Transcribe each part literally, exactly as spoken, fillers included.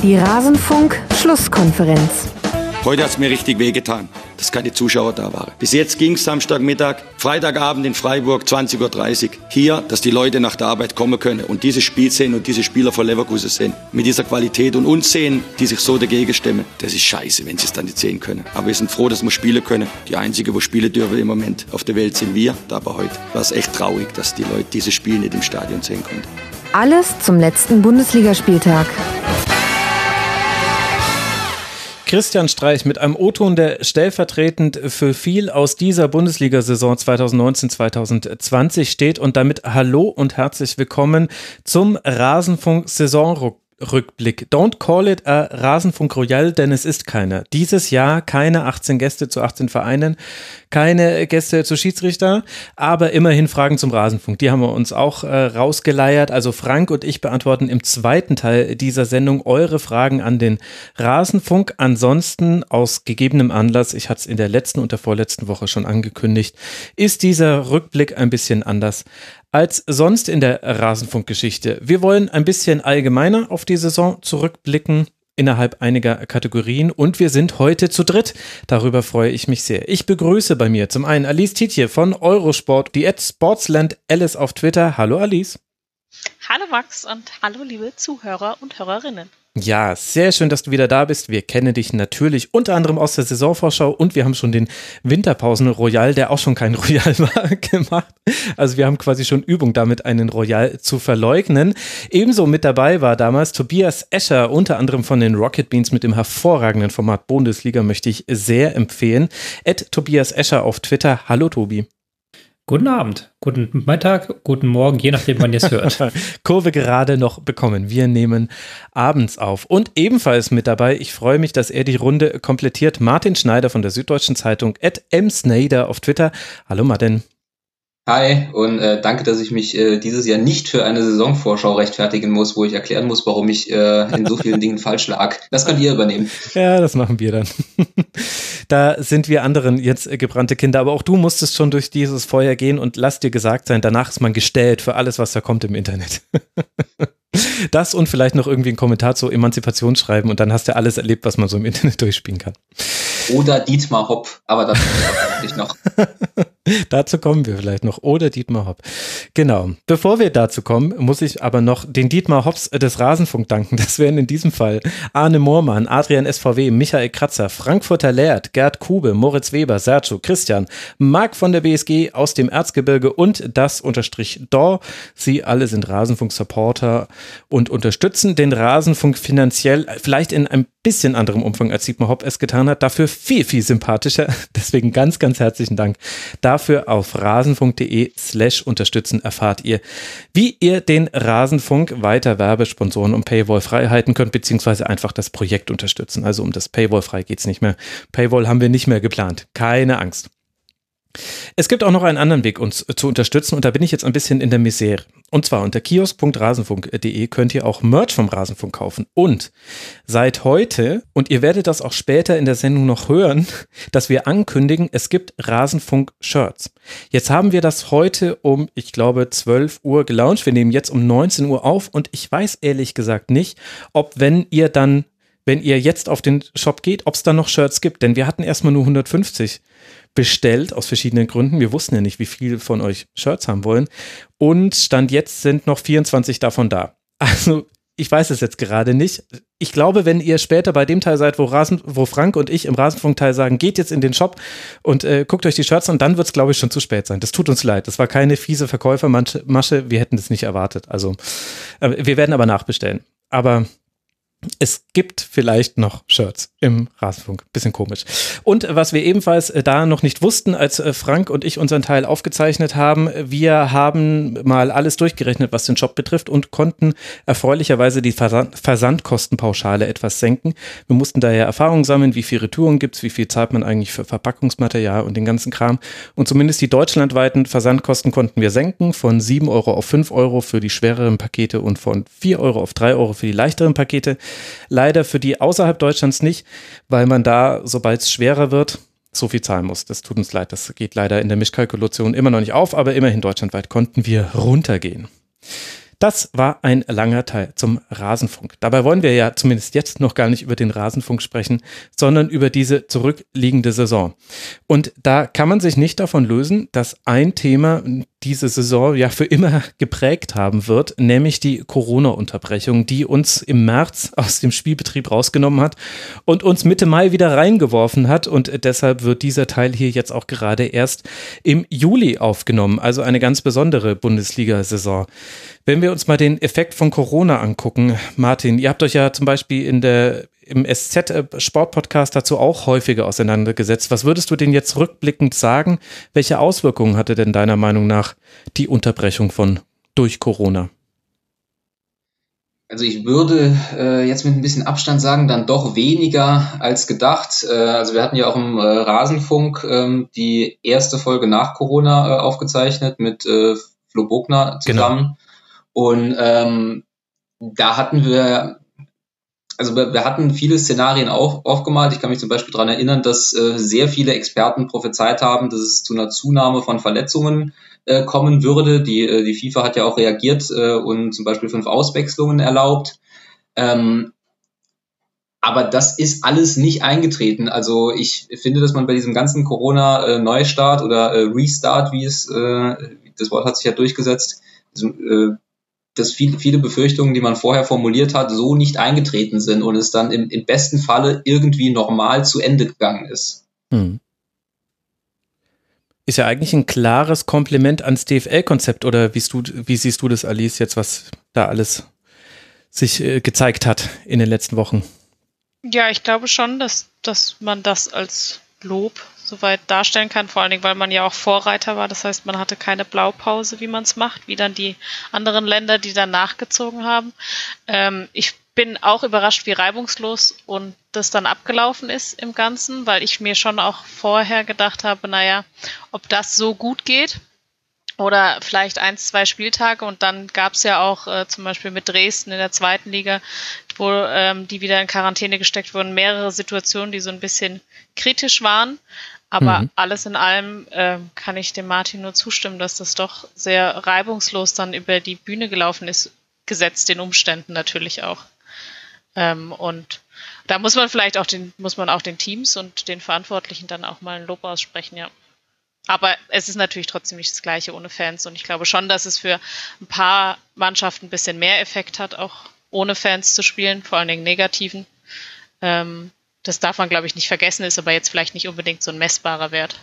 Die Rasenfunk-Schlusskonferenz. Heute hat es mir richtig wehgetan, dass keine Zuschauer da waren. Bis jetzt ging es Samstagmittag, Freitagabend in Freiburg, zwanzig Uhr dreißig. Hier, dass die Leute nach der Arbeit kommen können und dieses Spiel sehen und diese Spieler von Leverkusen sehen. Mit dieser Qualität und uns sehen, die sich so dagegen stemmen. Das ist scheiße, wenn sie es dann nicht sehen können. Aber wir sind froh, dass wir spielen können. Die Einzigen, die spielen dürfen im Moment auf der Welt, sind wir. Aber heute war es echt traurig, dass die Leute dieses Spiel nicht im Stadion sehen konnten. Alles zum letzten Bundesligaspieltag. Christian Streich mit einem O-Ton, der stellvertretend für viel aus dieser Bundesliga-Saison zwanzig neunzehn zwanzig zwanzig steht und damit hallo und herzlich willkommen zum Rasenfunk-Saisonrückblick. Don't call it a Rasenfunk Royal, denn es ist keiner. Dieses Jahr keine achtzehn Gäste zu achtzehn Vereinen, keine Gäste zu Schiedsrichter, aber immerhin Fragen zum Rasenfunk. Die haben wir uns auch äh, rausgeleiert. Also Frank und ich beantworten im zweiten Teil dieser Sendung eure Fragen an den Rasenfunk. Ansonsten aus gegebenem Anlass, ich hatte es in der letzten und der vorletzten Woche schon angekündigt, ist dieser Rückblick ein bisschen anders als sonst in der Rasenfunk-Geschichte. Wir wollen ein bisschen allgemeiner auf die Saison zurückblicken innerhalb einiger Kategorien und wir sind heute zu dritt. Darüber freue ich mich sehr. Ich begrüße bei mir zum einen Alice Tietje von Eurosport, die at Sportsland Alice auf Twitter. Hallo Alice. Hallo Max und hallo liebe Zuhörer und Hörerinnen. Ja, sehr schön, dass du wieder da bist. Wir kennen dich natürlich unter anderem aus der Saisonvorschau und wir haben schon den Winterpausen-Royal, der auch schon kein Royal war, gemacht. Also wir haben quasi schon Übung damit, einen Royal zu verleugnen. Ebenso mit dabei war damals Tobias Escher, unter anderem von den Rocket Beans mit dem hervorragenden Format Bundesliga, möchte ich sehr empfehlen. at Tobias Escher auf Twitter. Hallo Tobi. Guten Abend, guten Mittag, guten Morgen, je nachdem, wann ihr es hört. Kurve gerade noch bekommen. Wir nehmen abends auf. Und ebenfalls mit dabei, ich freue mich, dass er die Runde komplettiert, Martin Schneider von der Süddeutschen Zeitung, at msnader auf Twitter. Hallo Martin. Hi und äh, danke, dass ich mich äh, dieses Jahr nicht für eine Saisonvorschau rechtfertigen muss, wo ich erklären muss, warum ich äh, in so vielen Dingen falsch lag. Das könnt ihr übernehmen. Ja, das machen wir dann. Da sind wir anderen jetzt gebrannte Kinder, aber auch du musstest schon durch dieses Feuer gehen und lass dir gesagt sein, danach ist man gestellt für alles, was da kommt im Internet. Das und vielleicht noch irgendwie einen Kommentar zur Emanzipation schreiben und dann hast du alles erlebt, was man so im Internet durchspielen kann. Oder Dietmar Hopp, aber das kommt noch. Dazu kommen wir vielleicht noch. Oder Dietmar Hopp. Genau. Bevor wir dazu kommen, muss ich aber noch den Dietmar Hopps des Rasenfunk danken. Das wären in diesem Fall Arne Moormann, Adrian S V W, Michael Kratzer, Frankfurter Laird, Gerd Kube, Moritz Weber, Sergio, Christian, Marc von der B S G aus dem Erzgebirge und das Unterstrich Dor. Sie alle sind Rasenfunk-Supporter und unterstützen den Rasenfunk finanziell, vielleicht in einem bisschen anderem Umfang, als Dietmar Hopp es getan hat, dafür viel, viel sympathischer. Deswegen ganz, ganz herzlichen Dank. Dafür auf rasenfunk.de slash unterstützen erfahrt ihr, wie ihr den Rasenfunk weiter Werbesponsoren und Paywall frei halten könnt, beziehungsweise einfach das Projekt unterstützen. Also um das Paywall frei geht's nicht mehr. Paywall haben wir nicht mehr geplant. Keine Angst. Es gibt auch noch einen anderen Weg, uns zu unterstützen und da bin ich jetzt ein bisschen in der Misere. Und zwar unter kiosk punkt rasenfunk punkt de könnt ihr auch Merch vom Rasenfunk kaufen. Und seit heute, und ihr werdet das auch später in der Sendung noch hören, dass wir ankündigen, es gibt Rasenfunk-Shirts. Jetzt haben wir das heute um, ich glaube, zwölf Uhr gelauncht. Wir nehmen jetzt um neunzehn Uhr auf und ich weiß ehrlich gesagt nicht, ob wenn ihr dann, wenn ihr jetzt auf den Shop geht, ob es da noch Shirts gibt. Denn wir hatten erstmal nur hundertfünfzig bestellt, aus verschiedenen Gründen. Wir wussten ja nicht, wie viele von euch Shirts haben wollen. Und Stand jetzt sind noch vierundzwanzig davon da. Also ich weiß es jetzt gerade nicht. Ich glaube, wenn ihr später bei dem Teil seid, wo, Rasen, wo Frank und ich im Rasenfunk-Teil sagen, geht jetzt in den Shop und äh, guckt euch die Shirts an, dann wird es, glaube ich, schon zu spät sein. Das tut uns leid. Das war keine fiese Verkäufermasche. Wir hätten das nicht erwartet. Also äh, wir werden aber nachbestellen. Aber es gibt vielleicht noch Shirts im Rasenfunk. Bisschen komisch. Und was wir ebenfalls da noch nicht wussten, als Frank und ich unseren Teil aufgezeichnet haben, wir haben mal alles durchgerechnet, was den Shop betrifft und konnten erfreulicherweise die Versand- Versandkostenpauschale etwas senken. Wir mussten daher Erfahrungen sammeln, wie viele Retouren gibt es, wie viel zahlt man eigentlich für Verpackungsmaterial und den ganzen Kram. Und zumindest die deutschlandweiten Versandkosten konnten wir senken von sieben Euro auf fünf Euro für die schwereren Pakete und von vier Euro auf drei Euro für die leichteren Pakete. Leider für die außerhalb Deutschlands nicht, weil man da, sobald es schwerer wird, so viel zahlen muss. Das tut uns leid, das geht leider in der Mischkalkulation immer noch nicht auf, aber immerhin deutschlandweit konnten wir runtergehen. Das war ein langer Teil zum Rasenfunk. Dabei wollen wir ja zumindest jetzt noch gar nicht über den Rasenfunk sprechen, sondern über diese zurückliegende Saison. Und da kann man sich nicht davon lösen, dass ein Thema diese Saison ja für immer geprägt haben wird, nämlich die Corona-Unterbrechung, die uns im März aus dem Spielbetrieb rausgenommen hat und uns Mitte Mai wieder reingeworfen hat, und deshalb wird dieser Teil hier jetzt auch gerade erst im Juli aufgenommen, also eine ganz besondere Bundesliga-Saison. Wenn wir uns mal den Effekt von Corona angucken, Martin, ihr habt euch ja zum Beispiel in der im S Z-Sport-Podcast dazu auch häufiger auseinandergesetzt. Was würdest du denn jetzt rückblickend sagen? Welche Auswirkungen hatte denn deiner Meinung nach die Unterbrechung von durch Corona? Also ich würde äh, jetzt mit ein bisschen Abstand sagen, dann doch weniger als gedacht. Äh, also wir hatten ja auch im äh, Rasenfunk ähm, die erste Folge nach Corona äh, aufgezeichnet mit äh, Flo Bogner zusammen. Genau. Und ähm, da hatten wir Also wir, wir hatten viele Szenarien auf, aufgemalt. Ich kann mich zum Beispiel daran erinnern, dass äh, sehr viele Experten prophezeit haben, dass es zu einer Zunahme von Verletzungen äh, kommen würde. Die, äh, die FIFA hat ja auch reagiert äh, und zum Beispiel fünf Auswechslungen erlaubt. Ähm, aber das ist alles nicht eingetreten. Also ich finde, dass man bei diesem ganzen Corona-Neustart äh, oder äh, Restart, wie es, äh, das Wort hat sich ja durchgesetzt, also, äh, dass viele, viele Befürchtungen, die man vorher formuliert hat, so nicht eingetreten sind und es dann im, im besten Falle irgendwie normal zu Ende gegangen ist. Hm. Ist ja eigentlich ein klares Kompliment ans D F L-Konzept, oder wie, du, wie siehst du das, Alice, jetzt was da alles sich äh, gezeigt hat in den letzten Wochen? Ja, ich glaube schon, dass, dass man das als Lob soweit darstellen kann, vor allen Dingen, weil man ja auch Vorreiter war. Das heißt, man hatte keine Blaupause, wie man es macht, wie dann die anderen Länder, die dann nachgezogen haben. Ähm, ich bin auch überrascht, wie reibungslos und das dann abgelaufen ist im Ganzen, weil ich mir schon auch vorher gedacht habe, naja, ob das so gut geht oder vielleicht ein, zwei Spieltage, und dann gab es ja auch äh, zum Beispiel mit Dresden in der zweiten Liga, wo ähm, die wieder in Quarantäne gesteckt wurden, mehrere Situationen, die so ein bisschen kritisch waren. Aber mhm. alles in allem äh, kann ich dem Martin nur zustimmen, dass das doch sehr reibungslos dann über die Bühne gelaufen ist, gesetzt den Umständen natürlich auch. Ähm, und da muss man vielleicht auch den, muss man auch den Teams und den Verantwortlichen dann auch mal ein Lob aussprechen, ja. Aber es ist natürlich trotzdem nicht das Gleiche ohne Fans, und ich glaube schon, dass es für ein paar Mannschaften ein bisschen mehr Effekt hat, auch ohne Fans zu spielen, vor allen Dingen negativen. Ähm, Das darf man, glaube ich, nicht vergessen, ist aber jetzt vielleicht nicht unbedingt so ein messbarer Wert.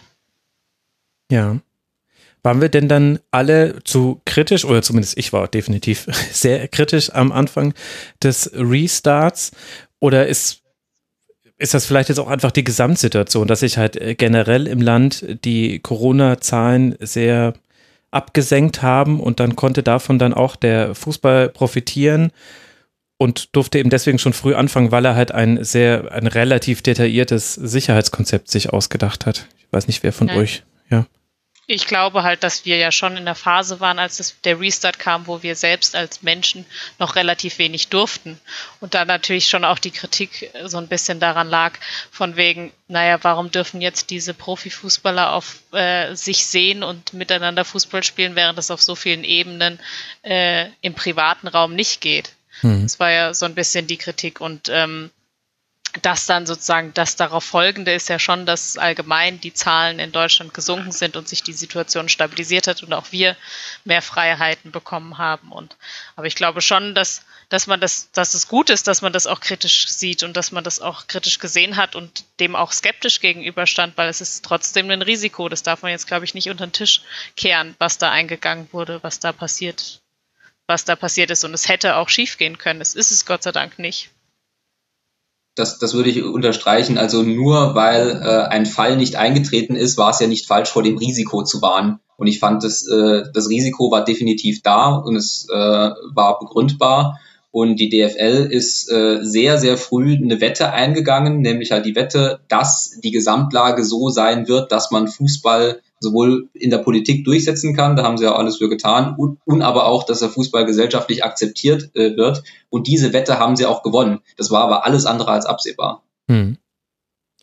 Ja. Waren wir denn dann alle zu kritisch, oder zumindest ich war definitiv sehr kritisch am Anfang des Restarts, oder ist, ist das vielleicht jetzt auch einfach die Gesamtsituation, dass sich halt generell im Land die Corona-Zahlen sehr abgesenkt haben und dann konnte davon dann auch der Fußball profitieren und durfte eben deswegen schon früh anfangen, weil er halt ein sehr, ein relativ detailliertes Sicherheitskonzept sich ausgedacht hat. Ich weiß nicht, wer von Nein. euch, ja. Ich glaube halt, dass wir ja schon in der Phase waren, als das, der Restart kam, wo wir selbst als Menschen noch relativ wenig durften. Und da natürlich schon auch die Kritik so ein bisschen daran lag, von wegen, naja, warum dürfen jetzt diese Profifußballer auf äh, sich sehen und miteinander Fußball spielen, während das auf so vielen Ebenen äh, im privaten Raum nicht geht. Mhm. Das war ja so ein bisschen die Kritik, und ähm, das dann sozusagen, das darauf folgende ist ja schon, dass allgemein die Zahlen in Deutschland gesunken sind und sich die Situation stabilisiert hat und auch wir mehr Freiheiten bekommen haben. Und aber ich glaube schon, dass, dass man das, dass es gut ist, dass man das auch kritisch sieht und dass man das auch kritisch gesehen hat und dem auch skeptisch gegenüberstand, weil es ist trotzdem ein Risiko. Das darf man jetzt, glaube ich, nicht unter den Tisch kehren, was da eingegangen wurde, was da passiert, was da passiert ist. Und es hätte auch schief gehen können. Es ist es Gott sei Dank nicht. Das, das würde ich unterstreichen. Also nur weil äh, ein Fall nicht eingetreten ist, war es ja nicht falsch, vor dem Risiko zu warnen. Und ich fand, das, äh, das Risiko war definitiv da und es äh, war begründbar. Und die D F L ist äh, sehr, sehr früh eine Wette eingegangen, nämlich halt die Wette, dass die Gesamtlage so sein wird, dass man Fußball sowohl in der Politik durchsetzen kann, da haben sie ja alles für getan, und, und aber auch, dass der Fußball gesellschaftlich akzeptiert äh, wird. Und diese Wette haben sie auch gewonnen. Das war aber alles andere als absehbar. Hm.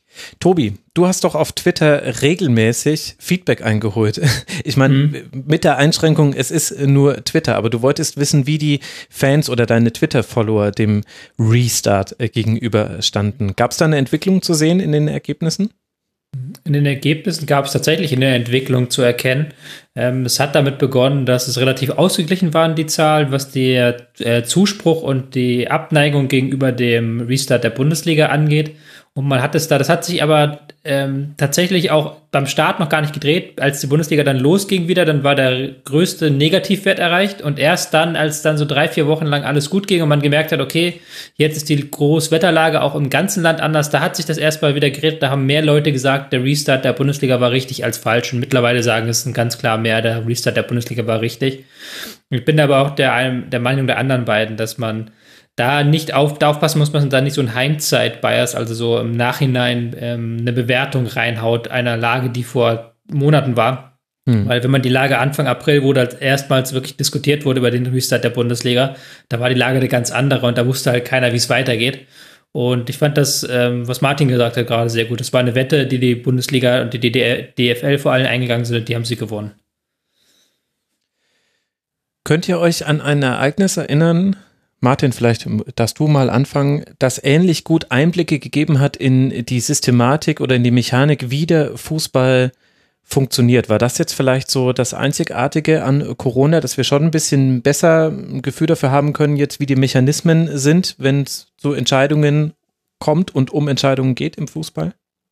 Tobi, du hast doch auf Twitter regelmäßig Feedback eingeholt. Ich meine, mhm. mit der Einschränkung, es ist nur Twitter, aber du wolltest wissen, wie die Fans oder deine Twitter-Follower dem Restart gegenüberstanden. Gab es da eine Entwicklung zu sehen in den Ergebnissen? In den Ergebnissen gab es tatsächlich eine Entwicklung zu erkennen. Ähm, es hat damit begonnen, dass es relativ ausgeglichen waren, die Zahlen, was der äh, Zuspruch und die Abneigung gegenüber dem Restart der Bundesliga angeht. Und man hat es da, das hat sich aber ähm, tatsächlich auch beim Start noch gar nicht gedreht. Als die Bundesliga dann losging wieder, dann war der größte Negativwert erreicht. Und erst dann, als dann so drei, vier Wochen lang alles gut ging und man gemerkt hat, okay, jetzt ist die Großwetterlage auch im ganzen Land anders, da hat sich das erstmal wieder geredet. Da haben mehr Leute gesagt, der Restart der Bundesliga war richtig als falsch. Und mittlerweile sagen es ganz klar mehr, der Restart der Bundesliga war richtig. Ich bin aber auch der, der Meinung der anderen beiden, dass man da nicht auf, da aufpassen muss, man da nicht so ein Hindsight-Bias, also so im Nachhinein ähm, eine Bewertung reinhaut einer Lage, die vor Monaten war. Hm. Weil wenn man die Lage Anfang April, wo das erstmals wirklich diskutiert wurde über den Restart der Bundesliga, da war die Lage eine ganz andere und da wusste halt keiner, wie es weitergeht. Und ich fand das, ähm, was Martin gesagt hat, gerade sehr gut. Das war eine Wette, die die Bundesliga und die D F L vor allem eingegangen sind und die haben sie gewonnen. Könnt ihr euch an ein Ereignis erinnern, Martin, vielleicht darfst du mal anfangen, das ähnlich gut Einblicke gegeben hat in die Systematik oder in die Mechanik, wie der Fußball funktioniert. War das jetzt vielleicht so das Einzigartige an Corona, dass wir schon ein bisschen besser ein Gefühl dafür haben können, jetzt wie die Mechanismen sind, wenn es zu Entscheidungen kommt und um Entscheidungen geht im Fußball?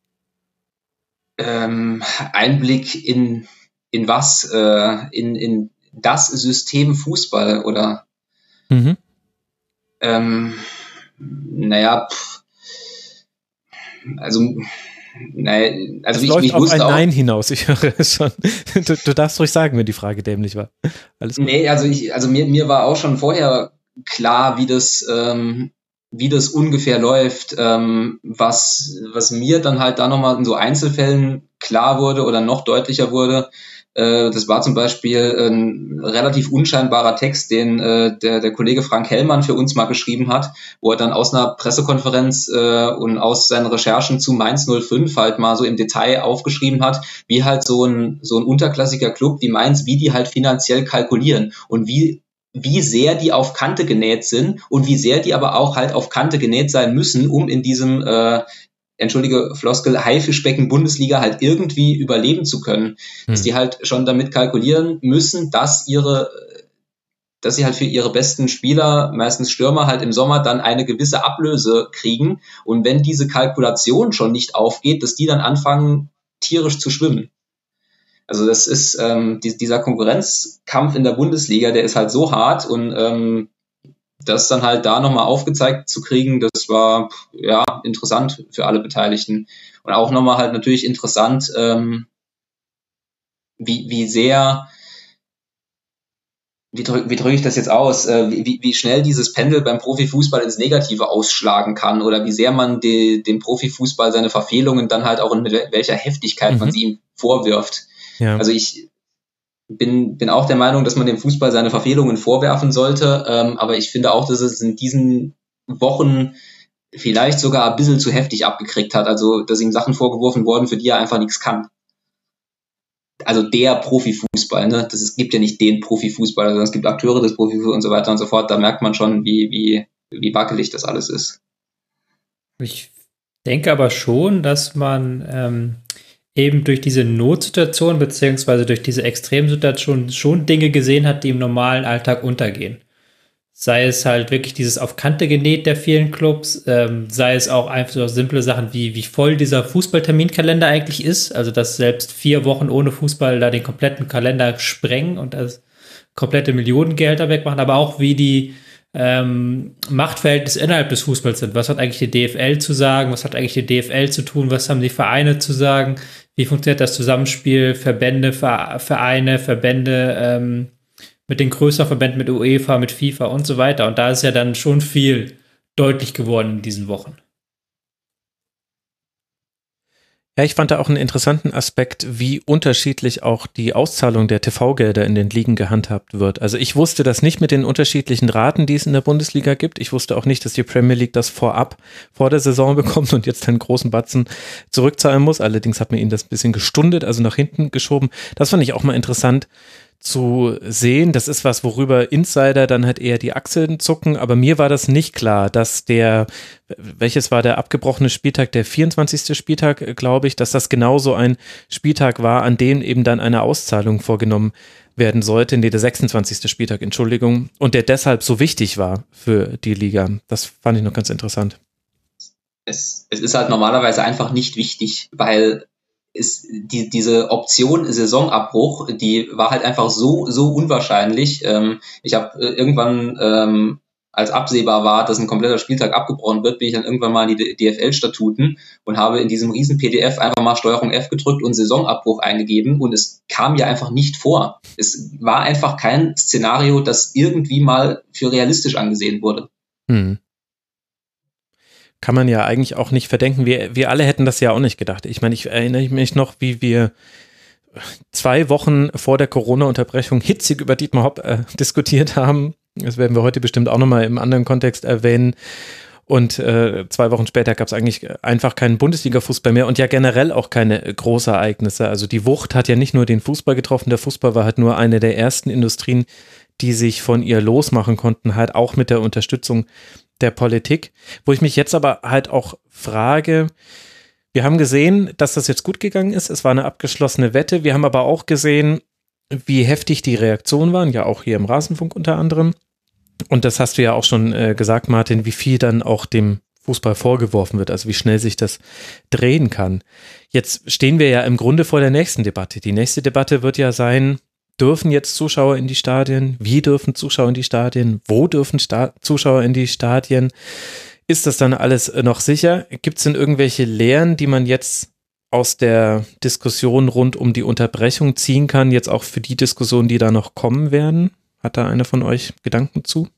Ähm, Einblick in, in was? Äh, in, in das System Fußball oder? Mhm. Ähm, naja, pff, also, naja, also es ich, läuft ich auf wusste ein auch, Nein hinaus, ich höre es schon. Du, du darfst ruhig sagen, wenn die Frage dämlich war. Alles gut. Nee, also ich, also mir, mir war auch schon vorher klar, wie das, ähm, wie das ungefähr läuft, ähm, was, was mir dann halt da nochmal in so Einzelfällen klar wurde oder noch deutlicher wurde. Das war zum Beispiel ein relativ unscheinbarer Text, den äh, der, der Kollege Frank Hellmann für uns mal geschrieben hat, wo er dann aus einer Pressekonferenz äh, und aus seinen Recherchen zu Mainz null fünf halt mal so im Detail aufgeschrieben hat, wie halt so ein so ein unterklassiger Club wie Mainz, wie die halt finanziell kalkulieren und wie wie sehr die auf Kante genäht sind und wie sehr die aber auch halt auf Kante genäht sein müssen, um in diesem äh, entschuldige Floskel, Haifischbecken Bundesliga halt irgendwie überleben zu können. Hm. Dass die halt schon damit kalkulieren müssen, dass ihre, dass sie halt für ihre besten Spieler, meistens Stürmer, halt im Sommer dann eine gewisse Ablöse kriegen. Und wenn diese Kalkulation schon nicht aufgeht, dass die dann anfangen, tierisch zu schwimmen. Also das ist, ähm, die, dieser Konkurrenzkampf in der Bundesliga, der ist halt so hart und ähm, das dann halt da nochmal aufgezeigt zu kriegen, das war ja interessant für alle Beteiligten. Und auch nochmal halt natürlich interessant, ähm, wie, wie sehr, wie drücke wie drück ich das jetzt aus, äh, wie, wie schnell dieses Pendel beim Profifußball ins Negative ausschlagen kann oder wie sehr man die, dem Profifußball seine Verfehlungen dann halt auch in welcher Heftigkeit mhm. man sie ihm vorwirft. Ja. Also ich Bin, bin auch der Meinung, dass man dem Fußball seine Verfehlungen vorwerfen sollte, ähm, aber ich finde auch, dass es in diesen Wochen vielleicht sogar ein bisschen zu heftig abgekriegt hat, also dass ihm Sachen vorgeworfen wurden, für die er einfach nichts kann. Also der Profifußball, ne? Das ist, gibt ja nicht den Profifußball, sondern es gibt Akteure des Profifußballs und so weiter und so fort, da merkt man schon, wie, wie, wie wackelig das alles ist. Ich denke aber schon, dass man ähm eben durch diese Notsituation beziehungsweise durch diese Extremsituation schon Dinge gesehen hat, die im normalen Alltag untergehen. Sei es halt wirklich dieses auf Kante genäht der vielen Clubs, ähm, sei es auch einfach so simple Sachen wie, wie voll dieser Fußballterminkalender eigentlich ist, also dass selbst vier Wochen ohne Fußball da den kompletten Kalender sprengen und das komplette Millionengelder wegmachen, aber auch wie die Ähm, Machtverhältnisse innerhalb des Fußballs sind. Was hat eigentlich die D F L zu sagen? Was hat eigentlich die D F L zu tun? Was haben die Vereine zu sagen? Wie funktioniert das Zusammenspiel? Verbände, Vereine, Verbände ähm, mit den größeren Verbänden, mit UEFA, mit FIFA und so weiter. Und da ist ja dann schon viel deutlich geworden in diesen Wochen. Ja, ich fand da auch einen interessanten Aspekt, wie unterschiedlich auch die Auszahlung der T V-Gelder in den Ligen gehandhabt wird. Also ich wusste das nicht mit den unterschiedlichen Raten, die es in der Bundesliga gibt. Ich wusste auch nicht, dass die Premier League das vorab vor der Saison bekommt und jetzt einen großen Batzen zurückzahlen muss. Allerdings hat man ihnen das ein bisschen gestundet, also nach hinten geschoben. Das fand ich auch mal interessant zu sehen. Das ist was, worüber Insider dann halt eher die Achseln zucken, aber mir war das nicht klar, dass der, welches war der abgebrochene Spieltag, der vierundzwanzigste Spieltag, glaube ich, dass das genauso ein Spieltag war, an dem eben dann eine Auszahlung vorgenommen werden sollte, nee, der sechsundzwanzigste Spieltag, Entschuldigung, und der deshalb so wichtig war für die Liga. Das fand ich noch ganz interessant. Es, es ist halt normalerweise einfach nicht wichtig, weil ist die, diese Option Saisonabbruch, die war halt einfach so, so unwahrscheinlich. Ähm, ich habe äh, irgendwann, ähm, als absehbar war, dass ein kompletter Spieltag abgebrochen wird, bin ich dann irgendwann mal in die D F L-Statuten und habe in diesem riesen P D F einfach mal Steuerung F gedrückt und Saisonabbruch eingegeben und es kam ja einfach nicht vor. Es war einfach kein Szenario, das irgendwie mal für realistisch angesehen wurde. Hm. Kann man ja eigentlich auch nicht verdenken. Wir, wir alle hätten das ja auch nicht gedacht. Ich meine, ich erinnere mich noch, wie wir zwei Wochen vor der Corona-Unterbrechung hitzig über Dietmar Hopp äh, diskutiert haben. Das werden wir heute bestimmt auch nochmal im anderen Kontext erwähnen. Und äh, zwei Wochen später gab es eigentlich einfach keinen Bundesliga-Fußball mehr und ja generell auch keine Großereignisse. Also die Wucht hat ja nicht nur den Fußball getroffen. Der Fußball war halt nur eine der ersten Industrien, die sich von ihr losmachen konnten, halt auch mit der Unterstützung der Politik, wo ich mich jetzt aber halt auch frage, wir haben gesehen, dass das jetzt gut gegangen ist, es war eine abgeschlossene Wette, wir haben aber auch gesehen, wie heftig die Reaktionen waren, ja auch hier im Rasenfunk unter anderem, und das hast du ja auch schon äh, gesagt, Martin, wie viel dann auch dem Fußball vorgeworfen wird, also wie schnell sich das drehen kann. Jetzt stehen wir ja im Grunde vor der nächsten Debatte. Die nächste Debatte wird ja sein, dürfen jetzt Zuschauer in die Stadien? Wie dürfen Zuschauer in die Stadien? Wo dürfen Sta- Zuschauer in die Stadien? Ist das dann alles noch sicher? Gibt es denn irgendwelche Lehren, die man jetzt aus der Diskussion rund um die Unterbrechung ziehen kann, jetzt auch für die Diskussionen, die da noch kommen werden? Hat da einer von euch Gedanken zu?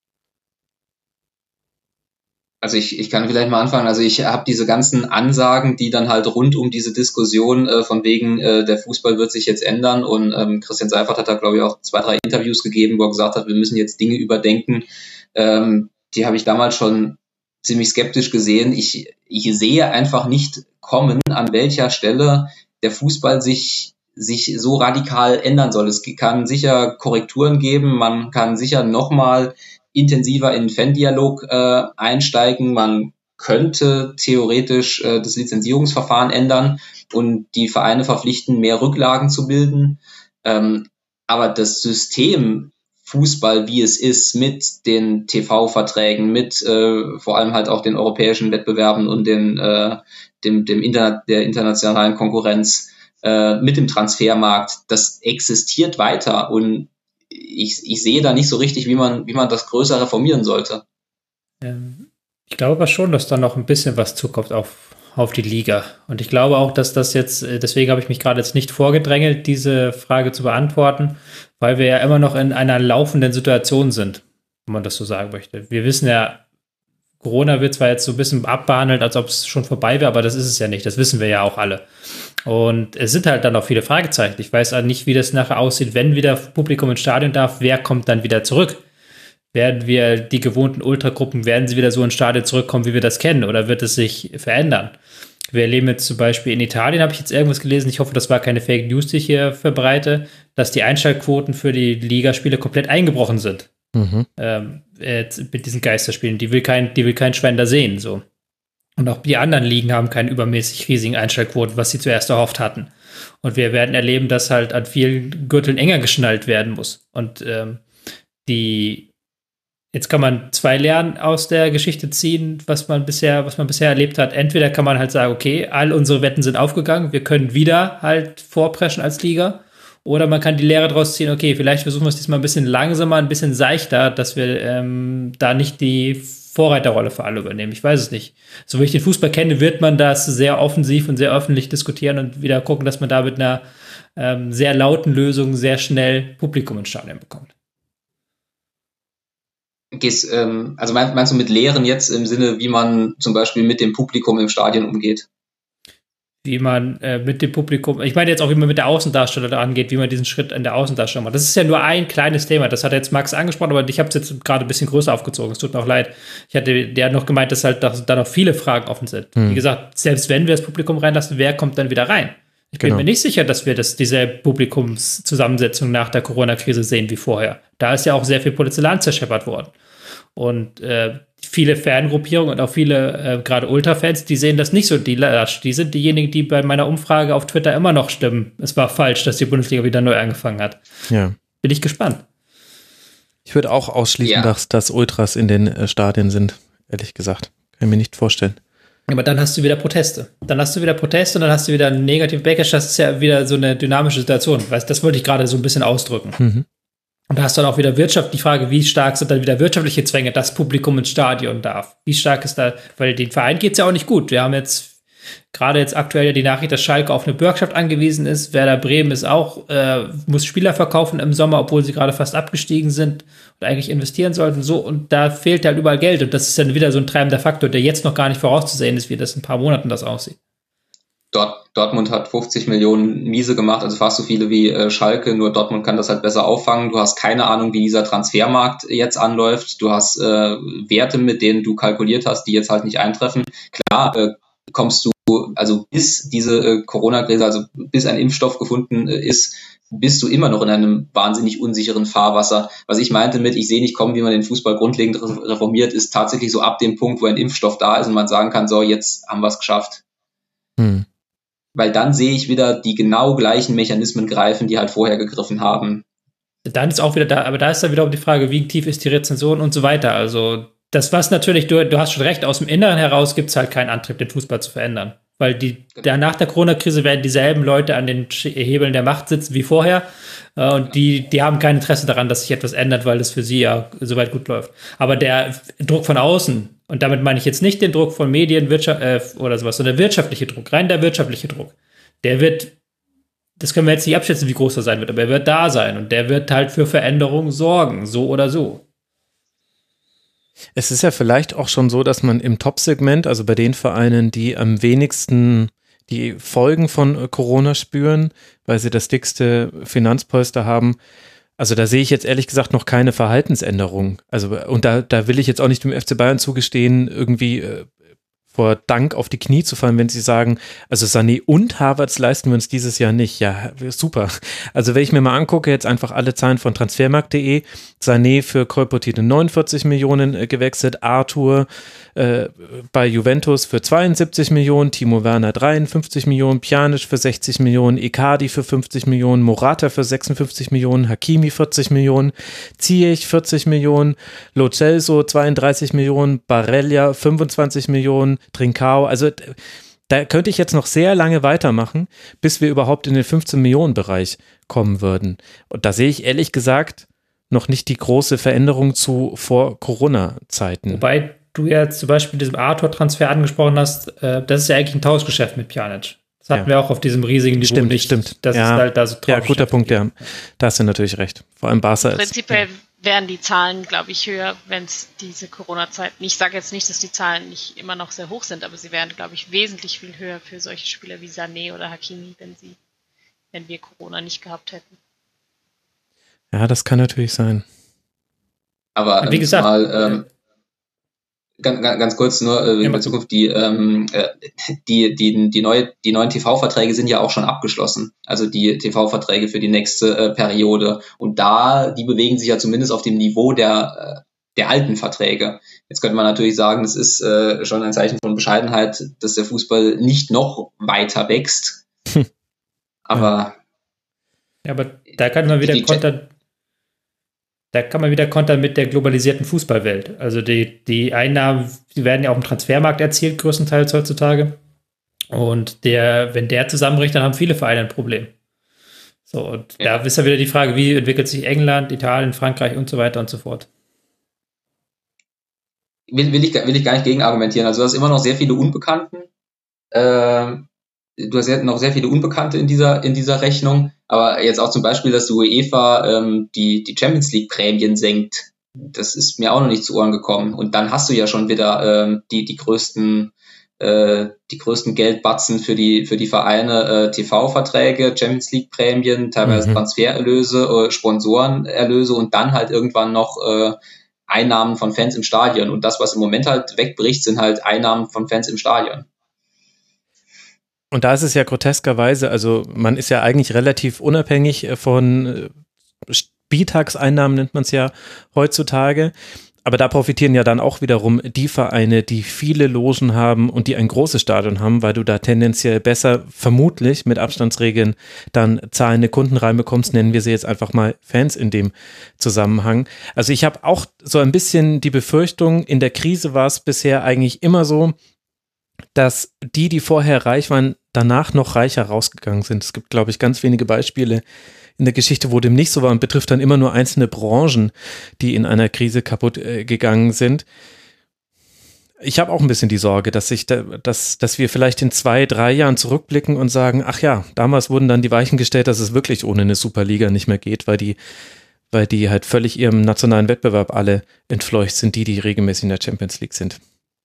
Also ich, ich kann vielleicht mal anfangen. Also ich habe diese ganzen Ansagen, die dann halt rund um diese Diskussion äh, von wegen äh, der Fußball wird sich jetzt ändern und ähm, Christian Seifert hat da glaube ich auch zwei, drei Interviews gegeben, wo er gesagt hat, wir müssen jetzt Dinge überdenken. Ähm, die habe ich damals schon ziemlich skeptisch gesehen. Ich, ich sehe einfach nicht kommen, an welcher Stelle der Fußball sich sich so radikal ändern soll. Es kann sicher Korrekturen geben, man kann sicher nochmal intensiver in den Fan-Dialog äh, einsteigen. Man könnte theoretisch äh, das Lizenzierungsverfahren ändern und die Vereine verpflichten, mehr Rücklagen zu bilden. Ähm, aber das System Fußball, wie es ist, mit den T V-Verträgen, mit äh, vor allem halt auch den europäischen Wettbewerben und den, äh, dem, dem Internet, der internationalen Konkurrenz, äh, mit dem Transfermarkt, das existiert weiter und Ich, ich sehe da nicht so richtig, wie man, wie man das größer reformieren sollte. Ähm, ich glaube aber schon, dass da noch ein bisschen was zukommt auf, auf die Liga. Und ich glaube auch, dass das jetzt, deswegen habe ich mich gerade jetzt nicht vorgedrängelt, diese Frage zu beantworten, weil wir ja immer noch in einer laufenden Situation sind, wenn man das so sagen möchte. Wir wissen ja, Corona wird zwar jetzt so ein bisschen abbehandelt, als ob es schon vorbei wäre, aber das ist es ja nicht. Das wissen wir ja auch alle. Und es sind halt dann auch viele Fragezeichen. Ich weiß halt nicht, wie das nachher aussieht, wenn wieder Publikum ins Stadion darf. Wer kommt dann wieder zurück? Werden wir die gewohnten Ultragruppen, werden sie wieder so ins Stadion zurückkommen, wie wir das kennen? Oder wird es sich verändern? Wir erleben jetzt zum Beispiel in Italien, habe ich jetzt irgendwas gelesen, ich hoffe, das war keine Fake News, die ich hier verbreite, dass die Einschaltquoten für die Ligaspiele komplett eingebrochen sind. Mhm. Ähm, äh, mit diesen Geisterspielen. Die will kein, die will kein Schwein da sehen, so. Und auch die anderen Ligen haben keinen übermäßig riesigen Einschaltquoten, was sie zuerst erhofft hatten. Und wir werden erleben, dass halt an vielen Gürteln enger geschnallt werden muss. Und ähm, die jetzt kann man zwei Lehren aus der Geschichte ziehen, was man bisher, was man bisher erlebt hat. Entweder kann man halt sagen, okay, all unsere Wetten sind aufgegangen, wir können wieder halt vorpreschen als Liga. Oder man kann die Lehre draus ziehen, okay, vielleicht versuchen wir es diesmal ein bisschen langsamer, ein bisschen seichter, dass wir ähm, da nicht die Vorreiterrolle für alle übernehmen. Ich weiß es nicht. So wie ich den Fußball kenne, wird man das sehr offensiv und sehr öffentlich diskutieren und wieder gucken, dass man da mit einer ähm, sehr lauten Lösung sehr schnell Publikum ins Stadion bekommt. Gehst, ähm, also meinst, meinst du mit Lehren jetzt im Sinne, wie man zum Beispiel mit dem Publikum im Stadion umgeht? wie man äh, mit dem Publikum, ich meine jetzt auch, wie man mit der Außendarsteller da angeht, wie man diesen Schritt in der Außendarstellung macht. Das ist ja nur ein kleines Thema, das hat jetzt Max angesprochen, aber ich habe es jetzt gerade ein bisschen größer aufgezogen, es tut mir auch leid. Ich hatte, der hat noch gemeint, dass halt da noch viele Fragen offen sind. Hm. Wie gesagt, selbst wenn wir das Publikum reinlassen, wer kommt dann wieder rein? Ich bin genau. mir nicht sicher, dass wir das, diese Publikumszusammensetzung nach der Corona-Krise sehen wie vorher. Da ist ja auch sehr viel Porzellan zerscheppert worden. Und äh, viele Fangruppierungen und auch viele, äh, gerade Ultra-Fans, die sehen das nicht so. Die, die sind diejenigen, die bei meiner Umfrage auf Twitter immer noch stimmen. Es war falsch, dass die Bundesliga wieder neu angefangen hat. Ja. Bin ich gespannt. Ich würde auch ausschließen, ja. dass, dass Ultras in den äh, Stadien sind, ehrlich gesagt. Kann ich mir nicht vorstellen. Aber dann hast du wieder Proteste. Dann hast du wieder Proteste und dann hast du wieder einen negativen Backlash. Das ist ja wieder so eine dynamische Situation. Weißt, das wollte ich gerade so ein bisschen ausdrücken. Mhm. Und da hast du dann auch wieder Wirtschaft, die Frage, wie stark sind dann wieder wirtschaftliche Zwänge, dass Publikum ins Stadion darf? Wie stark ist da, weil den Verein geht's ja auch nicht gut. Wir haben jetzt gerade jetzt aktuell ja die Nachricht, dass Schalke auf eine Bürgschaft angewiesen ist. Werder Bremen ist auch, äh, muss Spieler verkaufen im Sommer, obwohl sie gerade fast abgestiegen sind und eigentlich investieren sollten. So, und da fehlt halt überall Geld. Und das ist dann wieder so ein treibender Faktor, der jetzt noch gar nicht vorauszusehen ist, wie das in ein paar Monaten das aussieht. Dort, Dortmund hat fünfzig Millionen Miese gemacht, also fast so viele wie äh, Schalke, nur Dortmund kann das halt besser auffangen. Du hast keine Ahnung, wie dieser Transfermarkt jetzt anläuft. Du hast äh, Werte, mit denen du kalkuliert hast, die jetzt halt nicht eintreffen. Klar, äh, kommst du, also bis diese äh, Corona-Krise, also bis ein Impfstoff gefunden äh, ist, bist du immer noch in einem wahnsinnig unsicheren Fahrwasser. Was ich meinte mit, ich sehe nicht kommen, wie man den Fußball grundlegend reformiert, ist tatsächlich so ab dem Punkt, wo ein Impfstoff da ist und man sagen kann, so, jetzt haben wir es geschafft. Hm. Weil dann sehe ich wieder die genau gleichen Mechanismen greifen, die halt vorher gegriffen haben. Dann ist auch wieder da, aber da ist dann wiederum die Frage, wie tief ist die Rezension und so weiter. Also das, was natürlich, du, du hast schon recht, aus dem Inneren heraus gibt es halt keinen Antrieb, den Fußball zu verändern. Weil die, da nach der Corona-Krise werden dieselben Leute an den Hebeln der Macht sitzen wie vorher. Äh, und die, die haben kein Interesse daran, dass sich etwas ändert, weil es für sie ja soweit gut läuft. Aber der Druck von außen, und damit meine ich jetzt nicht den Druck von Medien, Wirtschaft äh, oder sowas, sondern der wirtschaftliche Druck, rein der wirtschaftliche Druck, der wird, das können wir jetzt nicht abschätzen, wie groß er sein wird, aber er wird da sein und der wird halt für Veränderungen sorgen, so oder so. Es ist ja vielleicht auch schon so, dass man im Top-Segment, also bei den Vereinen, die am wenigsten die Folgen von Corona spüren, weil sie das dickste Finanzpolster haben, also da sehe ich jetzt ehrlich gesagt noch keine Verhaltensänderung. Also und da, da will ich jetzt auch nicht dem F C Bayern zugestehen, irgendwie äh, vor Dank auf die Knie zu fallen, wenn sie sagen, also Sané und Havertz leisten wir uns dieses Jahr nicht. Ja, super. Also wenn ich mir mal angucke, jetzt einfach alle Zahlen von transfermarkt punkt de, Sané für kolportierte neunundvierzig Millionen äh, gewechselt, Arthur äh, bei Juventus für zweiundsiebzig Millionen, Timo Werner dreiundfünfzig Millionen, Pjanic für sechzig Millionen, Icardi für fünfzig Millionen, Morata für sechsundfünfzig Millionen, Hakimi vierzig Millionen, Ziyech vierzig Millionen, Lo Celso zweiunddreißig Millionen, Barella fünfundzwanzig Millionen, Trincao, also da könnte ich jetzt noch sehr lange weitermachen, bis wir überhaupt in den fünfzehn Millionen Bereich kommen würden. Und da sehe ich ehrlich gesagt noch nicht die große Veränderung zu vor Corona-Zeiten. Wobei du ja zum Beispiel diesen Arthur-Transfer angesprochen hast, äh, das ist ja eigentlich ein Tauschgeschäft mit Pjanic. Das hatten ja. wir auch auf diesem riesigen Niveau stimmt, nicht. Stimmt, das ja. ist halt da so Ja, guter Punkt, ja. Da hast du natürlich recht. Vor allem Barca ist. Prinzipiell wären die Zahlen, glaube ich, höher, wenn es diese Corona-Zeit, ich sage jetzt nicht, dass die Zahlen nicht immer noch sehr hoch sind, aber sie wären, glaube ich, wesentlich viel höher für solche Spieler wie Sané oder Hakimi, wenn sie, wenn wir Corona nicht gehabt hätten. Ja, das kann natürlich sein. Aber wie gesagt, mal, ähm, ganz, ganz kurz nur äh, in Zukunft, die, ähm, die, die, die, neue, die neuen T V-Verträge sind ja auch schon abgeschlossen. Also die T V-Verträge für die nächste äh, Periode. Und da, die bewegen sich ja zumindest auf dem Niveau der, äh, der alten Verträge. Jetzt könnte man natürlich sagen, das ist äh, schon ein Zeichen von Bescheidenheit, dass der Fußball nicht noch weiter wächst. Hm. Aber ja, aber da kann man wieder kontern. Da kann man wieder kontern mit der globalisierten Fußballwelt. Also die, die Einnahmen, die werden ja auch im Transfermarkt erzielt, größtenteils heutzutage. Und der, wenn der zusammenbricht, dann haben viele Vereine ein Problem. So, und ja. Da ist ja wieder die Frage, wie entwickelt sich England, Italien, Frankreich und so weiter und so fort. Will, will, ich, will ich gar nicht gegen argumentieren. Also du hast immer noch sehr viele Unbekannten. Äh, du hast noch sehr viele Unbekannte in dieser, in dieser Rechnung. Aber jetzt auch zum Beispiel, dass die UEFA ähm, die, die Champions League Prämien senkt, das ist mir auch noch nicht zu Ohren gekommen. Und dann hast du ja schon wieder ähm, die, die größten äh, die größten Geldbatzen für die für die Vereine, äh, T V-Verträge, Champions League-Prämien, teilweise mhm. Transfererlöse, äh, Sponsorenerlöse und dann halt irgendwann noch äh, Einnahmen von Fans im Stadion. Und das, was im Moment halt wegbricht, sind halt Einnahmen von Fans im Stadion. Und da ist es ja groteskerweise, also man ist ja eigentlich relativ unabhängig von Spieltagseinnahmen, nennt man es ja heutzutage. Aber da profitieren ja dann auch wiederum die Vereine, die viele Logen haben und die ein großes Stadion haben, weil du da tendenziell besser, vermutlich mit Abstandsregeln, dann zahlende Kunden reinbekommst, nennen wir sie jetzt einfach mal Fans in dem Zusammenhang. Also ich habe auch so ein bisschen die Befürchtung, in der Krise war es bisher eigentlich immer so, dass die, die vorher reich waren, danach noch reicher rausgegangen sind. Es gibt, glaube ich, ganz wenige Beispiele in der Geschichte, wo dem nicht so war und betrifft dann immer nur einzelne Branchen, die in einer Krise kaputt äh, gegangen sind. Ich habe auch ein bisschen die Sorge, dass sich da, dass, dass wir vielleicht in zwei, drei Jahren zurückblicken und sagen, ach ja, damals wurden dann die Weichen gestellt, dass es wirklich ohne eine Superliga nicht mehr geht, weil die, weil die halt völlig ihrem nationalen Wettbewerb alle entfleucht sind, die, die regelmäßig in der Champions League sind.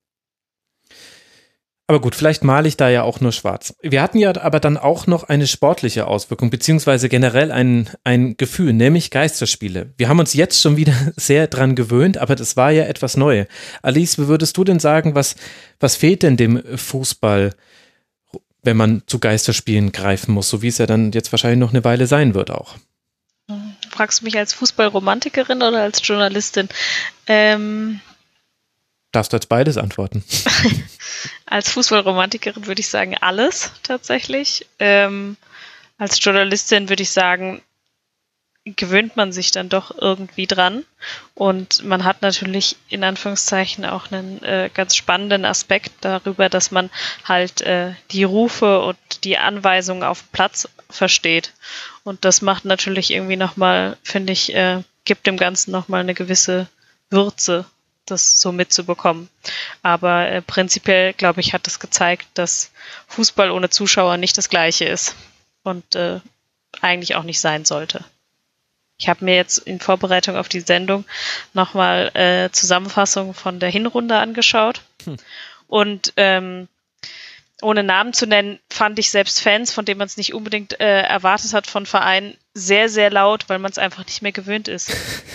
Aber gut, vielleicht male ich da ja auch nur schwarz. Wir hatten ja aber dann auch noch eine sportliche Auswirkung, beziehungsweise generell ein, ein Gefühl, nämlich Geisterspiele. Wir haben uns jetzt schon wieder sehr dran gewöhnt, aber das war ja etwas Neues. Alice, wie würdest du denn sagen, was, was fehlt denn dem Fußball, wenn man zu Geisterspielen greifen muss, so wie es ja dann jetzt wahrscheinlich noch eine Weile sein wird auch? Fragst du mich als Fußballromantikerin oder als Journalistin? Ähm... Darfst du als beides antworten? Als Fußballromantikerin würde ich sagen, alles tatsächlich. Ähm, als Journalistin würde ich sagen, gewöhnt man sich dann doch irgendwie dran. Und man hat natürlich in Anführungszeichen auch einen äh, ganz spannenden Aspekt darüber, dass man halt äh, die Rufe und die Anweisungen auf dem Platz versteht. Und das macht natürlich irgendwie nochmal, finde ich, äh, gibt dem Ganzen nochmal eine gewisse Würze, das so mitzubekommen. Aber äh, prinzipiell, glaube ich, hat das gezeigt, dass Fußball ohne Zuschauer nicht das Gleiche ist und äh, eigentlich auch nicht sein sollte. Ich habe mir jetzt in Vorbereitung auf die Sendung nochmal äh, Zusammenfassungen von der Hinrunde angeschaut hm. und ähm, ohne Namen zu nennen, fand ich selbst Fans, von denen man es nicht unbedingt äh, erwartet hat, von Vereinen sehr, sehr laut, weil man es einfach nicht mehr gewöhnt ist.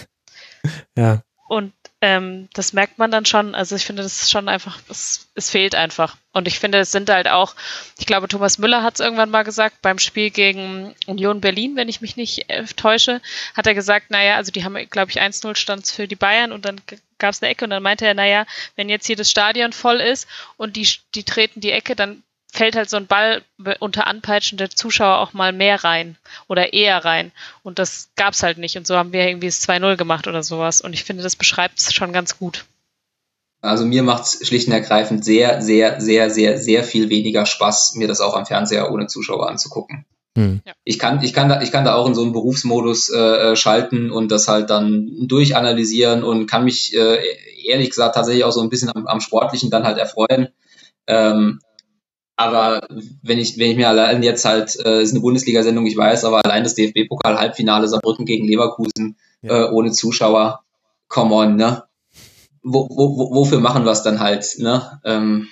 Ja. Und ähm, das merkt man dann schon. Also ich finde, das ist schon einfach, es, es fehlt einfach. Und ich finde, es sind halt auch, ich glaube, Thomas Müller hat es irgendwann mal gesagt, beim Spiel gegen Union Berlin, wenn ich mich nicht äh, täusche, hat er gesagt, naja, also die haben, glaube ich, eins null stand für die Bayern und dann gab es eine Ecke und dann meinte er, naja, wenn jetzt hier das Stadion voll ist und die, die treten die Ecke, dann fällt halt so ein Ball unter Anpeitschen der Zuschauer auch mal mehr rein oder eher rein. Und das gab's halt nicht. Und so haben wir irgendwie das zwei null gemacht oder sowas. Und ich finde, das beschreibt es schon ganz gut. Also mir macht es schlicht und ergreifend sehr, sehr, sehr, sehr, sehr viel weniger Spaß, mir das auch am Fernseher ohne Zuschauer anzugucken. Hm. Ja. Ich kann, ich kann da, ich kann da auch in so einen Berufsmodus äh, schalten und das halt dann durchanalysieren und kann mich äh, ehrlich gesagt tatsächlich auch so ein bisschen am, am Sportlichen dann halt erfreuen. Ähm, Aber wenn ich, wenn ich mir allein jetzt halt, äh, ist eine Bundesliga-Sendung, ich weiß, aber allein das D F B-Pokal-Halbfinale Saarbrücken gegen Leverkusen, ja. äh, ohne Zuschauer, come on, ne? Wo, wo, wofür machen wir es dann halt, ne? Ähm,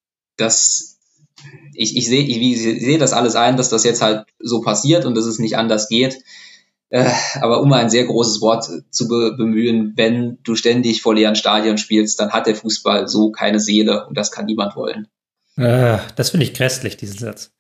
das, ich, ich sehe, ich, ich sehe das alles ein, dass das jetzt halt so passiert und dass es nicht anders geht. Äh, aber um ein sehr großes Wort zu be- bemühen, wenn du ständig vor leeren Stadien spielst, dann hat der Fußball so keine Seele und das kann niemand wollen. Das finde ich grässlich, diesen Satz.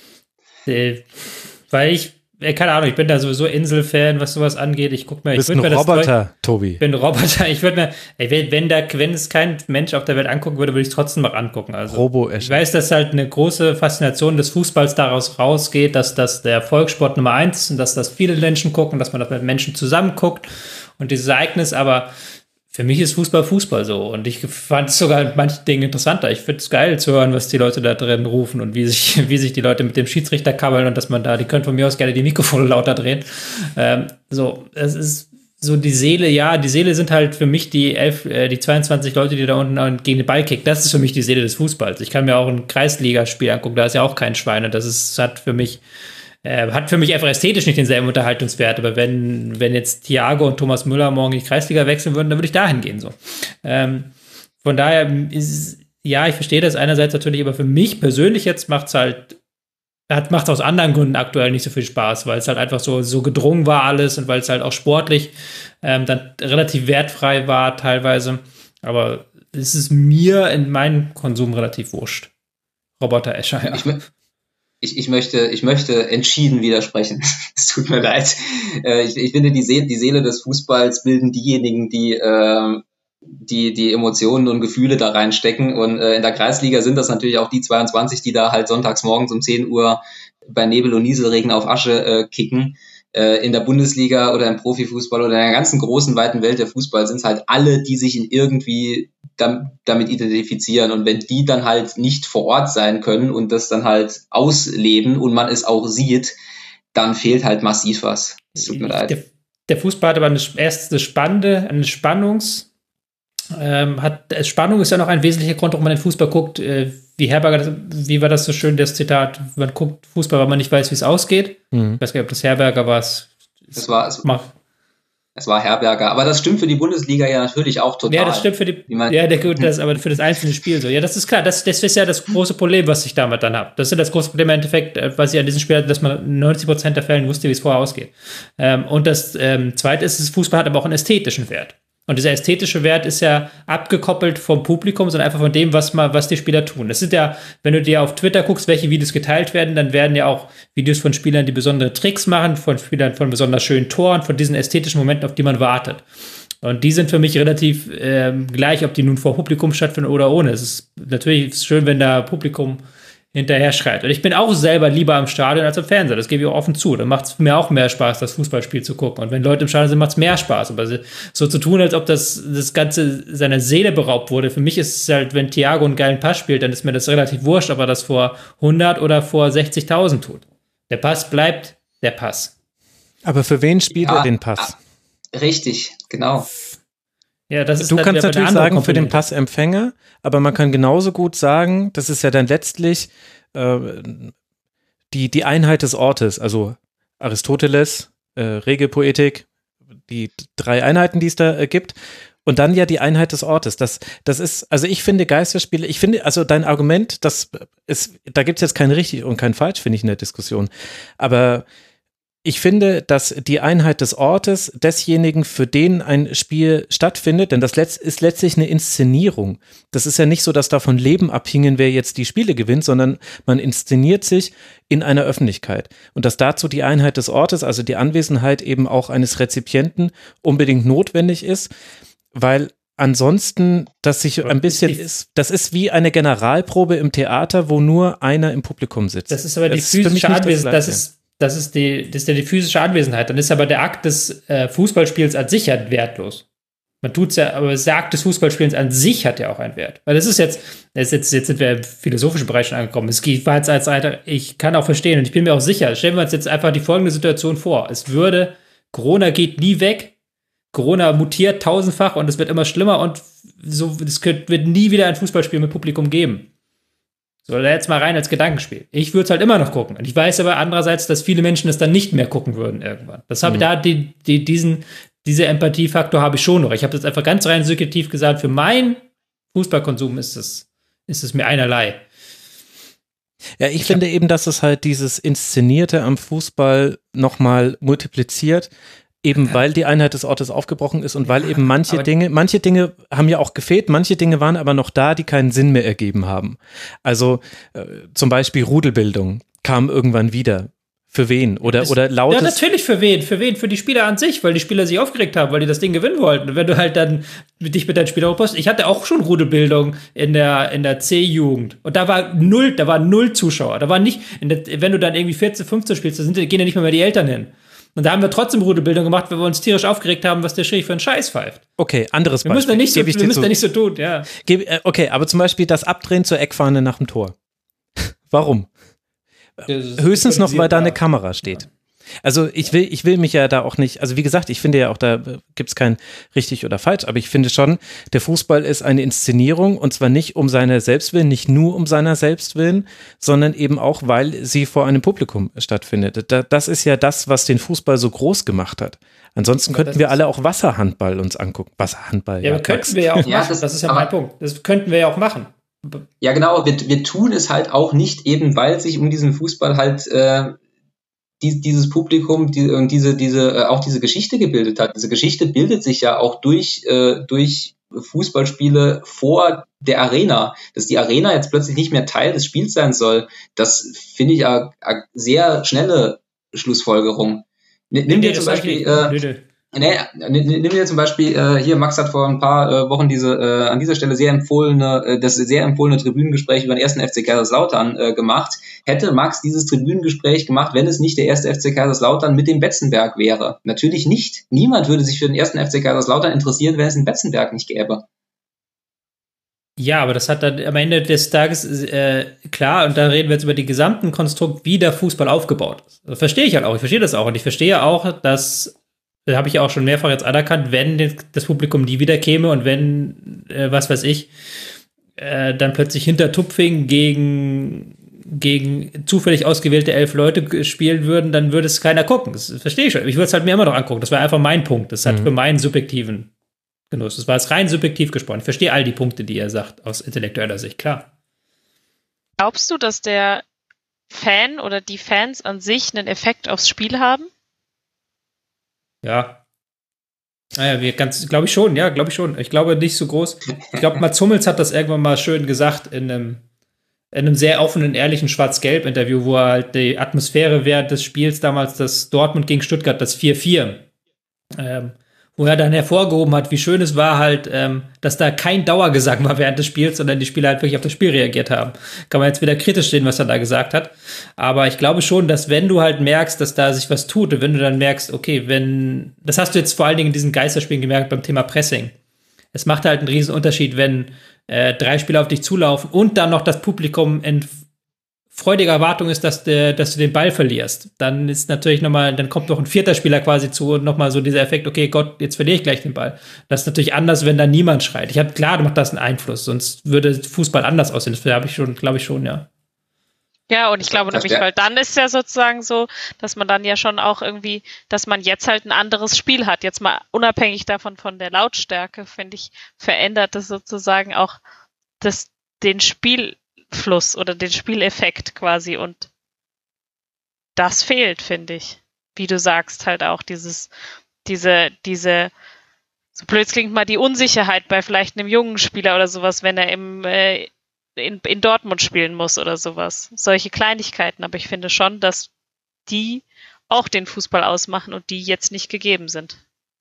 Äh, weil ich, keine Ahnung, ich bin da sowieso Inselfan, was sowas angeht. Ich guck mir, ich bist ein mir Roboter, das, Tobi. Ich bin ein Roboter. Ich würde mir, ey, wenn da, wenn es kein Mensch auf der Welt angucken würde, würde ich es trotzdem noch angucken. Also, Robo ich weiß, dass halt eine große Faszination des Fußballs daraus rausgeht, dass das der Volkssport Nummer eins ist und dass das viele Menschen gucken, dass man das mit Menschen zusammen guckt und dieses Ereignis, aber für mich ist Fußball Fußball so und ich fand es sogar in manchen Dingen interessanter. Ich finde es geil zu hören, was die Leute da drin rufen und wie sich, wie sich die Leute mit dem Schiedsrichter kabbeln und dass man da, die können von mir aus gerne die Mikrofone lauter drehen. Ähm, so, es ist so die Seele, ja, die Seele sind halt für mich die elf, äh, die zweiundzwanzig Leute, die da unten gegen den Ball kicken. Das ist für mich die Seele des Fußballs. Ich kann mir auch ein Kreisligaspiel angucken, da ist ja auch kein Schwein und das ist, hat für mich Äh, hat für mich einfach ästhetisch nicht denselben Unterhaltungswert, aber wenn, wenn jetzt Thiago und Thomas Müller morgen in die Kreisliga wechseln würden, dann würde ich dahin gehen. So. Ähm, von daher ist ja, ich verstehe das einerseits natürlich, aber für mich persönlich jetzt macht es halt, hat macht aus anderen Gründen aktuell nicht so viel Spaß, weil es halt einfach so, so gedrungen war alles und weil es halt auch sportlich ähm, dann relativ wertfrei war teilweise. Aber es ist mir in meinem Konsum relativ wurscht. Roboter Escher, ja. Ich, ich, ich, möchte, ich möchte entschieden widersprechen. Es tut mir leid. Äh, ich, ich finde, die, See- die Seele des Fußballs bilden diejenigen, die, äh, die die Emotionen und Gefühle da reinstecken. Und äh, in der Kreisliga sind das natürlich auch die zweiundzwanzig, die da halt sonntags morgens um zehn Uhr bei Nebel und Nieselregen auf Asche äh, kicken. Äh, in der Bundesliga oder im Profifußball oder in der ganzen großen, weiten Welt der Fußball sind es halt alle, die sich in irgendwie damit identifizieren, und wenn die dann halt nicht vor Ort sein können und das dann halt ausleben und man es auch sieht, dann fehlt halt massiv was. Es tut mir leid. Der, der Fußball hat aber eine erste spannende, eine Spannungs, ähm, hat, Spannung ist ja noch ein wesentlicher Grund, warum man den Fußball guckt, äh, wie Herberger, wie war das so schön, das Zitat, man guckt Fußball, weil man nicht weiß, wie es ausgeht. Mhm. Ich weiß gar nicht, ob das Herberger war. Es, es war es. Mach. Es war Herberger, aber das stimmt für die Bundesliga ja natürlich auch total. Ja, das stimmt für die, ja, der, das, aber für das einzelne Spiel so. Ja, das ist klar, das, das ist ja das große Problem, was ich damit dann habe. Das ist ja das große Problem im Endeffekt, was ich an diesem Spiel hatte, dass man in neunzig Prozent der Fällen wusste, wie es vorher ausgeht. Ähm, und das ähm, Zweite ist, das Fußball hat aber auch einen ästhetischen Wert. Und dieser ästhetische Wert ist ja abgekoppelt vom Publikum, sondern einfach von dem, was mal, was die Spieler tun. Das sind ja, wenn du dir auf Twitter guckst, welche Videos geteilt werden, dann werden ja auch Videos von Spielern, die besondere Tricks machen, von Spielern von besonders schönen Toren, von diesen ästhetischen Momenten, auf die man wartet. Und die sind für mich relativ äh, gleich, ob die nun vor Publikum stattfinden oder ohne. Es ist natürlich schön, wenn da Publikum hinterher schreit. Und ich bin auch selber lieber am Stadion als am Fernseher. Das gebe ich auch offen zu. Dann macht es mir auch mehr Spaß, das Fußballspiel zu gucken. Und wenn Leute im Stadion sind, macht es mehr Spaß. Aber so zu tun, als ob das, das Ganze seiner Seele beraubt wurde. Für mich ist es halt, wenn Thiago einen geilen Pass spielt, dann ist mir das relativ wurscht, ob er das vor hundert oder vor sechzigtausend tut. Der Pass bleibt der Pass. Aber für wen spielt ja, er den Pass? Richtig, genau. Ja, das ist du kannst natürlich sagen, für den Passempfänger, aber man kann genauso gut sagen, das ist ja dann letztlich äh, die, die Einheit des Ortes, also Aristoteles, äh, Regelpoetik, die drei Einheiten, die es da äh, gibt, und dann ja die Einheit des Ortes. Das, das ist, also ich finde Geisterspiele, ich finde, also dein Argument, das ist, da gibt es jetzt kein richtig und kein falsch, finde ich, in der Diskussion, aber ich finde, dass die Einheit des Ortes desjenigen, für den ein Spiel stattfindet, denn das ist letztlich eine Inszenierung. Das ist ja nicht so, dass davon Leben abhingen, wer jetzt die Spiele gewinnt, sondern man inszeniert sich in einer Öffentlichkeit. Und dass dazu die Einheit des Ortes, also die Anwesenheit eben auch eines Rezipienten, unbedingt notwendig ist, weil ansonsten, dass sich ein bisschen ist, das ist wie eine Generalprobe im Theater, wo nur einer im Publikum sitzt. Das ist aber die physische Anwesenheit, das ist Das ist, die, das ist ja die physische Anwesenheit. Dann ist aber der Akt des äh, Fußballspiels an sich ja wertlos. Man tut's ja, aber der Akt des Fußballspiels an sich hat ja auch einen Wert. Weil das ist jetzt, das ist jetzt, jetzt sind wir im philosophischen Bereich schon angekommen. Es war jetzt als Reiter, ich kann auch verstehen und ich bin mir auch sicher, stellen wir uns jetzt einfach die folgende Situation vor. Es würde, Corona geht nie weg, Corona mutiert tausendfach und es wird immer schlimmer und so, es wird nie wieder ein Fußballspiel mit Publikum geben. So, da jetzt mal rein als Gedankenspiel. Ich würde es halt immer noch gucken. Und ich weiß aber andererseits, dass viele Menschen es dann nicht mehr gucken würden irgendwann. Das habe ich mhm. da, die, die, diesen, diese Empathiefaktor habe ich schon noch. Ich habe das einfach ganz rein subjektiv gesagt, für meinen Fußballkonsum ist es, ist es mir einerlei. Ja, ich, ich finde eben, dass es halt dieses Inszenierte am Fußball nochmal multipliziert. Eben weil die Einheit des Ortes aufgebrochen ist und ja, weil eben manche Dinge, manche Dinge haben ja auch gefehlt, manche Dinge waren aber noch da, die keinen Sinn mehr ergeben haben. Also äh, zum Beispiel Rudelbildung kam irgendwann wieder. Für wen? Oder, das, oder lautes... Ja, natürlich für wen. Für wen? Für die Spieler an sich, weil die Spieler sich aufgeregt haben, weil die das Ding gewinnen wollten. Und wenn du halt dann mit dich mit deinen Spielern postest. Ich hatte auch schon Rudelbildung in der, in der C-Jugend. Und da war null, da waren null Zuschauer. Da war nicht, in der, wenn du dann irgendwie vierzehn, fünfzehn spielst, da sind, gehen ja nicht mehr, mehr die Eltern hin. Und da haben wir trotzdem Rudelbildung gemacht, weil wir uns tierisch aufgeregt haben, was der Schiri für einen Scheiß pfeift. Okay, anderes Beispiel. Wir müssen da nicht so, wir müssen da nicht so tun, ja. Okay, aber zum Beispiel das Abdrehen zur Eckfahne nach dem Tor. Warum? Höchstens noch, weil da eine Kamera steht. Ja. Also ich will, ich will mich ja da auch nicht, also wie gesagt, ich finde ja auch, da gibt es kein richtig oder falsch, aber ich finde schon, der Fußball ist eine Inszenierung und zwar nicht um seiner selbst willen, nicht nur um seiner selbst willen, sondern eben auch, weil sie vor einem Publikum stattfindet. Das ist ja das, was den Fußball so groß gemacht hat. Ansonsten aber könnten wir alle auch Wasserhandball uns angucken. Wasserhandball. Ja, ja, aber könnten wir ja auch machen, ja, das, das ist ja mein Punkt. Das könnten wir ja auch machen. Ja, genau, wir, wir tun es halt auch nicht eben, weil sich um diesen Fußball halt äh, die, dieses Publikum die, und diese, diese, äh, auch diese Geschichte gebildet hat. Diese Geschichte bildet sich ja auch durch, äh, durch Fußballspiele vor der Arena. Dass die Arena jetzt plötzlich nicht mehr Teil des Spiels sein soll, das finde ich eine sehr schnelle Schlussfolgerung. Nimm Nee, dir nee, zum das sag Beispiel, ich nicht. äh, Nee, nee. Nee, nimm dir zum Beispiel, äh, hier, Max hat vor ein paar äh, Wochen diese, äh, an dieser Stelle sehr empfohlene, äh, das sehr empfohlene Tribünengespräch über den ersten F C Kaiserslautern äh, gemacht. Hätte Max dieses Tribünengespräch gemacht, wenn es nicht der erste F C Kaiserslautern mit dem Betzenberg wäre? Natürlich nicht. Niemand würde sich für den ersten F C Kaiserslautern interessieren, wenn es den Betzenberg nicht gäbe. Ja, aber das hat dann am Ende des Tages, äh, klar, und da reden wir jetzt über die gesamten Konstrukt, wie der Fußball aufgebaut ist. Das verstehe ich halt auch, ich verstehe das auch. Und ich verstehe auch, dass, da habe ich ja auch schon mehrfach jetzt anerkannt, wenn das Publikum nie wieder käme und wenn, äh, was weiß ich, äh, dann plötzlich hinter Tupfing gegen, gegen zufällig ausgewählte elf Leute spielen würden, dann würde es keiner gucken. Das verstehe ich schon. Ich würde es halt mir immer noch angucken. Das war einfach mein Punkt. Das hat mhm. für meinen subjektiven Genuss. Das war jetzt rein subjektiv gesprochen. Ich verstehe all die Punkte, die er sagt, aus intellektueller Sicht, klar. Glaubst du, dass der Fan oder die Fans an sich einen Effekt aufs Spiel haben? Ja. Naja, wir ganz, glaube ich schon, ja, glaube ich schon. Ich glaube nicht so groß. Ich glaube, Mats Hummels hat das irgendwann mal schön gesagt in einem, in einem sehr offenen, ehrlichen Schwarz-Gelb-Interview, wo er halt die Atmosphäre während des Spiels damals, das Dortmund gegen Stuttgart, das vier vier, ähm, wo er dann hervorgehoben hat, wie schön es war halt, ähm, dass da kein Dauergesang war während des Spiels, sondern die Spieler halt wirklich auf das Spiel reagiert haben. Kann man jetzt wieder kritisch sehen, was er da gesagt hat. Aber ich glaube schon, dass wenn du halt merkst, dass da sich was tut und wenn du dann merkst, okay, wenn, das hast du jetzt vor allen Dingen in diesen Geisterspielen gemerkt beim Thema Pressing. Es macht halt einen riesen Unterschied, wenn äh, drei Spieler auf dich zulaufen und dann noch das Publikum in freudige Erwartung ist, dass, der, dass du den Ball verlierst. Dann ist natürlich nochmal, dann kommt noch ein vierter Spieler quasi zu und nochmal so dieser Effekt, okay, Gott, jetzt verliere ich gleich den Ball. Das ist natürlich anders, wenn da niemand schreit. Ich habe klar, macht das einen Einfluss, sonst würde Fußball anders aussehen. Das habe ich schon, glaube ich schon, ja. Ja, und ich glaube nämlich, weil dann ist ja sozusagen so, dass man dann ja schon auch irgendwie, dass man jetzt halt ein anderes Spiel hat. Jetzt mal unabhängig davon von der Lautstärke, finde ich, verändert das sozusagen auch das, den Spielfluss oder den Spieleffekt quasi. Und das fehlt, finde ich. Wie du sagst, halt auch dieses, diese, diese, so blöd klingt mal, die Unsicherheit bei vielleicht einem jungen Spieler oder sowas, wenn er im äh, In, in Dortmund spielen muss oder sowas. Solche Kleinigkeiten, aber ich finde schon, dass die auch den Fußball ausmachen und die jetzt nicht gegeben sind.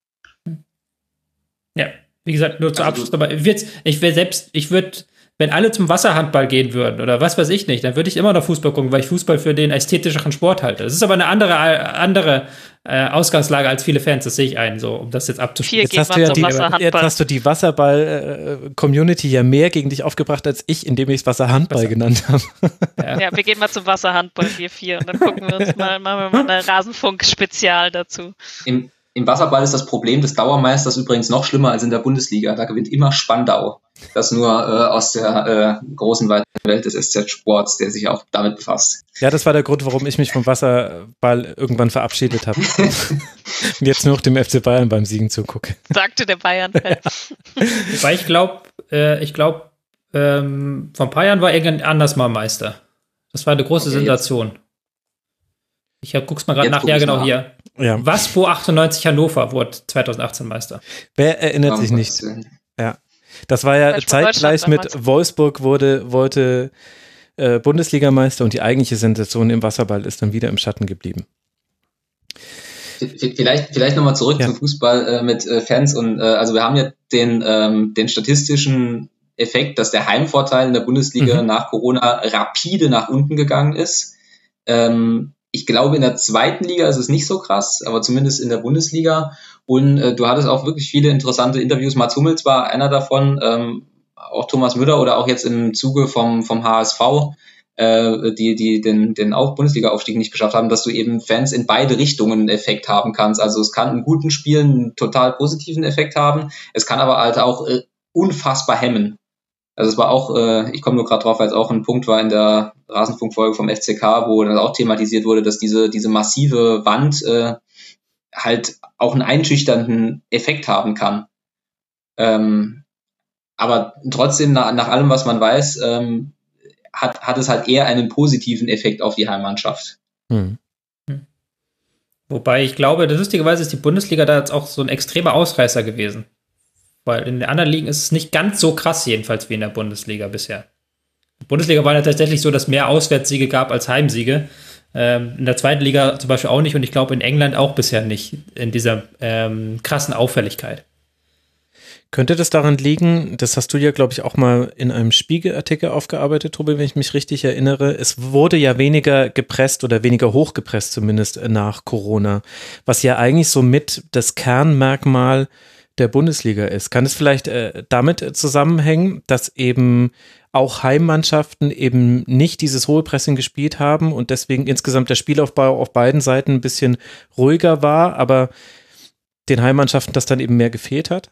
Ja, wie gesagt, nur zur Abschluss, aber ich wäre selbst, ich würde, wenn alle zum Wasserhandball gehen würden oder was weiß ich nicht, dann würde ich immer noch Fußball gucken, weil ich Fußball für den ästhetischeren Sport halte. Das ist aber eine andere, andere äh, Ausgangslage als viele Fans, das sehe ich ein, so, um das jetzt abzuschließen. Jetzt hast, du ja die, jetzt hast du die Wasserball-Community ja mehr gegen dich aufgebracht als ich, indem ich es Wasserhandball Wasser. genannt habe. Ja. ja, wir gehen mal zum Wasserhandball, wir vier, und dann gucken wir uns mal, machen wir mal ein Rasenfunk-Spezial dazu. Im, Im Wasserball ist das Problem des Dauermeisters übrigens noch schlimmer als in der Bundesliga. Da gewinnt immer Spandau. Das nur äh, aus der äh, großen, weiten Welt des S Z-Sports, der sich auch damit befasst. Ja, das war der Grund, warum ich mich vom Wasserball irgendwann verabschiedet habe. Und jetzt nur noch dem F C Bayern beim Siegen zugucke. Sagte der Bayern-Fan. Weil ich glaube, äh, ich glaube, ähm, vor ein paar Jahren war irgendein anders mal Meister. Das war eine große okay, Sensation. Jetzt. Ich hab, guck's mal gerade nach. Ja, genau, nach. hier. Ja. Waspo achtundneunzig Hannover wurde zweitausendachtzehn Meister. Wer erinnert oh, sich nicht? Ja. Das war ja zeitgleich mit Wolfsburg wurde, wollte äh, Bundesligameister und die eigentliche Sensation im Wasserball ist dann wieder im Schatten geblieben. Vielleicht, vielleicht nochmal zurück ja. zum Fußball äh, mit äh, Fans und äh, also wir haben ja den, ähm, den statistischen Effekt, dass der Heimvorteil in der Bundesliga mhm. nach Corona rapide nach unten gegangen ist. Ähm, Ich glaube, in der zweiten Liga ist es nicht so krass, aber zumindest in der Bundesliga. Und äh, du hattest auch wirklich viele interessante Interviews. Mats Hummels war einer davon, ähm, auch Thomas Müller oder auch jetzt im Zuge vom, vom H S V, äh, die, die den, den Bundesliga-Aufstieg nicht geschafft haben, dass du eben Fans in beide Richtungen einen Effekt haben kannst. Also es kann in guten Spielen einen total positiven Effekt haben, es kann aber halt auch äh, unfassbar hemmen. Also es war auch, äh, ich komme nur gerade drauf, weil es auch ein Punkt war in der Rasenfunkfolge vom F C K, wo dann auch thematisiert wurde, dass diese diese massive Wand äh, halt auch einen einschüchternden Effekt haben kann. Ähm, aber trotzdem, nach, nach allem, was man weiß, ähm, hat, hat es halt eher einen positiven Effekt auf die Heimmannschaft. Hm. Wobei ich glaube, lustigerweise ist die Bundesliga da jetzt auch so ein extremer Ausreißer gewesen. Weil in den anderen Ligen ist es nicht ganz so krass, jedenfalls wie in der Bundesliga bisher. Die Bundesliga war ja tatsächlich so, dass mehr Auswärtssiege gab als Heimsiege. Ähm, in der zweiten Liga zum Beispiel auch nicht und ich glaube in England auch bisher nicht in dieser ähm, krassen Auffälligkeit. Könnte das daran liegen, das hast du ja, glaube ich, auch mal in einem Spiegelartikel aufgearbeitet, Tobi, wenn ich mich richtig erinnere. Es wurde ja weniger gepresst oder weniger hochgepresst zumindest nach Corona, was ja eigentlich so mit das Kernmerkmal der Bundesliga ist. Kann es vielleicht äh, damit zusammenhängen, dass eben auch Heimmannschaften eben nicht dieses hohe Pressing gespielt haben und deswegen insgesamt der Spielaufbau auf beiden Seiten ein bisschen ruhiger war, aber den Heimmannschaften das dann eben mehr gefehlt hat?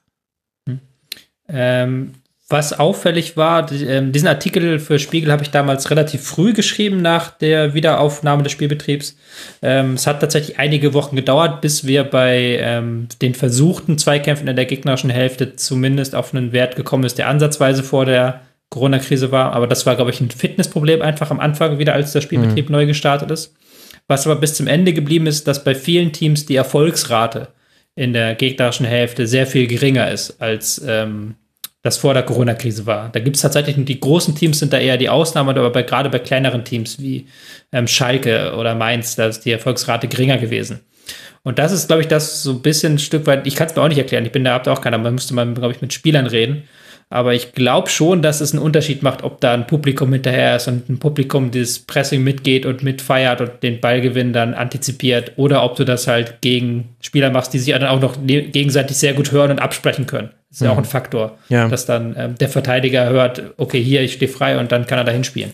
Ähm, was auffällig war, die, ähm, diesen Artikel für Spiegel habe ich damals relativ früh geschrieben nach der Wiederaufnahme des Spielbetriebs. Ähm, es hat tatsächlich einige Wochen gedauert, bis wir bei ähm, den versuchten Zweikämpfen in der gegnerischen Hälfte zumindest auf einen Wert gekommen ist, der ansatzweise vor der Corona-Krise war. Aber das war, glaube ich, ein Fitnessproblem einfach am Anfang wieder, als der Spielbetrieb mhm. neu gestartet ist. Was aber bis zum Ende geblieben ist, dass bei vielen Teams die Erfolgsrate in der gegnerischen Hälfte sehr viel geringer ist, als ähm, das vor der Corona-Krise war. Da gibt es tatsächlich, die großen Teams sind da eher die Ausnahme, aber bei, gerade bei kleineren Teams wie ähm, Schalke oder Mainz, da ist die Erfolgsrate geringer gewesen. Und das ist, glaube ich, das so ein bisschen ein Stück weit, ich kann es mir auch nicht erklären, ich bin da auch keiner, man müsste mal, glaube ich, mit Spielern reden, aber ich glaube schon, dass es einen Unterschied macht, ob da ein Publikum hinterher ist und ein Publikum das Pressing mitgeht und mitfeiert und den Ballgewinn dann antizipiert oder ob du das halt gegen Spieler machst, die sich dann auch noch gegenseitig sehr gut hören und absprechen können. Das ist ja, ja auch ein Faktor, ja. dass dann ähm, der Verteidiger hört, okay, hier, ich stehe frei und dann kann er da hinspielen.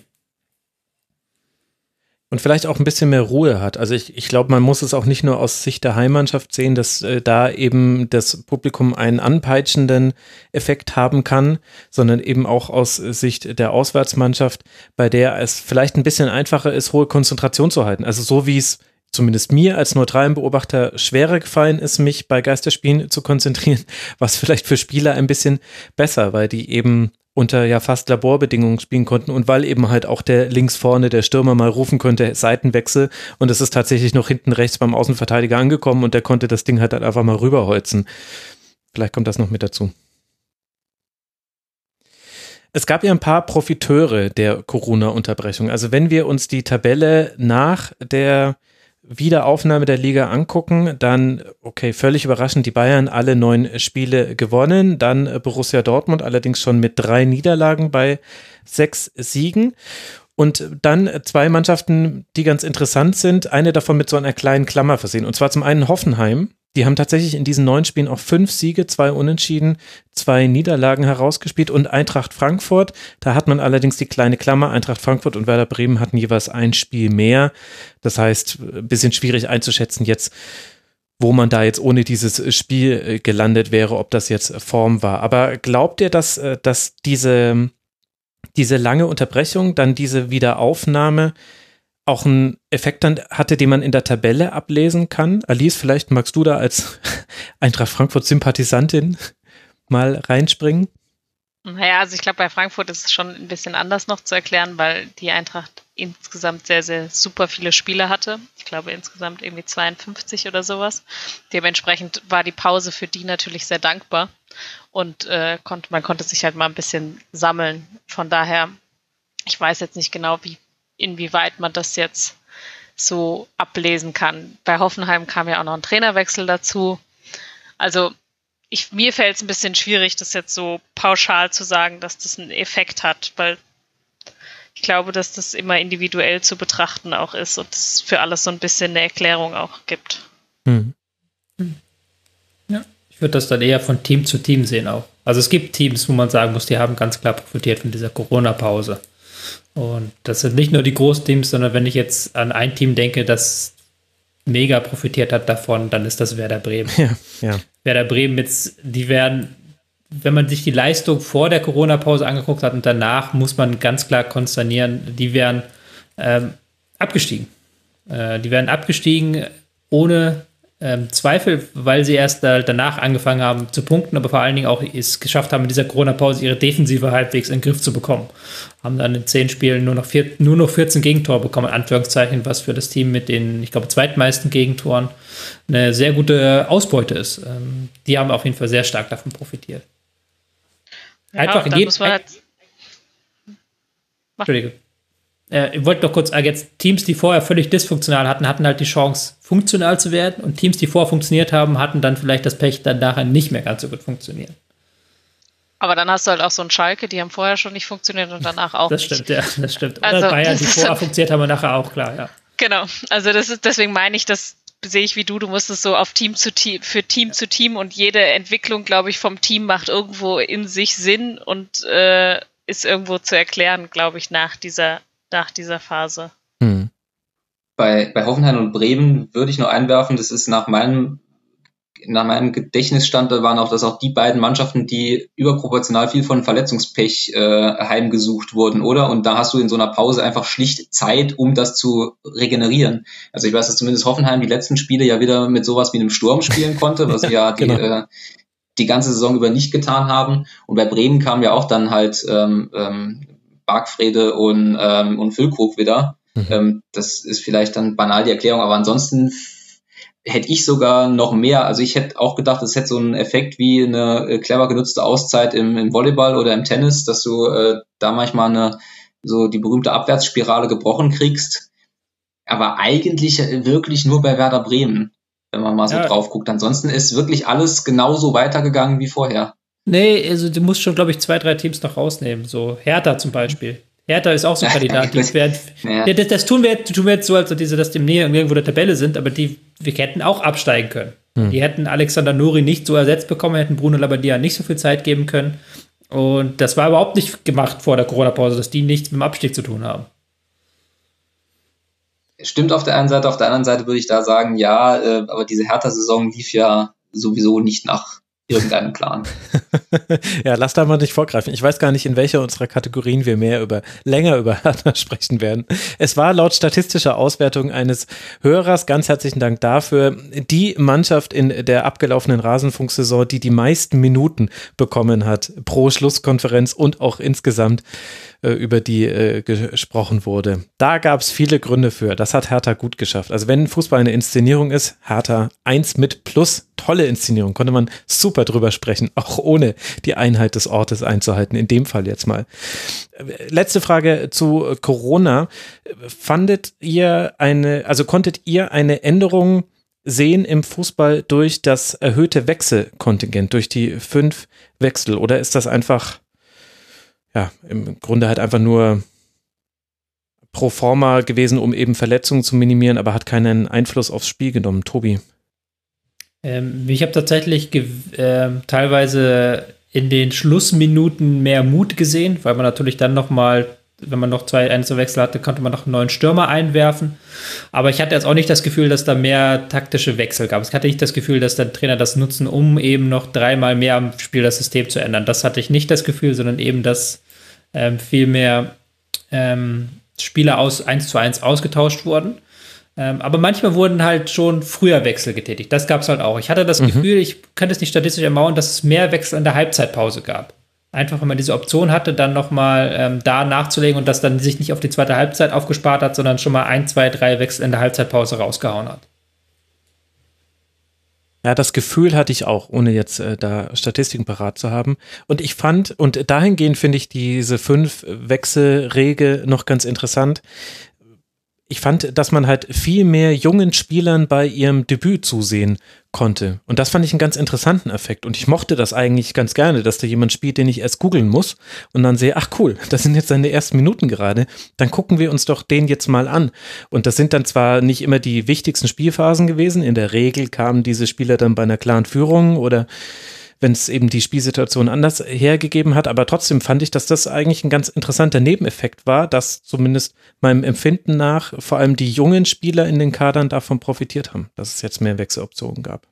Und vielleicht auch ein bisschen mehr Ruhe hat. Also ich, ich glaube, man muss es auch nicht nur aus Sicht der Heimmannschaft sehen, dass äh, da eben das Publikum einen anpeitschenden Effekt haben kann, sondern eben auch aus Sicht der Auswärtsmannschaft, bei der es vielleicht ein bisschen einfacher ist, hohe Konzentration zu halten. Also so wie es zumindest mir als neutralen Beobachter schwerer gefallen ist, mich bei Geisterspielen zu konzentrieren, was vielleicht für Spieler ein bisschen besser, weil die eben unter ja fast Laborbedingungen spielen konnten und weil eben halt auch der links vorne, der Stürmer mal rufen konnte, Seitenwechsel und es ist tatsächlich noch hinten rechts beim Außenverteidiger angekommen und der konnte das Ding halt, halt einfach mal rüberholzen. Vielleicht kommt das noch mit dazu. Es gab ja ein paar Profiteure der Corona-Unterbrechung. Also wenn wir uns die Tabelle nach der Wiederaufnahme der Liga angucken, dann, okay, völlig überraschend, die Bayern alle neun Spiele gewonnen, dann Borussia Dortmund allerdings schon mit drei Niederlagen bei sechs Siegen und dann zwei Mannschaften, die ganz interessant sind, eine davon mit so einer kleinen Klammer versehen und zwar zum einen Hoffenheim. Die haben tatsächlich in diesen neun Spielen auch fünf Siege, zwei Unentschieden, zwei Niederlagen herausgespielt und Eintracht Frankfurt, da hat man allerdings die kleine Klammer, Eintracht Frankfurt und Werder Bremen hatten jeweils ein Spiel mehr, das heißt, ein bisschen schwierig einzuschätzen jetzt, wo man da jetzt ohne dieses Spiel gelandet wäre, ob das jetzt Form war. Aber glaubt ihr, dass, dass diese, diese lange Unterbrechung, dann diese Wiederaufnahme auch einen Effekt dann hatte, den man in der Tabelle ablesen kann? Alice, vielleicht magst du da als Eintracht Frankfurt-Sympathisantin mal reinspringen? Naja, also ich glaube, bei Frankfurt ist es schon ein bisschen anders noch zu erklären, weil die Eintracht insgesamt sehr, sehr super viele Spiele hatte. Ich glaube insgesamt irgendwie zweiundfünfzig oder sowas. Dementsprechend war die Pause für die natürlich sehr dankbar und äh, konnte, man konnte sich halt mal ein bisschen sammeln. Von daher, ich weiß jetzt nicht genau, wie inwieweit man das jetzt so ablesen kann. Bei Hoffenheim kam ja auch noch ein Trainerwechsel dazu. Also ich, mir fällt es ein bisschen schwierig, das jetzt so pauschal zu sagen, dass das einen Effekt hat, weil ich glaube, dass das immer individuell zu betrachten auch ist und es für alles so ein bisschen eine Erklärung auch gibt. Hm. Ja, ich würde das dann eher von Team zu Team sehen auch. Also es gibt Teams, wo man sagen muss, die haben ganz klar profitiert von dieser Corona-Pause. Und das sind nicht nur die Großteams, sondern wenn ich jetzt an ein Team denke, das mega profitiert hat davon, dann ist das Werder Bremen. Ja, ja. Werder Bremen jetzt, die werden, wenn man sich die Leistung vor der Corona-Pause angeguckt hat und danach, muss man ganz klar konsternieren, die wären ähm, abgestiegen. Äh, die wären abgestiegen ohne ähm, Zweifel, weil sie erst äh, danach angefangen haben zu punkten, aber vor allen Dingen auch es geschafft haben, in dieser Corona-Pause ihre Defensive halbwegs in den Griff zu bekommen. Haben dann in zehn Spielen nur noch, vier, nur noch vierzehn Gegentore bekommen, in Anführungszeichen, was für das Team mit den, ich glaube, zweitmeisten Gegentoren eine sehr gute Ausbeute ist. Ähm, die haben auf jeden Fall sehr stark davon profitiert. Ja, Einfach in jedem. Halt Entschuldige. Äh, ich wollte doch kurz sagen, jetzt Teams, die vorher völlig dysfunktional hatten, hatten halt die Chance, funktional zu werden. Und Teams, die vorher funktioniert haben, hatten dann vielleicht das Pech, dann nachher nicht mehr ganz so gut funktionieren. Aber dann hast du halt auch so einen Schalke, die haben vorher schon nicht funktioniert und danach auch das nicht. Das stimmt, ja, das stimmt. Oder also, Bayern, die vorher funktioniert haben und nachher auch, klar, ja. Genau, also das ist, deswegen meine ich, das sehe ich wie du, du musst es so auf Team zu Team, für Team ja. zu Team und jede Entwicklung, glaube ich, vom Team macht irgendwo in sich Sinn und äh, ist irgendwo zu erklären, glaube ich, nach dieser nach dieser Phase. Hm. Bei, bei Hoffenheim und Bremen würde ich noch einwerfen, das ist nach meinem, nach meinem Gedächtnisstand, da waren auch das auch die beiden Mannschaften, die überproportional viel von Verletzungspech äh, heimgesucht wurden, oder? Und da hast du in so einer Pause einfach schlicht Zeit, um das zu regenerieren. Also ich weiß, dass zumindest Hoffenheim die letzten Spiele ja wieder mit sowas wie einem Sturm spielen konnte, was sie ja die, genau. äh, die ganze Saison über nicht getan haben. Und bei Bremen kam ja auch dann halt ähm, ähm, Bargfrede und, ähm, und Füllkrug wieder. Mhm. Ähm, das ist vielleicht dann banal die Erklärung, aber ansonsten f- hätte ich sogar noch mehr, also ich hätte auch gedacht, es hätte so einen Effekt wie eine äh, clever genutzte Auszeit im, im Volleyball oder im Tennis, dass du äh, da manchmal eine so die berühmte Abwärtsspirale gebrochen kriegst, aber eigentlich wirklich nur bei Werder Bremen, wenn man mal so ja. drauf guckt. Ansonsten ist wirklich alles genauso weitergegangen wie vorher. Nee, also du musst schon, glaube ich, zwei, drei Teams noch rausnehmen. So Hertha zum Beispiel. Hertha ist auch so ein Kandidat. Die werden, ja. das, das tun wir, tun wir jetzt so, als diese, dass die im Nähe irgendwo der Tabelle sind, aber die wir hätten auch absteigen können. Hm. Die hätten Alexander Nuri nicht so ersetzt bekommen, hätten Bruno Labbadia nicht so viel Zeit geben können. Und das war überhaupt nicht gemacht vor der Corona-Pause, dass die nichts mit dem Abstieg zu tun haben. Stimmt auf der einen Seite, auf der anderen Seite würde ich da sagen, ja, äh, aber diese Hertha-Saison lief ja sowieso nicht nach irgendeinem Plan. Ja, lass da mal nicht vorgreifen. Ich weiß gar nicht, in welcher unserer Kategorien wir mehr über, länger über Hertha sprechen werden. Es war laut statistischer Auswertung eines Hörers, ganz herzlichen Dank dafür, die Mannschaft in der abgelaufenen Rasenfunksaison, die die meisten Minuten bekommen hat pro Schlusskonferenz und auch insgesamt äh, über die äh, gesprochen wurde. Da gab es viele Gründe für. Das hat Hertha gut geschafft. Also wenn Fußball eine Inszenierung ist, Hertha eins mit plus, tolle Inszenierung, konnte man super drüber sprechen, auch ohne die Einheit des Ortes einzuhalten, in dem Fall jetzt mal. Letzte Frage zu Corona. Fandet ihr eine, also konntet ihr eine Änderung sehen im Fußball durch das erhöhte Wechselkontingent, durch die fünf Wechsel, oder ist das einfach, ja, im Grunde halt einfach nur pro forma gewesen, um eben Verletzungen zu minimieren, aber hat keinen Einfluss aufs Spiel genommen? Tobi? Ähm, ich habe tatsächlich ge- äh, teilweise in den Schlussminuten mehr Mut gesehen, weil man natürlich dann nochmal, wenn man noch zwei Einzelwechsel hatte, konnte man noch einen neuen Stürmer einwerfen. Aber ich hatte jetzt auch nicht das Gefühl, dass da mehr taktische Wechsel gab. Ich hatte nicht das Gefühl, dass der Trainer das nutzen, um eben noch dreimal mehr am Spiel das System zu ändern. Das hatte ich nicht das Gefühl, sondern eben, dass ähm, viel mehr ähm, Spieler aus eins zu eins ausgetauscht wurden. Ähm, aber manchmal wurden halt schon früher Wechsel getätigt. Das gab es halt auch. Ich hatte das mhm. Gefühl, ich könnte es nicht statistisch ermauern, dass es mehr Wechsel in der Halbzeitpause gab. Einfach, wenn man diese Option hatte, dann nochmal ähm, da nachzulegen und das dann sich nicht auf die zweite Halbzeit aufgespart hat, sondern schon mal ein, zwei, drei Wechsel in der Halbzeitpause rausgehauen hat. Ja, das Gefühl hatte ich auch, ohne jetzt äh, da Statistiken parat zu haben. Und ich fand, und dahingehend finde ich diese fünf Wechselregel noch ganz interessant. Ich fand, dass man halt viel mehr jungen Spielern bei ihrem Debüt zusehen konnte. Und das fand ich einen ganz interessanten Effekt. Und ich mochte das eigentlich ganz gerne, dass da jemand spielt, den ich erst googeln muss und dann sehe, ach cool, das sind jetzt seine ersten Minuten gerade. Dann gucken wir uns doch den jetzt mal an. Und das sind dann zwar nicht immer die wichtigsten Spielphasen gewesen. In der Regel kamen diese Spieler dann bei einer klaren Führung oder wenn es eben die Spielsituation anders hergegeben hat, aber trotzdem fand ich, dass das eigentlich ein ganz interessanter Nebeneffekt war, dass zumindest meinem Empfinden nach vor allem die jungen Spieler in den Kadern davon profitiert haben, dass es jetzt mehr Wechseloptionen gab.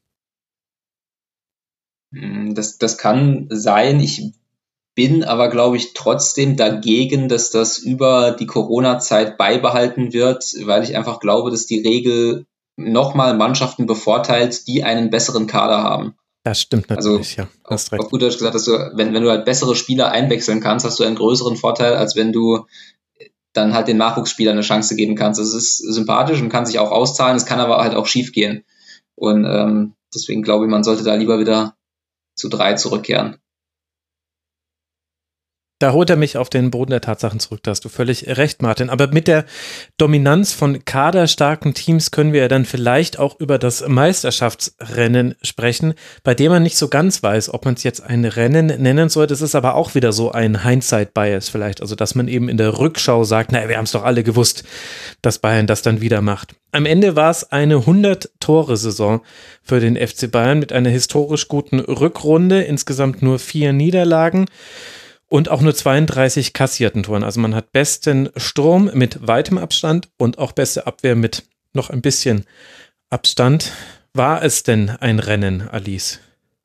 Das, das kann sein. Ich bin aber, glaube ich, trotzdem dagegen, dass das über die Corona-Zeit beibehalten wird, weil ich einfach glaube, dass die Regel nochmal Mannschaften bevorteilt, die einen besseren Kader haben. Das stimmt natürlich, also, ja. Hast auf, recht. auf gut Deutsch gesagt, dass du, wenn, wenn du halt bessere Spieler einwechseln kannst, hast du einen größeren Vorteil, als wenn du dann halt den Nachwuchsspielern eine Chance geben kannst. Das ist sympathisch und kann sich auch auszahlen, es kann aber halt auch schief gehen. Und ähm, deswegen glaube ich, man sollte da lieber wieder zu drei zurückkehren. Da holt er mich auf den Boden der Tatsachen zurück, da hast du völlig recht, Martin. Aber mit der Dominanz von kaderstarken Teams können wir ja dann vielleicht auch über das Meisterschaftsrennen sprechen, bei dem man nicht so ganz weiß, ob man es jetzt ein Rennen nennen soll. Das ist aber auch wieder so ein Hindsight-Bias vielleicht, also dass man eben in der Rückschau sagt, naja, wir haben es doch alle gewusst, dass Bayern das dann wieder macht. Am Ende war es eine hundert-Tore-Saison für den F C Bayern mit einer historisch guten Rückrunde, insgesamt nur vier Niederlagen. Und auch nur zweiunddreißig kassierten Toren. Also man hat besten Sturm mit weitem Abstand und auch beste Abwehr mit noch ein bisschen Abstand. War es denn ein Rennen, Alice?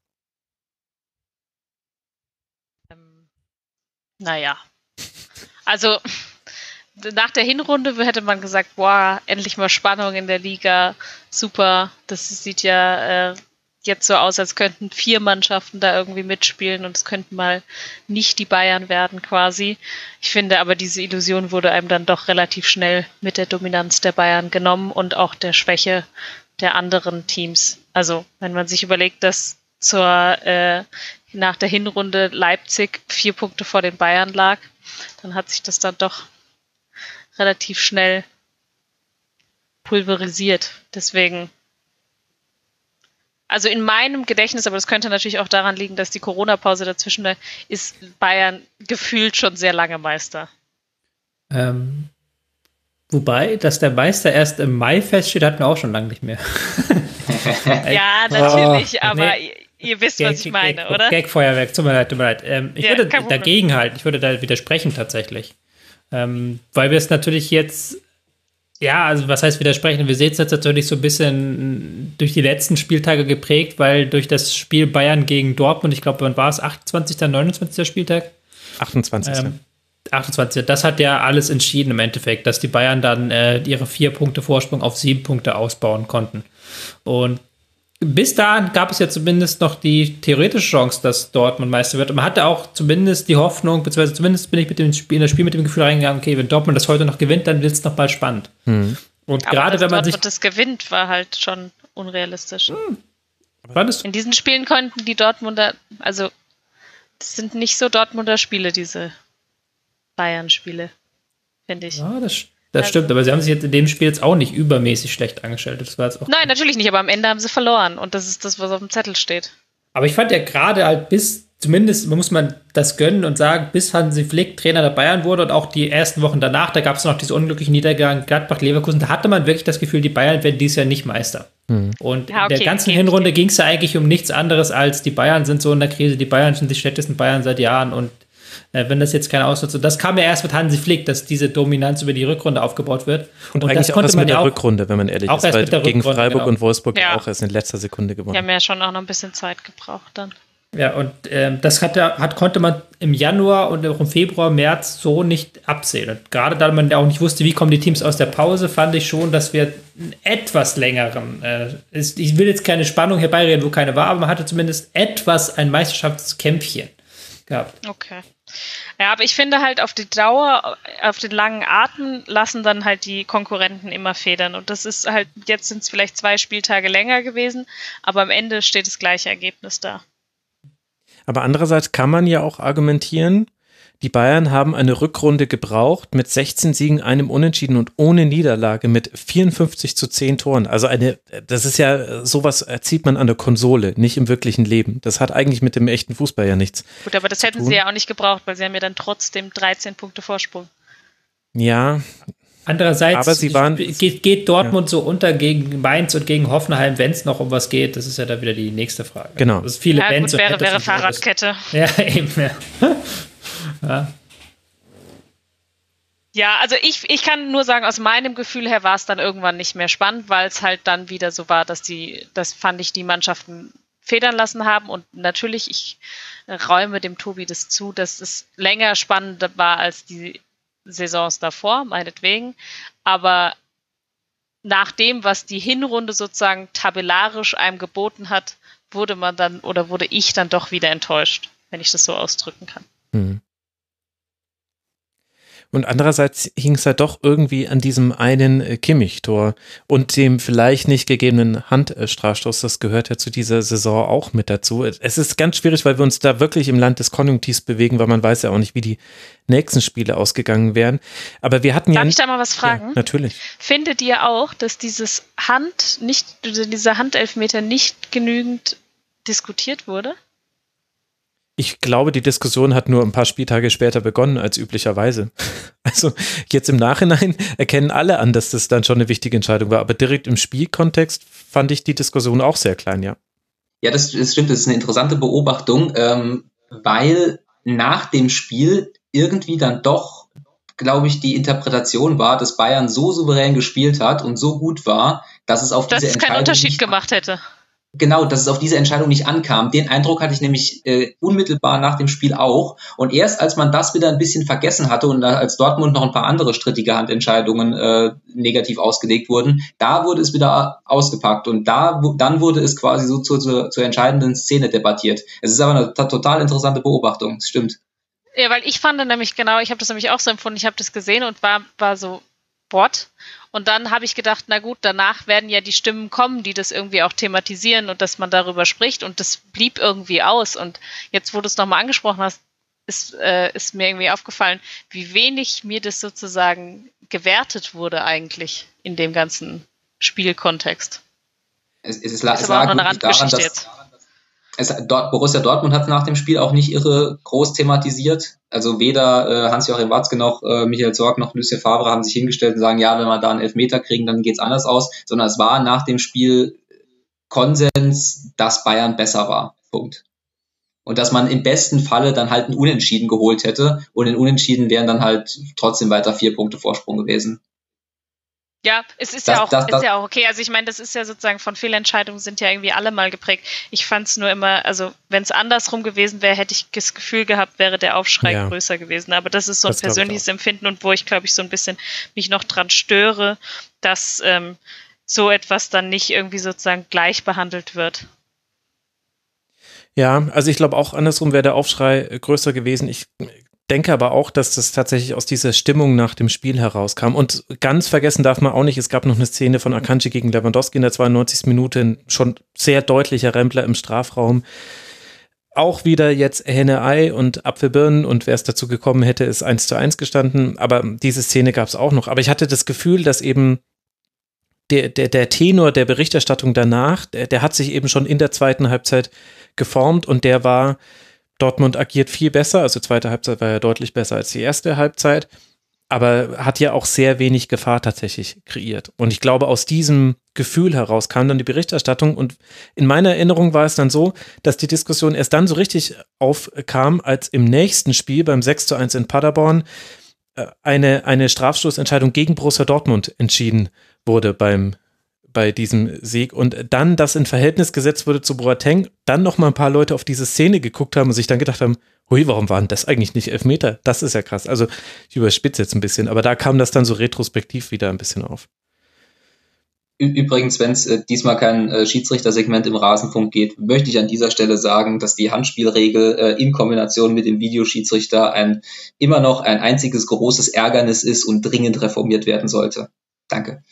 Ähm, naja. Also nach der Hinrunde hätte man gesagt, boah, endlich mal Spannung in der Liga. Super. Das sieht ja äh, jetzt so aus, als könnten vier Mannschaften da irgendwie mitspielen und es könnten mal nicht die Bayern werden quasi. Ich finde aber, diese Illusion wurde einem dann doch relativ schnell mit der Dominanz der Bayern genommen und auch der Schwäche der anderen Teams. Also wenn man sich überlegt, dass zur äh, nach der Hinrunde Leipzig vier Punkte vor den Bayern lag, dann hat sich das dann doch relativ schnell pulverisiert. Deswegen Also in meinem Gedächtnis, aber das könnte natürlich auch daran liegen, dass die Corona-Pause dazwischen war, ist Bayern gefühlt schon sehr lange Meister. Ähm, wobei, dass der Meister erst im Mai feststeht, hatten wir auch schon lange nicht mehr. Ja, natürlich, oh, aber nee. ihr, ihr wisst, Gag, was ich meine, Gag, oder? Gag-Feuerwerk, tut mir leid, tut mir leid. Ähm, ich Ja, würde kein Problem. dagegen halten, ich würde da widersprechen tatsächlich. Ähm, weil wir es natürlich jetzt Ja, also was heißt widersprechen? Wir sehen es jetzt natürlich so ein bisschen durch die letzten Spieltage geprägt, weil durch das Spiel Bayern gegen Dortmund, ich glaube, wann war es? achtundzwanzigster, neunundzwanzigster Spieltag? achtundzwanzigster Ähm, achtundzwanzigster Das hat ja alles entschieden im Endeffekt, dass die Bayern dann äh, ihre vier Punkte Vorsprung auf sieben Punkte ausbauen konnten. Und bis dahin gab es ja zumindest noch die theoretische Chance, dass Dortmund Meister wird. Und man hatte auch zumindest die Hoffnung, beziehungsweise zumindest bin ich mit dem Spiel, in das Spiel mit dem Gefühl reingegangen, okay, wenn Dortmund das heute noch gewinnt, dann wird es noch mal spannend. Hm. Und Aber gerade dass wenn man Dortmund sich... das gewinnt, war halt schon unrealistisch. Hm. War das? In diesen Spielen konnten die Dortmunder, also das sind nicht so Dortmunder Spiele, diese Bayern-Spiele, finde ich. Ja, das, das Also- stimmt, aber sie haben sich jetzt in dem Spiel jetzt auch nicht übermäßig schlecht angestellt. Das war jetzt auch Nein, natürlich nicht, aber am Ende haben sie verloren und das ist das, was auf dem Zettel steht. Aber ich fand ja gerade halt bis, zumindest muss man das gönnen und sagen, bis Hansi Flick Trainer der Bayern wurde und auch die ersten Wochen danach, da gab es noch diese unglücklichen Niedergang Gladbach-Leverkusen, da hatte man wirklich das Gefühl, die Bayern werden dieses Jahr nicht Meister. Hm. Und Ja, okay, in der ganzen okay, Hinrunde okay. ging es ja eigentlich um nichts anderes als die Bayern sind so in der Krise, die Bayern sind die schlechtesten Bayern seit Jahren und äh, wenn das jetzt keiner ausnutzt, und das kam ja erst mit Hansi Flick, dass diese Dominanz über die Rückrunde aufgebaut wird. Und, Und eigentlich das auch konnte erst man mit der ja auch- Rückrunde, wenn man ehrlich auch ist, erst weil mit der gegen Rückrunde, Freiburg genau. und Wolfsburg Ja. auch erst in letzter Sekunde gewonnen. Die haben ja schon auch noch ein bisschen Zeit gebraucht dann. Ja, und ähm, das hat, ja- hat, konnte man im Januar und auch im Februar, März so nicht absehen. Und gerade da man ja auch nicht wusste, wie kommen die Teams aus der Pause, fand ich schon, dass wir einen etwas längeren, äh, ist, ich will jetzt keine Spannung herbeireden, wo keine war, aber man hatte zumindest etwas ein Meisterschaftskämpfchen gehabt. Okay. Ja, aber ich finde halt auf die Dauer, auf den langen Atem lassen dann halt die Konkurrenten immer federn. Und das ist halt, jetzt sind es vielleicht zwei Spieltage länger gewesen, aber am Ende steht das gleiche Ergebnis da. Aber andererseits kann man ja auch argumentieren, die Bayern haben eine Rückrunde gebraucht mit sechzehn Siegen, einem Unentschieden und ohne Niederlage mit vierundfünfzig zu zehn Toren. Also eine, das ist ja, sowas erzielt man an der Konsole, nicht im wirklichen Leben. Das hat eigentlich mit dem echten Fußball ja nichts. Gut, aber das hätten tun. sie ja auch nicht gebraucht, weil sie haben ja dann trotzdem dreizehn Punkte Vorsprung. Ja, Andererseits Aber sie waren- geht, geht Dortmund so unter gegen Mainz und gegen Hoffenheim, wenn es noch um was geht. Das ist ja da wieder die nächste Frage. Genau. Das ist viele Ja, Wenns gut, und wäre, Hättes wäre und so. Fahrradkette. Ja, eben. Ja. Ja. Ja, also ich, ich kann nur sagen, aus meinem Gefühl her war es dann irgendwann nicht mehr spannend, weil es halt dann wieder so war, dass die, das fand ich, die Mannschaften federn lassen haben. Und natürlich, ich räume dem Tobi das zu, dass es länger spannend war als die Saisons davor, meinetwegen. Aber nach dem, was die Hinrunde sozusagen tabellarisch einem geboten hat, wurde man dann oder wurde ich dann doch wieder enttäuscht, wenn ich das so ausdrücken kann. Hm. Und andererseits hing es halt doch irgendwie an diesem einen Kimmich-Tor und dem vielleicht nicht gegebenen Handstrafstoß. Das gehört ja zu dieser Saison auch mit dazu. Es ist ganz schwierig, weil wir uns da wirklich im Land des Konjunktivs bewegen, weil man weiß ja auch nicht, wie die nächsten Spiele ausgegangen wären. Aber wir hatten ja... Darf ich da mal was fragen? Ja, natürlich. Findet ihr auch, dass dieses Hand nicht, dieser Handelfmeter nicht genügend diskutiert wurde? Ich glaube, die Diskussion hat nur ein paar Spieltage später begonnen als üblicherweise. Also jetzt im Nachhinein erkennen alle an, dass das dann schon eine wichtige Entscheidung war. Aber direkt im Spielkontext fand ich die Diskussion auch sehr klein, ja. Ja, das, das stimmt. Das ist eine interessante Beobachtung, ähm, weil nach dem Spiel irgendwie dann doch, glaube ich, die Interpretation war, dass Bayern so souverän gespielt hat und so gut war, dass es auf dass diese es Entscheidung keinen Unterschied nicht gemacht hätte. Genau, dass es auf diese Entscheidung nicht ankam. Den Eindruck hatte ich nämlich äh, unmittelbar nach dem Spiel auch. Und erst als man das wieder ein bisschen vergessen hatte und als Dortmund noch ein paar andere strittige Handentscheidungen äh, negativ ausgelegt wurden, da wurde es wieder ausgepackt. Und da dann wurde es quasi so zur, zur, zur entscheidenden Szene debattiert. Es ist aber eine t- total interessante Beobachtung, das stimmt. Ja, weil ich fand nämlich genau, ich habe das nämlich auch so empfunden, ich habe das gesehen und war, war so, what? Und dann habe ich gedacht, na gut, danach werden ja die Stimmen kommen, die das irgendwie auch thematisieren und dass man darüber spricht und das blieb irgendwie aus. Und jetzt, wo du es nochmal angesprochen hast, ist, äh, ist mir irgendwie aufgefallen, wie wenig mir das sozusagen gewertet wurde eigentlich in dem ganzen Spielkontext. Es, es ist, ist es aber auch lag noch eine wirklich daran, Randgeschichte dass jetzt. Es, dort, Borussia Dortmund hat nach dem Spiel auch nicht irre groß thematisiert. Also weder äh, Hans-Joachim Watzke noch äh, Michael Zorc noch Lucien Favre haben sich hingestellt und sagen, ja, wenn wir da einen Elfmeter kriegen, dann geht's anders aus. Sondern es war nach dem Spiel Konsens, dass Bayern besser war. Punkt. Und dass man im besten Falle dann halt einen Unentschieden geholt hätte. Und in Unentschieden wären dann halt trotzdem weiter vier Punkte Vorsprung gewesen. Ja, es ist Das- ja auch, das- das- ist ja auch okay. Also ich meine, das ist ja sozusagen von Fehlentscheidungen sind ja irgendwie alle mal geprägt. Ich fand es nur immer, also wenn es andersrum gewesen wäre, hätte ich das Gefühl gehabt, wäre der Aufschrei Ja. größer gewesen. Aber das ist so ein Das glaub ich persönliches Empfinden und wo ich, glaube ich, so ein bisschen mich noch dran störe, dass ähm, so etwas dann nicht irgendwie sozusagen gleich behandelt wird. Ja, also ich glaube auch andersrum wäre der Aufschrei größer gewesen. Ich denke aber auch, dass das tatsächlich aus dieser Stimmung nach dem Spiel herauskam. Und ganz vergessen darf man auch nicht, es gab noch eine Szene von Akanji gegen Lewandowski in der zweiundneunzigsten Minute, ein schon sehr deutlicher Rempler im Strafraum. Auch wieder jetzt Henne-Ei und Apfelbirnen und wäre es dazu gekommen hätte, ist eins zu eins gestanden. Aber diese Szene gab es auch noch. Aber ich hatte das Gefühl, dass eben der, der, der Tenor der Berichterstattung danach, der, der hat sich eben schon in der zweiten Halbzeit geformt und der war, Dortmund agiert viel besser, also zweite Halbzeit war ja deutlich besser als die erste Halbzeit, aber hat ja auch sehr wenig Gefahr tatsächlich kreiert. Und ich glaube, aus diesem Gefühl heraus kam dann die Berichterstattung und in meiner Erinnerung war es dann so, dass die Diskussion erst dann so richtig aufkam, als im nächsten Spiel beim sechs zu eins in Paderborn eine, eine Strafstoßentscheidung gegen Borussia Dortmund entschieden wurde beim bei diesem Sieg und dann das in Verhältnis gesetzt wurde zu Boateng, dann noch mal ein paar Leute auf diese Szene geguckt haben und sich dann gedacht haben, hui, warum waren das eigentlich nicht Elfmeter? Das ist ja krass. Also ich überspitze jetzt ein bisschen, aber da kam das dann so retrospektiv wieder ein bisschen auf. Übrigens, wenn es äh, diesmal kein äh, Schiedsrichtersegment im Rasenfunk geht, möchte ich an dieser Stelle sagen, dass die Handspielregel äh, in Kombination mit dem Videoschiedsrichter ein immer noch ein einziges großes Ärgernis ist und dringend reformiert werden sollte. Danke.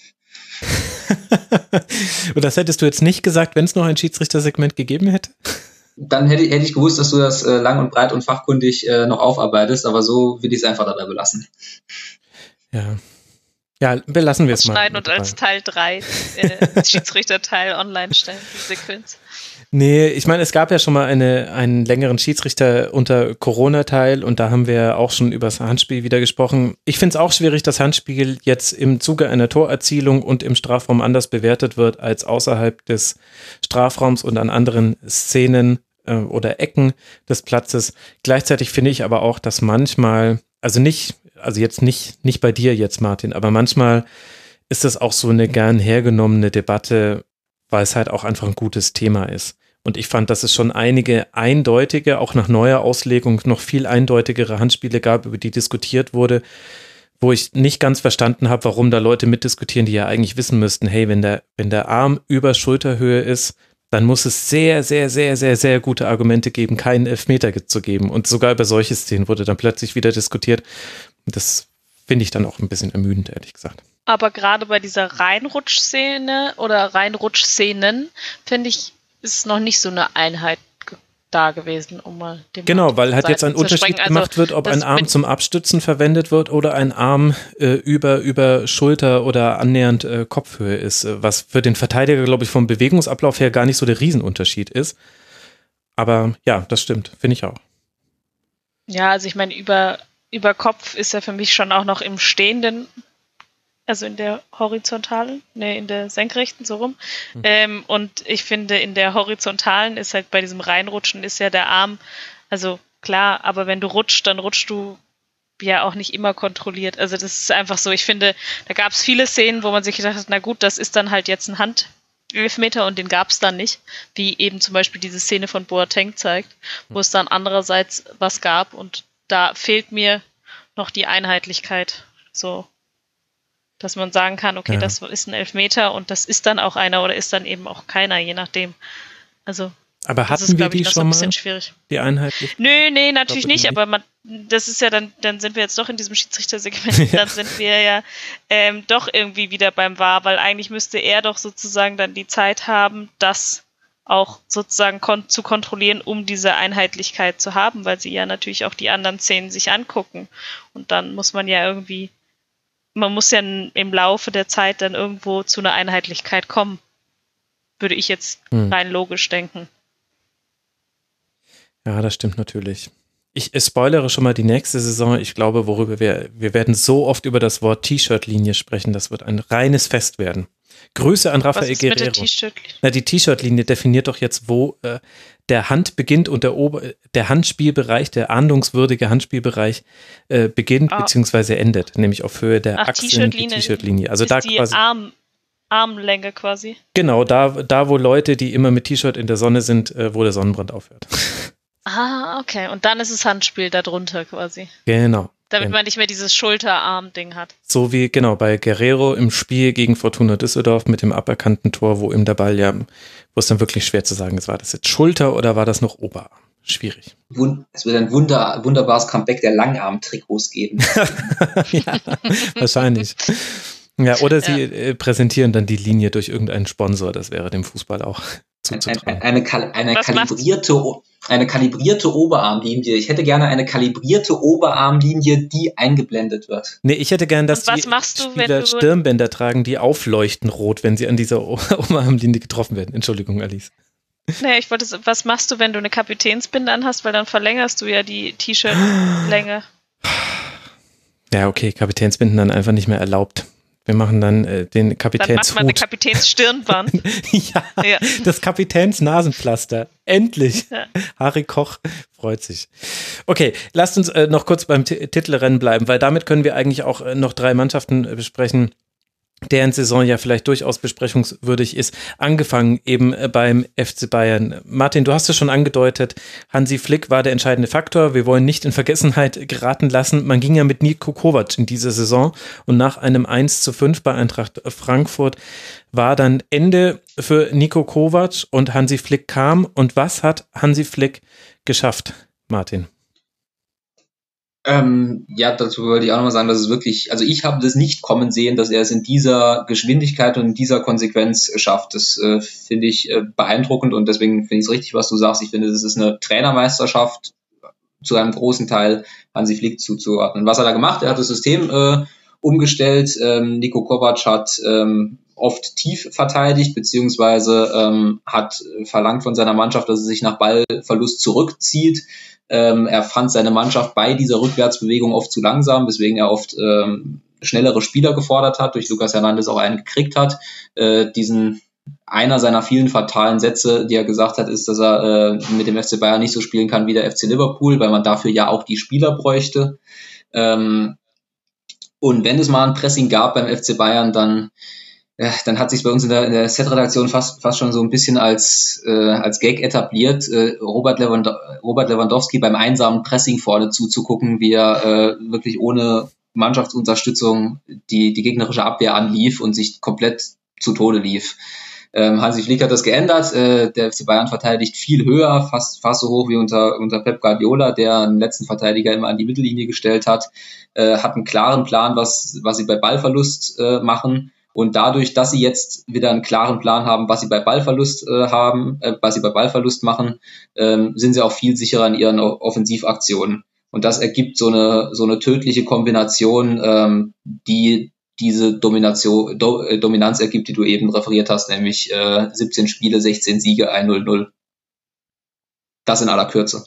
Und das hättest du jetzt nicht gesagt, wenn es noch ein Schiedsrichtersegment gegeben hätte? Dann hätte, hätte ich gewusst, dass du das äh, lang und breit und fachkundig äh, noch aufarbeitest, aber so will ich es einfach dabei belassen. Ja. Ja, belassen wir es mal. Schneiden und als Teil drei äh, Schiedsrichterteil online stellen, die Sequenz. Nee, ich meine, es gab ja schon mal eine, einen längeren Schiedsrichter unter Corona-Teil und da haben wir auch schon über das Handspiel wieder gesprochen. Ich finde es auch schwierig, dass Handspiel jetzt im Zuge einer Torerzielung und im Strafraum anders bewertet wird als außerhalb des Strafraums und an anderen Szenen äh, oder Ecken des Platzes. Gleichzeitig finde ich aber auch, dass manchmal, also nicht, also jetzt nicht, nicht bei dir jetzt, Martin, aber manchmal ist das auch so eine gern hergenommene Debatte, weil es halt auch einfach ein gutes Thema ist. Und ich fand, dass es schon einige eindeutige, auch nach neuer Auslegung noch viel eindeutigere Handspiele gab, über die diskutiert wurde, wo ich nicht ganz verstanden habe, warum da Leute mitdiskutieren, die ja eigentlich wissen müssten, hey, wenn der, wenn der Arm über Schulterhöhe ist, dann muss es sehr, sehr, sehr, sehr, sehr gute Argumente geben, keinen Elfmeter zu geben. Und sogar über solche Szenen wurde dann plötzlich wieder diskutiert. Das finde ich dann auch ein bisschen ermüdend, ehrlich gesagt. Aber gerade bei dieser Reinrutschszene oder Reinrutschszenen, finde ich, ist noch nicht so eine Einheit da gewesen, um mal dem Genau, weil halt jetzt ein Unterschied also, gemacht wird, ob ein Arm zum Abstützen verwendet wird oder ein Arm äh, über, über Schulter oder annähernd äh, Kopfhöhe ist, was für den Verteidiger, glaube ich, vom Bewegungsablauf her gar nicht so der Riesenunterschied ist. Aber ja, das stimmt, finde ich auch. Ja, also ich meine, über, über Kopf ist ja für mich schon auch noch im Stehenden, also in der horizontalen, ne, in der senkrechten, so rum. Mhm. Ähm, und ich finde, in der horizontalen ist halt bei diesem Reinrutschen ist ja der Arm, also klar, aber wenn du rutschst, dann rutschst du ja auch nicht immer kontrolliert. Also das ist einfach so, ich finde, da gab es viele Szenen, wo man sich gedacht hat, na gut, das ist dann halt jetzt ein Handelfmeter und den gab es dann nicht, wie eben zum Beispiel diese Szene von Boateng zeigt, wo es dann andererseits was gab und da fehlt mir noch die Einheitlichkeit, so. Dass man sagen kann, okay, ja. das ist ein Elfmeter und das ist dann auch einer oder ist dann eben auch keiner, je nachdem. Also, aber hatten das ist, wir ich, die schon so ein bisschen mal, schwierig. Die Einheitlichkeit? Nö, nee, natürlich nicht, aber man, das ist ja dann, dann sind wir jetzt doch in diesem Schiedsrichtersegment, dann sind wir ja ähm, doch irgendwie wieder beim V A R, weil eigentlich müsste er doch sozusagen dann die Zeit haben, das auch sozusagen kon- zu kontrollieren, um diese Einheitlichkeit zu haben, weil sie ja natürlich auch die anderen Szenen sich angucken. Und dann muss man ja irgendwie man muss ja im Laufe der Zeit dann irgendwo zu einer Einheitlichkeit kommen. Würde ich jetzt hm. rein logisch denken. Ja, das stimmt natürlich. Ich spoilere schon mal die nächste Saison. Ich glaube, worüber wir, wir werden so oft über das Wort T-Shirt-Linie sprechen. Das wird ein reines Fest werden. Grüße an Rafael Guerrero. Was ist mit der T-Shirt-Linie? Na, die T-Shirt-Linie definiert doch jetzt, wo äh, der Hand beginnt und der, Ober-, der Handspielbereich, der ahndungswürdige Handspielbereich äh, beginnt oh. bzw. endet, nämlich auf Höhe der Ach, Achsen T-Shirt-Linie. die T-Shirt-Linie. Also ist da die quasi Arm, Armlänge quasi. Genau, da, da wo Leute, die immer mit T-Shirt in der Sonne sind, äh, wo der Sonnenbrand aufhört. Ah, okay. Und dann ist es Handspiel darunter quasi. Genau. Damit genau. man nicht mehr dieses Schulterarm-Ding hat. So wie, genau, bei Guerrero im Spiel gegen Fortuna Düsseldorf mit dem aberkannten Tor, wo ihm der Ball ja, wo es dann wirklich schwer zu sagen ist, war das jetzt Schulter oder war das noch Oberarm? Schwierig. Es wird ein wunder, wunderbares Comeback der Langarm-Trikots geben. Ja, wahrscheinlich. Ja, oder sie ja. äh, präsentieren dann die Linie durch irgendeinen Sponsor, das wäre dem Fußball auch zuzutrauen. Eine, eine, eine, kalibrierte, eine kalibrierte Oberarmlinie. Ich hätte gerne eine kalibrierte Oberarmlinie, die eingeblendet wird. Nee, ich hätte gerne, dass was die machst du, Spieler wenn du Stirnbänder tragen, die aufleuchten rot, wenn sie an dieser Oberarmlinie getroffen werden. Entschuldigung, Alice. Naja, ich wollte, was machst du, wenn du eine Kapitänsbinde anhast, weil dann verlängerst du ja die T-Shirt-Länge. Ja, okay, Kapitänsbinden dann einfach nicht mehr erlaubt. Wir machen dann äh, den Kapitänshut. Dann macht man eine Kapitänsstirnband. ja, ja, das Kapitänsnasenpflaster. Endlich. Ja. Harry Koch freut sich. Okay, lasst uns äh, noch kurz beim T- Titelrennen bleiben, weil damit können wir eigentlich auch äh, noch drei Mannschaften äh, besprechen, deren Saison ja vielleicht durchaus besprechungswürdig ist, angefangen eben beim F C Bayern. Martin, du hast es schon angedeutet, Hansi Flick war der entscheidende Faktor. Wir wollen nicht in Vergessenheit geraten lassen. Man ging ja mit Niko Kovac in diese Saison und nach einem eins zu fünf bei Eintracht Frankfurt war dann Ende für Niko Kovac und Hansi Flick kam. Und was hat Hansi Flick geschafft, Martin? Ähm, ja, dazu wollte ich auch nochmal sagen, dass es wirklich, also ich habe das nicht kommen sehen, dass er es in dieser Geschwindigkeit und in dieser Konsequenz schafft. Das äh, finde ich äh, beeindruckend und deswegen finde ich es richtig, was du sagst. Ich finde, das ist eine Trainermeisterschaft zu einem großen Teil Hansi Flick zuzuordnen. Was hat er gemacht? Er hat das System äh, umgestellt. Ähm, Niko Kovac hat ähm, oft tief verteidigt, beziehungsweise ähm, hat verlangt von seiner Mannschaft, dass er sich nach Ballverlust zurückzieht. Ähm, er fand seine Mannschaft bei dieser Rückwärtsbewegung oft zu langsam, weswegen er oft ähm, schnellere Spieler gefordert hat, durch Lucas Hernandez auch einen gekriegt hat. Äh, diesen einer seiner vielen fatalen Sätze, die er gesagt hat, ist, dass er äh, mit dem F C Bayern nicht so spielen kann wie der F C Liverpool, weil man dafür ja auch die Spieler bräuchte. Ähm, und wenn es mal ein Pressing gab beim F C Bayern, dann Ja, dann hat sich bei uns in der, in der Set-Redaktion fast, fast schon so ein bisschen als, äh, als Gag etabliert, äh, Robert, Lewand- Robert Lewandowski beim einsamen Pressing vorne zuzugucken, wie er äh, wirklich ohne, Mannschaftsunterstützung die, die gegnerische Abwehr anlief und sich komplett zu Tode lief. Ähm, Hansi Flick hat das geändert. Äh, der F C Bayern verteidigt viel höher, fast fast so hoch wie unter unter Pep Guardiola, der einen letzten Verteidiger immer an die Mittellinie gestellt hat. Äh, hat einen klaren Plan, was was sie bei Ballverlust äh, machen. Und dadurch, dass sie jetzt wieder einen klaren Plan haben, was sie bei Ballverlust äh, haben, äh, was sie bei Ballverlust machen, ähm, sind sie auch viel sicherer in ihren Offensivaktionen. Und das ergibt so eine so eine tödliche Kombination, ähm, die diese Domination, Do, äh, Dominanz ergibt, die du eben referiert hast, nämlich äh, siebzehn Spiele, sechzehn Siege, ein null null. Das in aller Kürze.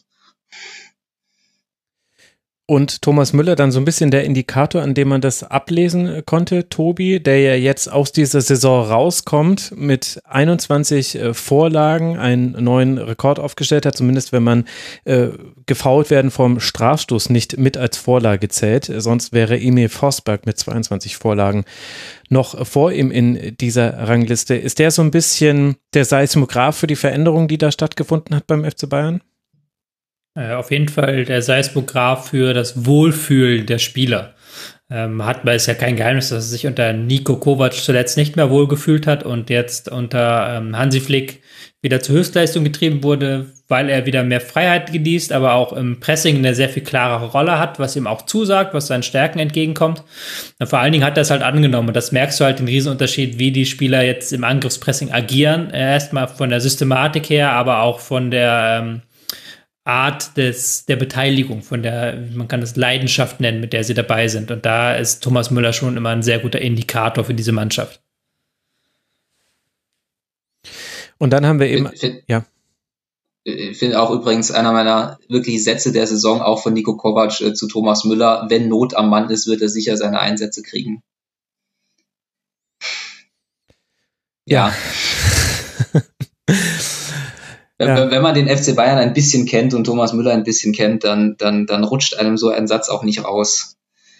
Und Thomas Müller dann so ein bisschen der Indikator, an dem man das ablesen konnte, Tobi, der ja jetzt aus dieser Saison rauskommt mit einundzwanzig äh, Vorlagen, einen neuen Rekord aufgestellt hat, zumindest wenn man äh, gefoult werden vom Strafstoß nicht mit als Vorlage zählt. Sonst wäre Emil Forsberg mit zweiundzwanzig Vorlagen noch vor ihm in dieser Rangliste. Ist der so ein bisschen der Seismograph für die Veränderung, die da stattgefunden hat beim F C Bayern? Äh, auf jeden Fall der Seismograph für das Wohlfühlen der Spieler. Ähm, hat man, ist ja kein Geheimnis, dass er sich unter Niko Kovac zuletzt nicht mehr wohlgefühlt hat und jetzt unter ähm, Hansi Flick wieder zur Höchstleistung getrieben wurde, weil er wieder mehr Freiheit genießt, aber auch im Pressing eine sehr viel klarere Rolle hat, was ihm auch zusagt, was seinen Stärken entgegenkommt. Und vor allen Dingen hat er es halt angenommen. Und das merkst du halt den Riesenunterschied, wie die Spieler jetzt im Angriffspressing agieren. Erstmal von der Systematik her, aber auch von der ähm, Art des, der Beteiligung, von der, man kann es Leidenschaft nennen, mit der sie dabei sind. Und da ist Thomas Müller schon immer ein sehr guter Indikator für diese Mannschaft. Und dann haben wir eben, ich find, ja. Ich finde auch übrigens einer meiner wirklich Sätze der Saison auch von Niko Kovac äh, zu Thomas Müller: Wenn Not am Mann ist, wird er sicher seine Einsätze kriegen. Ja. Ja. Wenn man den F C Bayern ein bisschen kennt und Thomas Müller ein bisschen kennt, dann, dann, dann rutscht einem so ein Satz auch nicht raus.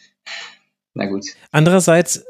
Na gut. Andererseits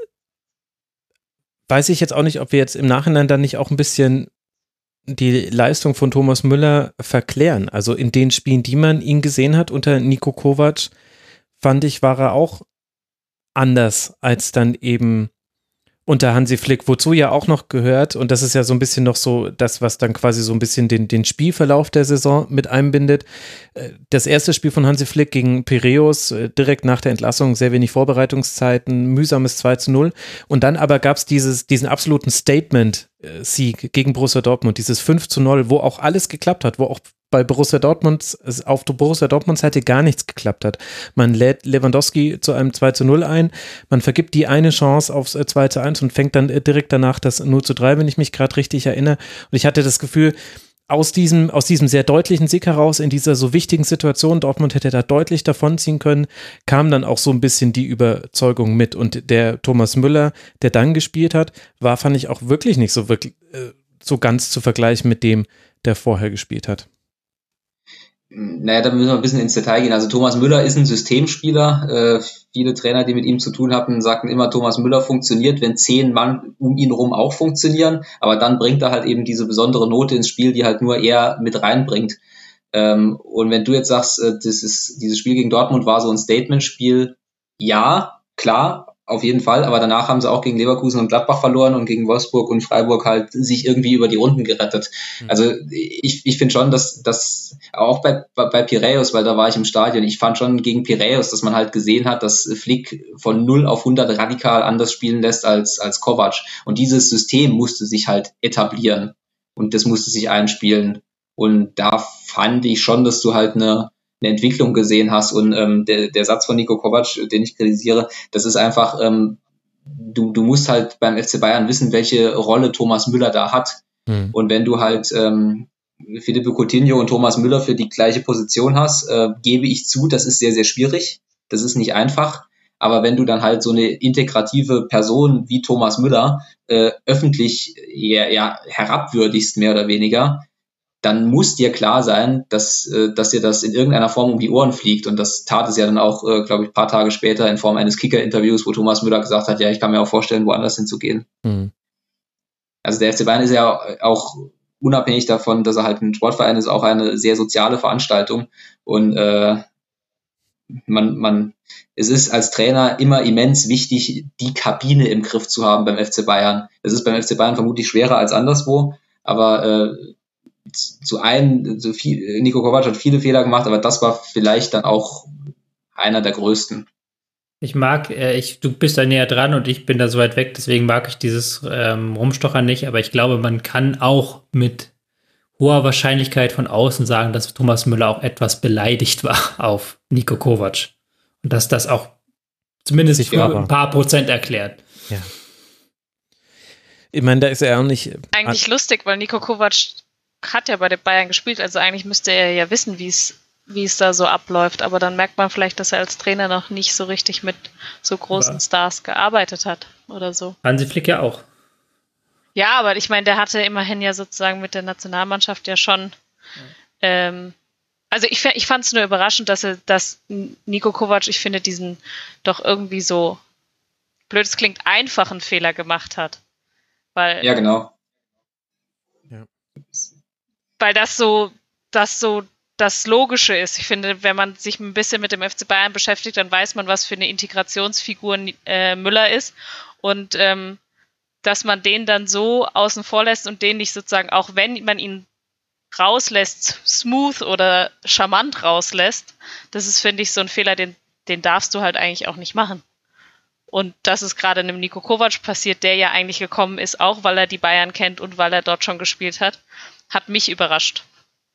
weiß ich jetzt auch nicht, ob wir jetzt im Nachhinein dann nicht auch ein bisschen die Leistung von Thomas Müller verklären. Also in den Spielen, die man ihn gesehen hat unter Niko Kovac, fand ich, war er auch anders als dann eben unter Hansi Flick, wozu ja auch noch gehört, und das ist ja so ein bisschen noch so das, was dann quasi so ein bisschen den, den Spielverlauf der Saison mit einbindet. Das erste Spiel von Hansi Flick gegen Piräus, direkt nach der Entlassung, sehr wenig Vorbereitungszeiten, mühsames zwei zu null, und dann aber gab es dieses, diesen absoluten Statement-Sieg gegen Borussia Dortmund, dieses fünf zu null, wo auch alles geklappt hat, wo auch bei Borussia Dortmund, auf Borussia Dortmunds Seite gar nichts geklappt hat. Man lädt Lewandowski zu einem zwei zu null ein, man vergibt die eine Chance aufs zwei zu eins und fängt dann direkt danach das null zu drei, wenn ich mich gerade richtig erinnere. Und ich hatte das Gefühl, aus diesem, aus diesem sehr deutlichen Sieg heraus, in dieser so wichtigen Situation, Dortmund hätte da deutlich davonziehen können, kam dann auch so ein bisschen die Überzeugung mit. Und der Thomas Müller, der dann gespielt hat, war, fand ich, auch wirklich nicht so wirklich äh, so ganz zu vergleichen mit dem, der vorher gespielt hat. Naja, da müssen wir ein bisschen ins Detail gehen. Also Thomas Müller ist ein Systemspieler. Äh, viele Trainer, die mit ihm zu tun hatten, sagten immer, Thomas Müller funktioniert, wenn zehn Mann um ihn rum auch funktionieren. Aber dann bringt er halt eben diese besondere Note ins Spiel, die halt nur er mit reinbringt. Ähm, und wenn du jetzt sagst, äh, das ist, dieses Spiel gegen Dortmund war so ein Statement-Spiel, ja, klar, auf jeden Fall, aber danach haben sie auch gegen Leverkusen und Gladbach verloren und gegen Wolfsburg und Freiburg halt sich irgendwie über die Runden gerettet. Mhm. Also ich, ich finde schon, dass das auch bei, bei, bei Piräus, weil da war ich im Stadion, ich fand schon gegen Piräus, dass man halt gesehen hat, dass Flick von null auf hundert radikal anders spielen lässt als, als Kovac. Und dieses System musste sich halt etablieren und das musste sich einspielen. Und da fand ich schon, dass du halt eine eine Entwicklung gesehen hast, und ähm, der, der Satz von Niko Kovac, den ich kritisiere, das ist einfach, ähm, du, du musst halt beim F C Bayern wissen, welche Rolle Thomas Müller da hat. Mhm. Und wenn du halt ähm, Philippe Coutinho und Thomas Müller für die gleiche Position hast, äh, gebe ich zu, das ist sehr, sehr schwierig. Das ist nicht einfach. Aber wenn du dann halt so eine integrative Person wie Thomas Müller äh, öffentlich ja, ja, herabwürdigst, mehr oder weniger, dann muss dir klar sein, dass, dass dir das in irgendeiner Form um die Ohren fliegt. Und das tat es ja dann auch, glaube ich, ein paar Tage später in Form eines Kicker-Interviews, wo Thomas Müller gesagt hat, ja, ich kann mir auch vorstellen, woanders hinzugehen. Mhm. Also der F C Bayern ist ja auch unabhängig davon, dass er halt ein Sportverein ist, auch eine sehr soziale Veranstaltung. Und äh, man, man, es ist als Trainer immer immens wichtig, die Kabine im Griff zu haben beim F C Bayern. Es ist beim F C Bayern vermutlich schwerer als anderswo, aber äh, zu einem, so viel, Niko Kovac hat viele Fehler gemacht, aber das war vielleicht dann auch einer der größten. Ich mag, äh, ich, du bist da näher dran und ich bin da so weit weg, deswegen mag ich dieses ähm, Rumstochern nicht, aber ich glaube, man kann auch mit hoher Wahrscheinlichkeit von außen sagen, dass Thomas Müller auch etwas beleidigt war auf Niko Kovac. Und dass das auch zumindest Ich für glaube. ein paar Prozent erklärt. Ja. Ich meine, da ist er auch nicht. Eigentlich lustig, weil Niko Kovac hat ja bei den Bayern gespielt, also eigentlich müsste er ja wissen, wie es wie es da so abläuft, aber dann merkt man vielleicht, dass er als Trainer noch nicht so richtig mit so großen Ja. Stars gearbeitet hat oder so. Hansi Flick ja auch. Ja, aber ich meine, der hatte immerhin ja sozusagen mit der Nationalmannschaft ja schon ähm, also ich, ich fand es nur überraschend, dass er, dass Niko Kovac, ich finde, diesen doch irgendwie so blöd, es klingt, einfachen Fehler gemacht hat. Weil, Ja, genau. weil das so, das so das Logische ist. Ich finde, wenn man sich ein bisschen mit dem F C Bayern beschäftigt, dann weiß man, was für eine Integrationsfigur äh, Müller ist. Und ähm, dass man den dann so außen vor lässt und den nicht sozusagen, auch wenn man ihn rauslässt, smooth oder charmant rauslässt, das ist, finde ich, so ein Fehler, den, den darfst du halt eigentlich auch nicht machen. Und das ist gerade einem Niko Kovac passiert, der ja eigentlich gekommen ist, auch weil er die Bayern kennt und weil er dort schon gespielt hat, hat mich überrascht.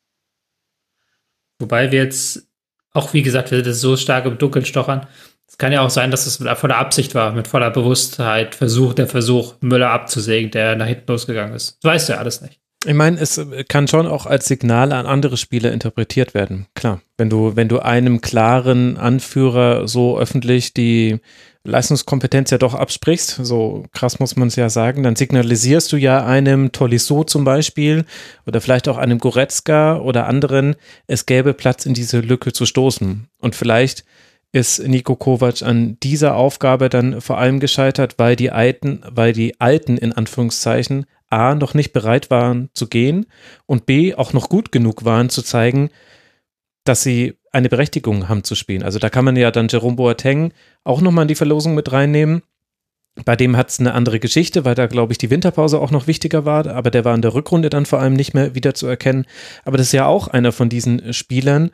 Wobei wir jetzt auch, wie gesagt, wir das so stark im Dunkeln stochern. Es kann ja auch sein, dass es mit voller Absicht war, mit voller Bewusstheit, Versuch, der Versuch, Müller abzusägen, der nach hinten losgegangen ist. Das weißt du ja alles nicht. Ich meine, es kann schon auch als Signal an andere Spieler interpretiert werden. Klar, wenn du, wenn du einem klaren Anführer so öffentlich die Leistungskompetenz ja doch absprichst, so krass muss man es ja sagen, dann signalisierst du ja einem Tolisso zum Beispiel oder vielleicht auch einem Goretzka oder anderen, es gäbe Platz, in diese Lücke zu stoßen. Und vielleicht ist Niko Kovac an dieser Aufgabe dann vor allem gescheitert, weil die Alten, weil die Alten in Anführungszeichen A, noch nicht bereit waren zu gehen und B, auch noch gut genug waren zu zeigen, dass sie eine Berechtigung haben zu spielen. Also da kann man ja dann Jerome Boateng auch nochmal in die Verlosung mit reinnehmen. Bei dem hat es eine andere Geschichte, weil da, glaube ich, die Winterpause auch noch wichtiger war, aber der war in der Rückrunde dann vor allem nicht mehr wieder zu erkennen. Aber das ist ja auch einer von diesen Spielern,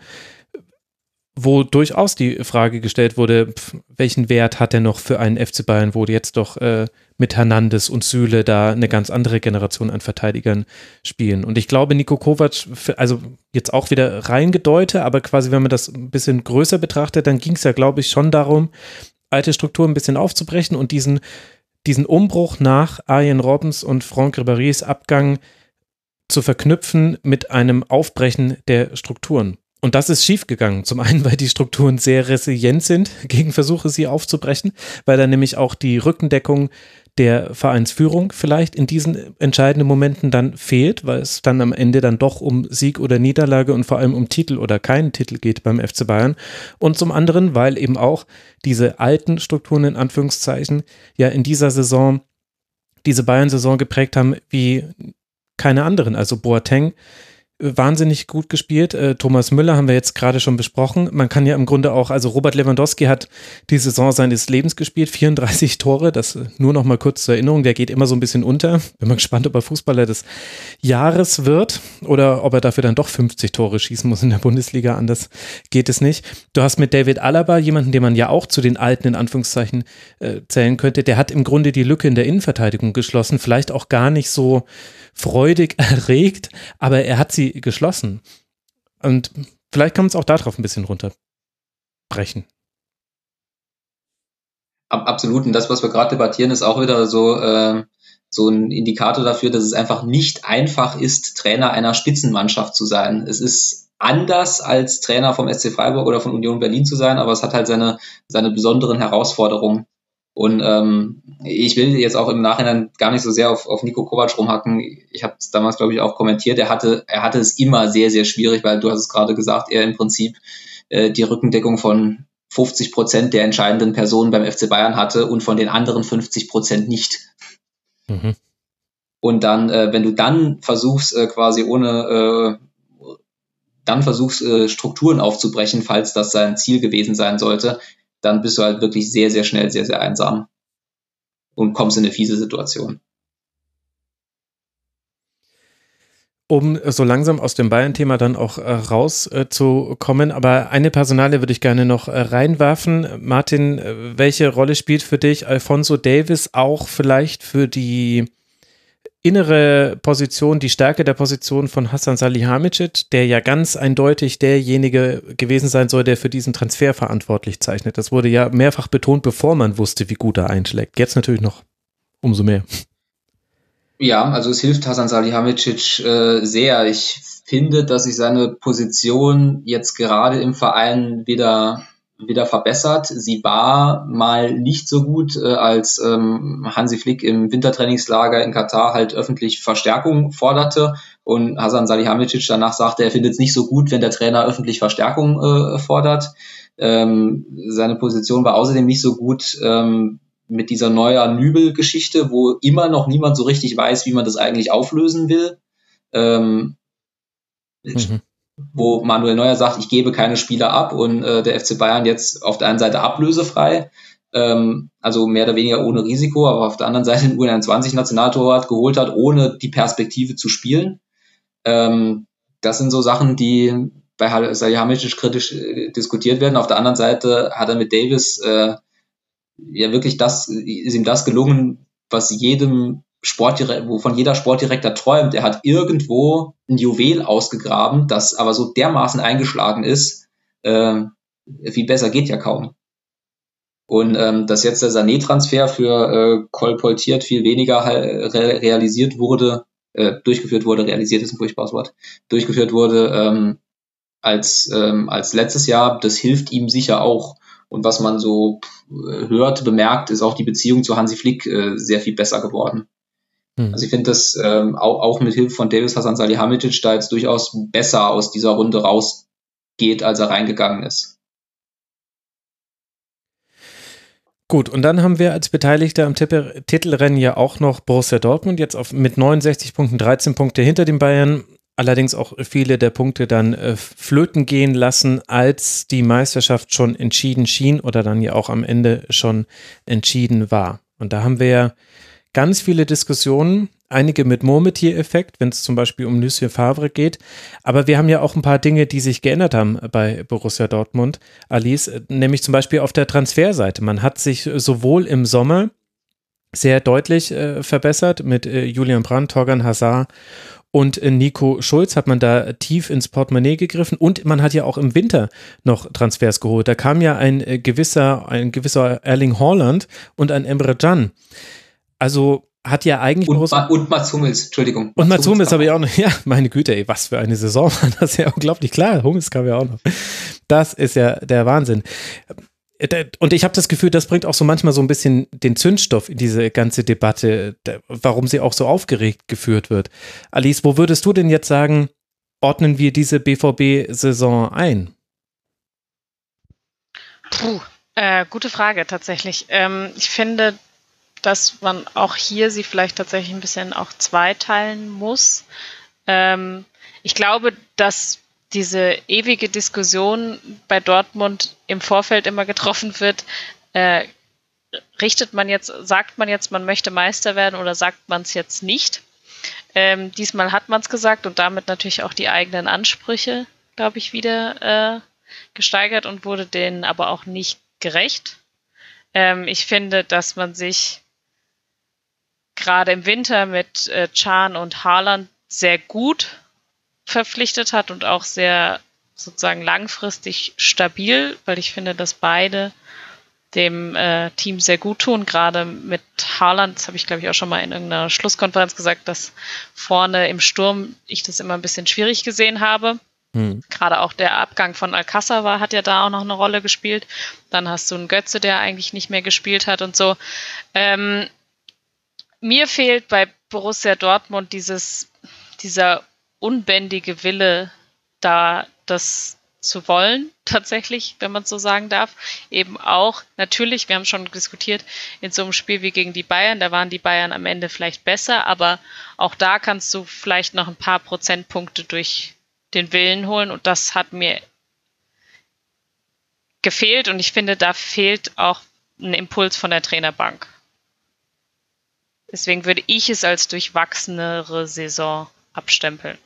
wo durchaus die Frage gestellt wurde, pf, welchen Wert hat er noch für einen F C Bayern, wo jetzt doch äh, mit Hernandez und Süle da eine ganz andere Generation an Verteidigern spielen. Und ich glaube, Niko Kovac, also jetzt auch wieder reingedeutet, aber quasi, wenn man das ein bisschen größer betrachtet, dann ging es ja, glaube ich, schon darum, alte Strukturen ein bisschen aufzubrechen und diesen, diesen Umbruch nach Arjen Robbens und Franck Ribérys Abgang zu verknüpfen mit einem Aufbrechen der Strukturen. Und das ist schiefgegangen. Zum einen, weil die Strukturen sehr resilient sind gegen Versuche, sie aufzubrechen, weil dann nämlich auch die Rückendeckung der Vereinsführung vielleicht in diesen entscheidenden Momenten dann fehlt, weil es dann am Ende dann doch um Sieg oder Niederlage und vor allem um Titel oder keinen Titel geht beim F C Bayern. Und zum anderen, weil eben auch diese alten Strukturen in Anführungszeichen ja in dieser Saison diese Bayern-Saison geprägt haben wie keine anderen. Also Boateng wahnsinnig gut gespielt. Äh, Thomas Müller haben wir jetzt gerade schon besprochen. Man kann ja im Grunde auch, also Robert Lewandowski hat die Saison seines Lebens gespielt, vierunddreißig Tore, das nur noch mal kurz zur Erinnerung, der geht immer so ein bisschen unter. Bin mal gespannt, ob er Fußballer des Jahres wird oder ob er dafür dann doch fünfzig Tore schießen muss in der Bundesliga, anders geht es nicht. Du hast mit David Alaba jemanden, den man ja auch zu den Alten in Anführungszeichen äh, zählen könnte, der hat im Grunde die Lücke in der Innenverteidigung geschlossen, vielleicht auch gar nicht so freudig erregt, aber er hat sie geschlossen. Und vielleicht kann man es auch darauf ein bisschen runterbrechen. Absolut. Und das, was wir gerade debattieren, ist auch wieder so, äh, so ein Indikator dafür, dass es einfach nicht einfach ist, Trainer einer Spitzenmannschaft zu sein. Es ist anders als Trainer vom S C Freiburg oder von Union Berlin zu sein, aber es hat halt seine, seine besonderen Herausforderungen. Und ähm, ich will jetzt auch im Nachhinein gar nicht so sehr auf, auf Niko Kovac rumhacken. Ich habe es damals, glaube ich, auch kommentiert. Er hatte, er hatte es immer sehr, sehr schwierig, weil du hast es gerade gesagt, er im Prinzip äh, die Rückendeckung von fünfzig Prozent der entscheidenden Personen beim F C Bayern hatte und von den anderen fünfzig Prozent nicht. Mhm. Und dann, äh, wenn du dann versuchst, äh, quasi ohne äh, dann versuchst, äh, Strukturen aufzubrechen, falls das sein Ziel gewesen sein sollte, dann bist du halt wirklich sehr, sehr schnell, sehr, sehr einsam und kommst in eine fiese Situation. Um so langsam aus dem Bayern-Thema dann auch äh, rauszukommen, äh, aber eine Personalie würde ich gerne noch äh, reinwerfen. Martin, äh, welche Rolle spielt für dich Alphonso Davies auch vielleicht für die innere Position, die Stärke der Position von Hasan Salihamidzic, der ja ganz eindeutig derjenige gewesen sein soll, der für diesen Transfer verantwortlich zeichnet? Das wurde ja mehrfach betont, bevor man wusste, wie gut er einschlägt. Jetzt natürlich noch umso mehr. Ja, also es hilft Hasan Salihamidzic äh, sehr. Ich finde, dass sich seine Position jetzt gerade im Verein wieder wieder verbessert. Sie war mal nicht so gut, äh, als ähm, Hansi Flick im Wintertrainingslager in Katar halt öffentlich Verstärkung forderte und Hasan Salihamidzic danach sagte, er findet es nicht so gut, wenn der Trainer öffentlich Verstärkung äh, fordert. Ähm, seine Position war außerdem nicht so gut ähm, mit dieser neuer Nübel-Geschichte, wo immer noch niemand so richtig weiß, wie man das eigentlich auflösen will. Ähm, mhm. Wo Manuel Neuer sagt, ich gebe keine Spieler ab und äh, der F C Bayern jetzt auf der einen Seite ablösefrei, ähm, also mehr oder weniger ohne Risiko, aber auf der anderen Seite einen U einundzwanzig-Nationaltorwart geholt hat, ohne die Perspektive zu spielen. Ähm, das sind so Sachen, die bei Salihamidzic kritisch äh, diskutiert werden. Auf der anderen Seite hat er mit Davies äh, ja wirklich das, ist ihm das gelungen, was jedem Sportdirektor, wovon jeder Sportdirektor träumt. Er hat irgendwo ein Juwel ausgegraben, das aber so dermaßen eingeschlagen ist, äh, viel besser geht ja kaum. Und ähm, dass jetzt der Sané-Transfer für äh, kolportiert viel weniger re- realisiert wurde, äh, durchgeführt wurde, realisiert ist ein furchtbares Wort, durchgeführt wurde ähm, als ähm, als letztes Jahr, das hilft ihm sicher auch. Und was man so hört, bemerkt, ist auch die Beziehung zu Hansi Flick äh, sehr viel besser geworden. Hm. Also ich finde, dass ähm, auch, auch mit Hilfe von Davies Hasan Salihamidzic da jetzt durchaus besser aus dieser Runde rausgeht, als er reingegangen ist. Gut, und dann haben wir als Beteiligter am Tippe- Titelrennen ja auch noch Borussia Dortmund, jetzt auf, mit neunundsechzig Punkten, dreizehn Punkte hinter den Bayern. Allerdings auch viele der Punkte dann äh, flöten gehen lassen, als die Meisterschaft schon entschieden schien oder dann ja auch am Ende schon entschieden war. Und da haben wir ja ganz viele Diskussionen, einige mit Murmeltier-Effekt, wenn es zum Beispiel um Lucien Favre geht. Aber wir haben ja auch ein paar Dinge, die sich geändert haben bei Borussia Dortmund, Alice, nämlich zum Beispiel auf der Transferseite. Man hat sich sowohl im Sommer sehr deutlich äh, verbessert mit äh, Julian Brandt, Thorgan Hazard und Nico Schulz, hat man da tief ins Portemonnaie gegriffen und man hat ja auch im Winter noch Transfers geholt. Da kam ja ein äh, gewisser, ein gewisser Erling Haaland und ein Emre Can. Also hat ja eigentlich... Und, Ma- und Mats Hummels, Entschuldigung. Und Mats Hummels habe ich auch noch, ja, meine Güte, ey, was für eine Saison war das, ja unglaublich, klar, Hummels kam ja auch noch. Das ist ja der Wahnsinn. Und ich habe das Gefühl, das bringt auch so manchmal so ein bisschen den Zündstoff in diese ganze Debatte, warum sie auch so aufgeregt geführt wird. Alice, wo würdest du denn jetzt sagen, ordnen wir diese B V B-Saison ein? Puh, äh, gute Frage tatsächlich. Ähm, ich finde, dass man auch hier sie vielleicht tatsächlich ein bisschen auch zweiteilen muss. Ähm, ich glaube, dass diese ewige Diskussion bei Dortmund im Vorfeld immer getroffen wird, äh, richtet man jetzt, sagt man jetzt, man möchte Meister werden oder sagt man es jetzt nicht? Ähm, diesmal hat man es gesagt und damit natürlich auch die eigenen Ansprüche, glaube ich, wieder äh, gesteigert und wurde denen aber auch nicht gerecht. Ähm, ich finde, dass man sich gerade im Winter mit äh, Can und Haaland sehr gut verpflichtet hat und auch sehr sozusagen langfristig stabil, weil ich finde, dass beide dem äh, Team sehr gut tun, gerade mit Haaland, das habe ich glaube ich auch schon mal in irgendeiner Schlusskonferenz gesagt, dass vorne im Sturm ich das immer ein bisschen schwierig gesehen habe. Hm. Gerade auch der Abgang von Alcázar war, hat ja da auch noch eine Rolle gespielt. Dann hast du einen Götze, der eigentlich nicht mehr gespielt hat und so. Ähm, mir fehlt bei Borussia Dortmund dieses, dieser unbändige Wille, da das zu wollen, tatsächlich, wenn man es so sagen darf. Eben auch, natürlich, wir haben schon diskutiert, in so einem Spiel wie gegen die Bayern, da waren die Bayern am Ende vielleicht besser, aber auch da kannst du vielleicht noch ein paar Prozentpunkte durch den Willen holen und das hat mir gefehlt und ich finde, da fehlt auch ein Impuls von der Trainerbank. Deswegen würde ich es als durchwachsenere Saison abstempeln.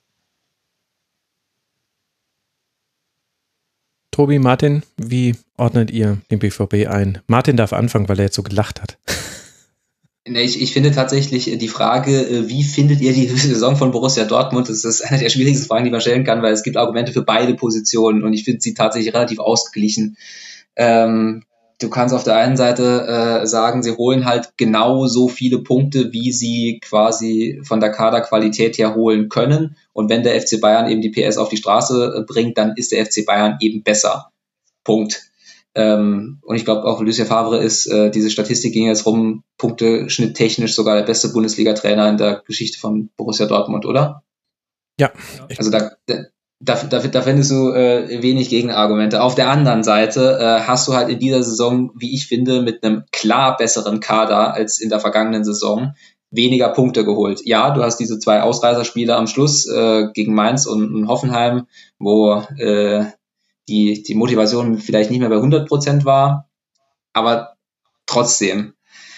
Tobi, Martin, wie ordnet ihr den B V B ein? Martin darf anfangen, weil er jetzt so gelacht hat. Ich, ich finde tatsächlich die Frage, wie findet ihr die Saison von Borussia Dortmund, das ist eine der schwierigsten Fragen, die man stellen kann, weil es gibt Argumente für beide Positionen und ich finde sie tatsächlich relativ ausgeglichen. Ähm, du kannst auf der einen Seite äh, sagen, sie holen halt genau so viele Punkte, wie sie quasi von der Kaderqualität her holen können und wenn der F C Bayern eben die P S auf die Straße bringt, dann ist der F C Bayern eben besser. Punkt. Ähm, und ich glaube auch Lucien Favre ist, äh, diese Statistik ging jetzt rum, Punkte schnitttechnisch sogar der beste Bundesliga-Trainer in der Geschichte von Borussia Dortmund, oder? Ja. Also da, da, da, da findest du äh, wenig Gegenargumente. Auf der anderen Seite äh, hast du halt in dieser Saison, wie ich finde, mit einem klar besseren Kader als in der vergangenen Saison weniger Punkte geholt. Ja, du hast diese zwei Ausreißerspiele am Schluss äh, gegen Mainz und, und Hoffenheim, wo äh, die, die Motivation vielleicht nicht mehr bei hundert Prozent war, aber trotzdem.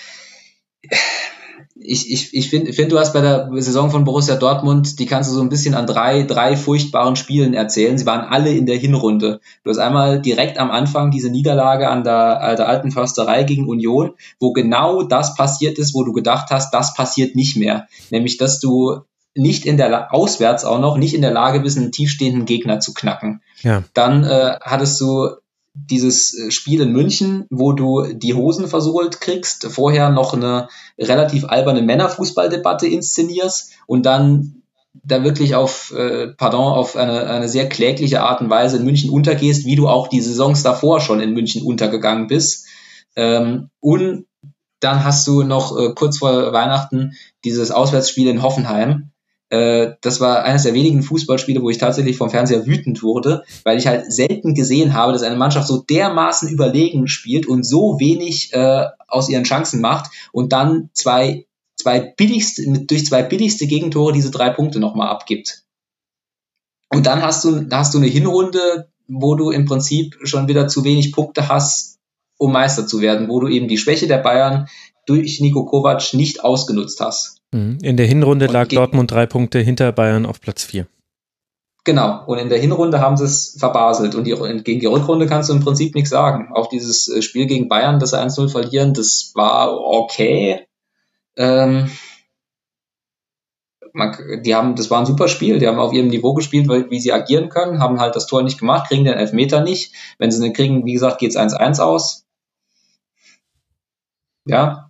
Ich, ich, ich finde, find, du hast bei der Saison von Borussia Dortmund, die kannst du so ein bisschen an drei, drei furchtbaren Spielen erzählen. Sie waren alle in der Hinrunde. Du hast einmal direkt am Anfang diese Niederlage an der, an der Alten Försterei gegen Union, wo genau das passiert ist, wo du gedacht hast, das passiert nicht mehr. Nämlich, dass du nicht in der, auswärts auch noch, nicht in der Lage bist, einen tiefstehenden Gegner zu knacken. Ja. Dann äh, hattest du dieses Spiel in München, wo du die Hosen versohlt kriegst, vorher noch eine relativ alberne Männerfußballdebatte inszenierst und dann da wirklich auf, äh, pardon, auf eine, eine sehr klägliche Art und Weise in München untergehst, wie du auch die Saisons davor schon in München untergegangen bist. Ähm, und dann hast du noch äh, kurz vor Weihnachten dieses Auswärtsspiel in Hoffenheim. Das war eines der wenigen Fußballspiele, wo ich tatsächlich vom Fernseher wütend wurde, weil ich halt selten gesehen habe, dass eine Mannschaft so dermaßen überlegen spielt und so wenig äh, aus ihren Chancen macht und dann zwei, zwei billigste, durch zwei billigste Gegentore diese drei Punkte nochmal abgibt. Und dann hast du, hast du eine Hinrunde, wo du im Prinzip schon wieder zu wenig Punkte hast, um Meister zu werden, wo du eben die Schwäche der Bayern durch Niko Kovac nicht ausgenutzt hast. In der Hinrunde lag gegen, Dortmund drei Punkte hinter Bayern auf Platz vier. Genau, und in der Hinrunde haben sie es verbaselt und die, gegen die Rückrunde kannst du im Prinzip nichts sagen. Auch dieses Spiel gegen Bayern, das sie eins null verlieren, das war okay. Ähm, man, die haben, das war ein super Spiel, die haben auf ihrem Niveau gespielt, weil, wie sie agieren können, haben halt das Tor nicht gemacht, kriegen den Elfmeter nicht. Wenn sie den kriegen, wie gesagt, geht's eins eins aus. Ja.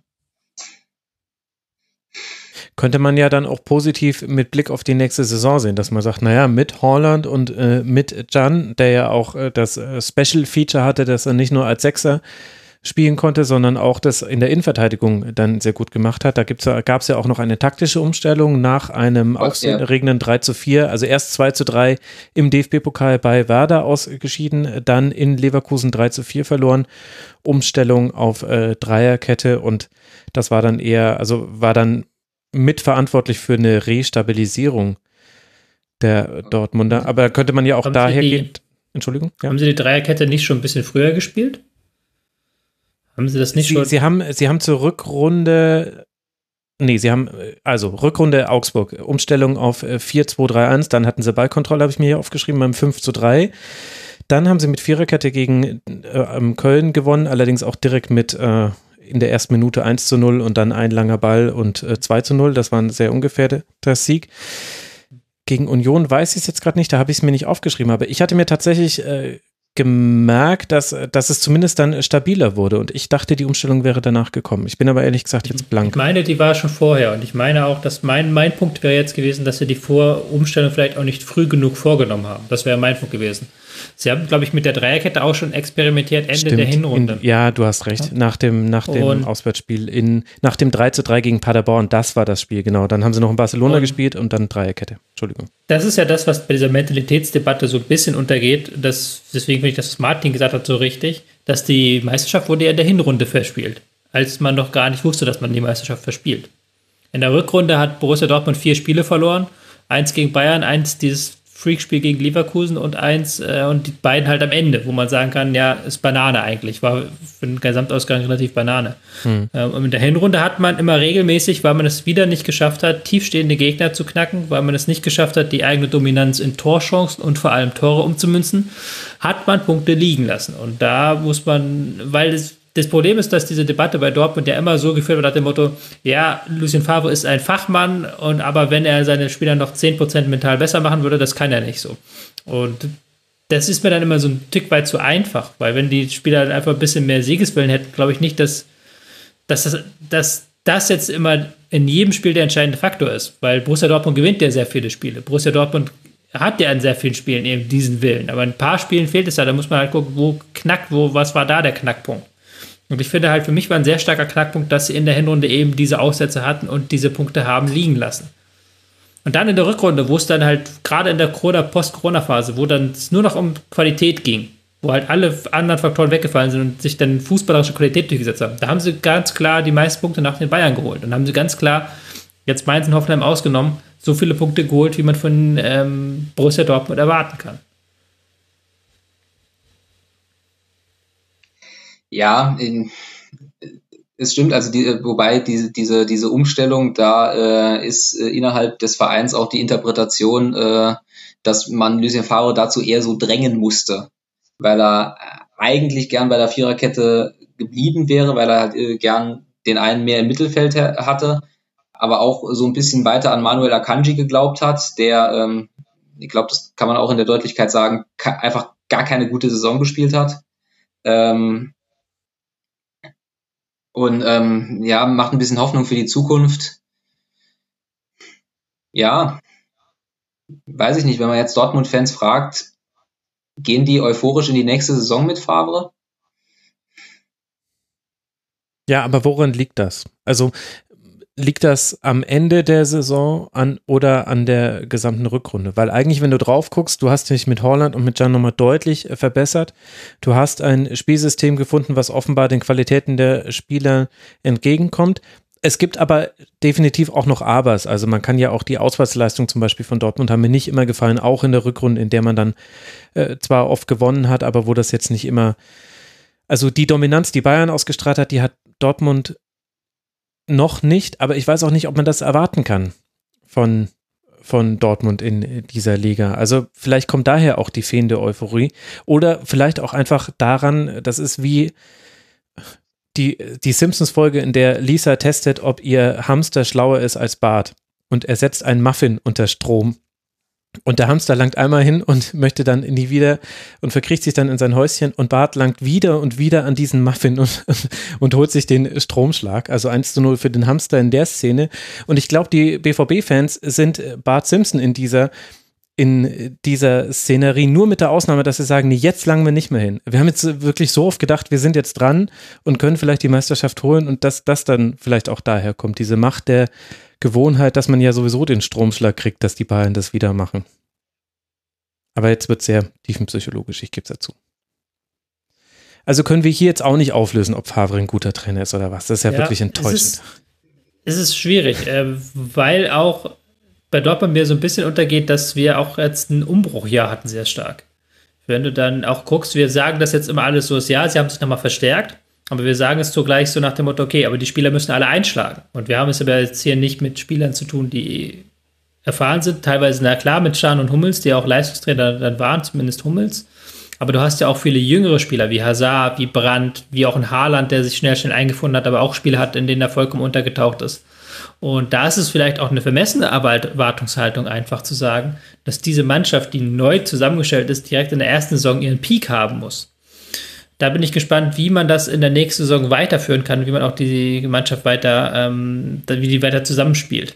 Könnte man ja dann auch positiv mit Blick auf die nächste Saison sehen, dass man sagt, naja, mit Haaland und äh, mit Can, der ja auch äh, das äh, Special Feature hatte, dass er nicht nur als Sechser spielen konnte, sondern auch das in der Innenverteidigung dann sehr gut gemacht hat. Da gab es ja auch noch eine taktische Umstellung nach einem aufsehenerregenden drei zu vier, also erst zwei zu drei im D F B-Pokal bei Werder ausgeschieden, dann in Leverkusen drei zu vier verloren, Umstellung auf äh, Dreierkette und das war dann eher, also war dann mitverantwortlich für eine Restabilisierung der Dortmunder. Aber könnte man ja auch haben daher gehen. Entschuldigung? Ja? Haben Sie die Dreierkette nicht schon ein bisschen früher gespielt? Haben Sie das nicht Sie, schon? Sie haben, Sie haben zur Rückrunde, nee, Sie haben, also Rückrunde Augsburg, Umstellung auf vier zwei drei eins, dann hatten Sie Ballkontrolle, habe ich mir hier aufgeschrieben, beim fünf zu drei. Dann haben Sie mit Viererkette gegen äh, Köln gewonnen, allerdings auch direkt mit äh, in der ersten Minute eins zu null und dann ein langer Ball und äh, zwei zu null. Das war ein sehr ungefährdeter Sieg. Gegen Union weiß ich es jetzt gerade nicht, da habe ich es mir nicht aufgeschrieben, aber ich hatte mir tatsächlich äh, gemerkt, dass, dass es zumindest dann stabiler wurde und ich dachte, die Umstellung wäre danach gekommen. Ich bin aber ehrlich gesagt jetzt blank. Ich meine, die war schon vorher und ich meine auch, dass mein, mein Punkt wäre jetzt gewesen, dass sie die Vorumstellung vielleicht auch nicht früh genug vorgenommen haben. Das wäre mein Punkt gewesen. Sie haben, glaube ich, mit der Dreierkette auch schon experimentiert Ende Stimmt, der Hinrunde. In, ja, du hast recht. Nach dem, nach dem Auswärtsspiel, in, nach dem drei zu drei gegen Paderborn, das war das Spiel, genau. Dann haben sie noch in Barcelona und gespielt und dann Dreierkette. Entschuldigung. Das ist ja das, was bei dieser Mentalitätsdebatte so ein bisschen untergeht. Das, deswegen finde ich, das, was Martin gesagt hat, so richtig, dass die Meisterschaft wurde ja in der Hinrunde verspielt, als man noch gar nicht wusste, dass man die Meisterschaft verspielt. In der Rückrunde hat Borussia Dortmund vier Spiele verloren, eins gegen Bayern, eins dieses Freakspiel gegen Leverkusen und eins äh, und die beiden halt am Ende, wo man sagen kann, ja, ist Banane eigentlich, war für den Gesamtausgang relativ Banane. Hm. Ähm, und in der Hinrunde hat man immer regelmäßig, weil man es wieder nicht geschafft hat, tiefstehende Gegner zu knacken, weil man es nicht geschafft hat, die eigene Dominanz in Torchancen und vor allem Tore umzumünzen, hat man Punkte liegen lassen. Und da muss man, weil es Das Problem ist, dass diese Debatte bei Dortmund ja immer so geführt wird nach dem Motto, ja, Lucien Favre ist ein Fachmann, und aber wenn er seine Spieler noch zehn Prozent mental besser machen würde, das kann er nicht so. Und das ist mir dann immer so ein Tick weit zu einfach, weil wenn die Spieler einfach ein bisschen mehr Siegeswillen hätten, glaube ich nicht, dass, dass, das, dass das jetzt immer in jedem Spiel der entscheidende Faktor ist, weil Borussia Dortmund gewinnt ja sehr viele Spiele. Borussia Dortmund hat ja in sehr vielen Spielen eben diesen Willen, aber in ein paar Spielen fehlt es ja, da muss man halt gucken, wo knackt, wo, was war da der Knackpunkt. Und ich finde halt, für mich war ein sehr starker Knackpunkt, dass sie in der Hinrunde eben diese Aussätze hatten und diese Punkte haben liegen lassen. Und dann in der Rückrunde, wo es dann halt gerade in der Post-Corona-Phase, wo dann es nur noch um Qualität ging, wo halt alle anderen Faktoren weggefallen sind und sich dann fußballerische Qualität durchgesetzt haben, da haben sie ganz klar die meisten Punkte nach den Bayern geholt. Und haben sie ganz klar, jetzt Mainz und Hoffenheim ausgenommen, so viele Punkte geholt, wie man von ähm, Borussia Dortmund erwarten kann. Ja, in, es stimmt, also die, wobei diese, diese, diese Umstellung, da äh, ist äh, innerhalb des Vereins auch die Interpretation, äh, dass man Lucien Favre dazu eher so drängen musste, weil er eigentlich gern bei der Viererkette geblieben wäre, weil er halt äh, gern den einen mehr im Mittelfeld hatte, aber auch so ein bisschen weiter an Manuel Akanji geglaubt hat, der, ähm, ich glaube, das kann man auch in der Deutlichkeit sagen, ka- einfach gar keine gute Saison gespielt hat. Ähm, Und ähm, ja, macht ein bisschen Hoffnung für die Zukunft. Ja, weiß ich nicht, wenn man jetzt Dortmund-Fans fragt, gehen die euphorisch in die nächste Saison mit Favre? Ja, aber woran liegt das? Also liegt das am Ende der Saison an oder an der gesamten Rückrunde? Weil eigentlich, wenn du drauf guckst, du hast dich mit Haaland und mit Can nochmal deutlich verbessert. Du hast ein Spielsystem gefunden, was offenbar den Qualitäten der Spieler entgegenkommt. Es gibt aber definitiv auch noch Abers. Also man kann ja auch die Auswärtsleistung zum Beispiel von Dortmund haben mir nicht immer gefallen, auch in der Rückrunde, in der man dann äh, zwar oft gewonnen hat, aber wo das jetzt nicht immer, also die Dominanz, die Bayern ausgestrahlt hat, die hat Dortmund noch nicht, aber ich weiß auch nicht, ob man das erwarten kann von, von Dortmund in dieser Liga. Also vielleicht kommt daher auch die fehlende Euphorie oder vielleicht auch einfach daran, das ist wie die, die Simpsons-Folge, in der Lisa testet, ob ihr Hamster schlauer ist als Bart und er setzt einen Muffin unter Strom. Und der Hamster langt einmal hin und möchte dann nie wieder und verkriecht sich dann in sein Häuschen und Bart langt wieder und wieder an diesen Muffin und, und holt sich den Stromschlag. Also eins zu null für den Hamster in der Szene. Und ich glaube, die B V B-Fans sind Bart Simpson in dieser in dieser Szenerie, nur mit der Ausnahme, dass sie sagen, nee, jetzt langen wir nicht mehr hin. Wir haben jetzt wirklich so oft gedacht, wir sind jetzt dran und können vielleicht die Meisterschaft holen und dass das dann vielleicht auch daher kommt, diese Macht der Gewohnheit, dass man ja sowieso den Stromschlag kriegt, dass die Bayern das wieder machen. Aber jetzt wird es sehr tiefenpsychologisch, ich gebe es dazu. Also können wir hier jetzt auch nicht auflösen, ob Favre ein guter Trainer ist oder was. Das ist ja, ja wirklich enttäuschend. Es ist, es ist schwierig, äh, weil auch bei Dortmund mir so ein bisschen untergeht, dass wir auch jetzt ein Umbruchjahr hatten, sehr stark. Wenn du dann auch guckst, wir sagen das jetzt immer alles so, ist, ja, sie haben sich nochmal verstärkt, aber wir sagen es zugleich so nach dem Motto, okay, aber die Spieler müssen alle einschlagen. Und wir haben es aber jetzt hier nicht mit Spielern zu tun, die erfahren sind, teilweise, na klar, mit Can und Hummels, die auch Leistungstrainer dann waren, zumindest Hummels. Aber du hast ja auch viele jüngere Spieler, wie Hazard, wie Brandt, wie auch ein Haaland, der sich schnell, schnell eingefunden hat, aber auch Spiele hat, in denen er vollkommen untergetaucht ist. Und da ist es vielleicht auch eine vermessene Erwartungshaltung, einfach zu sagen, dass diese Mannschaft, die neu zusammengestellt ist, direkt in der ersten Saison ihren Peak haben muss. Da bin ich gespannt, wie man das in der nächsten Saison weiterführen kann, wie man auch die Mannschaft weiter, ähm, wie die weiter zusammenspielt.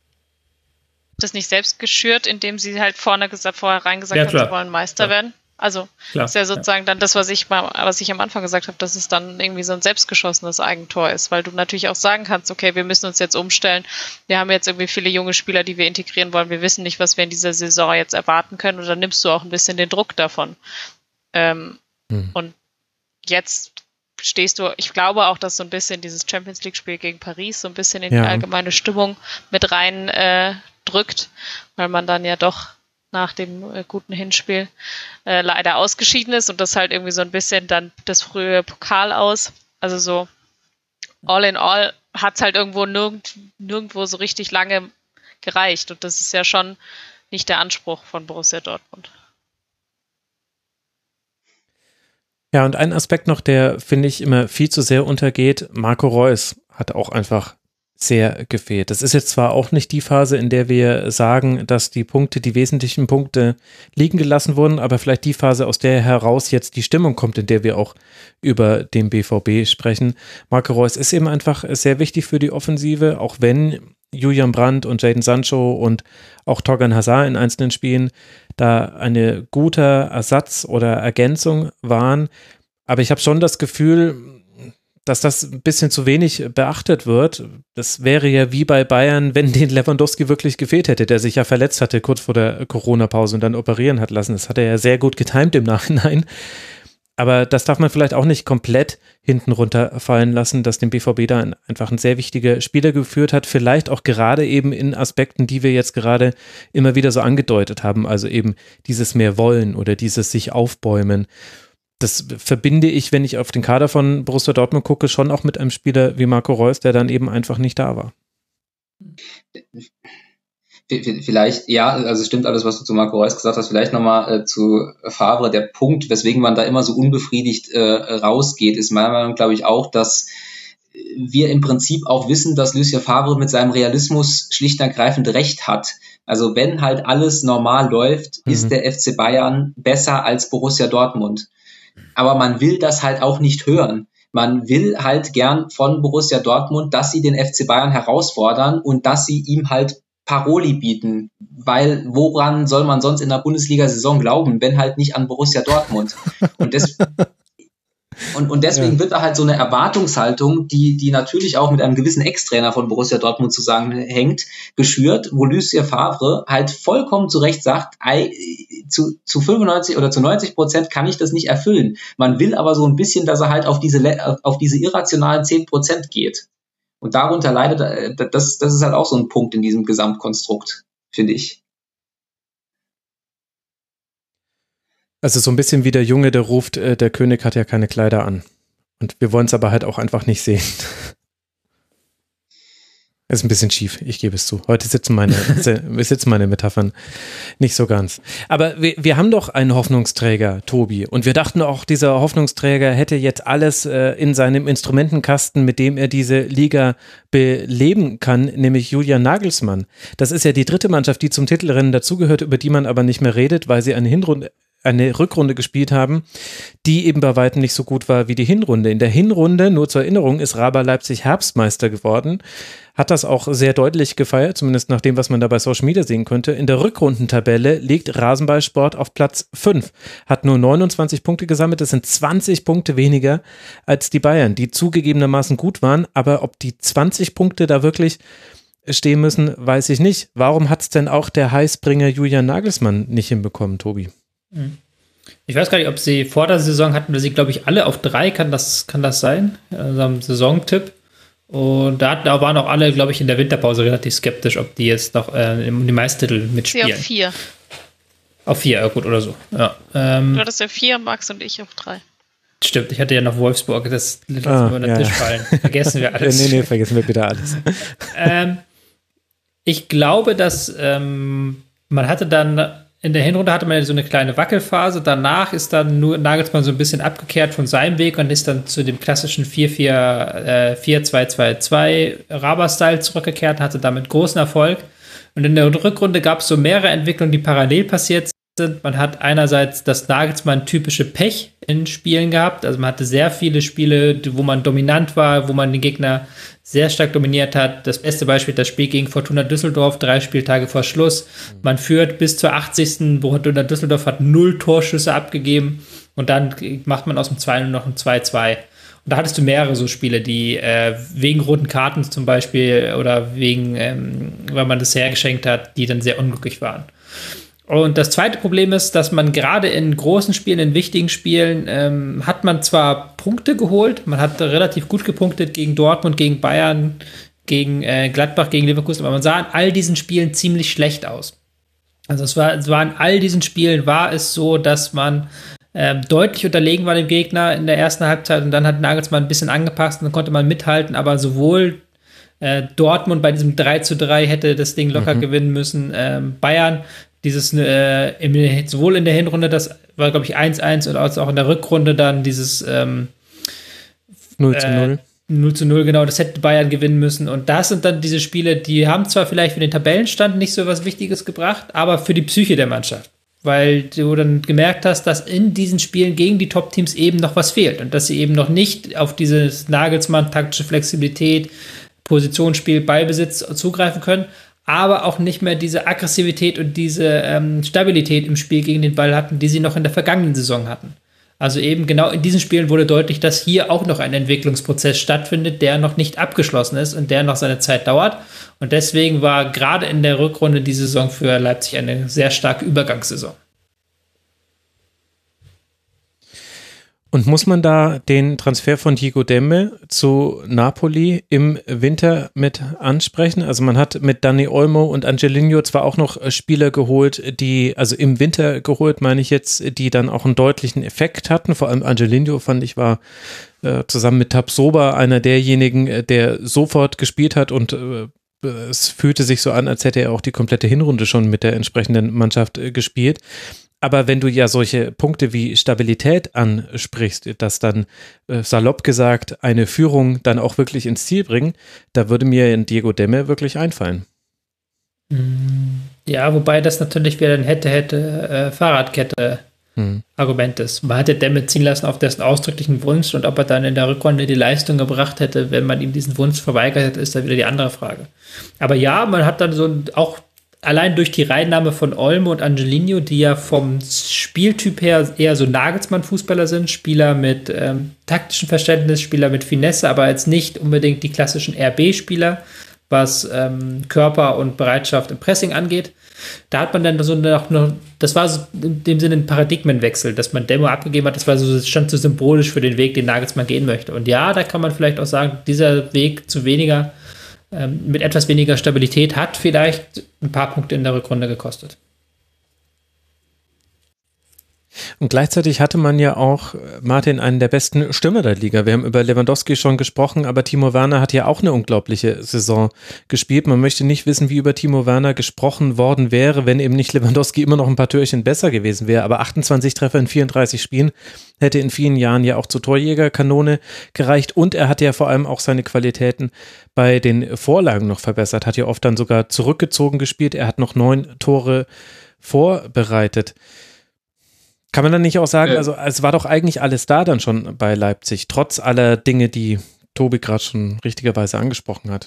Das nicht selbst geschürt, indem sie halt vorne gesagt, vorher reingesagt ja, haben, sie wollen Meister ja. werden? Also klar, ist ja sozusagen ja. dann das, was ich mal, was ich am Anfang gesagt habe, dass es dann irgendwie so ein selbstgeschossenes Eigentor ist, weil du natürlich auch sagen kannst, okay, wir müssen uns jetzt umstellen, wir haben jetzt irgendwie viele junge Spieler, die wir integrieren wollen, wir wissen nicht, was wir in dieser Saison jetzt erwarten können und dann nimmst du auch ein bisschen den Druck davon. Ähm, hm. Und jetzt stehst du, ich glaube auch, dass so ein bisschen dieses Champions-League-Spiel gegen Paris so ein bisschen in ja. die allgemeine Stimmung mit rein äh, drückt, weil man dann ja doch nach dem äh, guten Hinspiel äh, leider ausgeschieden ist und das halt irgendwie so ein bisschen dann das frühe Pokal aus. Also so all in all hat es halt irgendwo nirgend, nirgendwo so richtig lange gereicht und das ist ja schon nicht der Anspruch von Borussia Dortmund. Ja, und ein Aspekt noch, der, finde ich, immer viel zu sehr untergeht, Marco Reus hat auch einfach sehr gefehlt. Das ist jetzt zwar auch nicht die Phase, in der wir sagen, dass die Punkte, die wesentlichen Punkte liegen gelassen wurden, aber vielleicht die Phase, aus der heraus jetzt die Stimmung kommt, in der wir auch über den B V B sprechen. Marco Reus ist eben einfach sehr wichtig für die Offensive, auch wenn Julian Brandt und Jadon Sancho und auch Thorgan Hazard in einzelnen Spielen da eine gute Ersatz oder Ergänzung waren. Aber ich habe schon das Gefühl, dass das ein bisschen zu wenig beachtet wird. Das wäre ja wie bei Bayern, wenn den Lewandowski wirklich gefehlt hätte, der sich ja verletzt hatte kurz vor der Corona-Pause und dann operieren hat lassen. Das hat er ja sehr gut getimt im Nachhinein. Aber das darf man vielleicht auch nicht komplett hinten runterfallen lassen, dass dem B V B da einfach ein sehr wichtiger Spieler geführt hat, vielleicht auch gerade eben in Aspekten, die wir jetzt gerade immer wieder so angedeutet haben, also eben dieses mehr Wollen oder dieses sich aufbäumen. Das verbinde ich, wenn ich auf den Kader von Borussia Dortmund gucke, schon auch mit einem Spieler wie Marco Reus, der dann eben einfach nicht da war. Vielleicht, ja, also stimmt alles, was du zu Marco Reus gesagt hast, vielleicht nochmal äh, zu Favre. Der Punkt, weswegen man da immer so unbefriedigt äh, rausgeht, ist meiner Meinung nach, glaube ich, auch, dass wir im Prinzip auch wissen, dass Lucien Favre mit seinem Realismus schlicht und ergreifend recht hat. Also wenn halt alles normal läuft, mhm. ist der F C Bayern besser als Borussia Dortmund. Aber man will das halt auch nicht hören. Man will halt gern von Borussia Dortmund, dass sie den F C Bayern herausfordern und dass sie ihm halt Paroli bieten, weil woran soll man sonst in der Bundesliga-Saison glauben, wenn halt nicht an Borussia Dortmund? Und, des, und, und deswegen ja. wird da halt so eine Erwartungshaltung, die, die natürlich auch mit einem gewissen Ex-Trainer von Borussia Dortmund zusammenhängt, geschürt, wo Lucien Favre halt vollkommen zu Recht sagt, zu, zu fünfundneunzig oder zu neunzig Prozent kann ich das nicht erfüllen. Man will aber so ein bisschen, dass er halt auf diese, auf diese irrationalen zehn Prozent geht. Und darunter leidet, das, das ist halt auch so ein Punkt in diesem Gesamtkonstrukt, finde ich. Also so ein bisschen wie der Junge, der ruft, äh, der König hat ja keine Kleider an. Und wir wollen es aber halt auch einfach nicht sehen. Ist ein bisschen schief, ich gebe es zu. Heute sitzen meine, sitzen meine Metaphern nicht so ganz. Aber wir, wir haben doch einen Hoffnungsträger, Tobi. Und wir dachten auch, dieser Hoffnungsträger hätte jetzt alles äh, in seinem Instrumentenkasten, mit dem er diese Liga beleben kann, nämlich Julian Nagelsmann. Das ist ja die dritte Mannschaft, die zum Titelrennen dazugehört, über die man aber nicht mehr redet, weil sie eine Hinrunde eine Rückrunde gespielt haben, die eben bei weitem nicht so gut war wie die Hinrunde. In der Hinrunde, nur zur Erinnerung, ist R B Leipzig Herbstmeister geworden, hat das auch sehr deutlich gefeiert, zumindest nach dem, was man da bei Social Media sehen konnte. In der Rückrundentabelle liegt Rasenballsport auf Platz fünf, hat nur neunundzwanzig Punkte gesammelt, das sind zwanzig Punkte weniger als die Bayern, die zugegebenermaßen gut waren, aber ob die zwanzig Punkte da wirklich stehen müssen, weiß ich nicht. Warum hat es denn auch der Heißbringer Julian Nagelsmann nicht hinbekommen, Tobi? Ich weiß gar nicht, ob sie vor der Saison hatten, sie, glaube ich, alle auf drei, kann das, kann das sein? Also am Saisontipp. Und da, hatten, da waren auch alle, glaube ich, in der Winterpause relativ skeptisch, ob die jetzt noch äh, um die Meistertitel mitspielen. Sie auf vier. Auf vier, ja gut, oder so. Ja, ähm, du hattest ja vier, Max und ich auf drei. Stimmt, ich hatte ja noch Wolfsburg, das lässt ah, über den ja, Tisch ja. fallen. Vergessen wir alles. nee, nee, vergessen wir bitte alles. ähm, ich glaube, dass ähm, man hatte dann in der Hinrunde hatte man so eine kleine Wackelphase. Danach ist dann nur Nagelsmann so ein bisschen abgekehrt von seinem Weg und ist dann zu dem klassischen vier vier zwei zwei zwei Raber-Style zurückgekehrt, hatte damit großen Erfolg. Und in der Rückrunde gab es so mehrere Entwicklungen, die parallel passiert sind. Man hat einerseits das Nagelsmann-typische Pech in Spielen gehabt. Also man hatte sehr viele Spiele, wo man dominant war, wo man den Gegner sehr stark dominiert hat. Das beste Beispiel, das Spiel gegen Fortuna Düsseldorf, drei Spieltage vor Schluss. Man führt bis zur achtzigsten Fortuna Düsseldorf hat null Torschüsse abgegeben und dann macht man aus dem zwei null noch ein zwei zwei. Und da hattest du mehrere so Spiele, die äh, wegen roten Karten zum Beispiel oder wegen, ähm, weil man das hergeschenkt hat, die dann sehr unglücklich waren. Und das zweite Problem ist, dass man gerade in großen Spielen, in wichtigen Spielen, ähm, hat man zwar Punkte geholt, man hat relativ gut gepunktet gegen Dortmund, gegen Bayern, gegen äh, Gladbach, gegen Leverkusen, aber man sah in all diesen Spielen ziemlich schlecht aus. Also es war, es war in all diesen Spielen war es so, dass man ähm, deutlich unterlegen war dem Gegner in der ersten Halbzeit und dann hat Nagelsmann ein bisschen angepasst und dann konnte man mithalten, aber sowohl äh, Dortmund bei diesem drei zu drei hätte das Ding locker mhm. gewinnen müssen, ähm, Bayern dieses äh, im, sowohl in der Hinrunde, das war glaube ich eins eins und auch in der Rückrunde dann dieses ähm, null zu null. Äh, null zu null, genau, das hätte Bayern gewinnen müssen. Und das sind dann diese Spiele, die haben zwar vielleicht für den Tabellenstand nicht so was Wichtiges gebracht, aber für die Psyche der Mannschaft. Weil du dann gemerkt hast, dass in diesen Spielen gegen die Top-Teams eben noch was fehlt und dass sie eben noch nicht auf dieses Nagelsmann, taktische Flexibilität, Positionsspiel, Ballbesitz zugreifen können, aber auch nicht mehr diese Aggressivität und diese ähm, Stabilität im Spiel gegen den Ball hatten, die sie noch in der vergangenen Saison hatten. Also eben genau in diesen Spielen wurde deutlich, dass hier auch noch ein Entwicklungsprozess stattfindet, der noch nicht abgeschlossen ist und der noch seine Zeit dauert. Und deswegen war gerade in der Rückrunde die Saison für Leipzig eine sehr starke Übergangssaison. Und muss man da den Transfer von Diego Demme zu Napoli im Winter mit ansprechen? Also man hat mit Dani Olmo und Angelino zwar auch noch Spieler geholt, die, also im Winter geholt, meine ich jetzt, die dann auch einen deutlichen Effekt hatten. Vor allem Angelino, fand ich, war äh, zusammen mit Tapsoba einer derjenigen, der sofort gespielt hat und äh, es fühlte sich so an, als hätte er auch die komplette Hinrunde schon mit der entsprechenden Mannschaft äh, gespielt. Aber wenn du ja solche Punkte wie Stabilität ansprichst, dass dann äh, salopp gesagt eine Führung dann auch wirklich ins Ziel bringen, da würde mir in Diego Demme wirklich einfallen. Ja, wobei das natürlich wieder ein hätte, hätte äh, Fahrradkette hm. Argument ist. Man hätte Demme ziehen lassen auf dessen ausdrücklichen Wunsch und ob er dann in der Rückrunde die Leistung gebracht hätte, wenn man ihm diesen Wunsch verweigert hätte, ist da wieder die andere Frage. Aber ja, man hat dann so auch allein durch die Reinnahme von Olmo und Angelino, die ja vom Spieltyp her eher so Nagelsmann-Fußballer sind, Spieler mit ähm, taktischem Verständnis, Spieler mit Finesse, aber jetzt nicht unbedingt die klassischen R B-Spieler, was ähm, Körper und Bereitschaft im Pressing angeht. Da hat man dann so noch, noch das war so in dem Sinne ein Paradigmenwechsel, dass man Demo abgegeben hat, das war so, das stand so symbolisch für den Weg, den Nagelsmann gehen möchte. Und ja, da kann man vielleicht auch sagen, dieser Weg zu weniger mit etwas weniger Stabilität hat vielleicht ein paar Punkte in der Rückrunde gekostet. Und gleichzeitig hatte man ja auch, Martin, einen der besten Stürmer der Liga. Wir haben über Lewandowski schon gesprochen, aber Timo Werner hat ja auch eine unglaubliche Saison gespielt. Man möchte nicht wissen, wie über Timo Werner gesprochen worden wäre, wenn eben nicht Lewandowski immer noch ein paar Türchen besser gewesen wäre. Aber achtundzwanzig Treffer in vierunddreißig Spielen hätte in vielen Jahren ja auch zur Torjägerkanone gereicht. Und er hat ja vor allem auch seine Qualitäten bei den Vorlagen noch verbessert. Hat ja oft dann sogar zurückgezogen gespielt. Er hat noch neun Tore vorbereitet. Kann man dann nicht auch sagen, also es war doch eigentlich alles da dann schon bei Leipzig, trotz aller Dinge, die Tobi gerade schon richtigerweise angesprochen hat?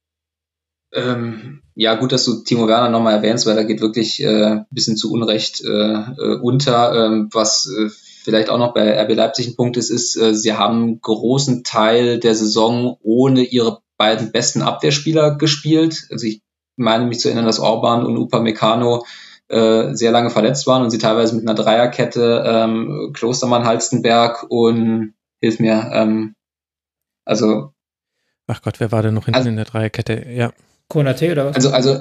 Ähm, ja, gut, dass du Timo Werner nochmal erwähnst, weil da geht wirklich äh, ein bisschen zu Unrecht äh, unter. Ähm, was äh, vielleicht auch noch bei R B Leipzig ein Punkt ist, ist, äh, sie haben einen großen Teil der Saison ohne ihre beiden besten Abwehrspieler gespielt. Also ich meine mich zu erinnern, dass Orban und Upamecano sehr lange verletzt waren und sie teilweise mit einer Dreierkette ähm, Klostermann, Halstenberg und hilf mir, ähm, also ach Gott, wer war denn noch hinten also, in der Dreierkette? Ja. Konate oder was? Also, also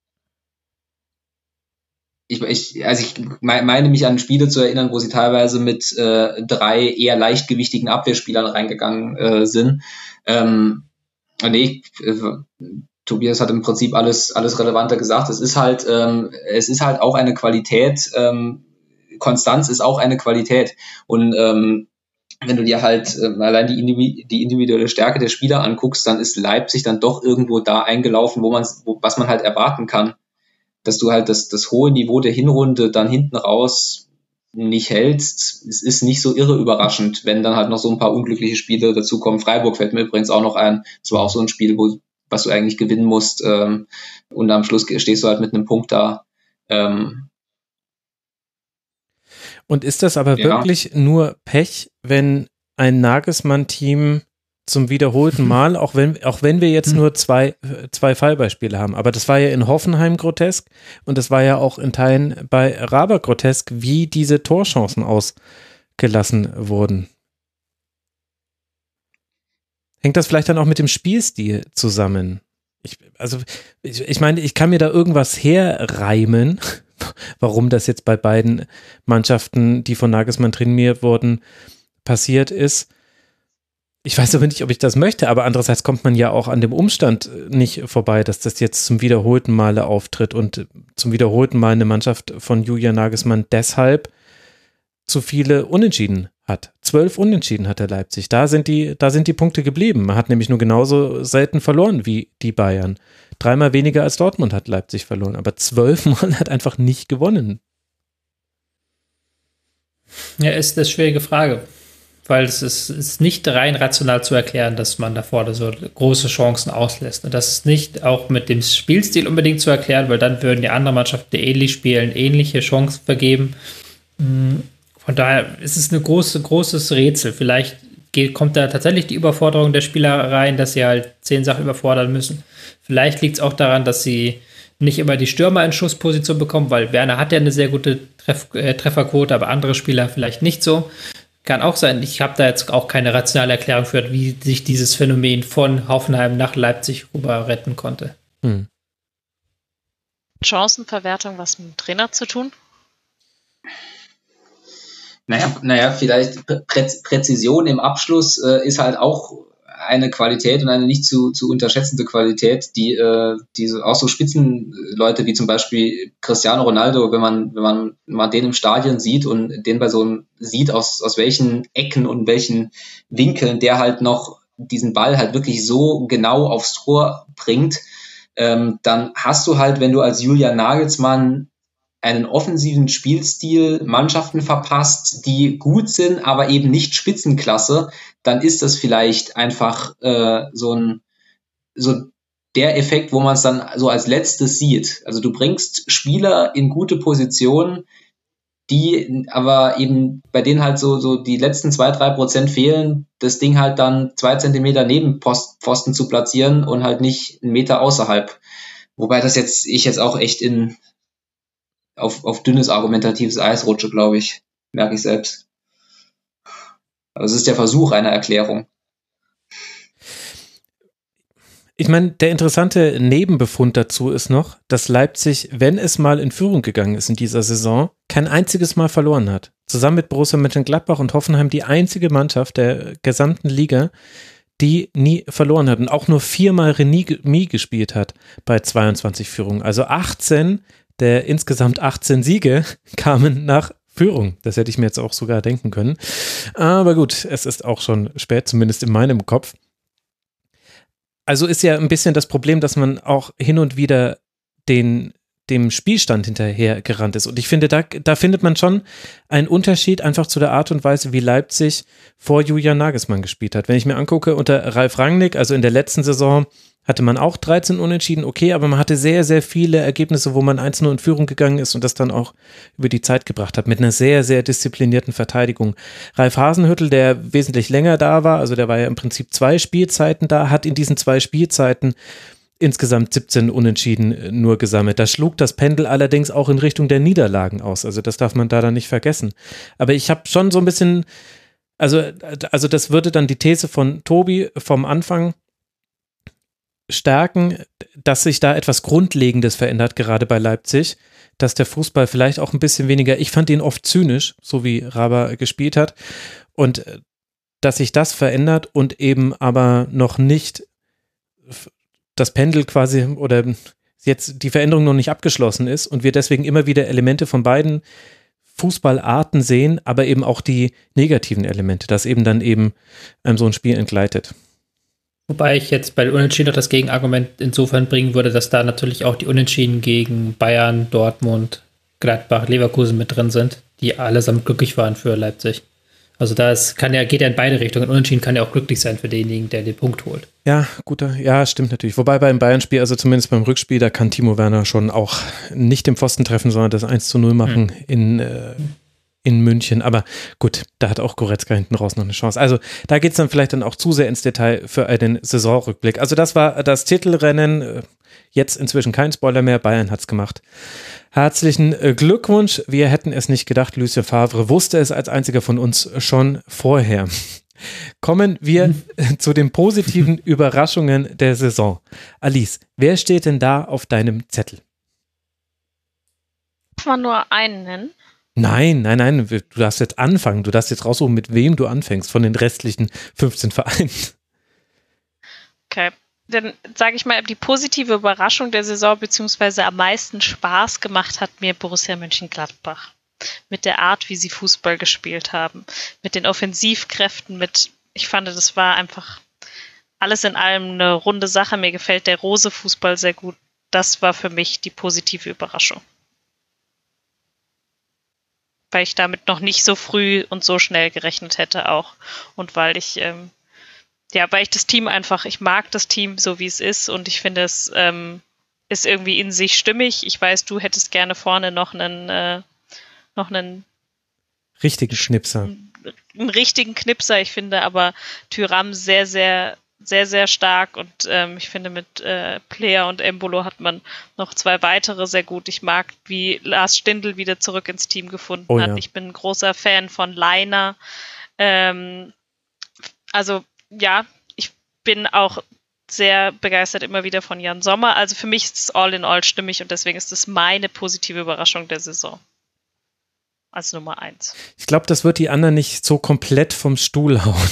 ich, ich, also ich meine mich an Spiele zu erinnern, wo sie teilweise mit äh, drei eher leichtgewichtigen Abwehrspielern reingegangen äh, sind. Ähm, nee, ich, äh, Tobias hat im Prinzip alles alles Relevante gesagt. Es ist halt ähm, es ist halt auch eine Qualität. Ähm, Konstanz ist auch eine Qualität. Und ähm, wenn du dir halt äh, allein die, Individu- die individuelle Stärke der Spieler anguckst, dann ist Leipzig dann doch irgendwo da eingelaufen, wo man wo, was man halt erwarten kann, dass du halt das das hohe Niveau der Hinrunde dann hinten raus nicht hältst. Es ist nicht so irre überraschend, wenn dann halt noch so ein paar unglückliche Spiele dazukommen. Freiburg fällt mir übrigens auch noch ein. Es war auch so ein Spiel, wo was du eigentlich gewinnen musst, ähm, und am Schluss stehst du halt mit einem Punkt da. Ähm, und ist das aber ja. wirklich nur Pech, wenn ein Nagelsmann-Team zum wiederholten Mal, auch wenn, auch wenn wir jetzt nur zwei, zwei Fallbeispiele haben, aber das war ja in Hoffenheim grotesk und das war ja auch in Teilen bei Raber grotesk, wie diese Torchancen ausgelassen wurden. Hängt das vielleicht dann auch mit dem Spielstil zusammen? Ich, also, ich, ich meine, ich kann mir da irgendwas herreimen, warum das jetzt bei beiden Mannschaften, die von Nagelsmann trainiert wurden, passiert ist. Ich weiß aber nicht, ob ich das möchte, aber andererseits kommt man ja auch an dem Umstand nicht vorbei, dass das jetzt zum wiederholten Male auftritt und zum wiederholten Mal eine Mannschaft von Julian Nagelsmann deshalb zu viele Unentschieden hat. Zwölf Unentschieden hat der Leipzig. Da sind die, da sind die Punkte geblieben. Man hat nämlich nur genauso selten verloren wie die Bayern. Dreimal weniger als Dortmund hat Leipzig verloren, aber zwölfmal hat einfach nicht gewonnen. Ja, ist eine schwierige Frage. Weil es ist, ist nicht rein rational zu erklären, dass man da vorne so große Chancen auslässt. Und das ist nicht auch mit dem Spielstil unbedingt zu erklären, weil dann würden die anderen Mannschaften, die ähnlich spielen, ähnliche Chancen vergeben. Von daher ist es ein große, großes Rätsel. Vielleicht geht, kommt da tatsächlich die Überforderung der Spieler rein, dass sie halt zehn Sachen überfordern müssen. Vielleicht liegt es auch daran, dass sie nicht immer die Stürmer in Schussposition bekommen, weil Werner hat ja eine sehr gute Treff, äh, Trefferquote, aber andere Spieler vielleicht nicht so. Kann auch sein. Ich habe da jetzt auch keine rationale Erklärung für, wie sich dieses Phänomen von Hoffenheim nach Leipzig rüber retten konnte. Hm. Chancenverwertung, was mit dem Trainer zu tun? Naja, naja vielleicht Prä- Präzision im Abschluss äh, ist halt auch eine Qualität und eine nicht zu, zu unterschätzende Qualität, die, äh, die so, auch so Spitzenleute wie zum Beispiel Cristiano Ronaldo, wenn man, wenn man mal den im Stadion sieht und den bei so einem sieht, aus, aus welchen Ecken und welchen Winkeln der halt noch diesen Ball halt wirklich so genau aufs Tor bringt, ähm, dann hast du halt, wenn du als Julian Nagelsmann einen offensiven Spielstil Mannschaften verpasst, die gut sind, aber eben nicht Spitzenklasse, dann ist das vielleicht einfach äh, so ein so der Effekt, wo man es dann so als letztes sieht. Also du bringst Spieler in gute Positionen, die aber eben bei denen halt so so die letzten zwei, drei Prozent fehlen, das Ding halt dann zwei Zentimeter neben Post, Pfosten zu platzieren und halt nicht einen Meter außerhalb. Wobei das jetzt ich jetzt auch echt in auf, auf dünnes argumentatives Eis rutsche, glaube ich. Merke ich selbst. Also es ist der Versuch einer Erklärung. Ich meine, der interessante Nebenbefund dazu ist noch, dass Leipzig, wenn es mal in Führung gegangen ist in dieser Saison, kein einziges Mal verloren hat. Zusammen mit Borussia Mönchengladbach und Hoffenheim die einzige Mannschaft der gesamten Liga, die nie verloren hat und auch nur viermal Remis gespielt hat bei zweiundzwanzig Führungen. Also achtzehn der insgesamt achtzehn Siege kamen nach Führung. Das hätte ich mir jetzt auch sogar denken können. Aber gut, es ist auch schon spät, zumindest in meinem Kopf. Also ist ja ein bisschen das Problem, dass man auch hin und wieder den, dem Spielstand hinterher gerannt ist. Und ich finde, da, da findet man schon einen Unterschied einfach zu der Art und Weise, wie Leipzig vor Julian Nagelsmann gespielt hat. Wenn ich mir angucke, unter Ralf Rangnick, also in der letzten Saison, hatte man auch dreizehn Unentschieden, okay, aber man hatte sehr, sehr viele Ergebnisse, wo man eins null in Führung gegangen ist und das dann auch über die Zeit gebracht hat, mit einer sehr, sehr disziplinierten Verteidigung. Ralf Hasenhüttl, der wesentlich länger da war, also der war ja im Prinzip zwei Spielzeiten da, hat in diesen zwei Spielzeiten insgesamt siebzehn Unentschieden nur gesammelt. Da schlug das Pendel allerdings auch in Richtung der Niederlagen aus, also das darf man da dann nicht vergessen. Aber ich habe schon so ein bisschen, also, also das würde dann die These von Tobi vom Anfang stärken, dass sich da etwas Grundlegendes verändert, gerade bei Leipzig, dass der Fußball vielleicht auch ein bisschen weniger, ich fand ihn oft zynisch, so wie Raba gespielt hat, und dass sich das verändert und eben aber noch nicht das Pendel quasi oder jetzt die Veränderung noch nicht abgeschlossen ist und wir deswegen immer wieder Elemente von beiden Fußballarten sehen, aber eben auch die negativen Elemente, dass eben dann eben ähm, so ein Spiel entgleitet. Wobei ich jetzt bei den Unentschieden noch das Gegenargument insofern bringen würde, dass da natürlich auch die Unentschieden gegen Bayern, Dortmund, Gladbach, Leverkusen mit drin sind, die allesamt glücklich waren für Leipzig. Also da kann ja, geht ja in beide Richtungen. Unentschieden kann ja auch glücklich sein für denjenigen, der den Punkt holt. Ja, guter, ja, stimmt natürlich. Wobei beim Bayern-Spiel, also zumindest beim Rückspiel, da kann Timo Werner schon auch nicht den Pfosten treffen, sondern das eins zu null machen hm. in äh, in München, aber gut, da hat auch Goretzka hinten raus noch eine Chance. Also da geht es dann vielleicht dann auch zu sehr ins Detail für einen Saisonrückblick. Also das war das Titelrennen, jetzt inzwischen kein Spoiler mehr, Bayern hat's gemacht. Herzlichen Glückwunsch, wir hätten es nicht gedacht, Lucien Favre wusste es als einziger von uns schon vorher. Kommen wir mhm. zu den positiven Überraschungen der Saison. Alice, wer steht denn da auf deinem Zettel? man nur einen nennen? Nein, nein, nein, du darfst jetzt anfangen. Du darfst jetzt raussuchen, mit wem du anfängst von den restlichen fünfzehn Vereinen. Okay, dann sage ich mal, die positive Überraschung der Saison beziehungsweise am meisten Spaß gemacht hat mir Borussia Mönchengladbach. Mit der Art, wie sie Fußball gespielt haben, mit den Offensivkräften, mit, ich fand, das war einfach alles in allem eine runde Sache. Mir gefällt der Rose-Fußball sehr gut. Das war für mich die positive Überraschung. Weil ich damit noch nicht so früh und so schnell gerechnet hätte auch. Und weil ich, ähm, ja, weil ich das Team einfach, ich mag das Team so, wie es ist und ich finde, es ähm, ist irgendwie in sich stimmig. Ich weiß, du hättest gerne vorne noch einen, äh, noch einen richtigen Schnipser. Einen, einen richtigen Knipser. Ich finde aber Thuram sehr, sehr sehr, sehr stark und ähm, ich finde, mit äh, Player und Embolo hat man noch zwei weitere sehr gut. Ich mag, wie Lars Stindl wieder zurück ins Team gefunden oh, hat. Ja. Ich bin ein großer Fan von Leiner. Ähm, also, ja, ich bin auch sehr begeistert immer wieder von Jan Sommer. Also für mich ist es all in all stimmig und deswegen ist es meine positive Überraschung der Saison. Als Nummer eins. Ich glaube, das wird die anderen nicht so komplett vom Stuhl hauen.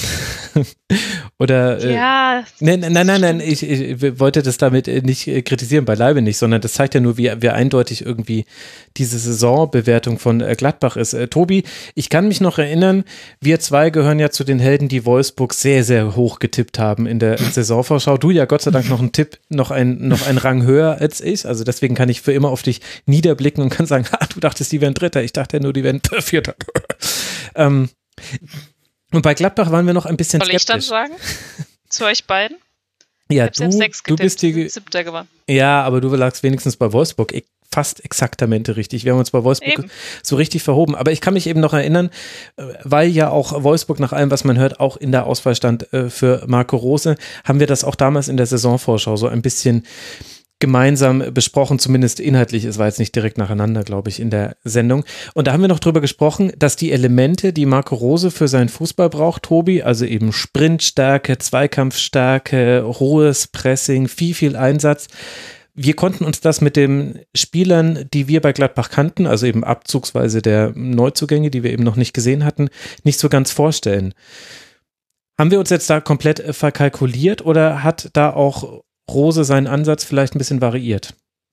Oder ja, äh, nein, nein, nein, nein, ich, ich wollte das damit nicht kritisieren, beileibe nicht, sondern das zeigt ja nur, wie, wie eindeutig irgendwie diese Saisonbewertung von Gladbach ist. Äh, Tobi, ich kann mich noch erinnern, wir zwei gehören ja zu den Helden, die Wolfsburg sehr, sehr hoch getippt haben in der Saisonvorschau. Du ja Gott sei Dank noch einen Tipp, noch ein, noch einen Rang höher als ich, also deswegen kann ich für immer auf dich niederblicken und kann sagen, ha, du dachtest, die wären Dritter, ich dachte ja nur, die wären Vierter. ähm, Und bei Gladbach waren wir noch ein bisschen skeptisch. Soll ich dann sagen? Zu euch beiden? Ja, ich du, sechs du bist die siebter gewonnen. Ja, aber du lagst wenigstens bei Wolfsburg fast exaktamente richtig. Wir haben uns bei Wolfsburg eben so richtig verhoben. Aber ich kann mich eben noch erinnern, weil ja auch Wolfsburg nach allem, was man hört, auch in der Auswahl stand für Marco Rose, haben wir das auch damals in der Saisonvorschau so ein bisschen gemeinsam besprochen, zumindest inhaltlich, es war jetzt nicht direkt nacheinander, glaube ich, in der Sendung. Und da haben wir noch drüber gesprochen, dass die Elemente, die Marco Rose für seinen Fußball braucht, Tobi, also eben Sprintstärke, Zweikampfstärke, hohes Pressing, viel, viel Einsatz. Wir konnten uns das mit den Spielern, die wir bei Gladbach kannten, also eben abzugsweise der Neuzugänge, die wir eben noch nicht gesehen hatten, nicht so ganz vorstellen. Haben wir uns jetzt da komplett verkalkuliert oder hat da auch Rose seinen Ansatz vielleicht ein bisschen variiert?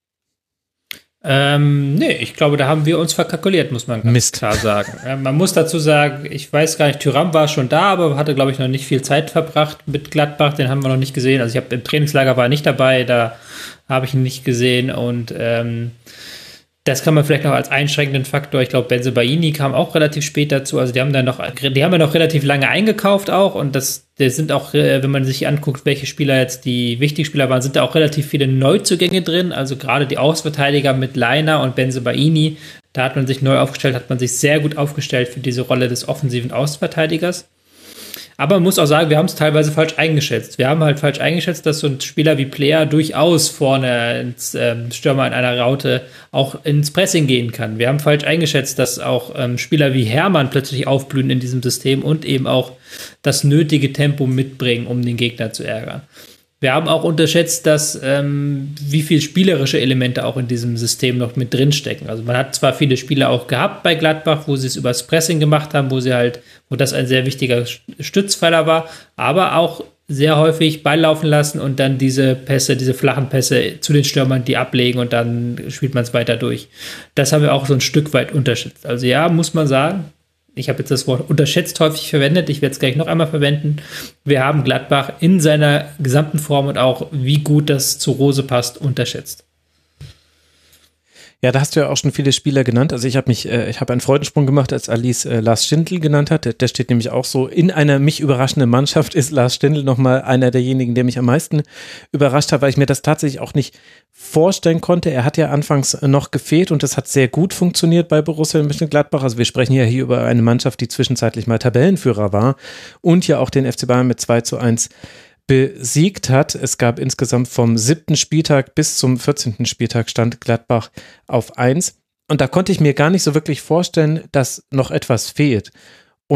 Ähm, nee, ich glaube, da haben wir uns verkalkuliert, muss man ganz Mist. klar sagen. Ja, man muss dazu sagen, ich weiß gar nicht, Thuram war schon da, aber hatte, glaube ich, noch nicht viel Zeit verbracht mit Gladbach, den haben wir noch nicht gesehen. Also ich habe im Trainingslager war er nicht dabei, da habe ich ihn nicht gesehen und ähm, das kann man vielleicht noch als einschränkenden Faktor. Ich glaube, Bensebaini kam auch relativ spät dazu. Also die haben dann noch, die haben ja noch relativ lange eingekauft auch. Und das, das sind auch, wenn man sich anguckt, welche Spieler jetzt die wichtigen Spieler waren, sind da auch relativ viele Neuzugänge drin. Also gerade die Außenverteidiger mit Leiner und Bensebaini. Da hat man sich neu aufgestellt, hat man sich sehr gut aufgestellt für diese Rolle des offensiven Außenverteidigers. Aber man muss auch sagen, wir haben es teilweise falsch eingeschätzt. Wir haben halt falsch eingeschätzt, dass so ein Spieler wie Player durchaus vorne ins ähm, Stürmer in einer Raute auch ins Pressing gehen kann. Wir haben falsch eingeschätzt, dass auch ähm, Spieler wie Hermann plötzlich aufblühen in diesem System und eben auch das nötige Tempo mitbringen, um den Gegner zu ärgern. Wir haben auch unterschätzt, dass ähm, wie viel spielerische Elemente auch in diesem System noch mit drinstecken. Also man hat zwar viele Spiele auch gehabt bei Gladbach, wo sie es übers Pressing gemacht haben, wo sie halt, wo das ein sehr wichtiger Stützpfeiler war, aber auch sehr häufig Ball laufen lassen und dann diese Pässe, diese flachen Pässe zu den Stürmern, die ablegen und dann spielt man es weiter durch. Das haben wir auch so ein Stück weit unterschätzt. Also ja, muss man sagen, ich habe jetzt das Wort unterschätzt häufig verwendet, ich werde es gleich noch einmal verwenden. Wir haben Gladbach in seiner gesamten Form und auch wie gut das zu Rose passt, unterschätzt. Ja, da hast du ja auch schon viele Spieler genannt. Also ich habe mich, äh, ich habe einen Freudensprung gemacht, als Alice äh, Lars Stindl genannt hat. Der, der steht nämlich auch so, in einer mich überraschenden Mannschaft ist Lars Stindl nochmal einer derjenigen, der mich am meisten überrascht hat, weil ich mir das tatsächlich auch nicht vorstellen konnte. Er hat ja anfangs noch gefehlt und das hat sehr gut funktioniert bei Borussia Mönchengladbach. Also wir sprechen ja hier über eine Mannschaft, die zwischenzeitlich mal Tabellenführer war und ja auch den F C Bayern mit zwei zu eins besiegt hat. Es gab insgesamt vom siebten Spieltag bis zum vierzehnten Spieltag stand Gladbach auf eins. Und da konnte ich mir gar nicht so wirklich vorstellen, dass noch etwas fehlt. Und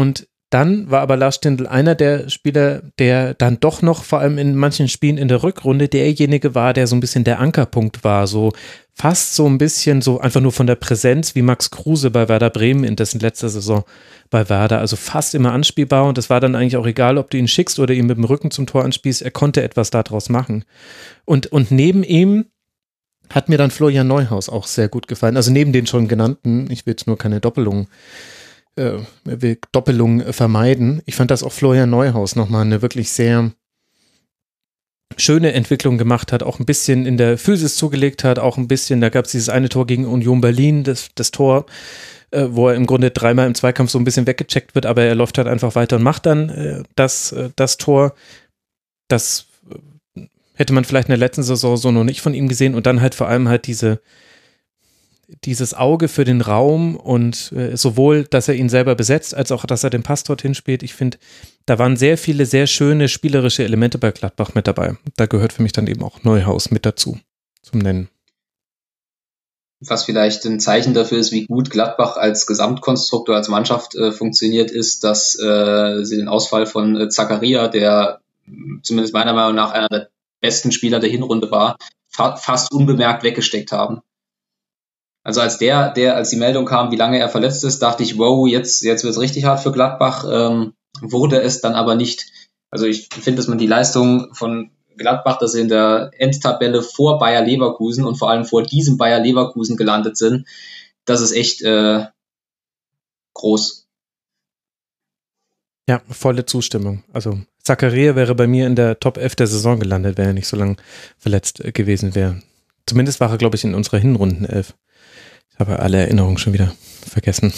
Dann war aber Lars Stindl einer der Spieler, der dann doch noch, vor allem in manchen Spielen in der Rückrunde, derjenige war, der so ein bisschen der Ankerpunkt war, so fast so ein bisschen so einfach nur von der Präsenz wie Max Kruse bei Werder Bremen in dessen letzter Saison bei Werder, also fast immer anspielbar und es war dann eigentlich auch egal, ob du ihn schickst oder ihn mit dem Rücken zum Tor anspielst, er konnte etwas daraus machen. Und, und neben ihm hat mir dann Florian Neuhaus auch sehr gut gefallen, also neben den schon genannten, ich will jetzt nur keine Doppelungen äh, will Doppelungen vermeiden. Ich fand, dass auch Florian Neuhaus nochmal eine wirklich sehr schöne Entwicklung gemacht hat, auch ein bisschen in der Physis zugelegt hat, auch ein bisschen, da gab es dieses eine Tor gegen Union Berlin, das, das Tor, äh, wo er im Grunde dreimal im Zweikampf so ein bisschen weggecheckt wird, aber er läuft halt einfach weiter und macht dann äh, das, äh, das Tor. Das äh, hätte man vielleicht in der letzten Saison so noch nicht von ihm gesehen und dann halt vor allem halt diese dieses Auge für den Raum und äh, sowohl, dass er ihn selber besetzt, als auch, dass er den Pass dorthin spielt. Ich finde, da waren sehr viele sehr schöne spielerische Elemente bei Gladbach mit dabei. Da gehört für mich dann eben auch Neuhaus mit dazu, zum Nennen. Was vielleicht ein Zeichen dafür ist, wie gut Gladbach als Gesamtkonstruktor, als Mannschaft äh, funktioniert, ist, dass äh, sie den Ausfall von äh, Zakaria, der zumindest meiner Meinung nach einer der besten Spieler der Hinrunde war, fa- fast unbemerkt weggesteckt haben. Also als der, der, als die Meldung kam, wie lange er verletzt ist, dachte ich, wow, jetzt, jetzt wird es richtig hart für Gladbach. Ähm, wurde es dann aber nicht. Also ich finde, dass man die Leistung von Gladbach, dass sie in der Endtabelle vor Bayer Leverkusen und vor allem vor diesem Bayer Leverkusen gelandet sind, das ist echt äh, groß. Ja, volle Zustimmung. Also Zakaria wäre bei mir in der Top elf der Saison gelandet, wenn er nicht so lange verletzt gewesen wäre. Zumindest war er, glaube ich, in unserer Hinrundenelf. Ich habe alle Erinnerungen schon wieder vergessen.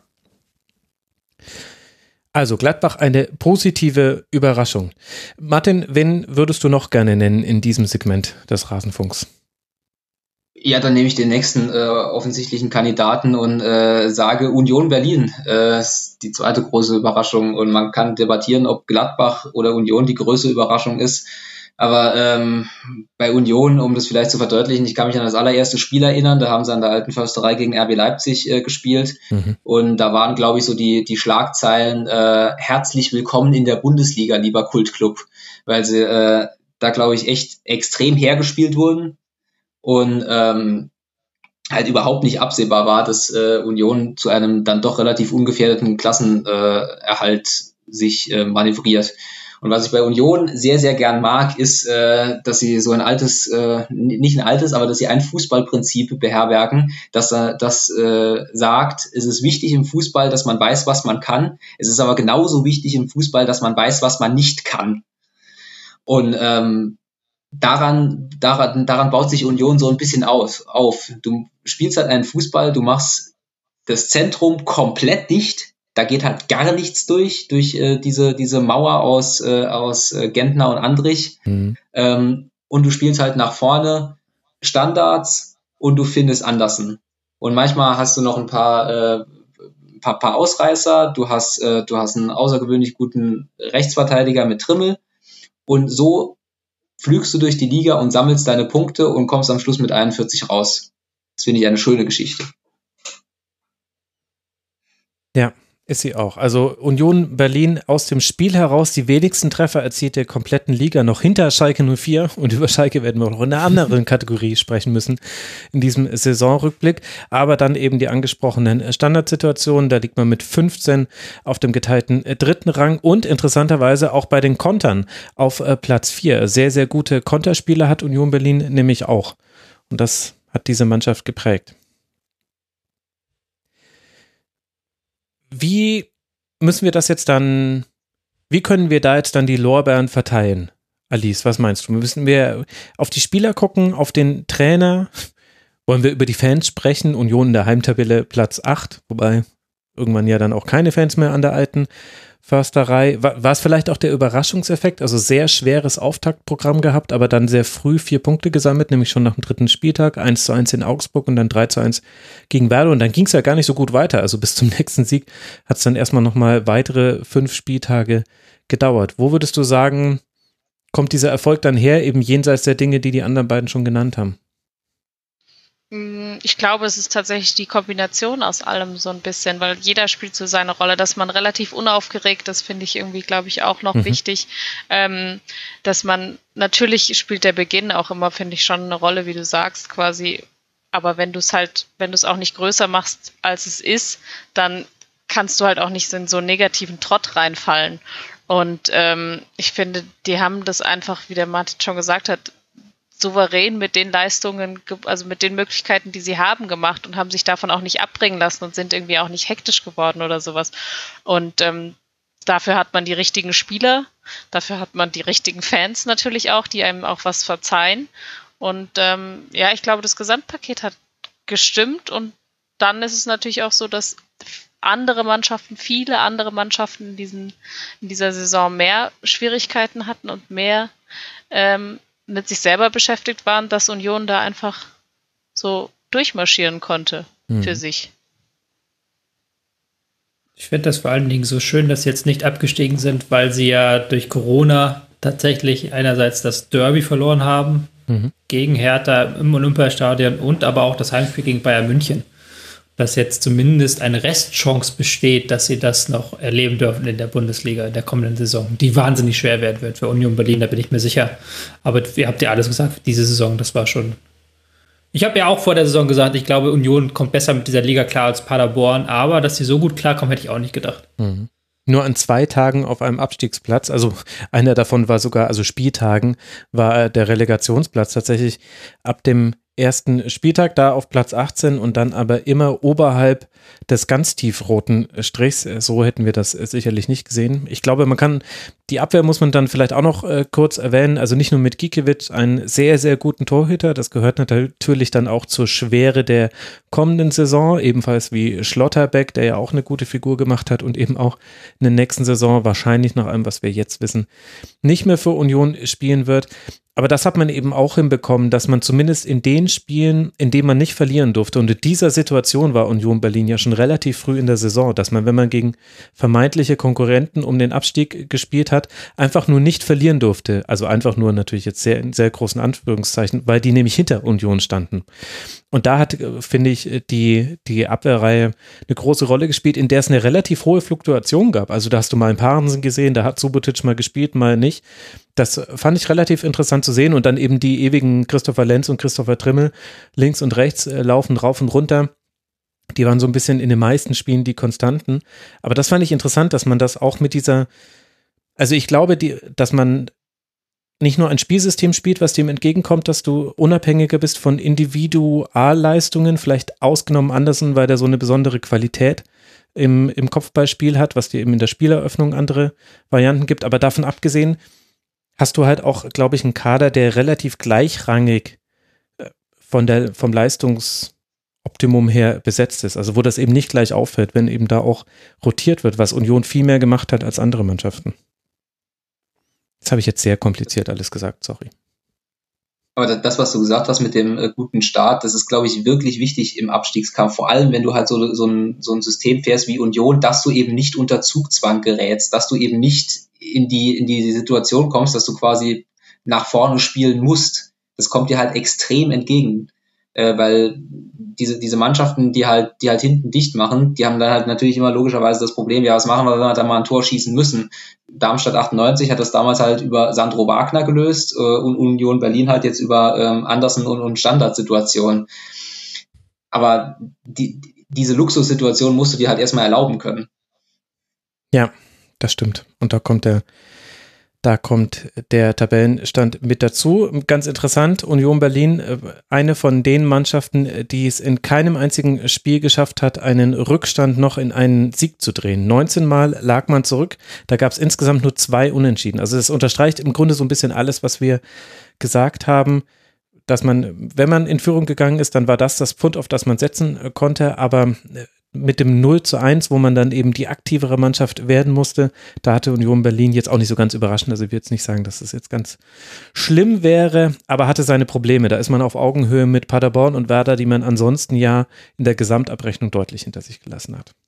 Also Gladbach eine positive Überraschung. Martin, wen würdest du noch gerne nennen in diesem Segment des Rasenfunks? Ja, dann nehme ich den nächsten äh, offensichtlichen Kandidaten und äh, sage Union Berlin. Äh, ist die zweite große Überraschung und man kann debattieren, ob Gladbach oder Union die größte Überraschung ist. Aber ähm, bei Union, um das vielleicht zu verdeutlichen, ich kann mich an das allererste Spiel erinnern, da haben sie an der Alten Försterei gegen R B Leipzig äh, gespielt mhm. und da waren, glaube ich, so die die Schlagzeilen äh, herzlich willkommen in der Bundesliga, lieber Kultclub, weil sie äh, da, glaube ich, echt extrem hergespielt wurden und ähm, halt überhaupt nicht absehbar war, dass äh, Union zu einem dann doch relativ ungefährdeten Klassenerhalt äh, sich äh, manövriert. Und was ich bei Union sehr, sehr gern mag, ist, äh, dass sie so ein altes, äh, nicht ein altes, aber dass sie ein Fußballprinzip beherbergen, dass er das äh, sagt, es ist wichtig im Fußball, dass man weiß, was man kann. Es ist aber genauso wichtig im Fußball, dass man weiß, was man nicht kann. Und ähm, daran, daran, daran baut sich Union so ein bisschen aus, auf. Du spielst halt einen Fußball, du machst das Zentrum komplett dicht. Da geht halt gar nichts durch, durch äh, diese diese Mauer aus äh, aus äh, Gentner und Andrich. Mhm. Ähm, und du spielst halt nach vorne Standards und du findest Andersen. Und manchmal hast du noch ein paar äh, paar, paar Ausreißer. Du hast äh, du hast einen außergewöhnlich guten Rechtsverteidiger mit Trimmel. Und so flügst du durch die Liga und sammelst deine Punkte und kommst am Schluss mit einundvierzig raus. Das finde ich eine schöne Geschichte. Ja. Ist sie auch. Also Union Berlin aus dem Spiel heraus die wenigsten Treffer erzielt der kompletten Liga, noch hinter Schalke null vier und über Schalke werden wir noch in einer anderen Kategorie sprechen müssen in diesem Saisonrückblick, aber dann eben die angesprochenen Standardsituationen, da liegt man mit fünfzehn auf dem geteilten dritten Rang und interessanterweise auch bei den Kontern auf Platz vier. Sehr, sehr gute Konterspieler hat Union Berlin nämlich auch und das hat diese Mannschaft geprägt. Wie müssen wir das jetzt dann, wie können wir da jetzt dann die Lorbeeren verteilen? Alice, was meinst du? Müssen wir auf die Spieler gucken, auf den Trainer? Wollen wir über die Fans sprechen? Union in der Heimtabelle Platz acht, wobei irgendwann ja dann auch keine Fans mehr an der Alten Försterei. War, war es vielleicht auch der Überraschungseffekt? Also sehr schweres Auftaktprogramm gehabt, aber dann sehr früh vier Punkte gesammelt, nämlich schon nach dem dritten Spieltag, eins zu eins in Augsburg und dann drei zu eins gegen Werder und dann ging es ja gar nicht so gut weiter. Also bis zum nächsten Sieg hat es dann erstmal nochmal weitere fünf Spieltage gedauert. Wo würdest du sagen, kommt dieser Erfolg dann her, eben jenseits der Dinge, die die anderen beiden schon genannt haben? Ich glaube, es ist tatsächlich die Kombination aus allem so ein bisschen, weil jeder spielt so seine Rolle, dass man relativ unaufgeregt ist, finde ich irgendwie, glaube ich, auch noch mhm. wichtig, ähm, dass man, natürlich spielt der Beginn auch immer, finde ich, schon eine Rolle, wie du sagst, quasi, aber wenn du es halt, wenn du es auch nicht größer machst, als es ist, dann kannst du halt auch nicht in so einen negativen Trott reinfallen. Und ähm, ich finde, die haben das einfach, wie der Martin schon gesagt hat, souverän mit den Leistungen, also mit den Möglichkeiten, die sie haben, gemacht und haben sich davon auch nicht abbringen lassen und sind irgendwie auch nicht hektisch geworden oder sowas. Und ähm, dafür hat man die richtigen Spieler, dafür hat man die richtigen Fans natürlich auch, die einem auch was verzeihen. Und ähm, ja, ich glaube, das Gesamtpaket hat gestimmt und dann ist es natürlich auch so, dass andere Mannschaften, viele andere Mannschaften in, diesen, in dieser Saison mehr Schwierigkeiten hatten und mehr ähm, mit sich selber beschäftigt waren, dass Union da einfach so durchmarschieren konnte hm. für sich. Ich finde das vor allen Dingen so schön, dass sie jetzt nicht abgestiegen sind, weil sie ja durch Corona tatsächlich einerseits das Derby verloren haben mhm. gegen Hertha im Olympiastadion und aber auch das Heimspiel gegen Bayern München. Dass jetzt zumindest eine Restchance besteht, dass sie das noch erleben dürfen in der Bundesliga in der kommenden Saison, die wahnsinnig schwer werden wird für Union Berlin, da bin ich mir sicher. Aber ihr habt ja alles gesagt, diese Saison, das war schon... Ich habe ja auch vor der Saison gesagt, ich glaube, Union kommt besser mit dieser Liga klar als Paderborn, aber dass sie so gut klarkommen, hätte ich auch nicht gedacht. Mhm. Nur an zwei Tagen auf einem Abstiegsplatz, also einer davon war sogar, also Spieltagen, war der Relegationsplatz tatsächlich ab dem ersten Spieltag da auf Platz achtzehn und dann aber immer oberhalb des ganz tiefroten Strichs. So hätten wir das sicherlich nicht gesehen. Ich glaube, man kann, die Abwehr muss man dann vielleicht auch noch äh, kurz erwähnen, also nicht nur mit Gikiewicz, einen sehr, sehr guten Torhüter, das gehört natürlich dann auch zur Schwere der kommenden Saison, ebenfalls wie Schlotterbeck, der ja auch eine gute Figur gemacht hat und eben auch in der nächsten Saison wahrscheinlich nach allem, was wir jetzt wissen, nicht mehr für Union spielen wird. Aber das hat man eben auch hinbekommen, dass man zumindest in den Spielen, in denen man nicht verlieren durfte, und in dieser Situation war Union Berlin ja schon relativ früh in der Saison, dass man, wenn man gegen vermeintliche Konkurrenten um den Abstieg gespielt hat, einfach nur nicht verlieren durfte. Also einfach nur natürlich jetzt sehr in sehr großen Anführungszeichen, weil die nämlich hinter Union standen. Und da hat, finde ich, die, die Abwehrreihe eine große Rolle gespielt, in der es eine relativ hohe Fluktuation gab. Also da hast du mal ein Parensen gesehen, da hat Subotic mal gespielt, mal nicht. Das fand ich relativ interessant zu sehen und dann eben die ewigen Christopher Lenz und Christopher Trimmel links und rechts äh, laufen rauf und runter. Die waren so ein bisschen in den meisten Spielen die Konstanten. Aber das fand ich interessant, dass man das auch mit dieser, also ich glaube, die, dass man nicht nur ein Spielsystem spielt, was dem entgegenkommt, dass du unabhängiger bist von Individualleistungen, vielleicht ausgenommen Andersen, weil der so eine besondere Qualität im, im Kopfballspiel hat, was dir eben in der Spieleröffnung andere Varianten gibt. Aber davon abgesehen hast du halt auch, glaube ich, einen Kader, der relativ gleichrangig von der, vom Leistungsoptimum her besetzt ist. Also wo das eben nicht gleich auffällt, wenn eben da auch rotiert wird, was Union viel mehr gemacht hat als andere Mannschaften. Das habe ich jetzt sehr kompliziert alles gesagt, sorry. Aber das, was du gesagt hast mit dem äh, guten Start, das ist, glaube ich, wirklich wichtig im Abstiegskampf. Vor allem, wenn du halt so, so, ein, so ein System fährst wie Union, dass du eben nicht unter Zugzwang gerätst, dass du eben nicht in die, in die Situation kommst, dass du quasi nach vorne spielen musst. Das kommt dir halt extrem entgegen. Äh, weil diese, diese Mannschaften, die halt, die halt hinten dicht machen, die haben dann halt natürlich immer logischerweise das Problem, ja, was machen wir, wenn wir da mal ein Tor schießen müssen? Darmstadt achtundneunzig hat das damals halt über Sandro Wagner gelöst äh, und Union Berlin halt jetzt über ähm, Andersen und, und Standardsituationen. Aber die, diese Luxussituation musst du dir halt erstmal erlauben können. Ja, das stimmt. Und da kommt der Da kommt der Tabellenstand mit dazu. Ganz interessant, Union Berlin, eine von den Mannschaften, die es in keinem einzigen Spiel geschafft hat, einen Rückstand noch in einen Sieg zu drehen. neunzehn Mal lag man zurück, da gab es insgesamt nur zwei Unentschieden. Also das unterstreicht im Grunde so ein bisschen alles, was wir gesagt haben, dass man, wenn man in Führung gegangen ist, dann war das das Pfund, auf das man setzen konnte, aber mit dem null zu eins, wo man dann eben die aktivere Mannschaft werden musste, da hatte Union Berlin jetzt auch nicht so ganz überraschend, also ich will jetzt nicht sagen, dass das jetzt ganz schlimm wäre, aber hatte seine Probleme. Da ist man auf Augenhöhe mit Paderborn und Werder, die man ansonsten ja in der Gesamtabrechnung deutlich hinter sich gelassen hat.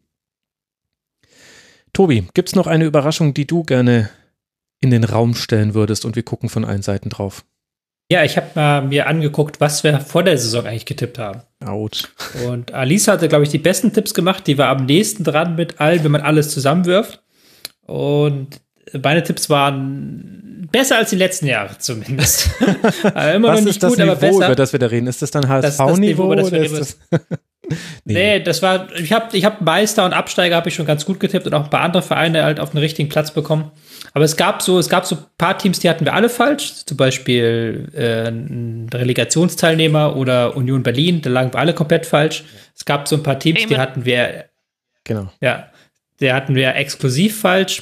Tobi, gibt es noch eine Überraschung, die du gerne in den Raum stellen würdest und wir gucken von allen Seiten drauf? Ja, ich habe mal mir angeguckt, was wir vor der Saison eigentlich getippt haben. Autsch. Und Alice hatte, glaube ich, die besten Tipps gemacht. Die war am nächsten dran mit allen, wenn man alles zusammenwirft. Und meine Tipps waren besser als die letzten Jahre zumindest. Aber immer was noch nicht ist das gut, Niveau, aber besser. über das wir da reden? Ist das dann H S V-Niveau? Das, das oder Niveau, ist das nee. nee, das war, ich habe ich hab Meister und Absteiger habe ich schon ganz gut getippt und auch ein paar andere Vereine halt auf den richtigen Platz bekommen. Aber es gab so, es gab so ein paar Teams, die hatten wir alle falsch. Zum Beispiel äh, ein Relegationsteilnehmer oder Union Berlin, da lagen wir alle komplett falsch. Es gab so ein paar Teams, die hatten wir, genau. Ja, die hatten wir exklusiv falsch.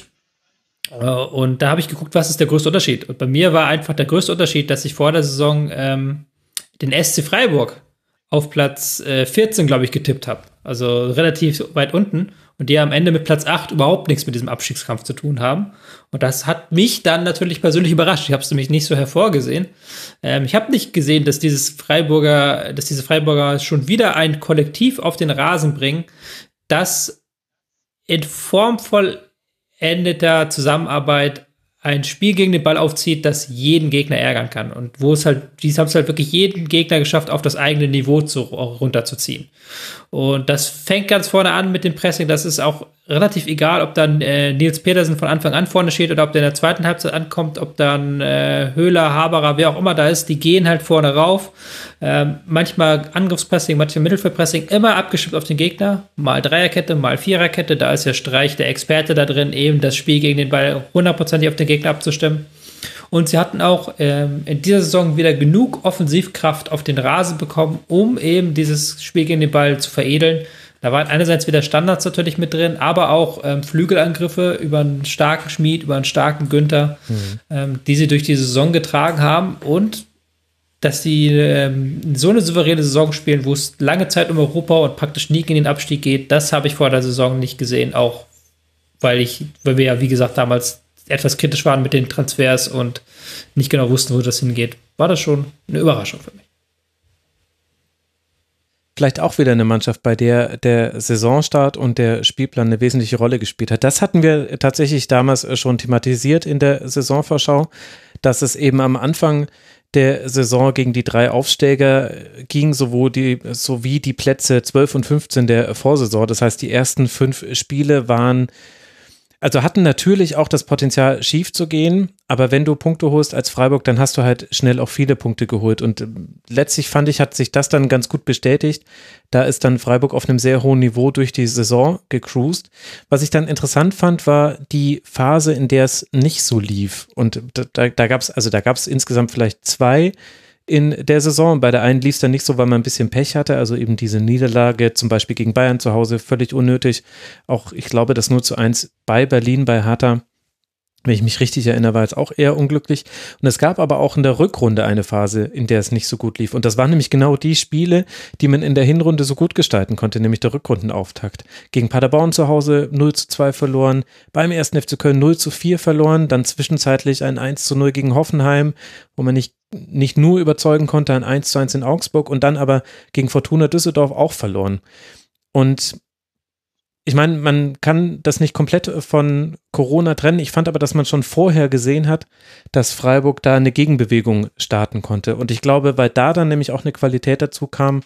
Und da habe ich geguckt, was ist der größte Unterschied. Und bei mir war einfach der größte Unterschied, dass ich vor der Saison ähm, den S C Freiburg auf Platz äh, vierzehn, glaube ich, getippt habe. Also relativ weit unten. Und die am Ende mit Platz acht überhaupt nichts mit diesem Abstiegskampf zu tun haben. Und das hat mich dann natürlich persönlich überrascht. Ich habe es nämlich nicht so hervorgesehen. Ähm, ich habe nicht gesehen, dass dieses Freiburger, dass diese Freiburger schon wieder ein Kollektiv auf den Rasen bringen, das in Form vollendeter Zusammenarbeit ein Spiel gegen den Ball aufzieht, das jeden Gegner ärgern kann. Und wo es halt, die haben es halt wirklich jeden Gegner geschafft, auf das eigene Niveau zu, runterzuziehen. Und das fängt ganz vorne an mit dem Pressing. Das ist auch relativ egal, ob dann äh, Nils Petersen von Anfang an vorne steht oder ob der in der zweiten Halbzeit ankommt, ob dann äh, Höhler, Haberer, wer auch immer da ist, die gehen halt vorne rauf. Ähm, manchmal Angriffspressing, manchmal Mittelfeldpressing, immer abgestimmt auf den Gegner. Mal Dreierkette, mal Viererkette. Da ist ja Streich der Experte da drin, eben das Spiel gegen den Ball hundertprozentig auf den Gegner abzustimmen. Und sie hatten auch ähm, in dieser Saison wieder genug Offensivkraft auf den Rasen bekommen, um eben dieses Spiel gegen den Ball zu veredeln. Da waren einerseits wieder Standards natürlich mit drin, aber auch ähm, Flügelangriffe über einen starken Schmied, über einen starken Günther, mhm. ähm, die sie durch die Saison getragen haben. Und dass sie ähm, so eine souveräne Saison spielen, wo es lange Zeit um Europa und praktisch nie gegen den Abstieg geht, das habe ich vor der Saison nicht gesehen. Auch weil ich, weil wir ja, wie gesagt, damals etwas kritisch waren mit den Transfers und nicht genau wussten, wo das hingeht, war das schon eine Überraschung für mich. Vielleicht auch wieder eine Mannschaft, bei der der Saisonstart und der Spielplan eine wesentliche Rolle gespielt hat. Das hatten wir tatsächlich damals schon thematisiert in der Saisonvorschau, dass es eben am Anfang der Saison gegen die drei Aufsteiger ging, sowohl die, sowie die Plätze zwölf und fünfzehn der Vorsaison. Das heißt, die ersten fünf Spiele waren Also hatten natürlich auch das Potenzial, schief zu gehen, aber wenn du Punkte holst als Freiburg, dann hast du halt schnell auch viele Punkte geholt und letztlich fand ich, hat sich das dann ganz gut bestätigt. Da ist dann Freiburg auf einem sehr hohen Niveau durch die Saison gecruised. Was ich dann interessant fand, war die Phase, in der es nicht so lief und da, da gab es, also da gab es insgesamt vielleicht zwei in der Saison. Bei der einen lief es dann nicht so, weil man ein bisschen Pech hatte, also eben diese Niederlage zum Beispiel gegen Bayern zu Hause, völlig unnötig. Auch, ich glaube, das null zu eins bei Berlin, bei Hertha, wenn ich mich richtig erinnere, war jetzt auch eher unglücklich. Und es gab aber auch in der Rückrunde eine Phase, in der es nicht so gut lief. Und das waren nämlich genau die Spiele, die man in der Hinrunde so gut gestalten konnte, nämlich der Rückrundenauftakt. Gegen Paderborn zu Hause null zu zwei verloren, beim ersten F C Köln null zu vier verloren, dann zwischenzeitlich ein eins zu null gegen Hoffenheim, wo man nicht, nicht nur überzeugen konnte, ein eins zu eins in Augsburg und dann aber gegen Fortuna Düsseldorf auch verloren. Und ich meine, man kann das nicht komplett von Corona trennen. Ich fand aber, dass man schon vorher gesehen hat, dass Freiburg da eine Gegenbewegung starten konnte. Und ich glaube, weil da dann nämlich auch eine Qualität dazu kam,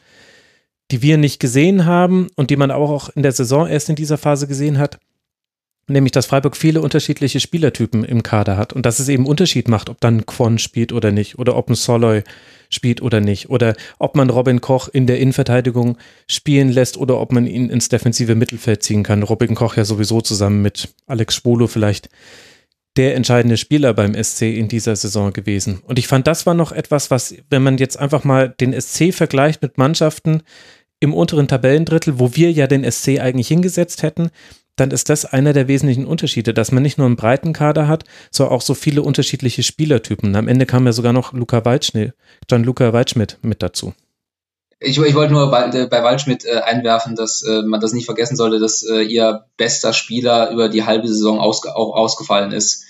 die wir nicht gesehen haben und die man auch in der Saison erst in dieser Phase gesehen hat, nämlich, dass Freiburg viele unterschiedliche Spielertypen im Kader hat und dass es eben Unterschied macht, ob dann ein Kwon spielt oder nicht oder ob ein Soloy spielt oder nicht oder ob man Robin Koch in der Innenverteidigung spielen lässt oder ob man ihn ins defensive Mittelfeld ziehen kann. Robin Koch ja sowieso zusammen mit Alex Schwolo vielleicht der entscheidende Spieler beim S C in dieser Saison gewesen. Und ich fand, das war noch etwas, was, wenn man jetzt einfach mal den S C vergleicht mit Mannschaften im unteren Tabellendrittel, wo wir ja den S C eigentlich hingesetzt hätten, dann ist das einer der wesentlichen Unterschiede, dass man nicht nur einen breiten Kader hat, sondern auch so viele unterschiedliche Spielertypen. Am Ende kam ja sogar noch Luca Waldschmidt, Gianluca Waldschmidt mit dazu. Ich, ich wollte nur bei, bei Waldschmidt äh, einwerfen, dass äh, man das nicht vergessen sollte, dass äh, ihr bester Spieler über die halbe Saison ausge, auch ausgefallen ist.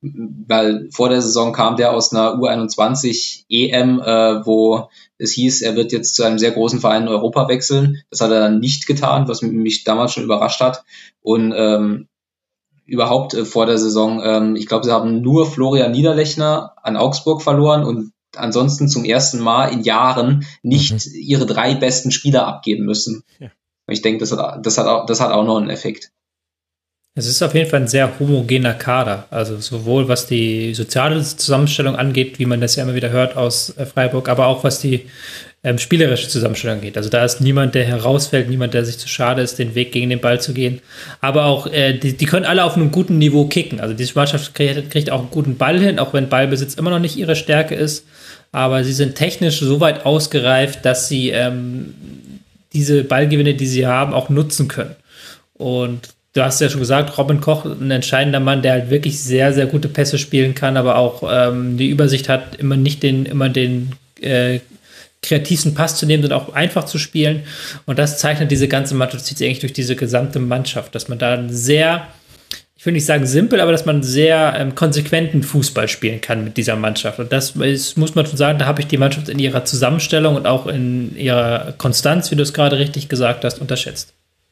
Weil vor der Saison kam der aus einer U einundzwanzig E M, äh, wo es hieß, er wird jetzt zu einem sehr großen Verein in Europa wechseln. Das hat er dann nicht getan, was mich damals schon überrascht hat. Und ähm, überhaupt äh, vor der Saison, ähm, ich glaube, sie haben nur Florian Niederlechner an Augsburg verloren und ansonsten zum ersten Mal in Jahren nicht mhm. ihre drei besten Spieler abgeben müssen. Ja. Ich denke, das hat, das, hat auch, das hat auch noch einen Effekt. Es ist auf jeden Fall ein sehr homogener Kader, also sowohl was die soziale Zusammenstellung angeht, wie man das ja immer wieder hört aus Freiburg, aber auch was die ähm, spielerische Zusammenstellung angeht. Also da ist niemand, der herausfällt, niemand, der sich zu schade ist, den Weg gegen den Ball zu gehen. Aber auch, äh, die, die können alle auf einem guten Niveau kicken. Also diese Mannschaft kriegt, kriegt auch einen guten Ball hin, auch wenn Ballbesitz immer noch nicht ihre Stärke ist. Aber sie sind technisch so weit ausgereift, dass sie ähm, diese Ballgewinne, die sie haben, auch nutzen können. Und du hast ja schon gesagt, Robin Koch, ein entscheidender Mann, der halt wirklich sehr, sehr gute Pässe spielen kann, aber auch ähm, die Übersicht hat, immer nicht den, immer den äh, kreativsten Pass zu nehmen, sondern auch einfach zu spielen. Und das zeichnet diese ganze Mannschaft, zieht sich eigentlich durch diese gesamte Mannschaft, dass man da sehr, ich will nicht sagen simpel, aber dass man sehr ähm, konsequenten Fußball spielen kann mit dieser Mannschaft. Und das ist, muss man schon sagen, da habe ich die Mannschaft in ihrer Zusammenstellung und auch in ihrer Konstanz, wie du es gerade richtig gesagt hast, unterschätzt.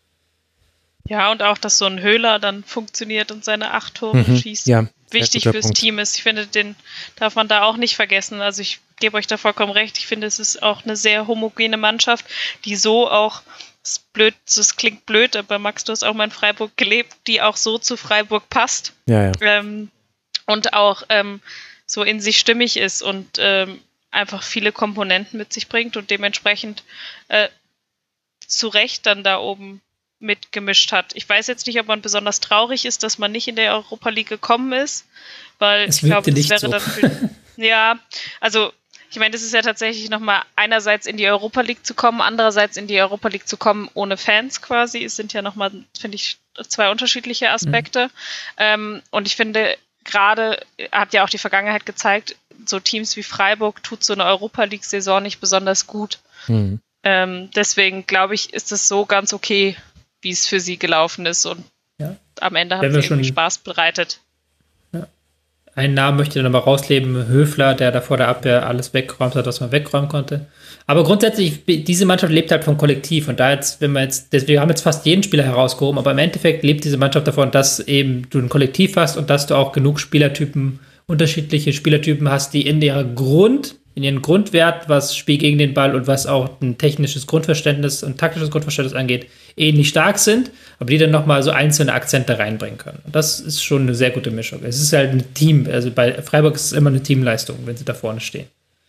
Ja, und auch, dass so ein Höhler dann funktioniert und seine acht Tore mhm, schießt. Ja, wichtig fürs Punkt. Team ist. Ich finde, den darf man da auch nicht vergessen. Also ich gebe euch da vollkommen recht. Ich finde, es ist auch eine sehr homogene Mannschaft, die so auch, das ist blöd, das klingt blöd, aber Max, du hast auch mal in Freiburg gelebt, die auch so zu Freiburg passt. Ja, ja. Ähm, und auch ähm, so in sich stimmig ist und ähm, einfach viele Komponenten mit sich bringt und dementsprechend äh, zu Recht dann da oben mitgemischt hat. Ich weiß jetzt nicht, ob man besonders traurig ist, dass man nicht in der Europa League gekommen ist, weil es ich glaube, das wäre so. dann für, ja, also ich meine, das ist ja tatsächlich nochmal einerseits in die Europa League zu kommen, andererseits in die Europa League zu kommen ohne Fans quasi. Es sind ja nochmal, finde ich, zwei unterschiedliche Aspekte. Mhm. Ähm, und ich finde, gerade hat ja auch die Vergangenheit gezeigt, so Teams wie Freiburg tut so eine Europa League-Saison nicht besonders gut. Mhm. Ähm, deswegen glaube ich, ist es so ganz okay, wie es für sie gelaufen ist und ja. am Ende hat es irgendwie Spaß bereitet. Ja. Einen Namen möchte ich dann aber rausleben, Höfler, der da vor der Abwehr alles weggeräumt hat, was man wegräumen konnte. Aber grundsätzlich, diese Mannschaft lebt halt vom Kollektiv und da jetzt, wenn wir jetzt, wir haben jetzt fast jeden Spieler herausgehoben, aber im Endeffekt lebt diese Mannschaft davon, dass eben du ein Kollektiv hast und dass du auch genug Spielertypen, unterschiedliche Spielertypen hast, die in ihrer Grund in ihren Grundwert, was Spiel gegen den Ball und was auch ein technisches Grundverständnis und taktisches Grundverständnis angeht, ähnlich stark sind, aber die dann nochmal so einzelne Akzente reinbringen können. Und das ist schon eine sehr gute Mischung. Es ist halt ein Team, also bei Freiburg ist es immer eine Teamleistung, wenn sie da vorne stehen.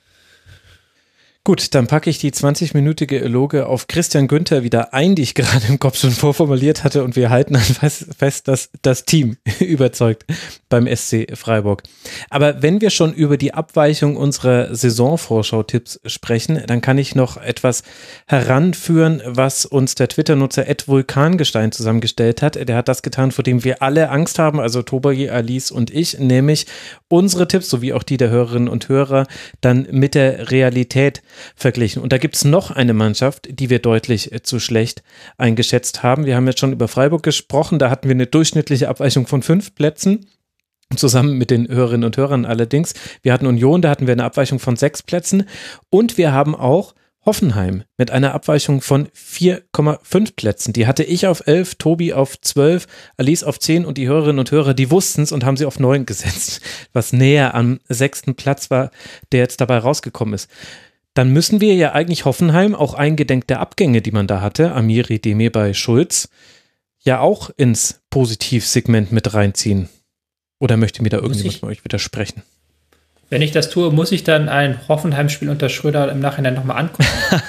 Gut, dann packe ich die zwanzig-minütige Eloge auf Christian Günther wieder ein, die ich gerade im Kopf schon vorformuliert hatte und wir halten fest, dass das Team überzeugt beim S C Freiburg. Aber wenn wir schon über die Abweichung unserer Saisonvorschau-Tipps sprechen, dann kann ich noch etwas heranführen, was uns der Twitter-Nutzer at Vulkangestein zusammengestellt hat. Der hat das getan, vor dem wir alle Angst haben, also Tobaji, Alice und ich, nämlich unsere Tipps sowie auch die der Hörerinnen und Hörer dann mit der Realität verglichen. Und da gibt es noch eine Mannschaft, die wir deutlich äh, zu schlecht eingeschätzt haben. Wir haben jetzt schon über Freiburg gesprochen, da hatten wir eine durchschnittliche Abweichung von fünf Plätzen, zusammen mit den Hörerinnen und Hörern allerdings. Wir hatten Union, da hatten wir eine Abweichung von sechs Plätzen und wir haben auch Hoffenheim mit einer Abweichung von vier Komma fünf Plätzen. Die hatte ich auf elf, Tobi auf zwölf, Alice auf zehn und die Hörerinnen und Hörer, die wussten es und haben sie auf neun gesetzt, was näher am sechsten Platz war, der jetzt dabei rausgekommen ist. Dann müssen wir ja eigentlich Hoffenheim, auch eingedenk der Abgänge, die man da hatte, Amiri, Demir bei Schulz, ja auch ins Positivsegment mit reinziehen. Oder möchte mir da irgendjemand von euch widersprechen? Wenn ich das tue, muss ich dann ein Hoffenheim-Spiel unter Schröder im Nachhinein nochmal angucken.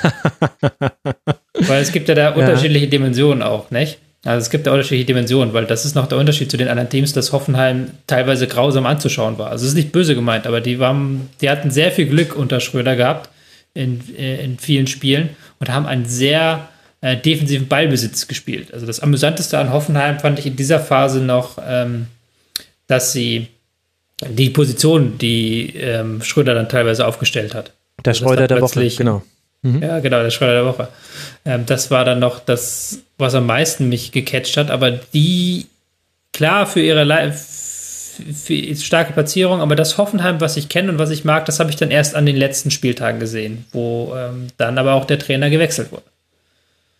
Weil es gibt ja da unterschiedliche ja. Dimensionen auch, nicht? Also es gibt da unterschiedliche Dimensionen, weil das ist noch der Unterschied zu den anderen Teams, dass Hoffenheim teilweise grausam anzuschauen war. Also es ist nicht böse gemeint, aber die, waren, die hatten sehr viel Glück unter Schröder gehabt in, in vielen Spielen und haben einen sehr äh, defensiven Ballbesitz gespielt. Also das Amüsanteste an Hoffenheim fand ich in dieser Phase noch, ähm, dass sie die Position, die ähm, Schröder dann teilweise aufgestellt hat. Der also Schröder der Woche, genau. Mhm. Ja, genau, der Schröder der Woche. Ähm, das war dann noch das, was am meisten mich gecatcht hat, aber die, klar, für ihre Le- für starke Platzierung, aber das Hoffenheim, was ich kenne und was ich mag, das habe ich dann erst an den letzten Spieltagen gesehen, wo ähm, dann aber auch der Trainer gewechselt wurde.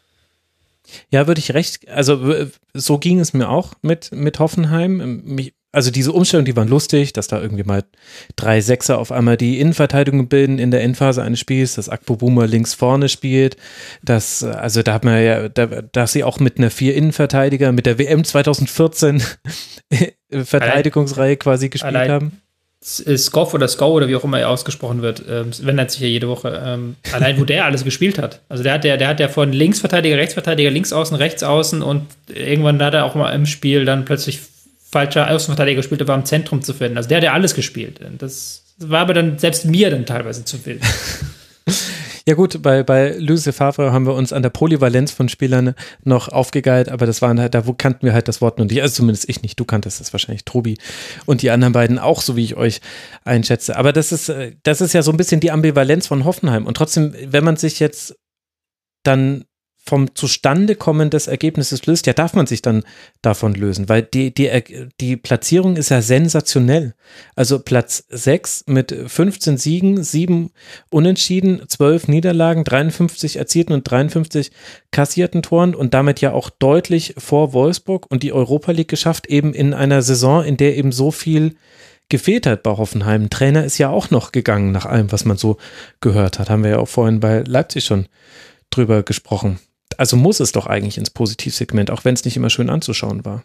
Ja, würde ich recht, also so ging es mir auch mit, mit Hoffenheim. Mich, also diese Umstellung, die waren lustig, dass da irgendwie mal drei Sechser auf einmal die Innenverteidigung bilden in der Endphase eines Spiels, dass Akpo Boomer links vorne spielt, dass, also da hat man ja, da, dass sie auch mit einer vier Innenverteidiger, mit der W M zwanzig vierzehn Verteidigungsreihe quasi gespielt allein haben. Skoff oder Sko oder wie auch immer er ausgesprochen wird, ähm, ändert sich ja jede Woche. Ähm, allein wo der alles gespielt hat. Also der hat ja, der hat ja von Linksverteidiger, Rechtsverteidiger, Linksaußen, Rechtsaußen und irgendwann hat er auch mal im Spiel dann plötzlich falscher Außenverteidiger gespielt, der war im Zentrum zu finden. Also der hat ja alles gespielt. Das war aber dann selbst mir dann teilweise zu wild. Ja gut, bei, bei Lucien Favre haben wir uns an der Polyvalenz von Spielern noch aufgegeilt, aber das waren halt, da wo kannten wir halt das Wort noch nicht, also zumindest ich nicht, du kanntest das wahrscheinlich, Tobi, und die anderen beiden auch, so wie ich euch einschätze. Aber das ist, das ist ja so ein bisschen die Ambivalenz von Hoffenheim und trotzdem, wenn man sich jetzt dann vom Zustandekommen des Ergebnisses löst, ja, darf man sich dann davon lösen, weil die, die, die Platzierung ist ja sensationell. Also Platz sechs mit fünfzehn Siegen, sieben Unentschieden, zwölf Niederlagen, dreiundfünfzig erzielten und dreiundfünfzig kassierten Toren und damit ja auch deutlich vor Wolfsburg und die Europa League geschafft, eben in einer Saison, in der eben so viel gefehlt hat bei Hoffenheim. Ein Trainer ist ja auch noch gegangen, nach allem, was man so gehört hat. Haben wir ja auch vorhin bei Leipzig schon drüber gesprochen. Also muss es doch eigentlich ins Positivsegment, auch wenn es nicht immer schön anzuschauen war.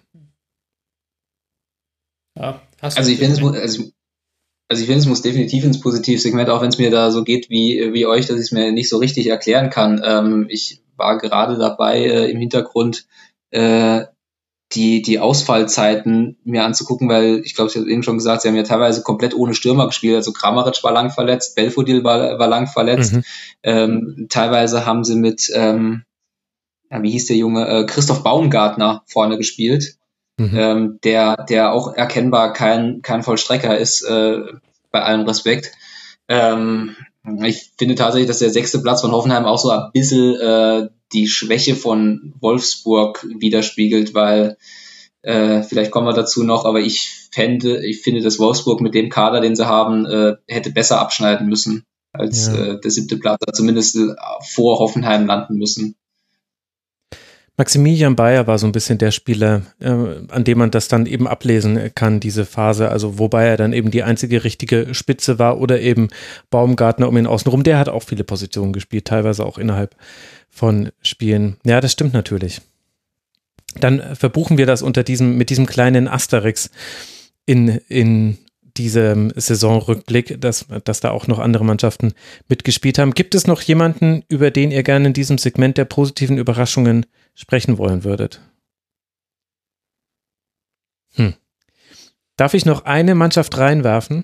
Ja, hast also, ich finde, es muss, also, also ich finde, es muss definitiv ins Positivsegment, auch wenn es mir da so geht wie, wie euch, dass ich es mir nicht so richtig erklären kann. Ähm, ich war gerade dabei, äh, im Hintergrund äh, die, die Ausfallzeiten mir anzugucken, weil ich glaube, ich habe eben schon gesagt, sie haben ja teilweise komplett ohne Stürmer gespielt. Also Kramaric war lang verletzt, Belfodil war, war lang verletzt. Mhm. Ähm, teilweise haben sie mit ähm, ja, wie hieß der Junge, äh, Christoph Baumgartner vorne gespielt, mhm. ähm, der der auch erkennbar kein kein Vollstrecker ist, äh, bei allem Respekt. Ähm, ich finde tatsächlich, dass der sechste Platz von Hoffenheim auch so ein bisschen äh, die Schwäche von Wolfsburg widerspiegelt, weil äh, vielleicht kommen wir dazu noch, aber ich fände, ich finde, dass Wolfsburg mit dem Kader, den sie haben, äh, hätte besser abschneiden müssen als ja. äh, der siebte Platz, zumindest vor Hoffenheim landen müssen. Maximilian Bayer war so ein bisschen der Spieler, äh, an dem man das dann eben ablesen kann, diese Phase, also wobei er dann eben die einzige richtige Spitze war oder eben Baumgartner um ihn außenrum, der hat auch viele Positionen gespielt, teilweise auch innerhalb von Spielen. Ja, das stimmt natürlich. Dann verbuchen wir das unter diesem, mit diesem kleinen Asterix in, in diesem Saisonrückblick, dass, dass da auch noch andere Mannschaften mitgespielt haben. Gibt es noch jemanden, über den ihr gerne in diesem Segment der positiven Überraschungen sprechen wollen würdet? Hm. Darf ich noch eine Mannschaft reinwerfen?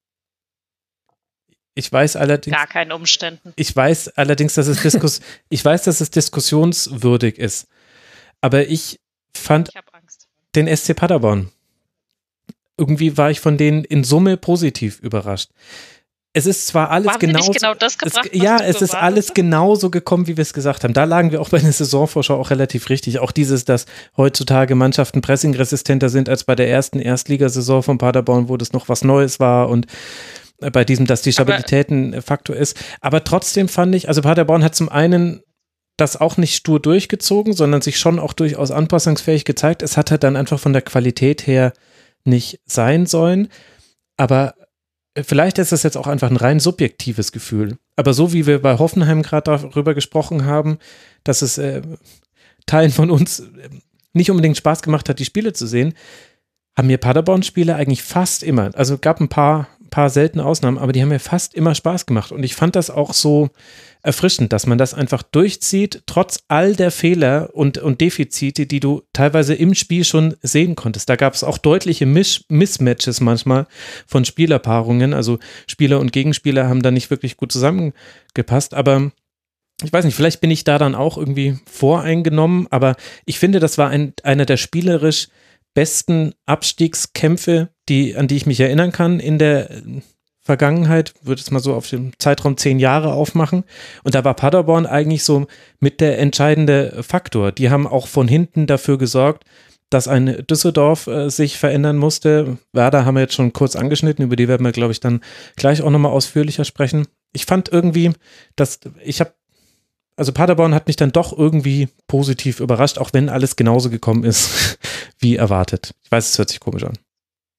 Ich weiß allerdings. Gar keinen Umständen. Ich weiß allerdings, dass es Diskus, ich weiß, dass es diskussionswürdig ist. Aber ich fand ich hab Angst. Den S C Paderborn. Irgendwie war ich von denen in Summe positiv überrascht. Es ist zwar alles genau, genau das gebracht, es, ja, es ist alles genauso gekommen, wie wir es gesagt haben. Da lagen wir auch bei der Saisonvorschau auch relativ richtig. Auch dieses, dass heutzutage Mannschaften pressingresistenter sind als bei der ersten Erstligasaison von Paderborn, wo das noch was Neues war und bei diesem, dass die Stabilität ein Faktor ist. Aber trotzdem fand ich, also Paderborn hat zum einen das auch nicht stur durchgezogen, sondern sich schon auch durchaus anpassungsfähig gezeigt. Es hat halt dann einfach von der Qualität her nicht sein sollen, aber vielleicht ist das jetzt auch einfach ein rein subjektives Gefühl, aber so wie wir bei Hoffenheim gerade darüber gesprochen haben, dass es äh, Teilen von uns nicht unbedingt Spaß gemacht hat, die Spiele zu sehen, haben mir Paderborn-Spiele eigentlich fast immer, also gab ein paar, paar seltene Ausnahmen, aber die haben mir fast immer Spaß gemacht und ich fand das auch so erfrischend, dass man das einfach durchzieht, trotz all der Fehler und, und Defizite, die du teilweise im Spiel schon sehen konntest. Da gab es auch deutliche Misch- Mismatches manchmal von Spielerpaarungen, also Spieler und Gegenspieler haben da nicht wirklich gut zusammengepasst, aber ich weiß nicht, vielleicht bin ich da dann auch irgendwie voreingenommen, aber ich finde, das war ein, einer der spielerisch besten Abstiegskämpfe, die, an die ich mich erinnern kann in der Vergangenheit, würde es mal so auf den Zeitraum zehn Jahre aufmachen. Und da war Paderborn eigentlich so mit der entscheidende Faktor. Die haben auch von hinten dafür gesorgt, dass ein Düsseldorf äh, sich verändern musste. Werder haben wir jetzt schon kurz angeschnitten, über die werden wir, glaube ich, dann gleich auch nochmal ausführlicher sprechen. Ich fand irgendwie, dass ich habe, also Paderborn hat mich dann doch irgendwie positiv überrascht, auch wenn alles genauso gekommen ist, wie erwartet. Ich weiß, es hört sich komisch an.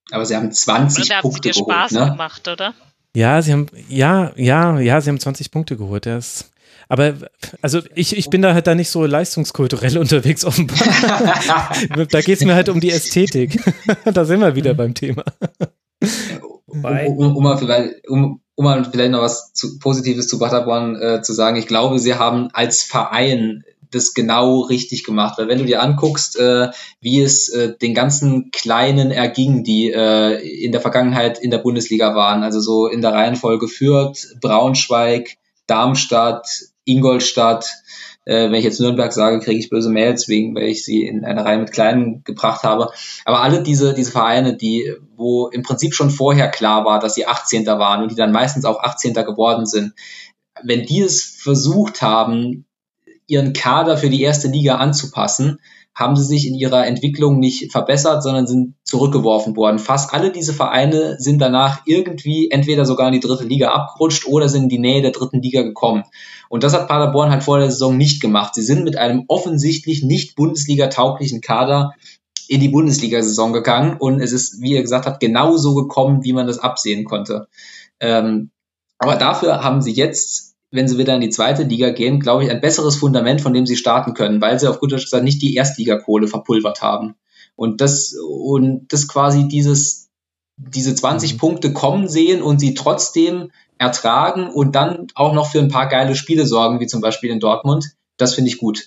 Aber sie haben zwanzig oder Punkte hat dir geholt, Spaß ne? gemacht, oder? Ja, sie haben, ja, ja, ja, sie haben zwanzig Punkte geholt. Das, aber, also ich, ich bin da halt da nicht so leistungskulturell unterwegs offenbar. Da geht es mir halt um die Ästhetik. Da sind wir wieder beim Thema. Um, um, um, mal vielleicht, um, um mal vielleicht noch was zu, Positives zu Paderborn äh, zu sagen, ich glaube, sie haben als Verein das genau richtig gemacht, weil wenn du dir anguckst, äh, wie es äh, den ganzen Kleinen erging, die äh, in der Vergangenheit in der Bundesliga waren, also so in der Reihenfolge Fürth, Braunschweig, Darmstadt, Ingolstadt, äh, wenn ich jetzt Nürnberg sage, kriege ich böse Mails wegen, weil ich sie in eine Reihe mit Kleinen gebracht habe. Aber alle diese diese Vereine, die, wo im Prinzip schon vorher klar war, dass sie achtzehnter waren und die dann meistens auch achtzehnter geworden sind, wenn die es versucht haben, ihren Kader für die erste Liga anzupassen, haben sie sich in ihrer Entwicklung nicht verbessert, sondern sind zurückgeworfen worden. Fast alle diese Vereine sind danach irgendwie entweder sogar in die dritte Liga abgerutscht oder sind in die Nähe der dritten Liga gekommen. Und das hat Paderborn halt vor der Saison nicht gemacht. Sie sind mit einem offensichtlich nicht Bundesliga-tauglichen Kader in die Bundesliga-Saison gegangen und es ist, wie ihr gesagt habt, genauso gekommen, wie man das absehen konnte. Ähm, aber dafür haben sie jetzt, wenn sie wieder in die zweite Liga gehen, glaube ich, ein besseres Fundament, von dem sie starten können, weil sie auf gut Deutsch gesagt nicht die Erstligakohle verpulvert haben. Und das, und das quasi dieses, diese zwanzig mhm. Punkte kommen sehen und sie trotzdem ertragen und dann auch noch für ein paar geile Spiele sorgen, wie zum Beispiel in Dortmund, das finde ich gut.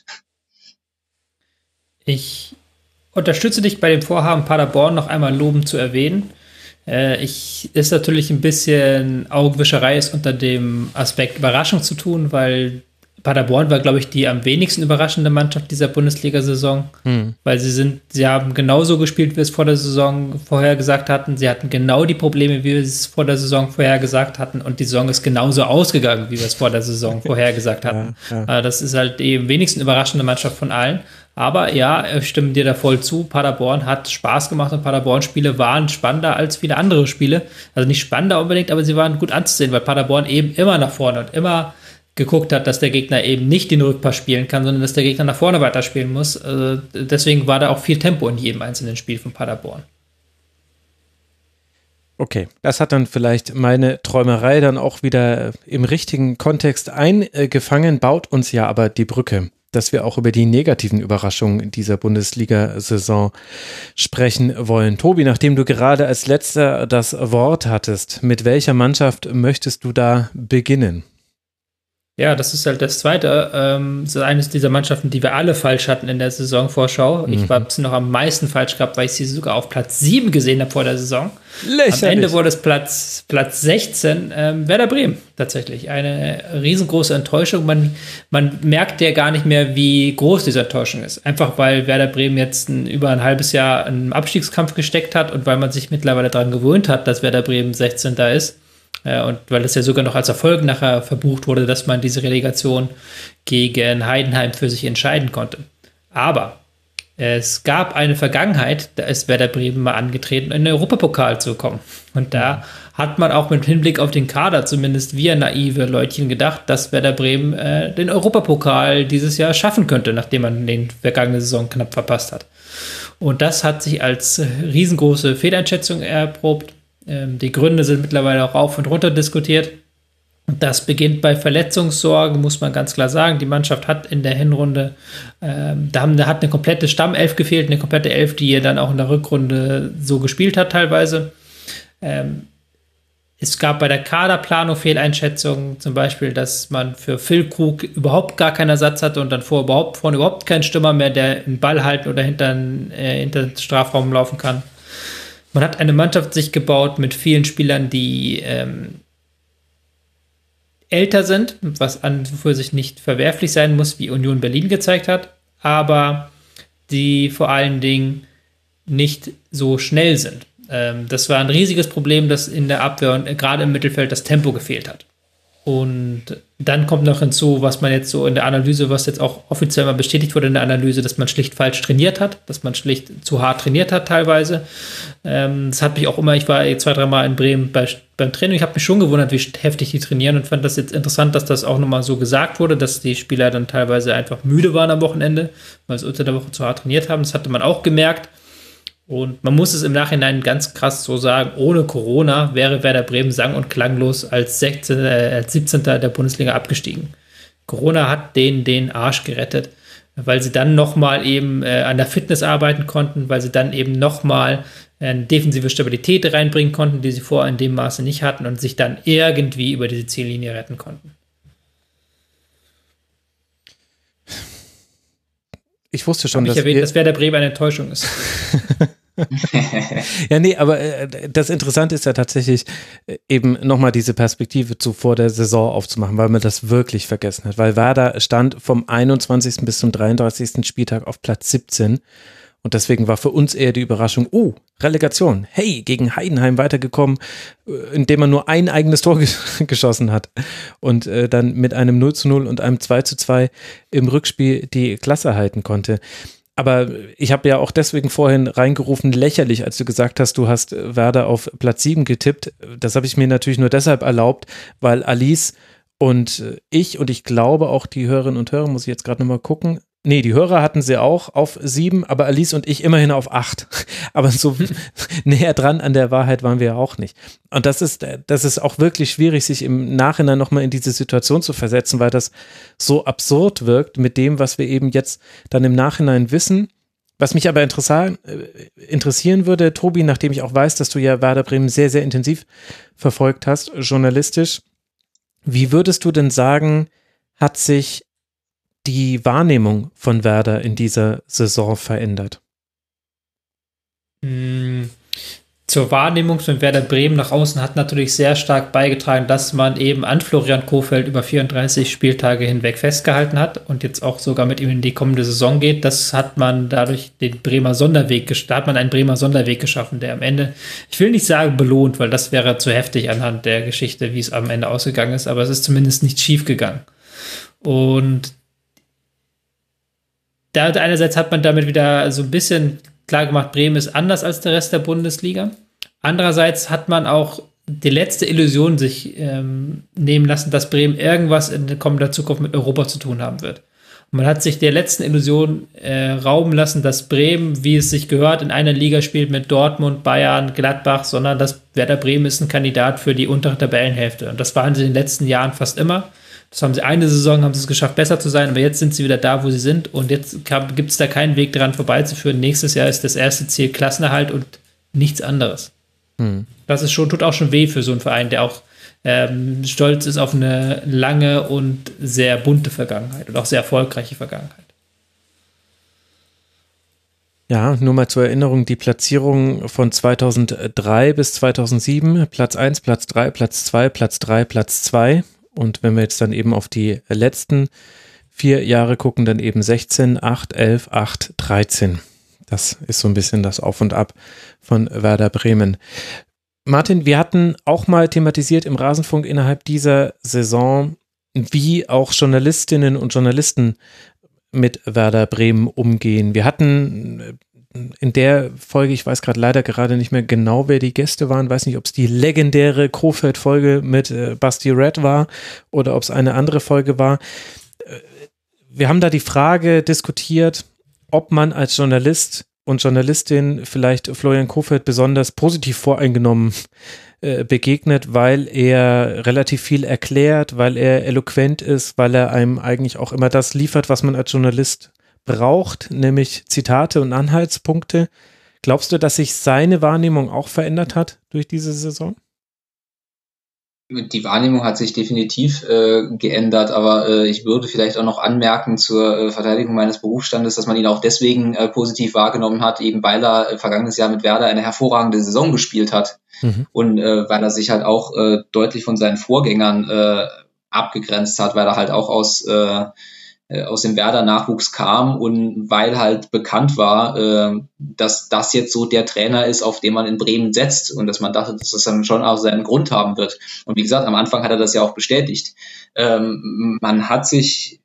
Ich unterstütze dich bei dem Vorhaben, Paderborn noch einmal lobend zu erwähnen. Äh, ich ist natürlich ein bisschen Augenwischerei, ist unter dem Aspekt Überraschung zu tun, weil Paderborn war, glaube ich, die am wenigsten überraschende Mannschaft dieser Bundesliga-Saison, hm. weil sie sind, sie haben genauso gespielt, wie wir es vor der Saison vorher gesagt hatten. Sie hatten genau die Probleme, wie wir es vor der Saison vorher gesagt hatten, und die Saison ist genauso ausgegangen, wie wir es vor der Saison vorher gesagt hatten. Ja, ja. Das ist halt die am wenigsten überraschende Mannschaft von allen. Aber ja, ich stimme dir da voll zu. Paderborn hat Spaß gemacht und Paderborn-Spiele waren spannender als viele andere Spiele. Also nicht spannender unbedingt, aber sie waren gut anzusehen, weil Paderborn eben immer nach vorne und immer geguckt hat, dass der Gegner eben nicht den Rückpass spielen kann, sondern dass der Gegner nach vorne weiterspielen muss. Also deswegen war da auch viel Tempo in jedem einzelnen Spiel von Paderborn. Okay, das hat dann vielleicht meine Träumerei dann auch wieder im richtigen Kontext eingefangen, baut uns ja aber die Brücke, dass wir auch über die negativen Überraschungen dieser Bundesliga-Saison sprechen wollen. Tobi, nachdem du gerade als letzter das Wort hattest, mit welcher Mannschaft möchtest du da beginnen? Ja, das ist halt das Zweite. Ähm, das ist eines dieser Mannschaften, die wir alle falsch hatten in der Saisonvorschau. Mhm. Ich habe es noch am meisten falsch gehabt, weil ich sie sogar auf Platz sieben gesehen habe vor der Saison. Lächerlich. Am Ende wurde es Platz, Platz sechzehn, ähm, Werder Bremen tatsächlich. Eine riesengroße Enttäuschung. Man, man merkt ja gar nicht mehr, wie groß diese Enttäuschung ist. Einfach weil Werder Bremen jetzt ein, über ein halbes Jahr im Abstiegskampf gesteckt hat und weil man sich mittlerweile daran gewöhnt hat, dass Werder Bremen sechzehnter ist. Und weil es ja sogar noch als Erfolg nachher verbucht wurde, dass man diese Relegation gegen Heidenheim für sich entscheiden konnte. Aber es gab eine Vergangenheit, da ist Werder Bremen mal angetreten, in den Europapokal zu kommen. Und da hat man auch mit Hinblick auf den Kader, zumindest wir naive Leutchen, gedacht, dass Werder Bremen äh, den Europapokal dieses Jahr schaffen könnte, nachdem man den vergangene Saison knapp verpasst hat. Und das hat sich als riesengroße Fehleinschätzung erprobt. Die Gründe sind mittlerweile auch rauf und runter diskutiert. Das beginnt bei Verletzungssorgen, muss man ganz klar sagen. Die Mannschaft hat in der Hinrunde, ähm, da, haben, da hat eine komplette Stammelf gefehlt, eine komplette Elf, die ihr dann auch in der Rückrunde so gespielt hat teilweise. Ähm, es gab bei der Kaderplanung Fehleinschätzungen, zum Beispiel, dass man für Füllkrug überhaupt gar keinen Ersatz hatte und dann vor überhaupt, vorne überhaupt keinen Stürmer mehr, der einen Ball halten oder hinter, äh, hinter den Strafraum laufen kann. Man hat eine Mannschaft sich gebaut mit vielen Spielern, die ähm, älter sind, was an und für sich nicht verwerflich sein muss, wie Union Berlin gezeigt hat, aber die vor allen Dingen nicht so schnell sind. Ähm, das war ein riesiges Problem, dass in der Abwehr und gerade im Mittelfeld das Tempo gefehlt hat. Und dann kommt noch hinzu, was man jetzt so in der Analyse, was jetzt auch offiziell mal bestätigt wurde in der Analyse, dass man schlicht falsch trainiert hat, dass man schlicht zu hart trainiert hat teilweise. Ähm, das hat mich auch immer, ich war zwei, dreimal in Bremen bei, beim Training, ich habe mich schon gewundert, wie heftig die trainieren und fand das jetzt interessant, dass das auch nochmal so gesagt wurde, dass die Spieler dann teilweise einfach müde waren am Wochenende, weil sie unter der Woche zu hart trainiert haben. Das hatte man auch gemerkt. Und man muss es im Nachhinein ganz krass so sagen, ohne Corona wäre Werder Bremen sang- und klanglos als, sechzehnten, äh, als siebzehnter der Bundesliga abgestiegen. Corona hat denen den Arsch gerettet, weil sie dann nochmal eben äh, an der Fitness arbeiten konnten, weil sie dann eben nochmal äh, defensive Stabilität reinbringen konnten, die sie vorher in dem Maße nicht hatten und sich dann irgendwie über diese Ziellinie retten konnten. Ich wusste schon, Hab ich dass erwähnt, wir dass Werder Bremen eine Enttäuschung ist. Ja, nee, aber äh, das Interessante ist ja tatsächlich äh, eben nochmal diese Perspektive zu vor der Saison aufzumachen, weil man das wirklich vergessen hat, weil Werder stand vom einundzwanzigsten bis zum dreiunddreißigsten Spieltag auf Platz siebzehn und deswegen war für uns eher die Überraschung, oh, Relegation, hey, gegen Heidenheim weitergekommen, äh, indem man nur ein eigenes Tor ges- geschossen hat und äh, dann mit einem null zu null und einem zwei zu zwei im Rückspiel die Klasse halten konnte. Aber ich habe ja auch deswegen vorhin reingerufen, lächerlich, als du gesagt hast, du hast Werder auf Platz sieben getippt. Das habe ich mir natürlich nur deshalb erlaubt, weil Alice und ich und ich glaube auch die Hörerinnen und Hörer, muss ich jetzt gerade nochmal gucken. Nee, die Hörer hatten sie auch auf sieben, aber Alice und ich immerhin auf acht. Aber so näher dran an der Wahrheit waren wir ja auch nicht. Und das ist, das ist auch wirklich schwierig, sich im Nachhinein nochmal in diese Situation zu versetzen, weil das so absurd wirkt mit dem, was wir eben jetzt dann im Nachhinein wissen. Was mich aber interessieren, interessieren würde, Tobi, nachdem ich auch weiß, dass du ja Werder Bremen sehr, sehr intensiv verfolgt hast, journalistisch, wie würdest du denn sagen, hat sich die Wahrnehmung von Werder in dieser Saison verändert? Zur Wahrnehmung von Werder Bremen nach außen hat natürlich sehr stark beigetragen, dass man eben an Florian Kohfeldt über vierunddreißig Spieltage hinweg festgehalten hat und jetzt auch sogar mit ihm in die kommende Saison geht. Das hat man dadurch den Bremer Sonderweg, da hat man einen Bremer Sonderweg geschaffen, der am Ende, ich will nicht sagen belohnt, weil das wäre zu heftig anhand der Geschichte, wie es am Ende ausgegangen ist, aber es ist zumindest nicht schief gegangen. Und da einerseits hat man damit wieder so ein bisschen klar gemacht, Bremen ist anders als der Rest der Bundesliga. Andererseits hat man auch die letzte Illusion sich ähm, nehmen lassen, dass Bremen irgendwas in kommender Zukunft mit Europa zu tun haben wird. Und man hat sich der letzten Illusion äh, rauben lassen, dass Bremen, wie es sich gehört, in einer Liga spielt mit Dortmund, Bayern, Gladbach, sondern dass Werder Bremen ist ein Kandidat für die untere Tabellenhälfte. Und das waren sie in den letzten Jahren fast immer. Das haben sie eine Saison, haben sie es geschafft, besser zu sein, aber jetzt sind sie wieder da, wo sie sind und jetzt gibt es da keinen Weg dran vorbeizuführen. Nächstes Jahr ist das erste Ziel Klassenerhalt und nichts anderes. Hm. Das ist schon, tut auch schon weh für so einen Verein, der auch ähm, stolz ist auf eine lange und sehr bunte Vergangenheit und auch sehr erfolgreiche Vergangenheit. Ja, nur mal zur Erinnerung, die Platzierung von zweitausenddrei bis zweitausendsieben, Platz eins, Platz drei, Platz zwei, Platz drei, Platz zwei. Und wenn wir jetzt dann eben auf die letzten vier Jahre gucken, dann eben sechzehn, acht, elf, acht, dreizehn. Das ist so ein bisschen das Auf und Ab von Werder Bremen. Martin, wir hatten auch mal thematisiert im Rasenfunk innerhalb dieser Saison, wie auch Journalistinnen und Journalisten mit Werder Bremen umgehen. Wir hatten in der Folge, ich weiß gerade leider gerade nicht mehr genau, wer die Gäste waren, weiß nicht, ob es die legendäre Krofeld-Folge mit äh, Basti Red war oder ob es eine andere Folge war. Wir haben da die Frage diskutiert, ob man als Journalist und Journalistin vielleicht Florian Kohfeldt besonders positiv voreingenommen äh, begegnet, weil er relativ viel erklärt, weil er eloquent ist, weil er einem eigentlich auch immer das liefert, was man als Journalist braucht, nämlich Zitate und Anhaltspunkte. Glaubst du, dass sich seine Wahrnehmung auch verändert hat durch diese Saison? Die Wahrnehmung hat sich definitiv äh, geändert, aber äh, ich würde vielleicht auch noch anmerken zur äh, Verteidigung meines Berufsstandes, dass man ihn auch deswegen äh, positiv wahrgenommen hat, eben weil er äh, vergangenes Jahr mit Werder eine hervorragende Saison gespielt hat mhm. und äh, weil er sich halt auch äh, deutlich von seinen Vorgängern äh, abgegrenzt hat, weil er halt auch aus äh, aus dem Werder-Nachwuchs kam und weil halt bekannt war, äh, dass das jetzt so der Trainer ist, auf den man in Bremen setzt und dass man dachte, dass das dann schon auch seinen Grund haben wird. Und wie gesagt, am Anfang hat er das ja auch bestätigt. Ähm, man hat sich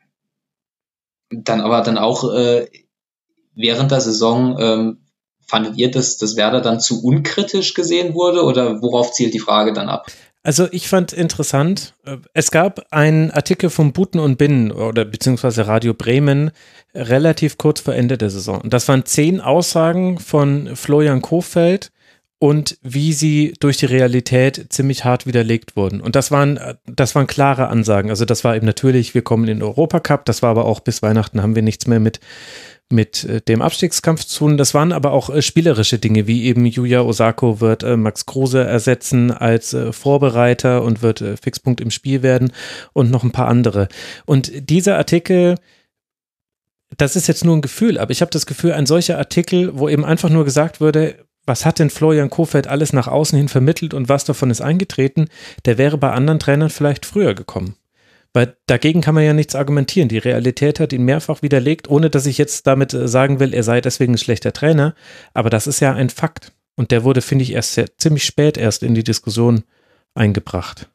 dann aber dann auch äh, während der Saison, ähm, fandet ihr, dass das Werder dann zu unkritisch gesehen wurde oder worauf zielt die Frage dann ab? Also ich fand interessant, es gab einen Artikel von Buten und Binnen oder beziehungsweise Radio Bremen relativ kurz vor Ende der Saison. Und das waren zehn Aussagen von Florian Kohfeldt und wie sie durch die Realität ziemlich hart widerlegt wurden. Und das waren, das waren klare Ansagen. Also das war eben natürlich, wir kommen in den Europacup, das war aber auch bis Weihnachten haben wir nichts mehr mit mit dem Abstiegskampf zu tun. Das waren aber auch äh, spielerische Dinge, wie eben Yuya Osako wird äh, Max Kruse ersetzen als äh, Vorbereiter und wird äh, Fixpunkt im Spiel werden und noch ein paar andere. Und dieser Artikel, das ist jetzt nur ein Gefühl, aber ich habe das Gefühl, ein solcher Artikel, wo eben einfach nur gesagt würde, was hat denn Florian Kohfeldt alles nach außen hin vermittelt und was davon ist eingetreten, der wäre bei anderen Trainern vielleicht früher gekommen. Weil dagegen kann man ja nichts argumentieren. Die Realität hat ihn mehrfach widerlegt, ohne dass ich jetzt damit sagen will, er sei deswegen ein schlechter Trainer. Aber das ist ja ein Fakt. Und der wurde, finde ich, erst sehr, ziemlich spät erst in die Diskussion eingebracht.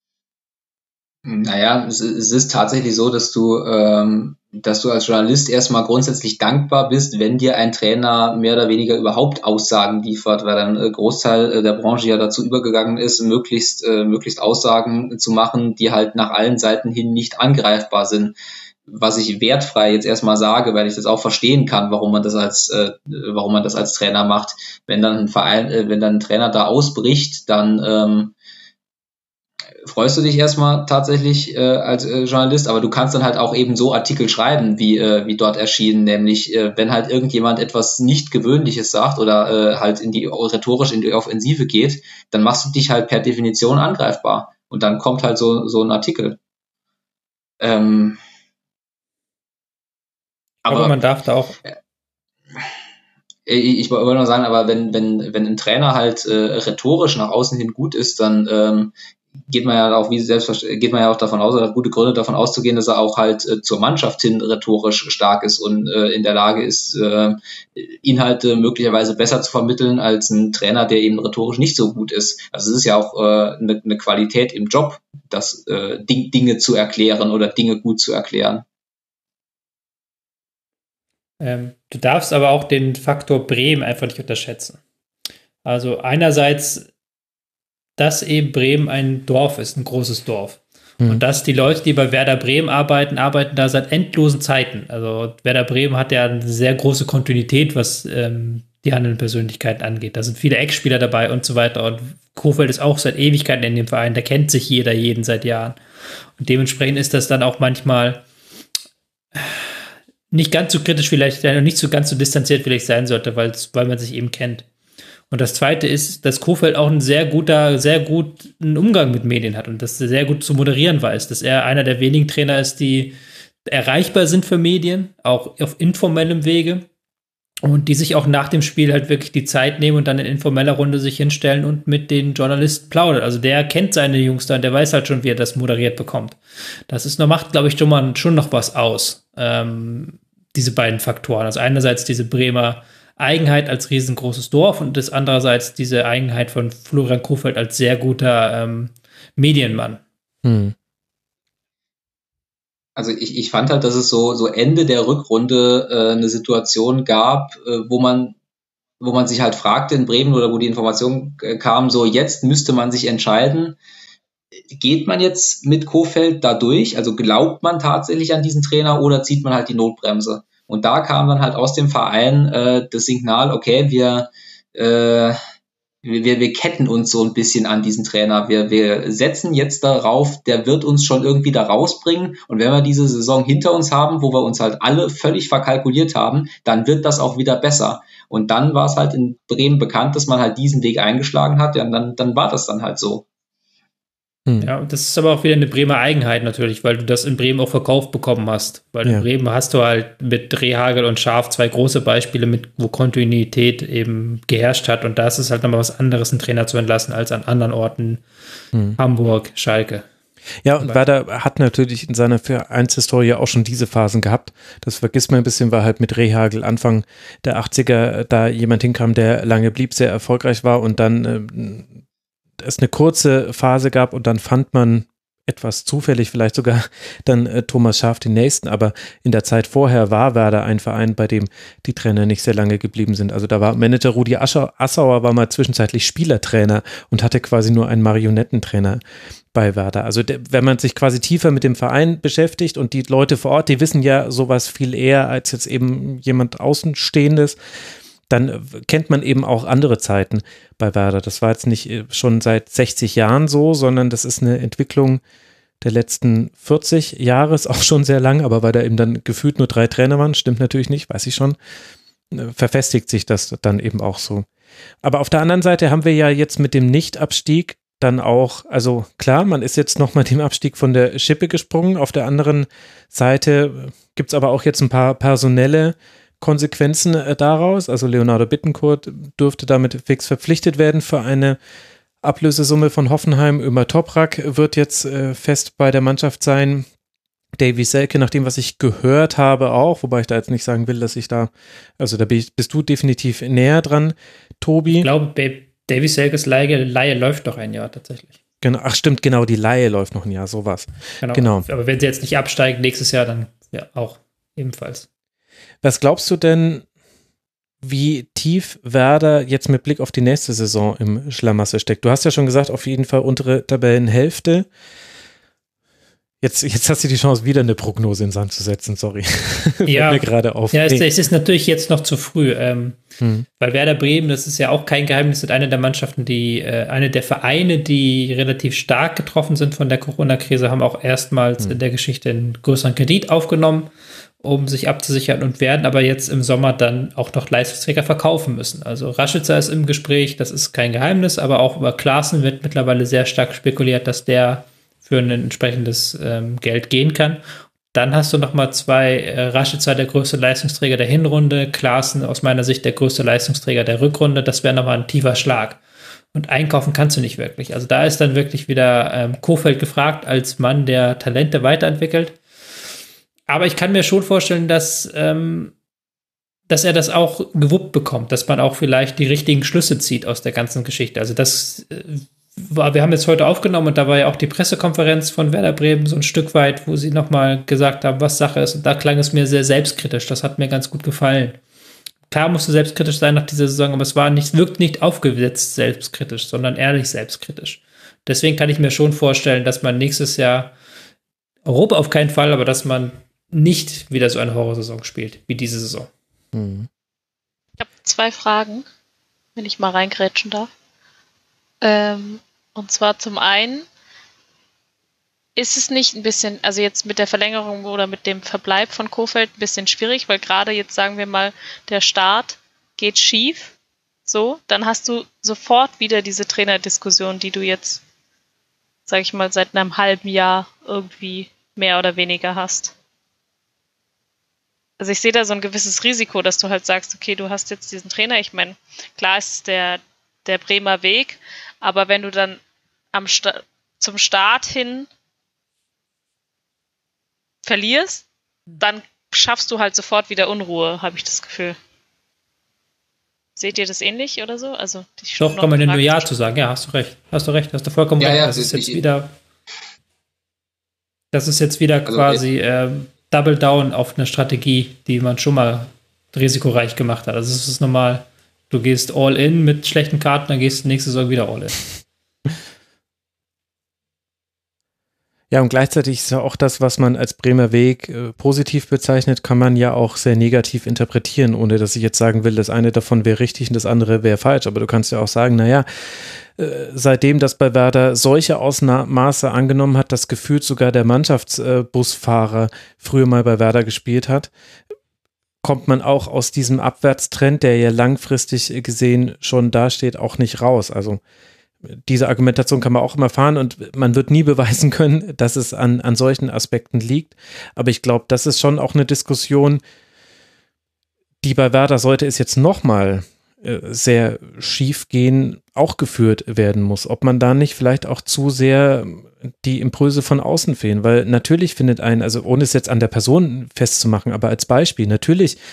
Naja, es, es ist tatsächlich so, dass du, ähm, dass du als Journalist erstmal grundsätzlich dankbar bist, wenn dir ein Trainer mehr oder weniger überhaupt Aussagen liefert, weil ein äh, Großteil äh, der Branche ja dazu übergegangen ist, möglichst, äh, möglichst Aussagen zu machen, die halt nach allen Seiten hin nicht angreifbar sind. Was ich wertfrei jetzt erstmal sage, weil ich das auch verstehen kann, warum man das als, äh, warum man das als Trainer macht. Wenn dann ein Verein, äh, wenn dann ein Trainer da ausbricht, dann ähm, freust du dich erstmal tatsächlich äh, als äh, Journalist, aber du kannst dann halt auch eben so Artikel schreiben, wie äh, wie dort erschienen, nämlich äh, wenn halt irgendjemand etwas nicht Gewöhnliches sagt oder äh, halt in die rhetorisch in die Offensive geht, dann machst du dich halt per Definition angreifbar und dann kommt halt so so ein Artikel. Ähm, aber, aber man darf da auch äh, ich, ich wollte nur sagen, aber wenn wenn wenn ein Trainer halt äh, rhetorisch nach außen hin gut ist, dann ähm, geht man ja auch wie selbstverständlich geht man ja auch davon aus, oder hat gute Gründe davon auszugehen, dass er auch halt äh, zur Mannschaft hin rhetorisch stark ist und äh, in der Lage ist, äh, Inhalte möglicherweise besser zu vermitteln als ein Trainer, der eben rhetorisch nicht so gut ist. Also es ist ja auch eine äh, ne Qualität im Job, das äh, Ding, Dinge zu erklären oder Dinge gut zu erklären. Ähm, du darfst aber auch den Faktor Bremen einfach nicht unterschätzen. Also einerseits, dass eben Bremen ein Dorf ist, ein großes Dorf. Mhm. Und dass die Leute, die bei Werder Bremen arbeiten, arbeiten da seit endlosen Zeiten. Also Werder Bremen hat ja eine sehr große Kontinuität, was ähm, die handelnden Persönlichkeiten angeht. Da sind viele Ex-Spieler dabei und so weiter. Und Kohfeldt ist auch seit Ewigkeiten in dem Verein. Da kennt sich jeder jeden seit Jahren. Und dementsprechend ist das dann auch manchmal nicht ganz so kritisch vielleicht, nicht so ganz so distanziert vielleicht sein sollte, weil man sich eben kennt. Und das Zweite ist, dass Kohfeldt auch ein sehr guter, sehr guten Umgang mit Medien hat und dass er sehr gut zu moderieren weiß, dass er einer der wenigen Trainer ist, die erreichbar sind für Medien, auch auf informellem Wege und die sich auch nach dem Spiel halt wirklich die Zeit nehmen und dann in informeller Runde sich hinstellen und mit den Journalisten plaudern. Also der kennt seine Jungs da und der weiß halt schon, wie er das moderiert bekommt. Das ist noch, macht, glaube ich, schon mal schon noch was aus, ähm, diese beiden Faktoren. Also einerseits diese Bremer Eigenheit als riesengroßes Dorf und das andererseits diese Eigenheit von Florian Kohfeldt als sehr guter ähm, Medienmann. Hm. Also ich, ich fand halt, dass es so, so Ende der Rückrunde äh, eine Situation gab, äh, wo man wo man sich halt fragte in Bremen oder wo die Information äh, kam, so jetzt müsste man sich entscheiden, geht man jetzt mit Kohfeldt da durch? Also glaubt man tatsächlich an diesen Trainer oder zieht man halt die Notbremse? Und da kam dann halt aus dem Verein äh, das Signal, okay, wir, äh, wir, wir ketten uns so ein bisschen an diesen Trainer. Wir, wir setzen jetzt darauf, der wird uns schon irgendwie da rausbringen. Und wenn wir diese Saison hinter uns haben, wo wir uns halt alle völlig verkalkuliert haben, dann wird das auch wieder besser. Und dann war es halt in Bremen bekannt, dass man halt diesen Weg eingeschlagen hat. Ja, und dann, dann war das dann halt so. Ja, das ist aber auch wieder eine Bremer Eigenheit natürlich, weil du das in Bremen auch verkauft bekommen hast. Weil ja. In Bremen hast du halt mit Rehhagel und Scharf zwei große Beispiele, mit wo Kontinuität eben geherrscht hat. Und da ist es halt nochmal was anderes, einen Trainer zu entlassen, als an anderen Orten, hm. Hamburg, Schalke. Ja, und Werder hat natürlich in seiner Vereinshistorie auch schon diese Phasen gehabt. Das vergisst man ein bisschen, weil halt mit Rehhagel Anfang der achtziger da jemand hinkam, der lange blieb, sehr erfolgreich war und dann äh, es eine kurze Phase gab und dann fand man etwas zufällig vielleicht sogar dann äh, Thomas Schaaf den nächsten, aber in der Zeit vorher war Werder ein Verein, bei dem die Trainer nicht sehr lange geblieben sind. Also da war Manager Rudi Ascher, Assauer war mal zwischenzeitlich Spielertrainer und hatte quasi nur einen Marionettentrainer bei Werder. Also de, wenn man sich quasi tiefer mit dem Verein beschäftigt und die Leute vor Ort, die wissen ja sowas viel eher als jetzt eben jemand Außenstehendes, dann kennt man eben auch andere Zeiten bei Werder. Das war jetzt nicht schon seit sechzig Jahren so, sondern das ist eine Entwicklung der letzten vierzig Jahre, ist auch schon sehr lang, aber weil da eben dann gefühlt nur drei Trainer waren, stimmt natürlich nicht, weiß ich schon, verfestigt sich das dann eben auch so. Aber auf der anderen Seite haben wir ja jetzt mit dem Nichtabstieg dann auch, also klar, man ist jetzt nochmal dem Abstieg von der Schippe gesprungen, auf der anderen Seite gibt es aber auch jetzt ein paar personelle Konsequenzen äh, daraus. Also Leonardo Bittencourt dürfte damit fix verpflichtet werden für eine Ablösesumme von Hoffenheim. Ömer Toprak wird jetzt äh, fest bei der Mannschaft sein. Davy Selke, nach dem, was ich gehört habe, auch, wobei ich da jetzt nicht sagen will, dass ich da, also da bist du definitiv näher dran, Tobi. Ich glaube, Davy Selkes Leihe, Leihe läuft doch ein Jahr tatsächlich. Genau, ach stimmt, genau, die Leihe läuft noch ein Jahr, sowas. Genau. genau. Aber wenn sie jetzt nicht absteigen nächstes Jahr, dann ja auch ebenfalls. Was glaubst du denn, wie tief Werder jetzt mit Blick auf die nächste Saison im Schlamassel steckt? Du hast ja schon gesagt, auf jeden Fall untere Tabellenhälfte. Jetzt, jetzt hast du die Chance, wieder eine Prognose in den Sand zu setzen, sorry. Ja, mir gerade auf. Ja, es, es ist natürlich jetzt noch zu früh, ähm, hm. weil Werder Bremen, das ist ja auch kein Geheimnis, sind eine der Mannschaften, die, äh, eine der Vereine, die relativ stark getroffen sind von der Corona-Krise, haben auch erstmals hm. in der Geschichte einen größeren Kredit aufgenommen, um sich abzusichern und werden aber jetzt im Sommer dann auch noch Leistungsträger verkaufen müssen. Also Rashica ist im Gespräch, das ist kein Geheimnis, aber auch über Klaassen wird mittlerweile sehr stark spekuliert, dass der für ein entsprechendes ähm, Geld gehen kann. Dann hast du nochmal zwei, äh, Rashica, der größte Leistungsträger der Hinrunde, Klaassen aus meiner Sicht der größte Leistungsträger der Rückrunde, das wäre nochmal ein tiefer Schlag. Und einkaufen kannst du nicht wirklich. Also da ist dann wirklich wieder ähm, Kohfeldt gefragt als Mann, der Talente weiterentwickelt. Aber ich kann mir schon vorstellen, dass, ähm, dass er das auch gewuppt bekommt, dass man auch vielleicht die richtigen Schlüsse zieht aus der ganzen Geschichte. Also das äh, war, wir haben jetzt heute aufgenommen und da war ja auch die Pressekonferenz von Werder Bremen so ein Stück weit, wo sie nochmal gesagt haben, was Sache ist. Und da klang es mir sehr selbstkritisch. Das hat mir ganz gut gefallen. Klar musste selbstkritisch sein nach dieser Saison, aber es war nicht, wirkt nicht aufgesetzt selbstkritisch, sondern ehrlich selbstkritisch. Deswegen kann ich mir schon vorstellen, dass man nächstes Jahr Europa auf keinen Fall, aber dass man nicht wieder so eine Horrorsaison spielt, wie diese Saison. Mhm. Ich habe zwei Fragen, wenn ich mal reingrätschen darf. Ähm, und zwar zum einen, ist es nicht ein bisschen, also jetzt mit der Verlängerung oder mit dem Verbleib von Kohfeldt ein bisschen schwierig, weil gerade jetzt sagen wir mal, der Start geht schief, so, dann hast du sofort wieder diese Trainerdiskussion, die du jetzt, sag ich mal, seit einem halben Jahr irgendwie mehr oder weniger hast. Also ich sehe da so ein gewisses Risiko, dass du halt sagst, okay, du hast jetzt diesen Trainer, ich meine, klar ist es der, der Bremer Weg, aber wenn du dann am Sta- zum Start hin verlierst, dann schaffst du halt sofort wieder Unruhe, habe ich das Gefühl. Seht ihr das ähnlich oder so? Also ich Doch, kann man nur Ja zu sagen. Ja, hast du recht. Hast du recht, hast du vollkommen ja, recht. ja, das ist jetzt ich, wieder das ist jetzt wieder also quasi äh, Double Down auf eine Strategie, die man schon mal risikoreich gemacht hat. Also es ist normal, du gehst all in mit schlechten Karten, dann gehst du nächste Saison wieder all in. Ja, und gleichzeitig ist ja auch das, was man als Bremer Weg äh, positiv bezeichnet, kann man ja auch sehr negativ interpretieren, ohne dass ich jetzt sagen will, das eine davon wäre richtig und das andere wäre falsch. Aber du kannst ja auch sagen, naja, äh, seitdem das bei Werder solche Ausmaße angenommen hat, dass gefühlt sogar der Mannschaftsbusfahrer äh, früher mal bei Werder gespielt hat, kommt man auch aus diesem Abwärtstrend, der ja langfristig gesehen schon dasteht, auch nicht raus. Also diese Argumentation kann man auch immer fahren und man wird nie beweisen können, dass es an, an solchen Aspekten liegt. Aber ich glaube, das ist schon auch eine Diskussion, die bei Werder, sollte es jetzt nochmal äh, sehr schief gehen, auch geführt werden muss. Ob man da nicht vielleicht auch zu sehr die Impulse von außen fehlen. Weil natürlich findet ein, also ohne es jetzt an der Person festzumachen, aber als Beispiel, natürlich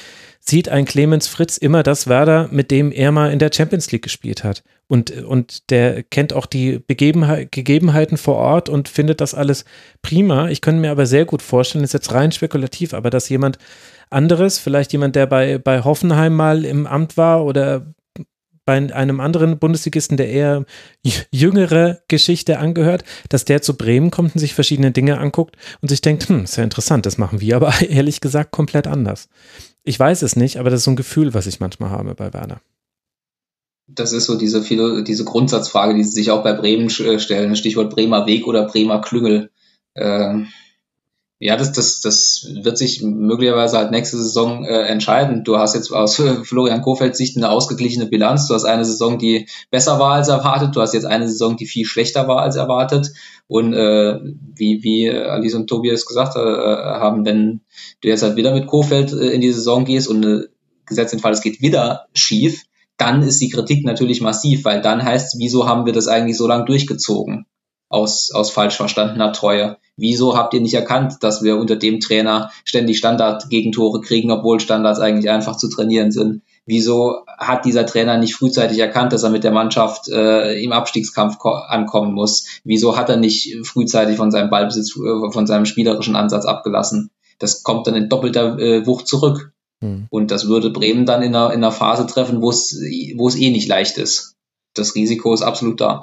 sieht ein Clemens Fritz immer das Werder, mit dem er mal in der Champions League gespielt hat. Und, und der kennt auch die Begebenheit, Gegebenheiten vor Ort und findet das alles prima. Ich könnte mir aber sehr gut vorstellen, das ist jetzt rein spekulativ, aber dass jemand anderes, vielleicht jemand, der bei, bei Hoffenheim mal im Amt war oder bei einem anderen Bundesligisten, der eher jüngere Geschichte angehört, dass der zu Bremen kommt und sich verschiedene Dinge anguckt und sich denkt, hm, ist ja interessant, das machen wir aber ehrlich gesagt komplett anders. Ich weiß es nicht, aber das ist so ein Gefühl, was ich manchmal habe bei Werder. Das ist so diese, diese Grundsatzfrage, die sie sich auch bei Bremen stellen, Stichwort Bremer Weg oder Bremer Klüngel. Ähm, ja, das, das, das wird sich möglicherweise halt nächste Saison äh, entscheiden. Du hast jetzt aus Florian Kofelds Sicht eine ausgeglichene Bilanz. Du hast eine Saison, die besser war als erwartet. Du hast jetzt eine Saison, die viel schlechter war als erwartet. Und äh, wie, wie Alice und Tobias gesagt äh, haben, wenn du jetzt halt wieder mit Kofeld äh, in die Saison gehst und äh, gesetzt den Fall, es geht wieder schief, dann ist die Kritik natürlich massiv, weil dann heißt es, wieso haben wir das eigentlich so lange durchgezogen aus, aus falsch verstandener Treue? Wieso habt ihr nicht erkannt, dass wir unter dem Trainer ständig Standard-Gegentore kriegen, obwohl Standards eigentlich einfach zu trainieren sind? Wieso hat dieser Trainer nicht frühzeitig erkannt, dass er mit der Mannschaft äh, im Abstiegskampf ko- ankommen muss? Wieso hat er nicht frühzeitig von seinem Ballbesitz, äh, von seinem spielerischen Ansatz abgelassen? Das kommt dann in doppelter äh, Wucht zurück. Hm. Und das würde Bremen dann in einer, in einer Phase treffen, wo es, wo es eh nicht leicht ist. Das Risiko ist absolut da.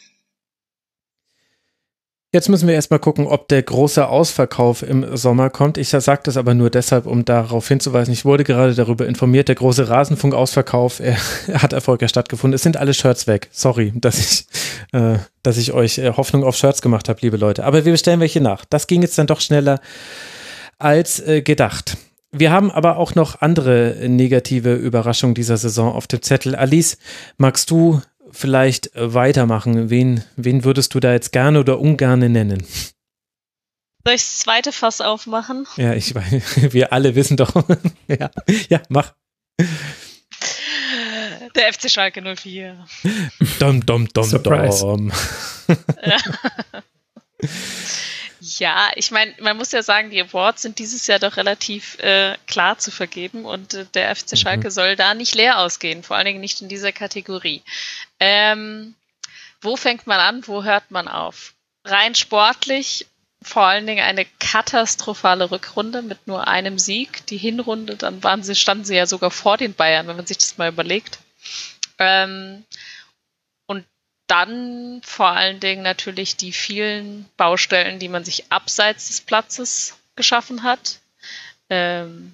Jetzt müssen wir erstmal gucken, ob der große Ausverkauf im Sommer kommt. Ich sage das aber nur deshalb, um darauf hinzuweisen. Ich wurde gerade darüber informiert, der große Rasenfunk-Ausverkauf, er, er hat erfolgreich stattgefunden. Es sind alle Shirts weg. Sorry, dass ich, äh, dass ich euch äh, Hoffnung auf Shirts gemacht habe, liebe Leute. Aber wir bestellen welche nach. Das ging jetzt dann doch schneller als äh, gedacht. Wir haben aber auch noch andere negative Überraschungen dieser Saison auf dem Zettel. Alice, magst du vielleicht weitermachen? Wen, wen würdest du da jetzt gerne oder ungerne nennen? Soll ich das zweite Fass aufmachen? Ja, ich wir alle wissen doch. ja, ja, mach. Der F C Schalke null vier. Dom, dom, dom, Surprise. dom. Ja, ich meine, man muss ja sagen, die Awards sind dieses Jahr doch relativ äh, klar zu vergeben und äh, der F C Schalke mhm. soll da nicht leer ausgehen, vor allen Dingen nicht in dieser Kategorie. Ähm, wo fängt man an, wo hört man auf? Rein sportlich vor allen Dingen eine katastrophale Rückrunde mit nur einem Sieg. Die Hinrunde, dann waren sie, standen sie ja sogar vor den Bayern, wenn man sich das mal überlegt. Ähm, und dann vor allen Dingen natürlich die vielen Baustellen, die man sich abseits des Platzes geschaffen hat. Ähm,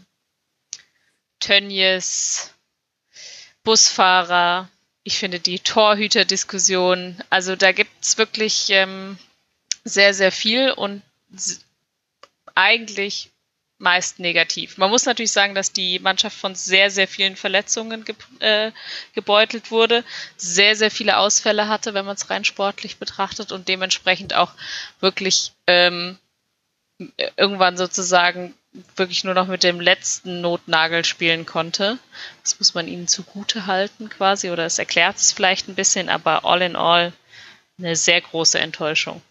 Tönnies, Busfahrer, ich finde die Torhüter-Diskussion, also da gibt es wirklich ähm, sehr, sehr viel und s- eigentlich meist negativ. Man muss natürlich sagen, dass die Mannschaft von sehr, sehr vielen Verletzungen ge- äh, gebeutelt wurde, sehr, sehr viele Ausfälle hatte, wenn man es rein sportlich betrachtet und dementsprechend auch wirklich ähm, irgendwann sozusagen wirklich nur noch mit dem letzten Notnagel spielen konnte. Das muss man ihnen zugute halten quasi, oder es erklärt es vielleicht ein bisschen, aber all in all eine sehr große Enttäuschung.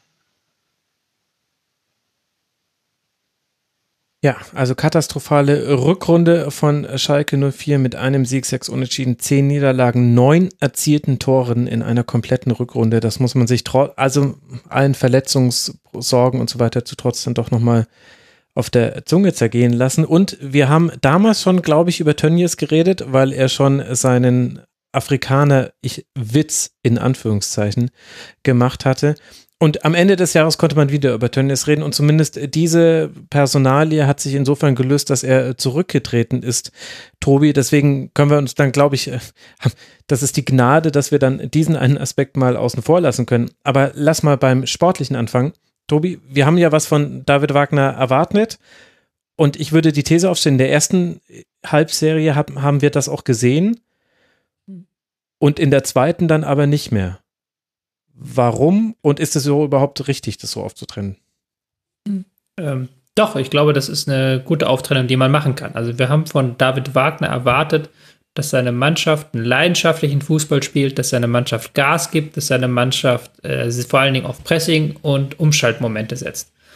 Ja, also katastrophale Rückrunde von Schalke null vier mit einem Sieg, sechs Unentschieden, zehn Niederlagen, neun erzielten Toren in einer kompletten Rückrunde. Das muss man sich trotz, also allen Verletzungssorgen und so weiter zu trotz dann doch nochmal auf der Zunge zergehen lassen. Und wir haben damals schon, glaube ich, über Tönnies geredet, weil er schon seinen Afrikaner-Witz in Anführungszeichen gemacht hatte. Und am Ende des Jahres konnte man wieder über Tönnies reden und zumindest diese Personalie hat sich insofern gelöst, dass er zurückgetreten ist, Tobi. Deswegen können wir uns dann, glaube ich, das ist die Gnade, dass wir dann diesen einen Aspekt mal außen vor lassen können. Aber lass mal beim Sportlichen anfangen. Tobi, wir haben ja was von David Wagner erwartet und ich würde die These aufstellen, in der ersten Halbserie haben, haben wir das auch gesehen und in der zweiten dann aber nicht mehr. Warum und ist es so überhaupt richtig, das so aufzutrennen? Ähm, doch, ich glaube, das ist eine gute Auftrennung, die man machen kann. Also wir haben von David Wagner erwartet, dass seine Mannschaft einen leidenschaftlichen Fußball spielt, dass seine Mannschaft Gas gibt, dass seine Mannschaft äh, vor allen Dingen auf Pressing und Umschaltmomente setzt.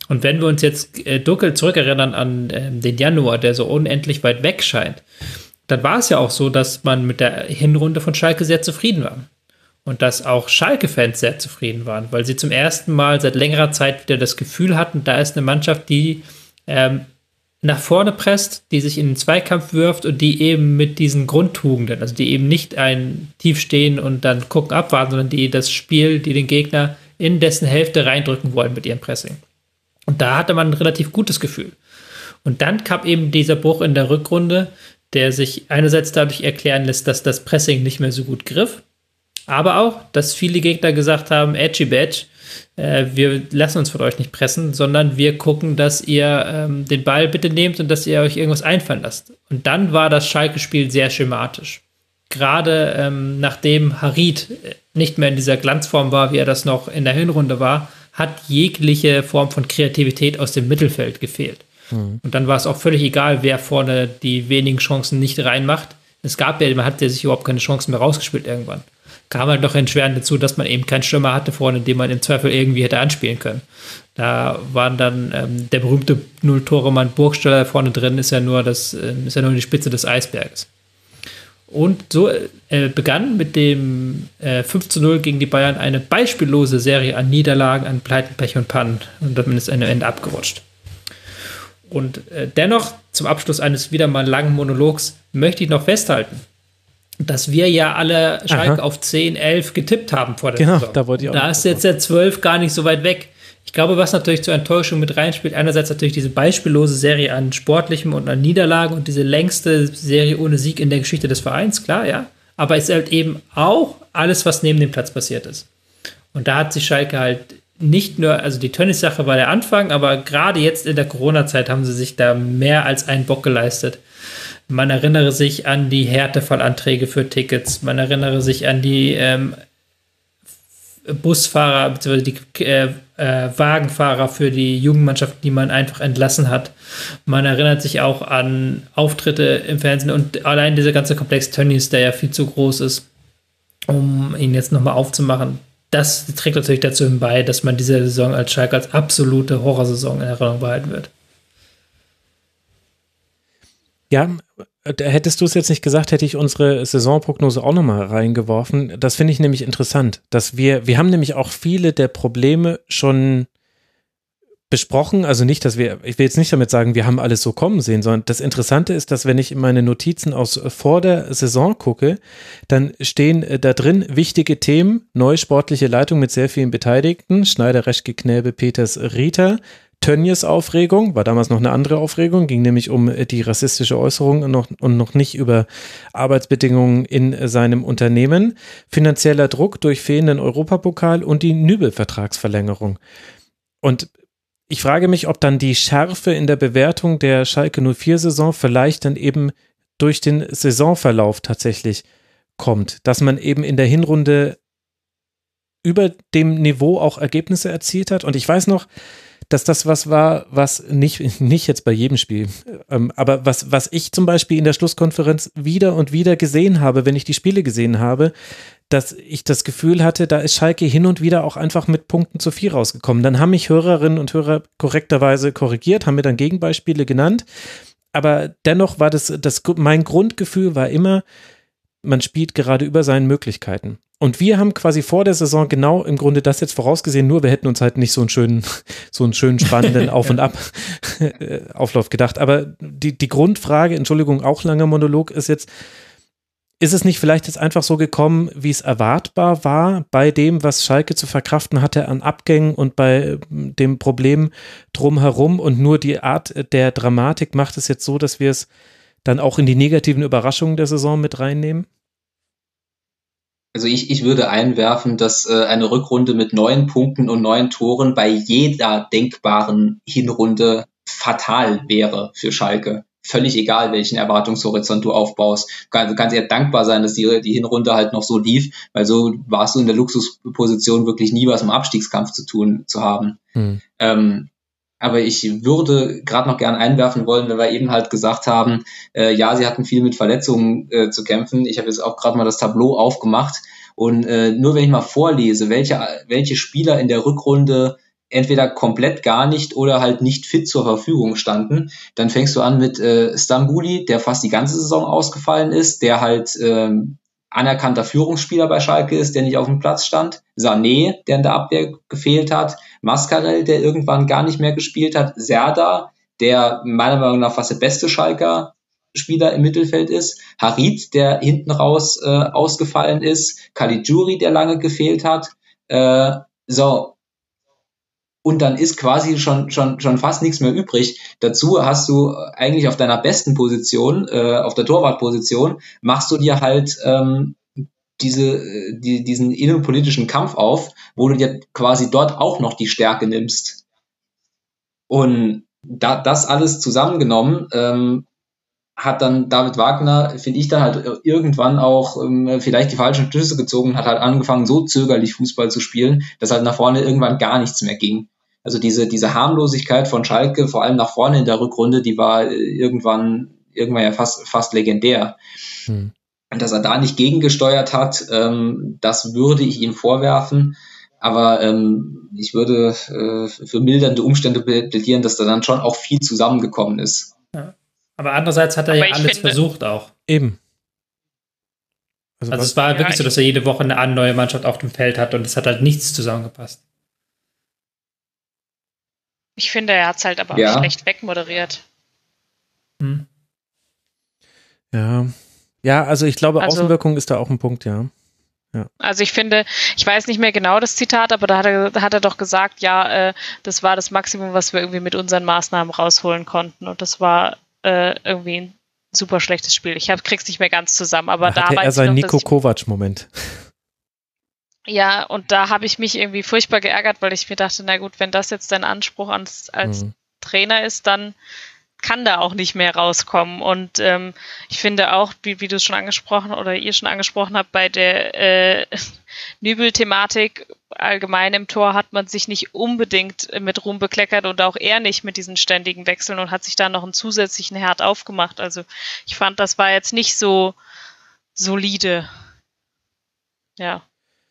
Und wenn wir uns jetzt äh, dunkel zurückerinnern an äh, den Januar, der so unendlich weit weg scheint, dann war es ja auch so, dass man mit der Hinrunde von Schalke sehr zufrieden war. Und dass auch Schalke-Fans sehr zufrieden waren, weil sie zum ersten Mal seit längerer Zeit wieder das Gefühl hatten, da ist eine Mannschaft, die ähm, nach vorne presst, die sich in den Zweikampf wirft und die eben mit diesen Grundtugenden, also die eben nicht ein tief stehen und dann gucken, abwarten, sondern die das Spiel, die den Gegner in dessen Hälfte reindrücken wollen mit ihrem Pressing. Und da hatte man ein relativ gutes Gefühl. Und dann kam eben dieser Bruch in der Rückrunde, der sich einerseits dadurch erklären lässt, dass das Pressing nicht mehr so gut griff, aber auch, dass viele Gegner gesagt haben, edgy badge, äh, wir lassen uns von euch nicht pressen, sondern wir gucken, dass ihr ähm, den Ball bitte nehmt und dass ihr euch irgendwas einfallen lasst. Und dann war das Schalke-Spiel sehr schematisch. Gerade ähm, nachdem Harit nicht mehr in dieser Glanzform war, wie er das noch in der Hinrunde war, hat jegliche Form von Kreativität aus dem Mittelfeld gefehlt. Mhm. Und dann war es auch völlig egal, wer vorne die wenigen Chancen nicht reinmacht. Es gab ja, man hat ja sich überhaupt keine Chancen mehr rausgespielt irgendwann. Kam halt noch entscheidend dazu, dass man eben keinen Stürmer hatte vorne, den man im Zweifel irgendwie hätte anspielen können. Da waren dann ähm, der berühmte Null-Tore-Mann Burgstaller vorne drin, ist ja nur das, äh, ist ja nur die Spitze des Eisberges. Und so äh, begann mit dem äh, fünf zu null gegen die Bayern eine beispiellose Serie an Niederlagen, an Pleiten, Pech und Pannen. Und dann ist am Ende abgerutscht. Und äh, dennoch, zum Abschluss eines wieder mal langen Monologs, möchte ich noch festhalten, dass wir ja alle Schalke Aha. auf zehn, elf getippt haben vor der genau, Saison. Da, wollte ich auch da ist jetzt der zwölf gar nicht so weit weg. Ich glaube, was natürlich zur Enttäuschung mit reinspielt, einerseits natürlich diese beispiellose Serie an Sportlichem und an Niederlagen und diese längste Serie ohne Sieg in der Geschichte des Vereins, klar, ja. Aber es ist halt eben auch alles, was neben dem Platz passiert ist. Und da hat sich Schalke halt nicht nur, also die Tönnies-Sache war der Anfang, aber gerade jetzt in der Corona-Zeit haben sie sich da mehr als einen Bock geleistet. Man erinnere sich an die Härtefallanträge für Tickets, man erinnere sich an die ähm, Busfahrer bzw. die äh, äh, Wagenfahrer für die Jugendmannschaft, die man einfach entlassen hat. Man erinnert sich auch an Auftritte im Fernsehen und allein dieser ganze Komplex Tönnies, der ja viel zu groß ist, um ihn jetzt nochmal aufzumachen. Das trägt natürlich dazu bei, dass man diese Saison als Schalke als absolute Horrorsaison in Erinnerung behalten wird. Ja, hättest du es jetzt nicht gesagt, hätte ich unsere Saisonprognose auch nochmal reingeworfen. Das finde ich nämlich interessant, dass wir, wir haben nämlich auch viele der Probleme schon besprochen, also nicht, dass wir, ich will jetzt nicht damit sagen, wir haben alles so kommen sehen, sondern das Interessante ist, dass wenn ich in meine Notizen aus vor der Saison gucke, dann stehen da drin wichtige Themen, neue sportliche Leitung mit sehr vielen Beteiligten, Schneider, Reschke, Knäbe, Peters, Rieter, Tönnies Aufregung, war damals noch eine andere Aufregung, ging nämlich um die rassistische Äußerung und noch, und noch nicht über Arbeitsbedingungen in seinem Unternehmen, finanzieller Druck durch fehlenden Europapokal und die Nübel-Vertragsverlängerung. Und ich frage mich, ob dann die Schärfe in der Bewertung der Schalke null vier Saison vielleicht dann eben durch den Saisonverlauf tatsächlich kommt, dass man eben in der Hinrunde über dem Niveau auch Ergebnisse erzielt hat. Und ich weiß noch, dass das was war, was nicht, nicht jetzt bei jedem Spiel, ähm, aber was, was ich zum Beispiel in der Schlusskonferenz wieder und wieder gesehen habe, wenn ich die Spiele gesehen habe, dass ich das Gefühl hatte, da ist Schalke hin und wieder auch einfach mit Punkten zu viel rausgekommen. Dann haben mich Hörerinnen und Hörer korrekterweise korrigiert, haben mir dann Gegenbeispiele genannt, aber dennoch war das, das mein Grundgefühl war immer, man spielt gerade über seinen Möglichkeiten. Und wir haben quasi vor der Saison genau im Grunde das jetzt vorausgesehen, nur wir hätten uns halt nicht so einen schönen, so einen schönen spannenden Auf- und Ab-Auflauf gedacht. Aber die, die Grundfrage, Entschuldigung, auch langer Monolog, ist jetzt, ist es nicht vielleicht jetzt einfach so gekommen, wie es erwartbar war, bei dem, was Schalke zu verkraften hatte an Abgängen und bei dem Problem drumherum und nur die Art der Dramatik macht es jetzt so, dass wir es dann auch in die negativen Überraschungen der Saison mit reinnehmen? Also ich, ich würde einwerfen, dass äh, eine Rückrunde mit neun Punkten und neun Toren bei jeder denkbaren Hinrunde fatal wäre für Schalke. Völlig egal, welchen Erwartungshorizont du aufbaust. Du kannst eher dankbar sein, dass die, die Hinrunde halt noch so lief, weil so warst du in der Luxusposition, wirklich nie was im Abstiegskampf zu tun zu haben. Hm. Ähm, aber ich würde gerade noch gern einwerfen wollen, wenn wir eben halt gesagt haben, äh, ja, sie hatten viel mit Verletzungen äh, zu kämpfen. Ich habe jetzt auch gerade mal das Tableau aufgemacht und äh, nur wenn ich mal vorlese, welche welche Spieler in der Rückrunde entweder komplett gar nicht oder halt nicht fit zur Verfügung standen. Dann fängst du an mit äh, Stambouli, der fast die ganze Saison ausgefallen ist, der halt ähm, anerkannter Führungsspieler bei Schalke ist, der nicht auf dem Platz stand. Sané, der in der Abwehr gefehlt hat. Mascarell, der irgendwann gar nicht mehr gespielt hat. Serdar, der meiner Meinung nach fast der beste Schalker Spieler im Mittelfeld ist. Harit, der hinten raus äh, ausgefallen ist. Caligiuri, der lange gefehlt hat. Äh, so. Und dann ist quasi schon schon schon fast nichts mehr übrig. Dazu hast du eigentlich auf deiner besten Position, äh, auf der Torwartposition, machst du dir halt ähm, diese die, diesen innenpolitischen Kampf auf, wo du dir quasi dort auch noch die Stärke nimmst. Und da, das alles zusammengenommen ähm, hat dann David Wagner, finde ich, dann halt irgendwann auch ähm, vielleicht die falschen Schlüsse gezogen, hat halt angefangen, so zögerlich Fußball zu spielen, dass halt nach vorne irgendwann gar nichts mehr ging. Also diese diese Harmlosigkeit von Schalke, vor allem nach vorne in der Rückrunde, die war irgendwann irgendwann ja fast fast legendär. Hm. Und dass er da nicht gegengesteuert hat, ähm, das würde ich ihm vorwerfen. Aber ähm, ich würde äh, für mildernde Umstände plädieren, dass da dann schon auch viel zusammengekommen ist. Ja. Aber andererseits hat er Aber ja alles finde, versucht auch. Eben. Also, also es war ja, wirklich so, dass er jede Woche eine neue Mannschaft auf dem Feld hat und es hat halt nichts zusammengepasst. Ich finde, er hat es halt aber ja. auch schlecht wegmoderiert. Hm. Ja. Ja, also ich glaube, also, Außenwirkung ist da auch ein Punkt, ja. ja. Also ich finde, ich weiß nicht mehr genau das Zitat, aber da hat er, da hat er doch gesagt, ja, äh, das war das Maximum, was wir irgendwie mit unseren Maßnahmen rausholen konnten. Und das war äh, irgendwie ein super schlechtes Spiel. Ich hab, krieg's nicht mehr ganz zusammen, aber da, da hatte er seinen Nico Kovac-Moment. Ja, und da habe ich mich irgendwie furchtbar geärgert, weil ich mir dachte, na gut, wenn das jetzt dein Anspruch als, als mhm. Trainer ist, dann kann da auch nicht mehr rauskommen. Und ähm, ich finde auch, wie, wie du es schon angesprochen oder ihr schon angesprochen habt, bei der äh, Nübel-Thematik allgemein im Tor hat man sich nicht unbedingt mit Ruhm bekleckert und auch er nicht mit diesen ständigen Wechseln und hat sich da noch einen zusätzlichen Herd aufgemacht. Also ich fand, das war jetzt nicht so solide. Ja.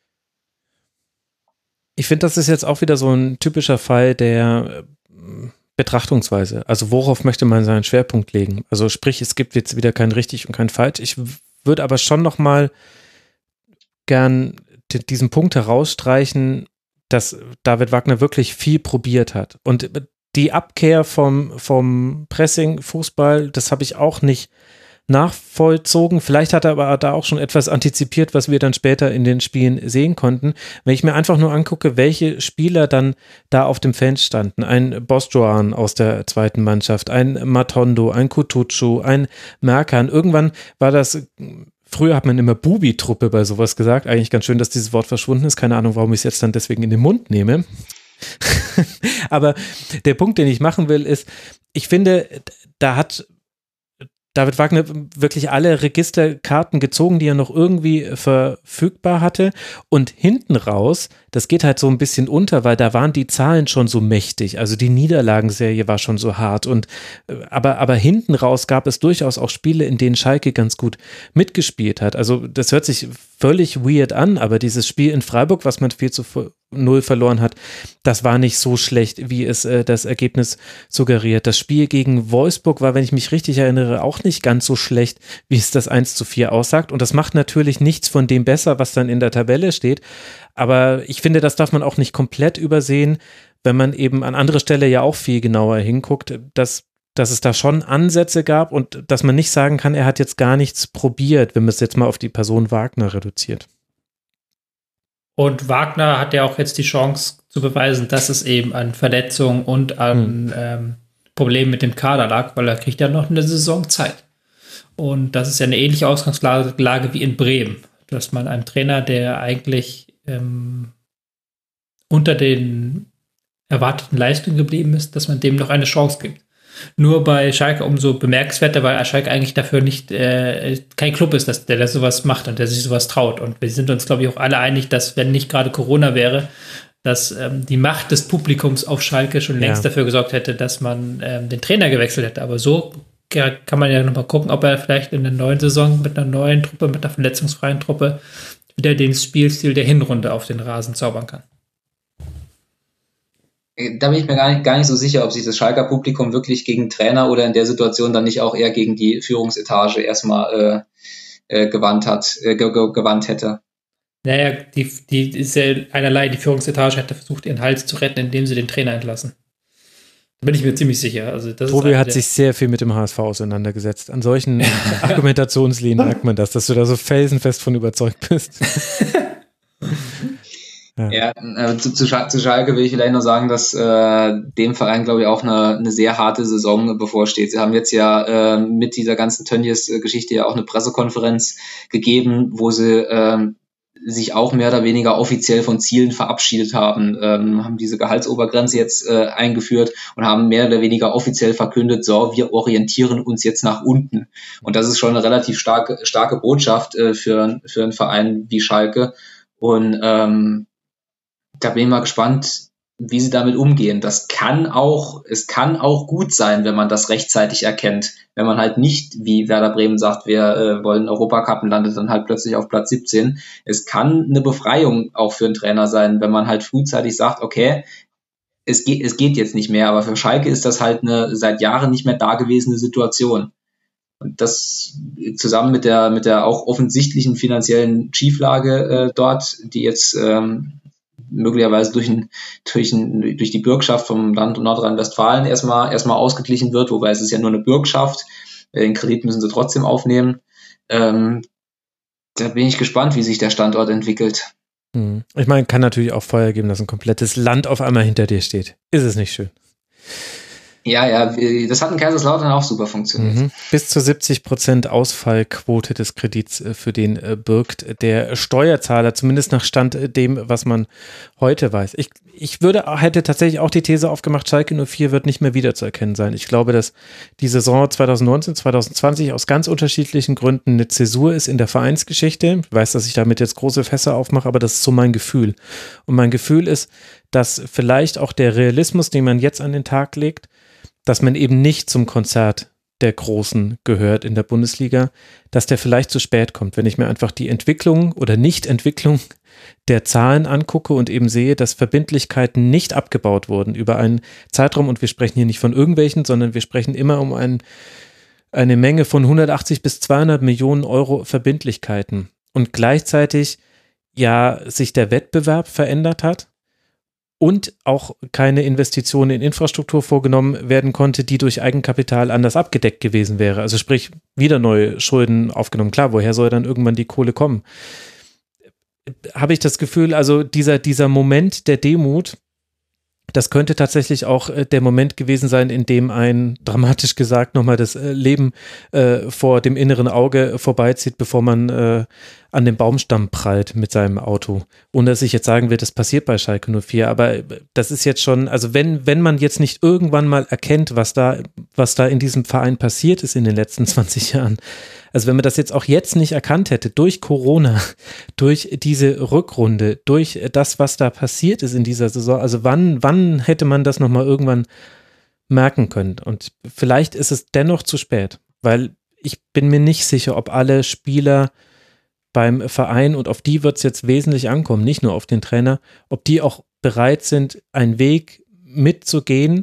Ich finde, das ist jetzt auch wieder so ein typischer Fall der Betrachtungsweise. Also worauf möchte man seinen Schwerpunkt legen? Also sprich, es gibt jetzt wieder kein richtig und kein falsch. Ich würde aber schon noch mal gern d- diesen Punkt herausstreichen, dass David Wagner wirklich viel probiert hat. Und die Abkehr vom, vom Pressing-Fußball, das habe ich auch nicht nachvollzogen. Vielleicht hat er aber da auch schon etwas antizipiert, was wir dann später in den Spielen sehen konnten. Wenn ich mir einfach nur angucke, welche Spieler dann da auf dem Feld standen. Ein Bosjoan aus der zweiten Mannschaft, ein Matondo, ein Kutucu, ein Merkan. Irgendwann war das, früher hat man immer Bubi-Truppe bei sowas gesagt. Eigentlich ganz schön, dass dieses Wort verschwunden ist. Keine Ahnung, warum ich es jetzt dann deswegen in den Mund nehme. Aber der Punkt, den ich machen will, ist, ich finde, da hat David Wagner wirklich alle Registerkarten gezogen, die er noch irgendwie verfügbar hatte. Und hinten raus, das geht halt so ein bisschen unter, weil da waren die Zahlen schon so mächtig. Also die Niederlagenserie war schon so hart. Und aber, aber hinten raus gab es durchaus auch Spiele, in denen Schalke ganz gut mitgespielt hat. Also das hört sich völlig weird an, aber dieses Spiel in Freiburg, was man vier zu null verloren hat, das war nicht so schlecht, wie es äh, das Ergebnis suggeriert. Das Spiel gegen Wolfsburg war, wenn ich mich richtig erinnere, auch nicht ganz so schlecht, wie es das eins zu vier aussagt. Und das macht natürlich nichts von dem besser, was dann in der Tabelle steht. Aber ich finde, das darf man auch nicht komplett übersehen, wenn man eben an anderer Stelle ja auch viel genauer hinguckt, dass dass es da schon Ansätze gab und dass man nicht sagen kann, er hat jetzt gar nichts probiert, wenn man es jetzt mal auf die Person Wagner reduziert. Und Wagner hat ja auch jetzt die Chance zu beweisen, dass es eben an Verletzungen und an hm. ähm, Problemen mit dem Kader lag, weil er kriegt ja noch eine Saison Zeit. Und das ist ja eine ähnliche Ausgangslage wie in Bremen, dass man einem Trainer, der eigentlich ähm, unter den erwarteten Leistungen geblieben ist, dass man dem noch eine Chance gibt. Nur bei Schalke umso bemerkenswerter, weil Schalke eigentlich dafür nicht äh, kein Club ist, dass der, der sowas macht und der sich sowas traut. Und wir sind uns, glaube ich, auch alle einig, dass, wenn nicht gerade Corona wäre, dass ähm, die Macht des Publikums auf Schalke schon längst ja. dafür gesorgt hätte, dass man ähm, den Trainer gewechselt hätte. Aber so kann man ja nochmal gucken, ob er vielleicht in der neuen Saison mit einer neuen Truppe, mit einer verletzungsfreien Truppe wieder den Spielstil der Hinrunde auf den Rasen zaubern kann. Da bin ich mir gar nicht, gar nicht so sicher, ob sich das Schalker Publikum wirklich gegen Trainer oder in der Situation dann nicht auch eher gegen die Führungsetage erstmal äh, äh, gewandt hat, äh, ge- ge- gewandt hätte. Naja, die, die ist ja einerlei, die Führungsetage hätte versucht, ihren Hals zu retten, indem sie den Trainer entlassen. Da bin ich mir ziemlich sicher. Also das Tobi ist hat sich sehr viel mit dem H S V auseinandergesetzt. An solchen Argumentationslinien merkt man das, dass du da so felsenfest von überzeugt bist. Ja, ja äh, zu, zu, zu Schalke will ich vielleicht noch sagen, dass äh, dem Verein, glaube ich, auch eine, eine sehr harte Saison bevorsteht. Sie haben jetzt ja äh, mit dieser ganzen Tönnies-Geschichte ja auch eine Pressekonferenz gegeben, wo sie äh, sich auch mehr oder weniger offiziell von Zielen verabschiedet haben, ähm, haben diese Gehaltsobergrenze jetzt äh, eingeführt und haben mehr oder weniger offiziell verkündet, so, wir orientieren uns jetzt nach unten. Und das ist schon eine relativ starke, starke Botschaft äh, für, für einen Verein wie Schalke. Und ähm, da bin ich mal gespannt, wie sie damit umgehen. Das kann auch, es kann auch gut sein, wenn man das rechtzeitig erkennt. Wenn man halt nicht, wie Werder Bremen sagt, wir äh, wollen Europacup und landet dann halt plötzlich auf Platz siebzehn. Es kann eine Befreiung auch für einen Trainer sein, wenn man halt frühzeitig sagt, okay, es geht, es geht jetzt nicht mehr. Aber für Schalke ist das halt eine seit Jahren nicht mehr dagewesene Situation. Und das zusammen mit der, mit der auch offensichtlichen finanziellen Schieflage äh, dort, die jetzt ähm, möglicherweise durch, ein, durch, ein, durch die Bürgschaft vom Land Nordrhein-Westfalen erstmal erstmal ausgeglichen wird, wobei es ist ja nur eine Bürgschaft, den Kredit müssen sie trotzdem aufnehmen. Ähm, da bin ich gespannt, wie sich der Standort entwickelt. Ich meine, kann natürlich auch Feuer geben, dass ein komplettes Land auf einmal hinter dir steht. Ist es nicht schön? Ja, ja, das hat in Kaiserslautern auch super funktioniert. Mhm. Bis zu siebzig Prozent Ausfallquote des Kredits, für den äh, birgt der Steuerzahler, zumindest nach Stand dem, was man heute weiß. Ich, ich würde, hätte tatsächlich auch die These aufgemacht, Schalke null vier wird nicht mehr wiederzuerkennen sein. Ich glaube, dass die Saison zwanzig neunzehn, zwanzig zwanzig aus ganz unterschiedlichen Gründen eine Zäsur ist in der Vereinsgeschichte. Ich weiß, dass ich damit jetzt große Fässer aufmache, aber das ist so mein Gefühl. Und mein Gefühl ist, dass vielleicht auch der Realismus, den man jetzt an den Tag legt, dass man eben nicht zum Konzert der Großen gehört in der Bundesliga, dass der vielleicht zu spät kommt, wenn ich mir einfach die Entwicklung oder Nichtentwicklung der Zahlen angucke und eben sehe, dass Verbindlichkeiten nicht abgebaut wurden über einen Zeitraum, und wir sprechen hier nicht von irgendwelchen, sondern wir sprechen immer um ein, eine Menge von hundertachtzig bis zweihundert Millionen Euro Verbindlichkeiten und gleichzeitig ja sich der Wettbewerb verändert hat und auch keine Investition in Infrastruktur vorgenommen werden konnte, die durch Eigenkapital anders abgedeckt gewesen wäre. Also sprich, wieder neue Schulden aufgenommen. Klar, woher soll dann irgendwann die Kohle kommen? Habe ich das Gefühl, also dieser, dieser Moment der Demut, das könnte tatsächlich auch äh, der Moment gewesen sein, in dem ein, dramatisch gesagt, nochmal das äh, Leben äh, vor dem inneren Auge vorbeizieht, bevor man äh, an den Baumstamm prallt mit seinem Auto. Ohne dass ich jetzt sagen will, das passiert bei Schalke null vier, aber das ist jetzt schon, also wenn, wenn man jetzt nicht irgendwann mal erkennt, was da, was da in diesem Verein passiert ist in den letzten zwanzig Jahren, also wenn man das jetzt auch jetzt nicht erkannt hätte, durch Corona, durch diese Rückrunde, durch das, was da passiert ist in dieser Saison, also wann, wann hätte man das nochmal irgendwann merken können? Und vielleicht ist es dennoch zu spät, weil ich bin mir nicht sicher, ob alle Spieler beim Verein, und auf die wird es jetzt wesentlich ankommen, nicht nur auf den Trainer, ob die auch bereit sind, einen Weg mitzugehen,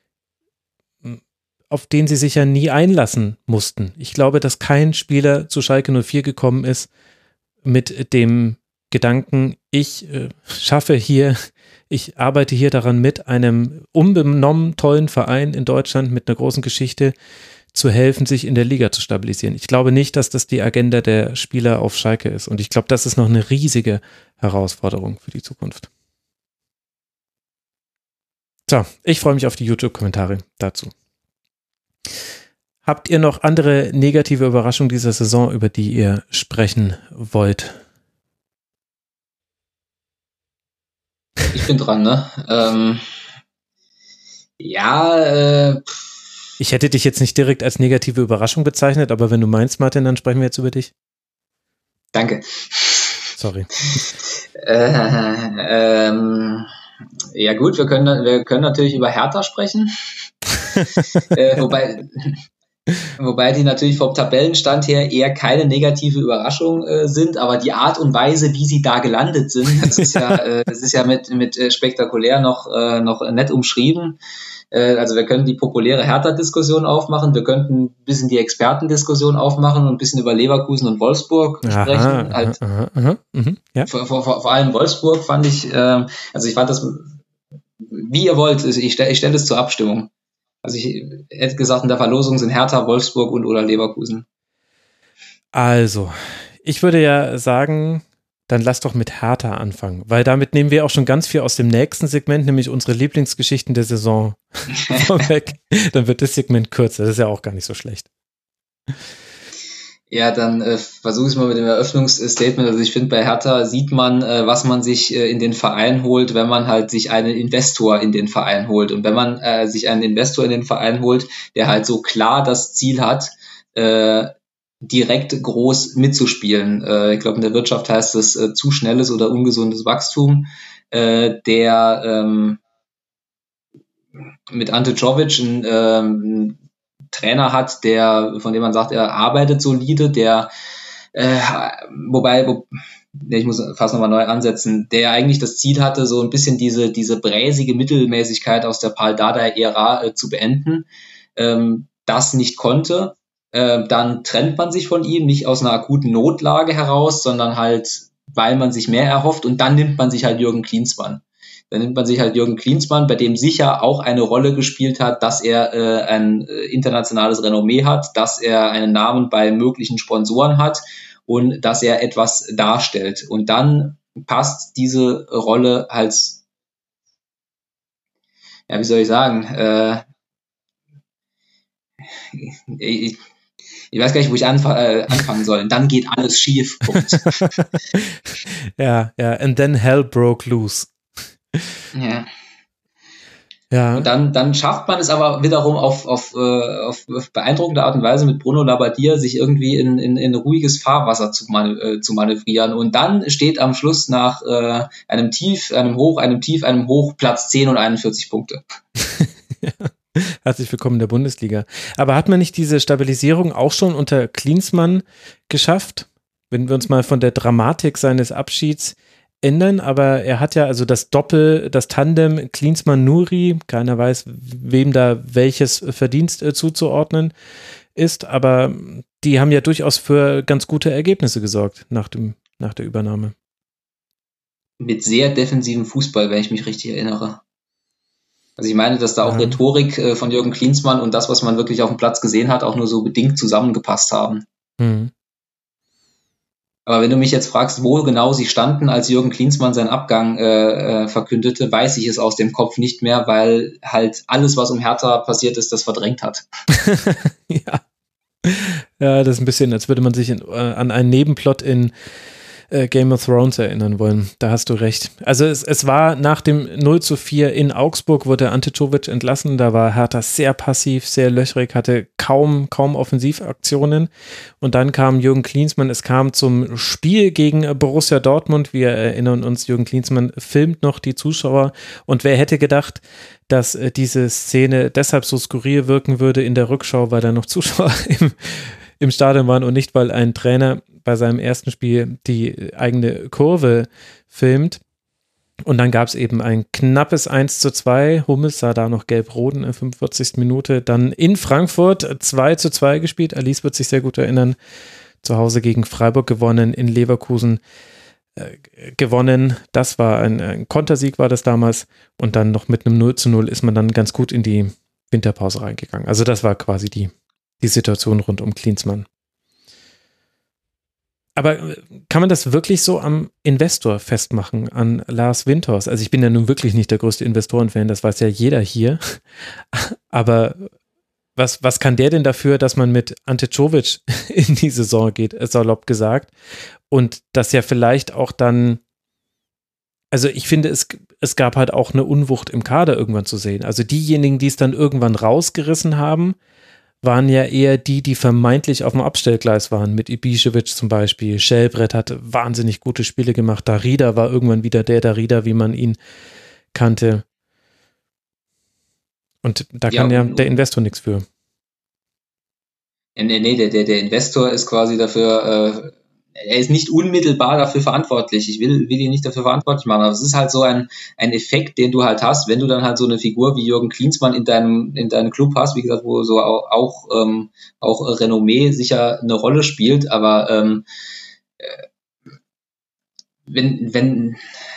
auf den sie sich ja nie einlassen mussten. Ich glaube, dass kein Spieler zu Schalke null vier gekommen ist mit dem Gedanken, ich äh, schaffe hier, ich arbeite hier daran mit, einem unbenommen tollen Verein in Deutschland mit einer großen Geschichte zu helfen, sich in der Liga zu stabilisieren. Ich glaube nicht, dass das die Agenda der Spieler auf Schalke ist. Und ich glaube, das ist noch eine riesige Herausforderung für die Zukunft. So, ich freue mich auf die YouTube-Kommentare dazu. Habt ihr noch andere negative Überraschungen dieser Saison, über die ihr sprechen wollt? Ich bin dran, ne? Ähm, ja, äh, Ich hätte dich jetzt nicht direkt als negative Überraschung bezeichnet, aber wenn du meinst, Martin, dann sprechen wir jetzt über dich. Danke. Sorry. Äh, ähm, ja gut, wir können, wir können natürlich über Hertha sprechen. äh, wobei, Wobei die natürlich vom Tabellenstand her eher keine negative Überraschung äh, sind, aber die Art und Weise, wie sie da gelandet sind, das ist ja, äh, das ist ja mit, mit äh, spektakulär noch, äh, noch nett umschrieben. Äh, also wir können die populäre Hertha-Diskussion aufmachen, wir könnten ein bisschen die Expertendiskussion aufmachen und ein bisschen über Leverkusen und Wolfsburg aha, sprechen. Halt, aha, aha, aha, ja. vor, vor, vor allem Wolfsburg fand ich, äh, also ich fand das, wie ihr wollt, ich stelle ich stell das zur Abstimmung. Also ich hätte gesagt, in der Verlosung sind Hertha, Wolfsburg und oder Leverkusen. Also, ich würde ja sagen, dann lass doch mit Hertha anfangen, weil damit nehmen wir auch schon ganz viel aus dem nächsten Segment, nämlich unsere Lieblingsgeschichten der Saison vorweg. Dann wird das Segment kürzer, das ist ja auch gar nicht so schlecht. Ja, dann äh, versuche ich es mal mit dem Eröffnungsstatement. Also ich finde, bei Hertha sieht man, äh, was man sich äh, in den Verein holt, wenn man halt sich einen Investor in den Verein holt. Und wenn man äh, sich einen Investor in den Verein holt, der halt so klar das Ziel hat, äh, direkt groß mitzuspielen. Äh, ich glaube, in der Wirtschaft heißt das äh, zu schnelles oder ungesundes Wachstum, äh, der ähm, mit Ante Czovic ein ähm, Trainer hat, der, von dem man sagt, er arbeitet solide, der, äh, wobei, wo, ich muss fast nochmal neu ansetzen, der eigentlich das Ziel hatte, so ein bisschen diese, diese bräsige Mittelmäßigkeit aus der Paul Dardai-Ära äh, zu beenden, ähm, das nicht konnte, äh, dann trennt man sich von ihm, nicht aus einer akuten Notlage heraus, sondern halt, weil man sich mehr erhofft, und dann nimmt man sich halt Jürgen Klinsmann. Dann nimmt man sich halt Jürgen Klinsmann, bei dem sicher auch eine Rolle gespielt hat, dass er äh, ein äh, internationales Renommee hat, dass er einen Namen bei möglichen Sponsoren hat und dass er etwas darstellt. Und dann passt diese Rolle halt, ja, wie soll ich sagen, äh, ich, ich weiß gar nicht, wo ich anf- äh, anfangen soll. Und dann geht alles schief. Punkt. Ja, ja, and then hell broke loose. Ja. Ja. Und dann, dann schafft man es aber wiederum auf, auf, auf, auf beeindruckende Art und Weise mit Bruno Labbadia, sich irgendwie in, in, in ruhiges Fahrwasser zu, man, äh, zu manövrieren. Und dann steht am Schluss nach äh, einem Tief, einem Hoch, einem Tief, einem Hoch Platz zehn und einundvierzig Punkte. Ja. Herzlich willkommen in der Bundesliga. Aber hat man nicht diese Stabilisierung auch schon unter Klinsmann geschafft? Wenn wir uns mal von der Dramatik seines Abschieds ändern, aber er hat ja also das Doppel, das Tandem Klinsmann-Nuri, keiner weiß, wem da welches Verdienst äh, zuzuordnen ist, aber die haben ja durchaus für ganz gute Ergebnisse gesorgt nach dem, nach der Übernahme. Mit sehr defensivem Fußball, wenn ich mich richtig erinnere. Also ich meine, dass da auch ja. Rhetorik äh, von Jürgen Klinsmann und das, was man wirklich auf dem Platz gesehen hat, auch nur so bedingt zusammengepasst haben. Hm. Aber wenn du mich jetzt fragst, wo genau sie standen, als Jürgen Klinsmann seinen Abgang äh, äh, verkündete, weiß ich es aus dem Kopf nicht mehr, weil halt alles, was um Hertha passiert ist, das verdrängt hat. Ja. Ja, das ist ein bisschen, als würde man sich in, äh, an einen Nebenplot in äh, Game of Thrones erinnern wollen. Da hast du recht. Also es, es war nach dem null zu vier in Augsburg, wurde Ante Czovic entlassen. Da war Hertha sehr passiv, sehr löchrig, hatte kaum, kaum Offensivaktionen. Und dann kam Jürgen Klinsmann. Es kam zum Spiel gegen Borussia Dortmund. Wir erinnern uns, Jürgen Klinsmann filmt noch die Zuschauer. Und wer hätte gedacht, dass äh, diese Szene deshalb so skurril wirken würde in der Rückschau, weil da noch Zuschauer im, im Stadion waren und nicht, weil ein Trainer bei seinem ersten Spiel die eigene Kurve filmt. Und dann gab es eben ein knappes eins zu zwei. Hummels sah da noch gelb-rot in der fünfundvierzigsten Minute. Dann in Frankfurt zwei zu zwei gespielt. Alice wird sich sehr gut erinnern. Zu Hause gegen Freiburg gewonnen, in Leverkusen äh, gewonnen. Das war ein, ein Kontersieg, war das damals. Und dann noch mit einem null zu null ist man dann ganz gut in die Winterpause reingegangen. Also das war quasi die, die Situation rund um Klinsmann. Aber kann man das wirklich so am Investor festmachen, an Lars Windhorst? Also ich bin ja nun wirklich nicht der größte Investorenfan, das weiß ja jeder hier. Aber was, was kann der denn dafür, dass man mit Ante Czovic in die Saison geht, salopp gesagt? Und das ja vielleicht auch dann, also ich finde, es, es gab halt auch eine Unwucht im Kader irgendwann zu sehen. Also diejenigen, die es dann irgendwann rausgerissen haben, waren ja eher die, die vermeintlich auf dem Abstellgleis waren, mit Ibišević zum Beispiel. Schellbrett hatte wahnsinnig gute Spiele gemacht. Darida war irgendwann wieder der Darida, wie man ihn kannte. Und da kann ja, ja der Investor nichts für. nee, nee der, der, der Investor ist quasi dafür, äh, er ist nicht unmittelbar dafür verantwortlich. Ich will, will ihn nicht dafür verantwortlich machen, aber es ist halt so ein, ein Effekt, den du halt hast, wenn du dann halt so eine Figur wie Jürgen Klinsmann in deinem, in deinem Club hast, wie gesagt, wo so auch, auch, ähm, auch Renommee sicher eine Rolle spielt, aber ähm, wenn, wenn,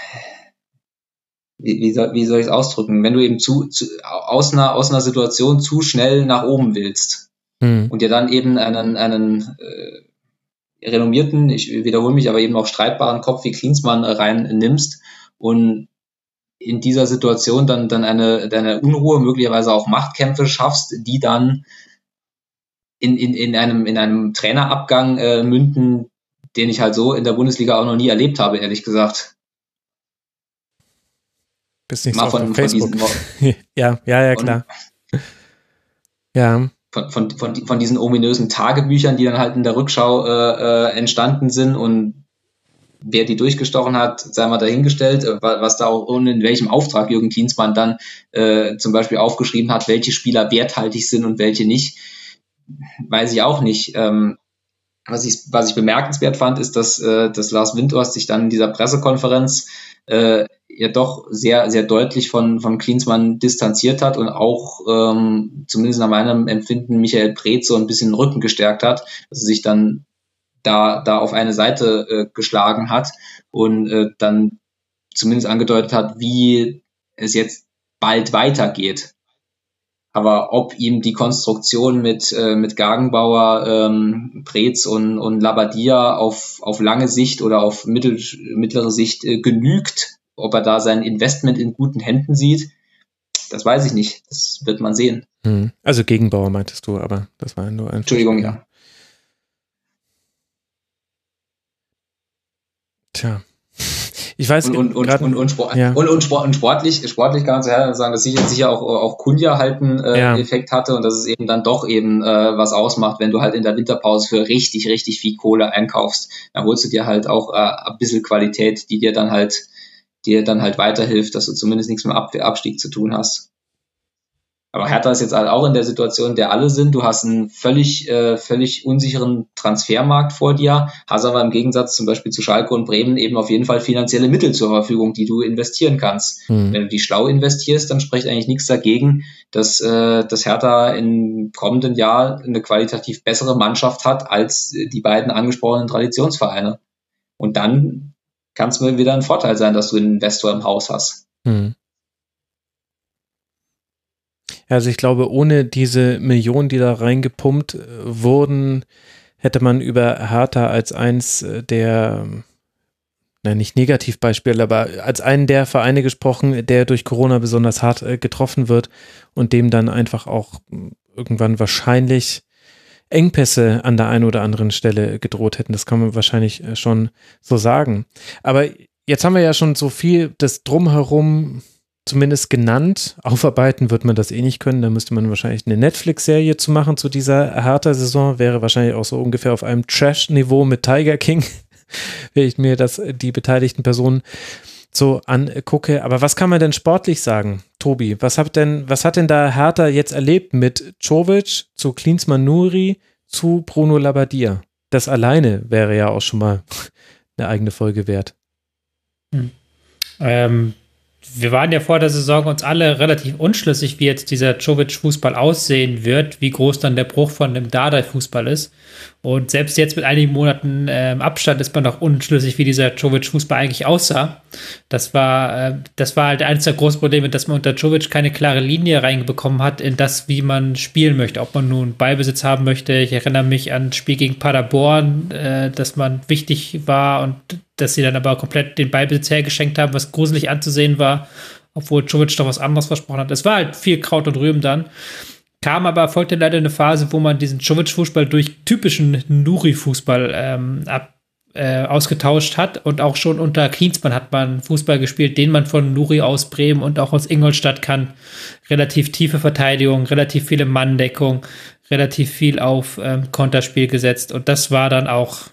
wie, wie soll, wie soll ich es ausdrücken, wenn du eben zu, zu aus einer, aus einer Situation zu schnell nach oben willst hm. und dir dann eben einen, einen äh, renommierten, ich wiederhole mich, aber eben auch streitbaren Kopf wie Klinsmann rein nimmst und in dieser Situation dann, dann eine, eine Unruhe, möglicherweise auch Machtkämpfe schaffst, die dann in, in, in einem, in einem Trainerabgang äh, münden, den ich halt so in der Bundesliga auch noch nie erlebt habe, ehrlich gesagt. Bist nicht Mal so von, von Facebook. Von diesen, ja, ja, ja, klar. Von, ja. Von, von, von, von diesen ominösen Tagebüchern, die dann halt in der Rückschau äh, äh, entstanden sind und wer die durchgestochen hat, sei mal dahingestellt, was da auch und in welchem Auftrag Jürgen Klinsmann dann äh, zum Beispiel aufgeschrieben hat, welche Spieler werthaltig sind und welche nicht, weiß ich auch nicht. Ähm, was ich was ich bemerkenswert fand, ist, dass, äh, dass Lars Windhorst sich dann in dieser Pressekonferenz äh, ja doch sehr sehr deutlich von von Klinsmann distanziert hat und auch ähm, zumindest nach meinem Empfinden Michael Preetz so ein bisschen den Rücken gestärkt hat, dass er sich dann da da auf eine Seite äh, geschlagen hat und äh, dann zumindest angedeutet hat, wie es jetzt bald weitergeht. Aber ob ihm die Konstruktion mit äh, mit Gagenbauer, ähm, Preetz und und Labbadia auf auf lange Sicht oder auf mittel, mittlere Sicht äh, genügt, ob er da sein Investment in guten Händen sieht, das weiß ich nicht. Das wird man sehen. Hm. Also Gegenbauer meintest du, aber das war nur ein... Entschuldigung, ja. Tja. Ich weiß und, und, und, grad, und, und, Sport, ja. und, und, Sport, und sportlich, sportlich kann man sagen, dass sicher, sicher auch, auch Kunja halt einen äh, ja. Effekt hatte und dass es eben dann doch eben äh, was ausmacht, wenn du halt in der Winterpause für richtig, richtig viel Kohle einkaufst, dann holst du dir halt auch äh, ein bisschen Qualität, die dir dann halt, die dir dann halt weiterhilft, dass du zumindest nichts mit Ab- Abstieg zu tun hast. Aber Hertha ist jetzt halt auch in der Situation, in der alle sind. Du hast einen völlig, äh, völlig unsicheren Transfermarkt vor dir, hast aber im Gegensatz zum Beispiel zu Schalke und Bremen eben auf jeden Fall finanzielle Mittel zur Verfügung, die du investieren kannst. Hm. Wenn du die schlau investierst, dann spricht eigentlich nichts dagegen, dass, äh, dass Hertha im kommenden Jahr eine qualitativ bessere Mannschaft hat als die beiden angesprochenen Traditionsvereine. Und dann kann es mir wieder ein Vorteil sein, dass du einen Investor im Haus hast. Hm. Also ich glaube, ohne diese Millionen, die da reingepumpt wurden, hätte man über Hertha als eins der, na nicht Negativbeispiele, aber als einen der Vereine gesprochen, der durch Corona besonders hart getroffen wird und dem dann einfach auch irgendwann wahrscheinlich Engpässe an der einen oder anderen Stelle gedroht hätten. Das kann man wahrscheinlich schon so sagen. Aber jetzt haben wir ja schon so viel das Drumherum zumindest genannt. Aufarbeiten wird man das eh nicht können. Da müsste man wahrscheinlich eine Netflix-Serie zu machen zu dieser Hertha-Saison. Wäre wahrscheinlich auch so ungefähr auf einem Trash-Niveau mit Tiger King, wenn ich mir das, die beteiligten Personen so angucke. Aber was kann man denn sportlich sagen, Tobi? Was hat denn, was hat denn da Hertha jetzt erlebt mit Čović zu Klinsmann Nuri zu Bruno Labbadia? Das alleine wäre ja auch schon mal eine eigene Folge wert. Hm. Ähm, Wir waren ja vor der Saison uns alle relativ unschlüssig, wie jetzt dieser Čović-Fußball aussehen wird, wie groß dann der Bruch von dem Dardai-Fußball ist. Und selbst jetzt mit einigen Monaten äh, Abstand ist man noch unschlüssig, wie dieser Čović-Fußball eigentlich aussah. Das war, äh, das war halt eines der großen Probleme, dass man unter Čović keine klare Linie reinbekommen hat in das, wie man spielen möchte. Ob man nun Ballbesitz haben möchte. Ich erinnere mich an das Spiel gegen Paderborn, äh, dass man wichtig war und dass sie dann aber komplett den Ballbesitz hergeschenkt haben, was gruselig anzusehen war, obwohl Čović doch was anderes versprochen hat. Es war halt viel Kraut und Rüben dann. Kam aber, folgte leider eine Phase, wo man diesen Čović-Fußball durch typischen Nuri-Fußball ähm, ab, äh, ausgetauscht hat. Und auch schon unter Klinsmann hat man Fußball gespielt, den man von Nuri aus Bremen und auch aus Ingolstadt kann. Relativ tiefe Verteidigung, relativ viele Manndeckung, relativ viel auf ähm, Konterspiel gesetzt. Und das war dann auch,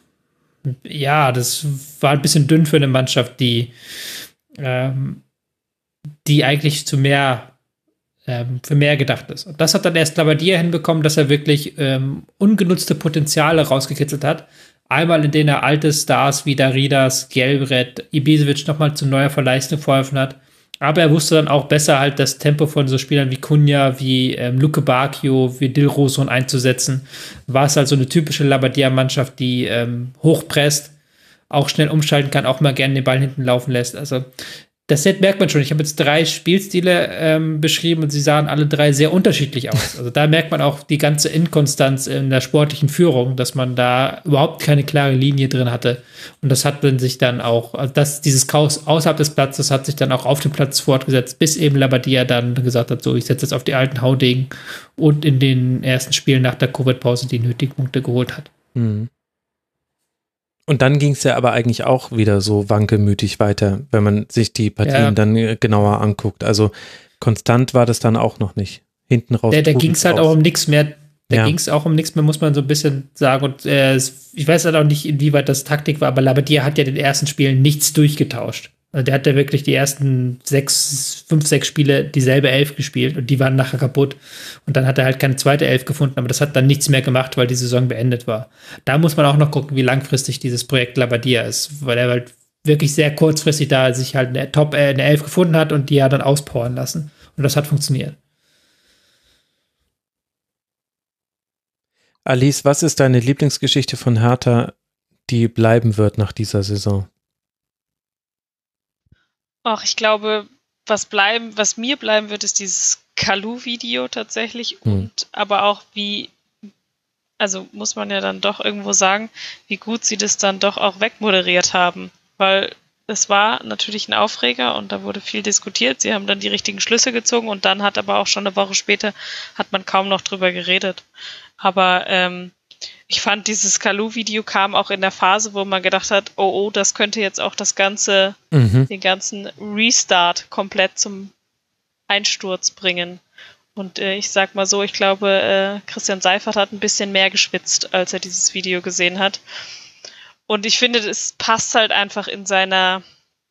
ja, das war ein bisschen dünn für eine Mannschaft, die, ähm, die eigentlich zu mehr ähm, für mehr gedacht ist. Und das hat dann erst Labbadia hinbekommen, dass er wirklich ähm, ungenutzte Potenziale rausgekitzelt hat. Einmal, in denen er alte Stars wie Daridas, Gelbrett, Ibisevic nochmal zu neuer Verleistung verholfen hat. Aber er wusste dann auch besser halt das Tempo von so Spielern wie Cunha, wie ähm, Luke Bacchio, wie Dilrosun einzusetzen. War es halt so eine typische Labbadia-Mannschaft, die ähm, hochpresst, auch schnell umschalten kann, auch mal gerne den Ball hinten laufen lässt. Also das merkt man schon. Ich habe jetzt drei Spielstile ähm, beschrieben und sie sahen alle drei sehr unterschiedlich aus. Also da merkt man auch die ganze Inkonstanz in der sportlichen Führung, dass man da überhaupt keine klare Linie drin hatte. Und das hat dann sich dann auch, also das, dieses Chaos außerhalb des Platzes hat sich dann auch auf dem Platz fortgesetzt, bis eben Labbadia dann gesagt hat, so, ich setze jetzt auf die alten Haudegen und in den ersten Spielen nach der Covid-Pause die nötigen Punkte geholt hat. Mhm. Und dann ging es ja aber eigentlich auch wieder so wankelmütig weiter, wenn man sich die Partien ja. dann genauer anguckt. Also konstant war das dann auch noch nicht. Hinten raus. Da, da ging es halt auch um nichts mehr. Da ja. ging es auch um nichts mehr, muss man so ein bisschen sagen. Und äh, ich weiß halt auch nicht, inwieweit das Taktik war, aber Labbadia hat ja in den ersten Spielen nichts durchgetauscht. Also der hat ja wirklich die ersten sechs, fünf, sechs Spiele dieselbe Elf gespielt und die waren nachher kaputt. Und dann hat er halt keine zweite Elf gefunden, aber das hat dann nichts mehr gemacht, weil die Saison beendet war. Da muss man auch noch gucken, wie langfristig dieses Projekt Labbadia ist, weil er halt wirklich sehr kurzfristig da sich halt eine Top, äh, eine Elf gefunden hat und die hat dann auspowern lassen. Und das hat funktioniert. Alice, was ist deine Lieblingsgeschichte von Hertha, die bleiben wird nach dieser Saison? Ach, ich glaube, was bleiben, was mir bleiben wird, ist dieses Kalou-Video tatsächlich hm. und aber auch wie, also muss man ja dann doch irgendwo sagen, wie gut sie das dann doch auch wegmoderiert haben, weil es war natürlich ein Aufreger und da wurde viel diskutiert, sie haben dann die richtigen Schlüsse gezogen und dann hat aber auch schon eine Woche später, hat man kaum noch drüber geredet. Aber ähm, ich fand, dieses Kalou-Video kam auch in der Phase, wo man gedacht hat, oh, oh, das könnte jetzt auch das ganze, mhm. den ganzen Restart komplett zum Einsturz bringen. Und äh, ich sag mal so, ich glaube, äh, Christian Seifert hat ein bisschen mehr geschwitzt, als er dieses Video gesehen hat. Und ich finde, es passt halt einfach in seiner,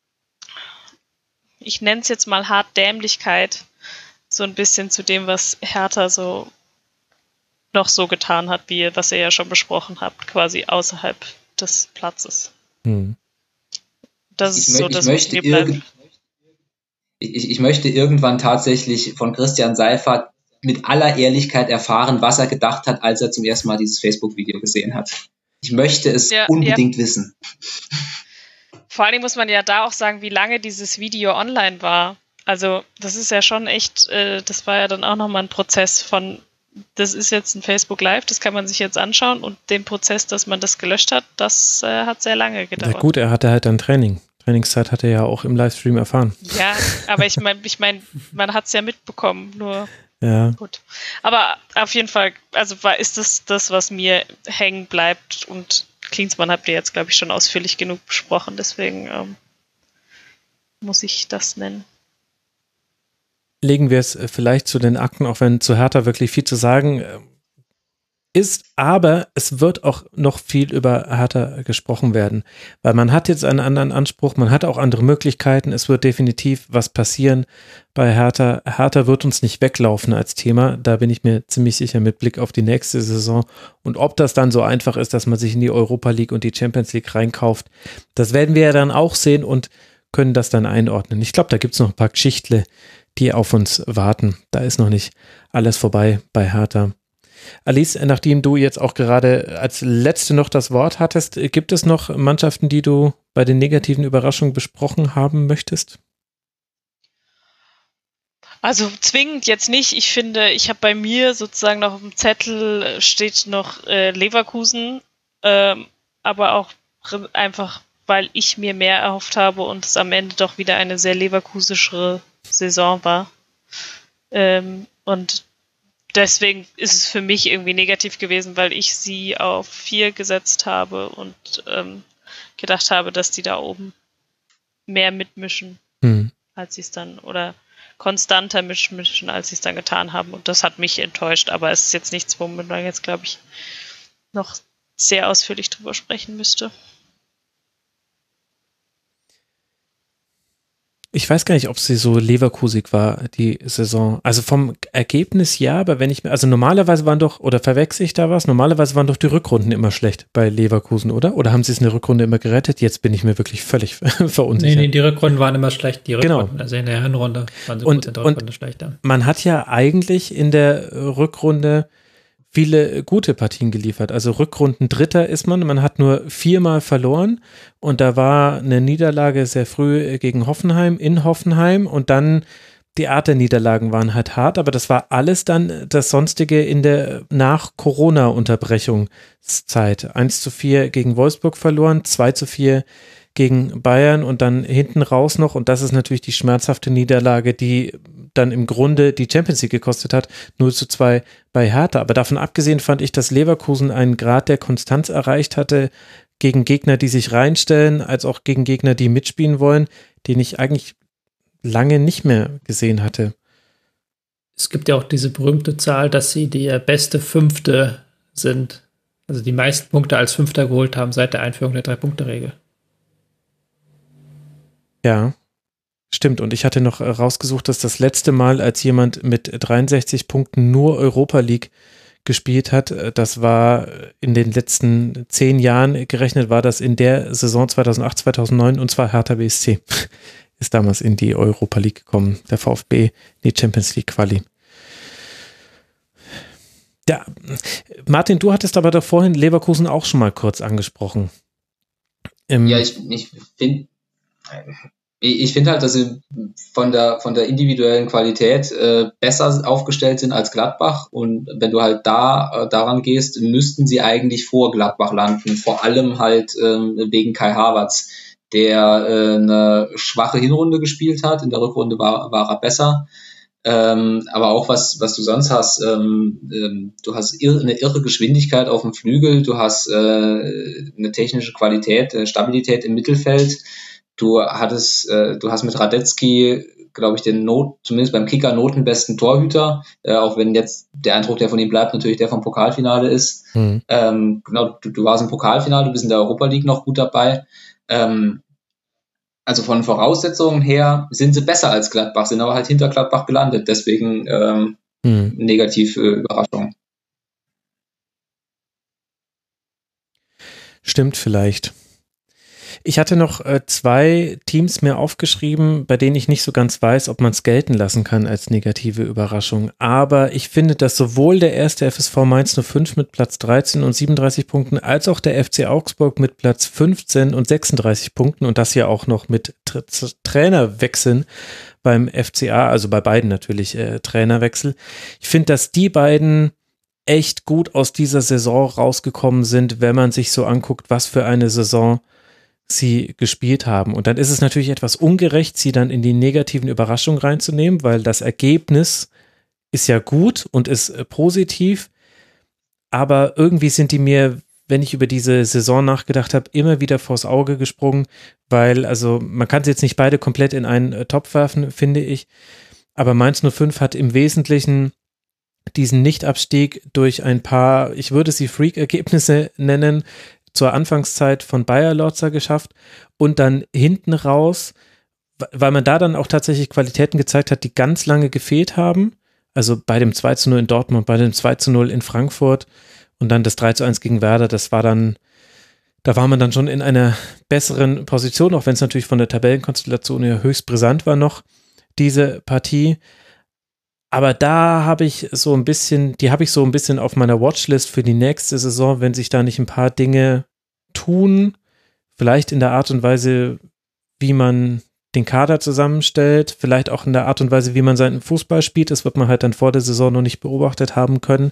ich nenne es jetzt mal hart Dämlichkeit, so ein bisschen zu dem, was Hertha so noch so getan hat, wie was ihr ja schon besprochen habt, quasi außerhalb des Platzes. Hm. Das ist ich so, mö- dass ich möchte, irg- ich, ich möchte irgendwann tatsächlich von Christian Seifert mit aller Ehrlichkeit erfahren, was er gedacht hat, als er zum ersten Mal dieses Facebook-Video gesehen hat. Ich möchte es ja, unbedingt ja. wissen. Vor allem muss man ja da auch sagen, wie lange dieses Video online war. Also das ist ja schon echt, äh, das war ja dann auch nochmal ein Prozess von, das ist jetzt ein Facebook Live, das kann man sich jetzt anschauen und den Prozess, dass man das gelöscht hat, das äh, hat sehr lange gedauert. Ja gut, er hatte halt ein Training. Trainingszeit hat er ja auch im Livestream erfahren. Ja, aber ich meine, ich mein, man hat es ja mitbekommen, nur ja. gut. Aber auf jeden Fall, also war, ist das das, was mir hängen bleibt und Klinsmann habt ihr jetzt, glaube ich, schon ausführlich genug besprochen, deswegen ähm, muss ich das nennen. Legen wir es vielleicht zu den Akten, auch wenn zu Hertha wirklich viel zu sagen ist, aber es wird auch noch viel über Hertha gesprochen werden, weil man hat jetzt einen anderen Anspruch, man hat auch andere Möglichkeiten, es wird definitiv was passieren bei Hertha. Hertha wird uns nicht weglaufen als Thema, da bin ich mir ziemlich sicher mit Blick auf die nächste Saison und ob das dann so einfach ist, dass man sich in die Europa League und die Champions League reinkauft, das werden wir ja dann auch sehen und können das dann einordnen. Ich glaube, da gibt es noch ein paar Geschichtle, die auf uns warten. Da ist noch nicht alles vorbei bei Hertha. Alice, nachdem du jetzt auch gerade als Letzte noch das Wort hattest, gibt es noch Mannschaften, die du bei den negativen Überraschungen besprochen haben möchtest? Also zwingend jetzt nicht. Ich finde, ich habe bei mir sozusagen noch auf dem Zettel steht noch äh, Leverkusen, ähm, aber auch einfach, weil ich mir mehr erhofft habe und es am Ende doch wieder eine sehr leverkusischere Saison war. Ähm, und deswegen ist es für mich irgendwie negativ gewesen, weil ich sie auf vier gesetzt habe und ähm, gedacht habe, dass die da oben mehr mitmischen, hm. als sie es dann, oder konstanter mitmischen, als sie es dann getan haben. Und das hat mich enttäuscht, aber es ist jetzt nichts, womit man jetzt, glaube ich, noch sehr ausführlich drüber sprechen müsste. Ich weiß gar nicht, ob sie so leverkusig war, die Saison. Also vom Ergebnis ja, aber wenn ich mir, also normalerweise waren doch, oder verwechsel ich da was, normalerweise waren doch die Rückrunden immer schlecht bei Leverkusen, oder? Oder haben sie es in der Rückrunde immer gerettet? Jetzt bin ich mir wirklich völlig verunsichert. Nee, nee, die Rückrunden waren immer schlecht, die Rückrunden. Genau. Also in der Hinrunde waren sie und, gut, in der Rückrunde schlechter. Man hat ja eigentlich in der Rückrunde viele gute Partien geliefert. Also Rückrunden Dritter ist man. Man hat nur viermal verloren und da war eine Niederlage sehr früh gegen Hoffenheim, in Hoffenheim und dann die Art der Niederlagen waren halt hart, aber das war alles dann das Sonstige in der Nach-Corona-Unterbrechungszeit. eins zu vier gegen Wolfsburg verloren, zwei zu vier gegen Bayern und dann hinten raus noch und das ist natürlich die schmerzhafte Niederlage, die dann im Grunde die Champions League gekostet hat, null zu zwei bei Hertha. Aber davon abgesehen fand ich, dass Leverkusen einen Grad der Konstanz erreicht hatte gegen Gegner, die sich reinstellen, als auch gegen Gegner, die mitspielen wollen, den ich eigentlich lange nicht mehr gesehen hatte. Es gibt ja auch diese berühmte Zahl, dass sie der beste Fünfte sind, also die meisten Punkte als Fünfter geholt haben seit der Einführung der Drei-Punkte-Regel. Ja, stimmt. Und ich hatte noch rausgesucht, dass das letzte Mal, als jemand mit dreiundsechzig Punkten nur Europa League gespielt hat, das war in den letzten zehn Jahren gerechnet, war das in der Saison zweitausendacht, zweitausendneun und zwar Hertha B S C ist damals in die Europa League gekommen, der VfB in die Champions League Quali. Ja, Martin, du hattest aber da vorhin Leverkusen auch schon mal kurz angesprochen. Ähm, ja, ich, ich finde Ich finde halt, dass sie von der von der individuellen Qualität äh, besser aufgestellt sind als Gladbach und wenn du halt da äh, daran gehst, müssten sie eigentlich vor Gladbach landen, vor allem halt ähm, wegen Kai Havertz, der äh, eine schwache Hinrunde gespielt hat, in der Rückrunde war war er besser, ähm, aber auch was was du sonst hast, ähm, ähm, du hast irre, eine irre Geschwindigkeit auf dem Flügel, du hast äh, eine technische Qualität, äh, Stabilität im Mittelfeld. Du hattest, äh, du hast mit Radetzky, glaube ich, den Not, zumindest beim Kicker notenbesten Torhüter, äh, auch wenn jetzt der Eindruck, der von ihm bleibt, natürlich der vom Pokalfinale ist. Mhm. Ähm, genau, du, du warst im Pokalfinale, du bist in der Europa League noch gut dabei. Ähm, also von Voraussetzungen her sind sie besser als Gladbach, sind aber halt hinter Gladbach gelandet. Deswegen ähm, mhm. negative Überraschung. Stimmt vielleicht. Ich hatte noch äh, zwei Teams mir aufgeschrieben, bei denen ich nicht so ganz weiß, ob man es gelten lassen kann als negative Überraschung. Aber ich finde, dass sowohl der erste F S V Mainz null fünf mit Platz dreizehn und siebenunddreißig Punkten, als auch der F C Augsburg mit Platz fünfzehn und sechsunddreißig Punkten und das ja auch noch mit Tra- Trainerwechseln beim F C A, also bei beiden natürlich äh, Trainerwechsel. Ich finde, dass die beiden echt gut aus dieser Saison rausgekommen sind, wenn man sich so anguckt, was für eine Saison sie gespielt haben. Und dann ist es natürlich etwas ungerecht, sie dann in die negativen Überraschungen reinzunehmen, weil das Ergebnis ist ja gut und ist äh, positiv, aber irgendwie sind die mir, wenn ich über diese Saison nachgedacht habe, immer wieder vors Auge gesprungen, weil, also man kann sie jetzt nicht beide komplett in einen äh, Topf werfen, finde ich, aber Mainz null fünf hat im Wesentlichen diesen Nichtabstieg durch ein paar, ich würde sie Freak-Ergebnisse nennen, zur Anfangszeit von Bayer Lorzer geschafft und dann hinten raus, weil man da dann auch tatsächlich Qualitäten gezeigt hat, die ganz lange gefehlt haben, also bei dem zwei zu null in Dortmund, bei dem zwei zu null in Frankfurt und dann das drei zu eins gegen Werder, das war dann, da war man dann schon in einer besseren Position, auch wenn es natürlich von der Tabellenkonstellation her höchst brisant war noch, diese Partie. Aber da habe ich so ein bisschen, die habe ich so ein bisschen auf meiner Watchlist für die nächste Saison, wenn sich da nicht ein paar Dinge tun, vielleicht in der Art und Weise, wie man den Kader zusammenstellt, vielleicht auch in der Art und Weise, wie man seinen Fußball spielt, das wird man halt dann vor der Saison noch nicht beobachtet haben können,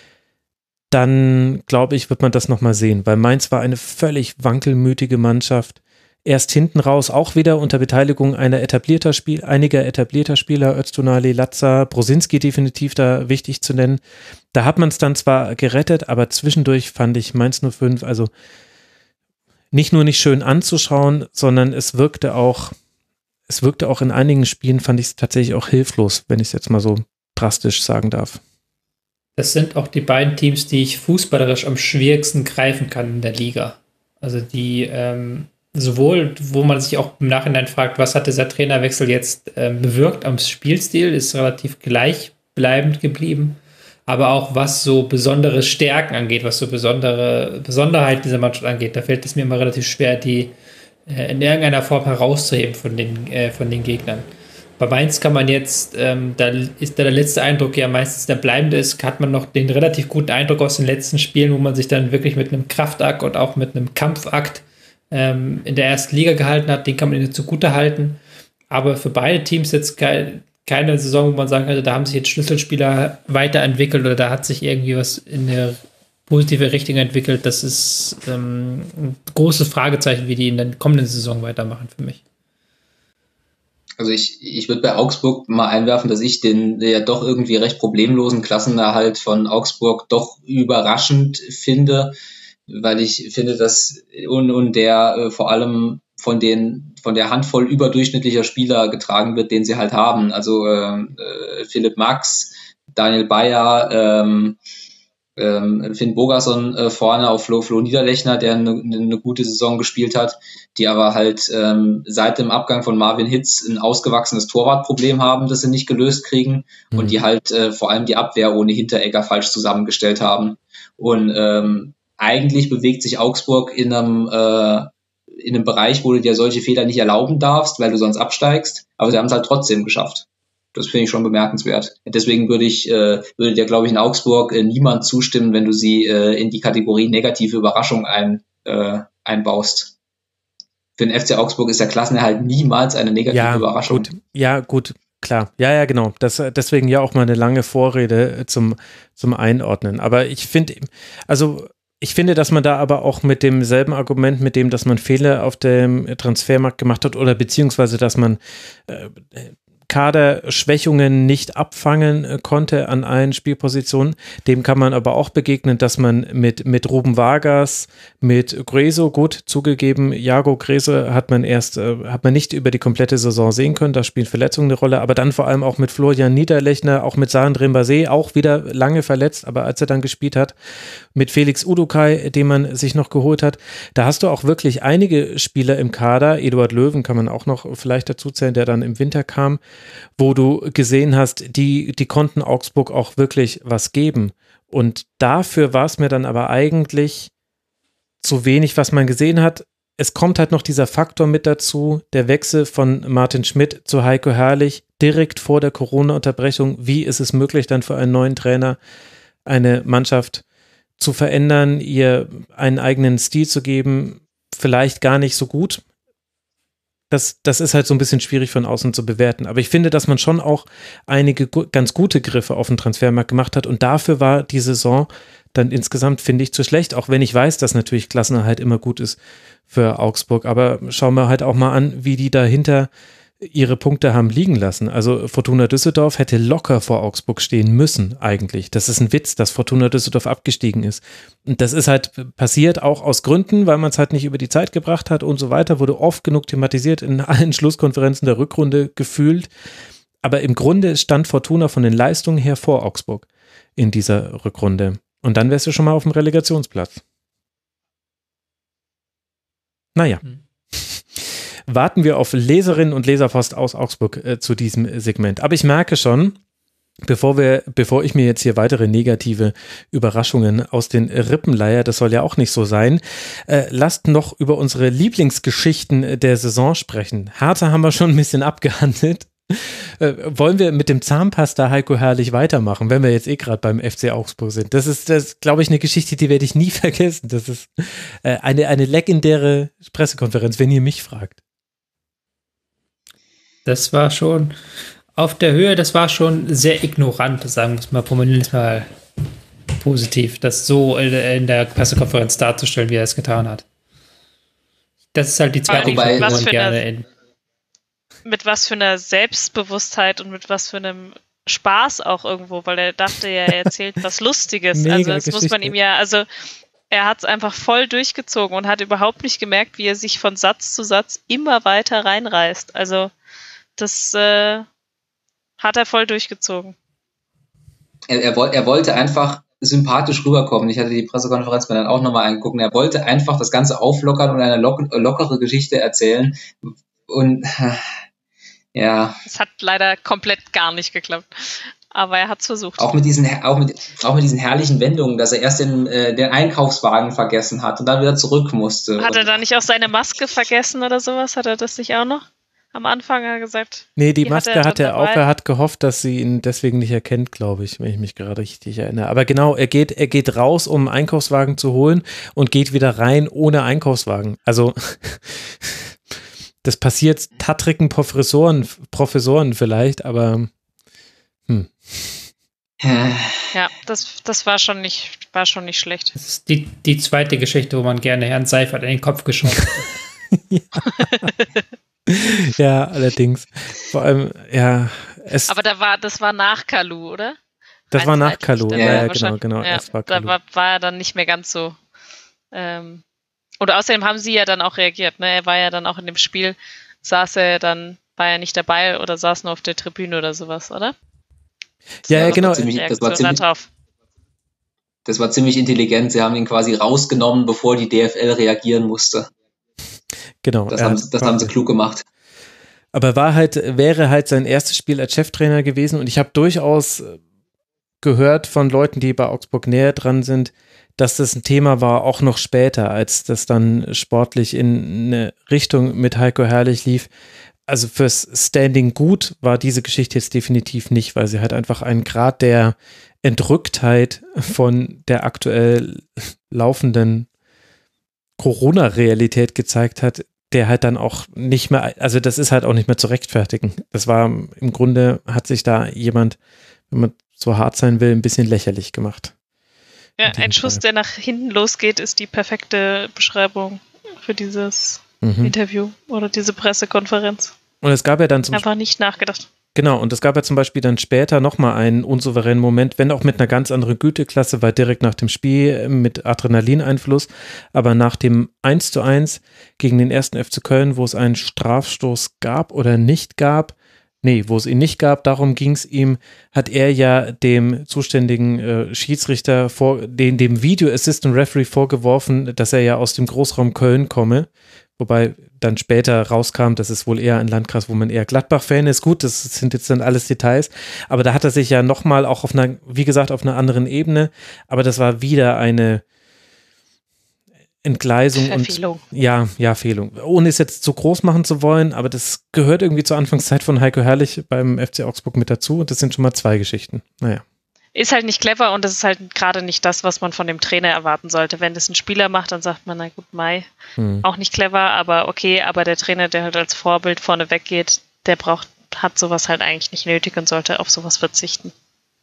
dann glaube ich, wird man das nochmal sehen, weil Mainz war eine völlig wankelmütige Mannschaft, erst hinten raus auch wieder unter Beteiligung einer etablierter Spiel, einiger etablierter Spieler, Öztunali, Latza, Brosinski definitiv da wichtig zu nennen. Da hat man es dann zwar gerettet, aber zwischendurch fand ich Mainz null fünf, also nicht nur nicht schön anzuschauen, sondern es wirkte auch, es wirkte auch in einigen Spielen, fand ich es tatsächlich auch hilflos, wenn ich es jetzt mal so drastisch sagen darf. Das sind auch die beiden Teams, die ich fußballerisch am schwierigsten greifen kann in der Liga. Also die, ähm, sowohl, wo man sich auch im Nachhinein fragt, was hat dieser Trainerwechsel jetzt äh, bewirkt am Spielstil, ist relativ gleichbleibend geblieben, aber auch was so besondere Stärken angeht, was so besondere Besonderheiten dieser Mannschaft angeht, da fällt es mir immer relativ schwer, die äh, in irgendeiner Form herauszuheben von den, äh, von den Gegnern. Bei Mainz kann man jetzt, ähm, da ist da der letzte Eindruck ja meistens der bleibende ist, hat man noch den relativ guten Eindruck aus den letzten Spielen, wo man sich dann wirklich mit einem Kraftakt und auch mit einem Kampfakt ähm, in der ersten Liga gehalten hat, den kann man ihnen zugute halten. Aber für beide Teams jetzt ke- keine Saison, wo man sagen könnte, da haben sich jetzt Schlüsselspieler weiterentwickelt oder da hat sich irgendwie was in eine positive Richtung entwickelt. Das ist ähm, ein großes Fragezeichen, wie die in der kommenden Saison weitermachen für mich. Also ich, ich würde bei Augsburg mal einwerfen, dass ich den ja doch irgendwie recht problemlosen Klassenerhalt von Augsburg doch überraschend finde, weil ich finde, dass und, und der äh, vor allem von den von der Handvoll überdurchschnittlicher Spieler getragen wird, den sie halt haben. Also äh, Philipp Max, Daniel Bayer, ähm, ähm, Finn Bogason äh, vorne auf Flo, Flo Niederlechner, der eine, eine gute Saison gespielt hat, die aber halt ähm, seit dem Abgang von Marvin Hitz ein ausgewachsenes Torwartproblem haben, das sie nicht gelöst kriegen mhm. und die halt äh, vor allem die Abwehr ohne Hinteregger falsch zusammengestellt haben. Und ähm, eigentlich bewegt sich Augsburg in einem äh, in einem Bereich, wo du dir solche Fehler nicht erlauben darfst, weil du sonst absteigst, aber sie haben es halt trotzdem geschafft. Das finde ich schon bemerkenswert. Deswegen würde ich, äh, würde dir, glaube ich, in Augsburg äh, niemand zustimmen, wenn du sie äh, in die Kategorie negative Überraschung ein, äh, einbaust. Für den F C Augsburg ist der Klassenerhalt niemals eine negative ja, Überraschung. Gut. Ja, gut, klar. Ja, ja, genau. Das, deswegen ja auch mal eine lange Vorrede zum, zum Einordnen. Aber ich finde, also ich finde, dass man da aber auch mit demselben Argument, mit dem, dass man Fehler auf dem Transfermarkt gemacht hat oder beziehungsweise, dass man äh, Kaderschwächungen nicht abfangen konnte an allen Spielpositionen. Dem kann man aber auch begegnen, dass man mit, mit Ruben Vargas, mit Greso, gut zugegeben, Jago Greso hat man erst, äh, hat man nicht über die komplette Saison sehen können, da spielen Verletzungen eine Rolle, aber dann vor allem auch mit Florian Niederlechner, auch mit Sandro Mbase, auch wieder lange verletzt, aber als er dann gespielt hat, mit Felix Udukai, den man sich noch geholt hat, da hast du auch wirklich einige Spieler im Kader, Eduard Löwen kann man auch noch vielleicht dazu zählen, der dann im Winter kam, wo du gesehen hast, die, die konnten Augsburg auch wirklich was geben. Und dafür war es mir dann aber eigentlich zu wenig, was man gesehen hat. Es kommt halt noch dieser Faktor mit dazu, der Wechsel von Martin Schmidt zu Heiko Herrlich direkt vor der Corona-Unterbrechung. Wie ist es möglich, dann für einen neuen Trainer eine Mannschaft zu verändern, ihr einen eigenen Stil zu geben? Vielleicht gar nicht so gut. Das, das ist halt so ein bisschen schwierig von außen zu bewerten. Aber ich finde, dass man schon auch einige gu- ganz gute Griffe auf den Transfermarkt gemacht hat und dafür war die Saison dann insgesamt, finde ich, zu schlecht, auch wenn ich weiß, dass natürlich Klassenerhalt immer gut ist für Augsburg. Aber schauen wir halt auch mal an, wie die dahinter ihre Punkte haben liegen lassen. Also Fortuna Düsseldorf hätte locker vor Augsburg stehen müssen eigentlich. Das ist ein Witz, dass Fortuna Düsseldorf abgestiegen ist. Und das ist halt passiert auch aus Gründen, weil man es halt nicht über die Zeit gebracht hat und so weiter, wurde oft genug thematisiert in allen Schlusskonferenzen der Rückrunde gefühlt. Aber im Grunde stand Fortuna von den Leistungen her vor Augsburg in dieser Rückrunde. Und dann wärst du schon mal auf dem Relegationsplatz. Naja. Hm. Warten wir auf Leserinnen und Leserpost aus Augsburg äh, zu diesem Segment. Aber ich merke schon, bevor wir, bevor ich mir jetzt hier weitere negative Überraschungen aus den Rippen leier, das soll ja auch nicht so sein, äh, lasst noch über unsere Lieblingsgeschichten der Saison sprechen. Hertha haben wir schon ein bisschen abgehandelt. Äh, wollen wir mit dem Zahnpasta Heiko Herrlich weitermachen, wenn wir jetzt eh gerade beim F C Augsburg sind? Das ist, das glaube ich, eine Geschichte, die werde ich nie vergessen. Das ist äh, eine, eine legendäre Pressekonferenz, wenn ihr mich fragt. Das war schon auf der Höhe, das war schon sehr ignorant, sagen wir es mal, formulieren es mal positiv, das so in der Pressekonferenz darzustellen, wie er es getan hat. Das ist halt die zweite Wobei, Geschichte, was die gerne eine, in. Mit was für einer Selbstbewusstheit und mit was für einem Spaß auch irgendwo, weil er dachte ja, er erzählt was Lustiges. Mega also das Geschichte. muss man ihm ja, also er hat es einfach voll durchgezogen und hat überhaupt nicht gemerkt, wie er sich von Satz zu Satz immer weiter reinreißt. Also das äh, hat er voll durchgezogen. Er, er, er wollte einfach sympathisch rüberkommen. Ich hatte die Pressekonferenz mir dann auch nochmal angeguckt. Er wollte einfach das Ganze auflockern und eine lock- lockere Geschichte erzählen. Und äh, ja. Es hat leider komplett gar nicht geklappt. Aber er hat es versucht. Auch mit diesen, auch mit, auch mit diesen herrlichen Wendungen, dass er erst den, äh, den Einkaufswagen vergessen hat und dann wieder zurück musste. Hat er da nicht auch seine Maske vergessen oder sowas? Hat er das nicht auch noch? Am Anfang hat er gesagt. Nee, die, die Maske hat er, hat er auch. Er hat gehofft, dass sie ihn deswegen nicht erkennt, glaube ich, wenn ich mich gerade richtig erinnere. Aber genau, er geht, er geht raus, um einen Einkaufswagen zu holen und geht wieder rein ohne Einkaufswagen. Also das passiert tattrigen Professoren, Professoren vielleicht, aber hm. Ja, das, das war schon nicht, war schon nicht schlecht. Das ist die, die zweite Geschichte, wo man gerne Herrn Seifert in den Kopf geschossen hat. ja. ja, allerdings. Vor allem, ja. Es Aber da war, das war nach Kalu, oder? Das war nach Kalu, ja, ja, ja genau, genau. Ja, das war Kalu. Da war, war er dann nicht mehr ganz so. Ähm, und außerdem haben sie ja dann auch reagiert, ne? Er war ja dann auch in dem Spiel, saß er dann, war er nicht dabei oder saß nur auf der Tribüne oder sowas, oder? Das ja, ja, genau. Ziemlich, das, war ziemlich, das war ziemlich intelligent. Sie haben ihn quasi rausgenommen, bevor die D F L reagieren musste. Genau. Das, haben, das haben sie klug gemacht. Aber war halt, wäre halt sein erstes Spiel als Cheftrainer gewesen und ich habe durchaus gehört von Leuten, die bei Augsburg näher dran sind, dass das ein Thema war, auch noch später, als das dann sportlich in eine Richtung mit Heiko Herrlich lief. Also fürs Standing gut war diese Geschichte jetzt definitiv nicht, weil sie halt einfach einen Grad der Entrücktheit von der aktuell laufenden Corona-Realität gezeigt hat, der halt dann auch nicht mehr, also das ist halt auch nicht mehr zu rechtfertigen. Das war im Grunde, hat sich da jemand, wenn man so hart sein will, ein bisschen lächerlich gemacht. Ja, ein Schuss, der nach hinten losgeht, ist die perfekte Beschreibung für dieses mhm. Interview oder diese Pressekonferenz. Und es gab ja dann zum Einfach nicht nachgedacht. Genau, und es gab ja zum Beispiel dann später nochmal einen unsouveränen Moment, wenn auch mit einer ganz anderen Güteklasse, weil direkt nach dem Spiel mit Adrenalineinfluss, aber nach dem eins zu eins gegen den ersten F C Köln, wo es einen Strafstoß gab oder nicht gab, nee, wo es ihn nicht gab, darum ging es ihm, hat er ja dem zuständigen äh, Schiedsrichter, vor, den, dem Video Assistant Referee vorgeworfen, dass er ja aus dem Großraum Köln komme, wobei dann später rauskam, das ist wohl eher ein Landkreis, wo man eher Gladbach-Fan ist. Gut, das sind jetzt dann alles Details, aber da hat er sich ja nochmal auch auf einer, wie gesagt, auf einer anderen Ebene, aber das war wieder eine Entgleisung Verfehlung. und ja, ja, Fehlung. Ohne es jetzt zu groß machen zu wollen, aber das gehört irgendwie zur Anfangszeit von Heiko Herrlich beim F C Augsburg mit dazu und das sind schon mal zwei Geschichten. Naja. Ist halt nicht clever und das ist halt gerade nicht das, was man von dem Trainer erwarten sollte. Wenn das ein Spieler macht, dann sagt man, na gut, Mai, hm. auch nicht clever, aber okay, aber der Trainer, der halt als Vorbild vorne weggeht, der braucht, hat sowas halt eigentlich nicht nötig und sollte auf sowas verzichten.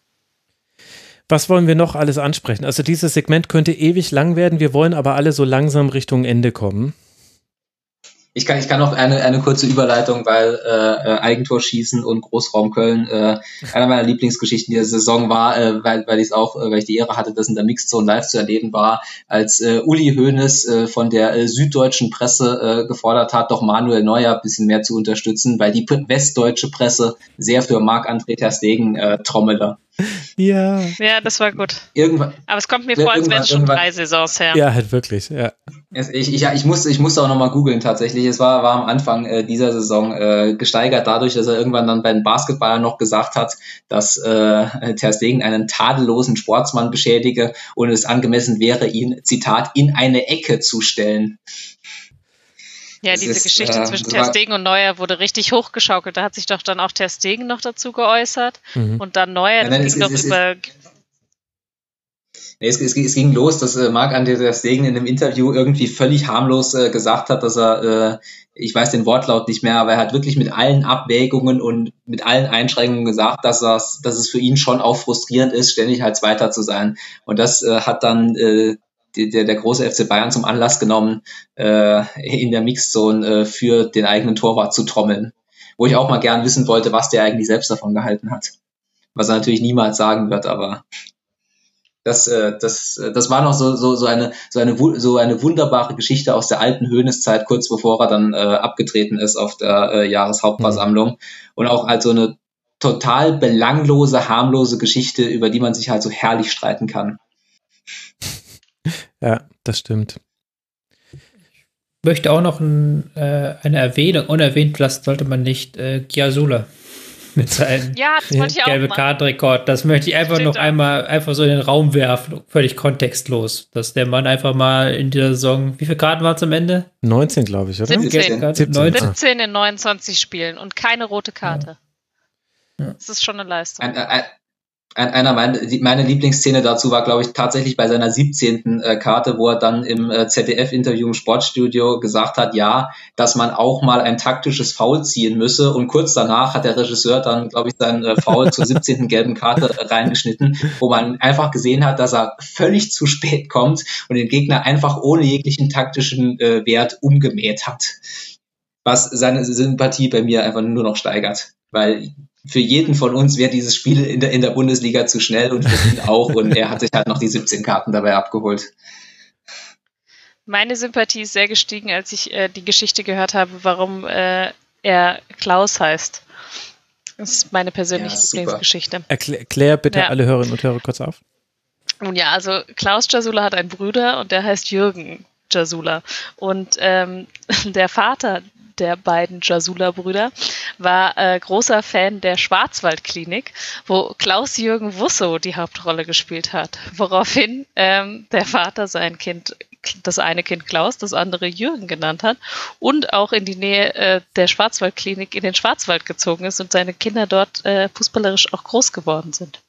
Was wollen wir noch alles ansprechen? Also dieses Segment könnte ewig lang werden, wir wollen aber alle so langsam Richtung Ende kommen. Ich kann, ich kann noch eine, eine kurze Überleitung, weil äh, Eigentorschießen und Großraum Köln äh, einer meiner Lieblingsgeschichten dieser Saison war, äh, weil, weil ich es auch, äh, weil ich die Ehre hatte, das in der Mixed Zone live zu erleben war, als äh, Uli Hoeneß äh, von der äh, süddeutschen Presse äh, gefordert hat, doch Manuel Neuer ein bisschen mehr zu unterstützen, weil die westdeutsche Presse sehr für Marc-André ter Stegen äh, trommele. Ja. Ja, das war gut. Irgendwann, aber es kommt mir vor, als wären es schon drei Saisons her. Ja, halt wirklich, ja. Ich, ich, ich, musste, ich musste auch nochmal googeln tatsächlich. Es war, war am Anfang äh, dieser Saison äh, gesteigert dadurch, dass er irgendwann dann bei den Basketballern noch gesagt hat, dass äh, ter Stegen einen tadellosen Sportsmann beschädige und es angemessen wäre, ihn, Zitat, in eine Ecke zu stellen. Ja, das diese ist, Geschichte äh, zwischen ter Stegen und Neuer wurde richtig hochgeschaukelt. Da hat sich doch dann auch ter Stegen noch dazu geäußert mhm. und dann Neuer, das ja, ging doch über... Nee, es, es, es ging los, dass äh, Marc-André ter Stegen in einem Interview irgendwie völlig harmlos äh, gesagt hat, dass er, äh, ich weiß den Wortlaut nicht mehr, aber er hat wirklich mit allen Abwägungen und mit allen Einschränkungen gesagt, dass, dass es für ihn schon auch frustrierend ist, ständig halt Zweiter zu sein. Und das äh, hat dann... Äh, Der, der große F C Bayern zum Anlass genommen, äh, in der Mixzone äh, für den eigenen Torwart zu trommeln. Wo ich auch mal gern wissen wollte, was der eigentlich selbst davon gehalten hat. Was er natürlich niemals sagen wird, aber das, äh, das, das war noch so, so, so, eine, so, eine, so eine wunderbare Geschichte aus der alten Hoeneß-Zeit, kurz bevor er dann äh, abgetreten ist auf der äh, Jahreshauptversammlung. Mhm. Und auch als so eine total belanglose, harmlose Geschichte, über die man sich halt so herrlich streiten kann. Ja, das stimmt. Ich möchte auch noch ein, äh, eine Erwähnung, unerwähnt lassen sollte man nicht, äh, Gyasula mit seinem Ja, das wollte ich auch gelbe machen. Kartenrekord. Das möchte ich einfach Steht noch da. einmal einfach so in den Raum werfen, völlig kontextlos, dass der Mann einfach mal in dieser Saison, wie viele Karten waren es am Ende? neunzehn, glaube ich, oder? siebzehn. siebzehn. siebzehn. siebzehn in neunundzwanzig Spielen und keine rote Karte. Ja. Das ist schon eine Leistung. Ein, ein, ein, einer meine, meine Lieblingsszene dazu war, glaube ich, tatsächlich bei seiner siebzehnten Äh, Karte, wo er dann im äh, Z D F-Interview im Sportstudio gesagt hat, ja, dass man auch mal ein taktisches Foul ziehen müsse. Und kurz danach hat der Regisseur dann, glaube ich, sein äh, Foul zur siebzehnten gelben Karte äh, reingeschnitten, wo man einfach gesehen hat, dass er völlig zu spät kommt und den Gegner einfach ohne jeglichen taktischen äh, Wert umgemäht hat. Was seine Sympathie bei mir einfach nur noch steigert. Weil für jeden von uns wäre dieses Spiel in der, in der Bundesliga zu schnell und für ihn auch. Und er hat sich halt noch die siebzehn Karten dabei abgeholt. Meine Sympathie ist sehr gestiegen, als ich äh, die Geschichte gehört habe, warum äh, er Klaus heißt. Das ist meine persönliche Ja, super. Lieblingsgeschichte. Erklär, klär bitte Ja. alle Hörerinnen und Hörer kurz auf. Und ja, also Klaus Jasula hat einen Bruder und der heißt Jürgen Jasula. Und ähm, der Vater der beiden Jasula-Brüder war äh, großer Fan der Schwarzwaldklinik, wo Klaus-Jürgen Wusso die Hauptrolle gespielt hat. Woraufhin ähm, der Vater sein Kind, das eine Kind Klaus, das andere Jürgen genannt hat und auch in die Nähe äh, der Schwarzwaldklinik in den Schwarzwald gezogen ist und seine Kinder dort äh, fußballerisch auch groß geworden sind.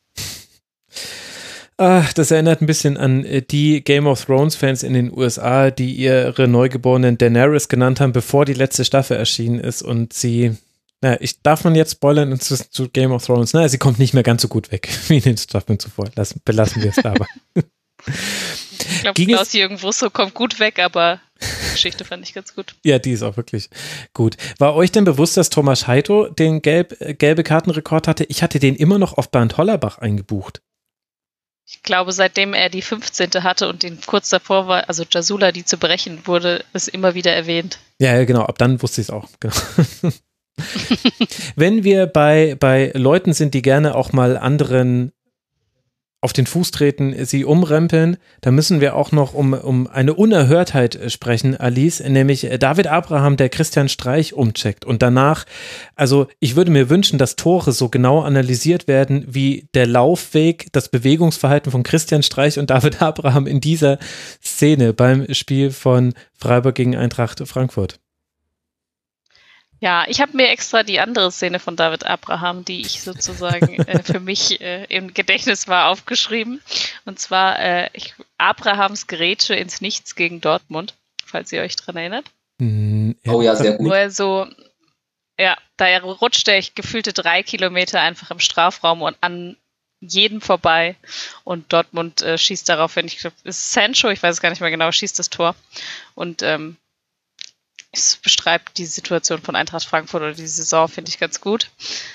Ah, das erinnert ein bisschen an äh, die Game of Thrones Fans in den U S A, die ihre Neugeborenen Daenerys genannt haben, bevor die letzte Staffel erschienen ist und sie, naja, ich darf man jetzt spoilern zu, zu Game of Thrones, naja, sie kommt nicht mehr ganz so gut weg wie in den Staffeln zuvor. Lassen, belassen wir es dabei. Ich glaube, Ging es- Klaus-Jürgen Wusso kommt gut weg, aber die Geschichte fand ich ganz gut. Ja, die ist auch wirklich gut. War euch denn bewusst, dass Thomas Heito den gelb, äh, gelbe Kartenrekord hatte? Ich hatte den immer noch auf Bernd Hollerbach eingebucht. Ich glaube, seitdem er die fünfzehnte hatte und den kurz davor war, also Jasula, die zu brechen, wurde es immer wieder erwähnt. Ja, ja, genau, ab dann wusste ich es auch. Genau. Wenn wir bei, bei Leuten sind, die gerne auch mal anderen auf den Fuß treten, sie umrempeln, da müssen wir auch noch um, um eine Unerhörtheit sprechen, Alice, nämlich David Abraham, der Christian Streich umcheckt und danach, also ich würde mir wünschen, dass Tore so genau analysiert werden, wie der Laufweg, das Bewegungsverhalten von Christian Streich und David Abraham in dieser Szene beim Spiel von Freiburg gegen Eintracht Frankfurt. Ja, ich habe mir extra die andere Szene von David Abraham, die ich sozusagen äh, für mich äh, im Gedächtnis war, aufgeschrieben. Und zwar äh, ich, Abrahams Grätsche ins Nichts gegen Dortmund, falls ihr euch dran erinnert. Hm, Oh ja, sehr gut. Wo er so, ja, da er rutscht er gefühlte drei Kilometer einfach im Strafraum und an jedem vorbei. Und Dortmund äh, schießt daraufhin, ich glaube, es ist Sancho, ich weiß es gar nicht mehr genau, schießt das Tor. Und ähm, es beschreibt die Situation von Eintracht Frankfurt oder die Saison, finde ich ganz gut.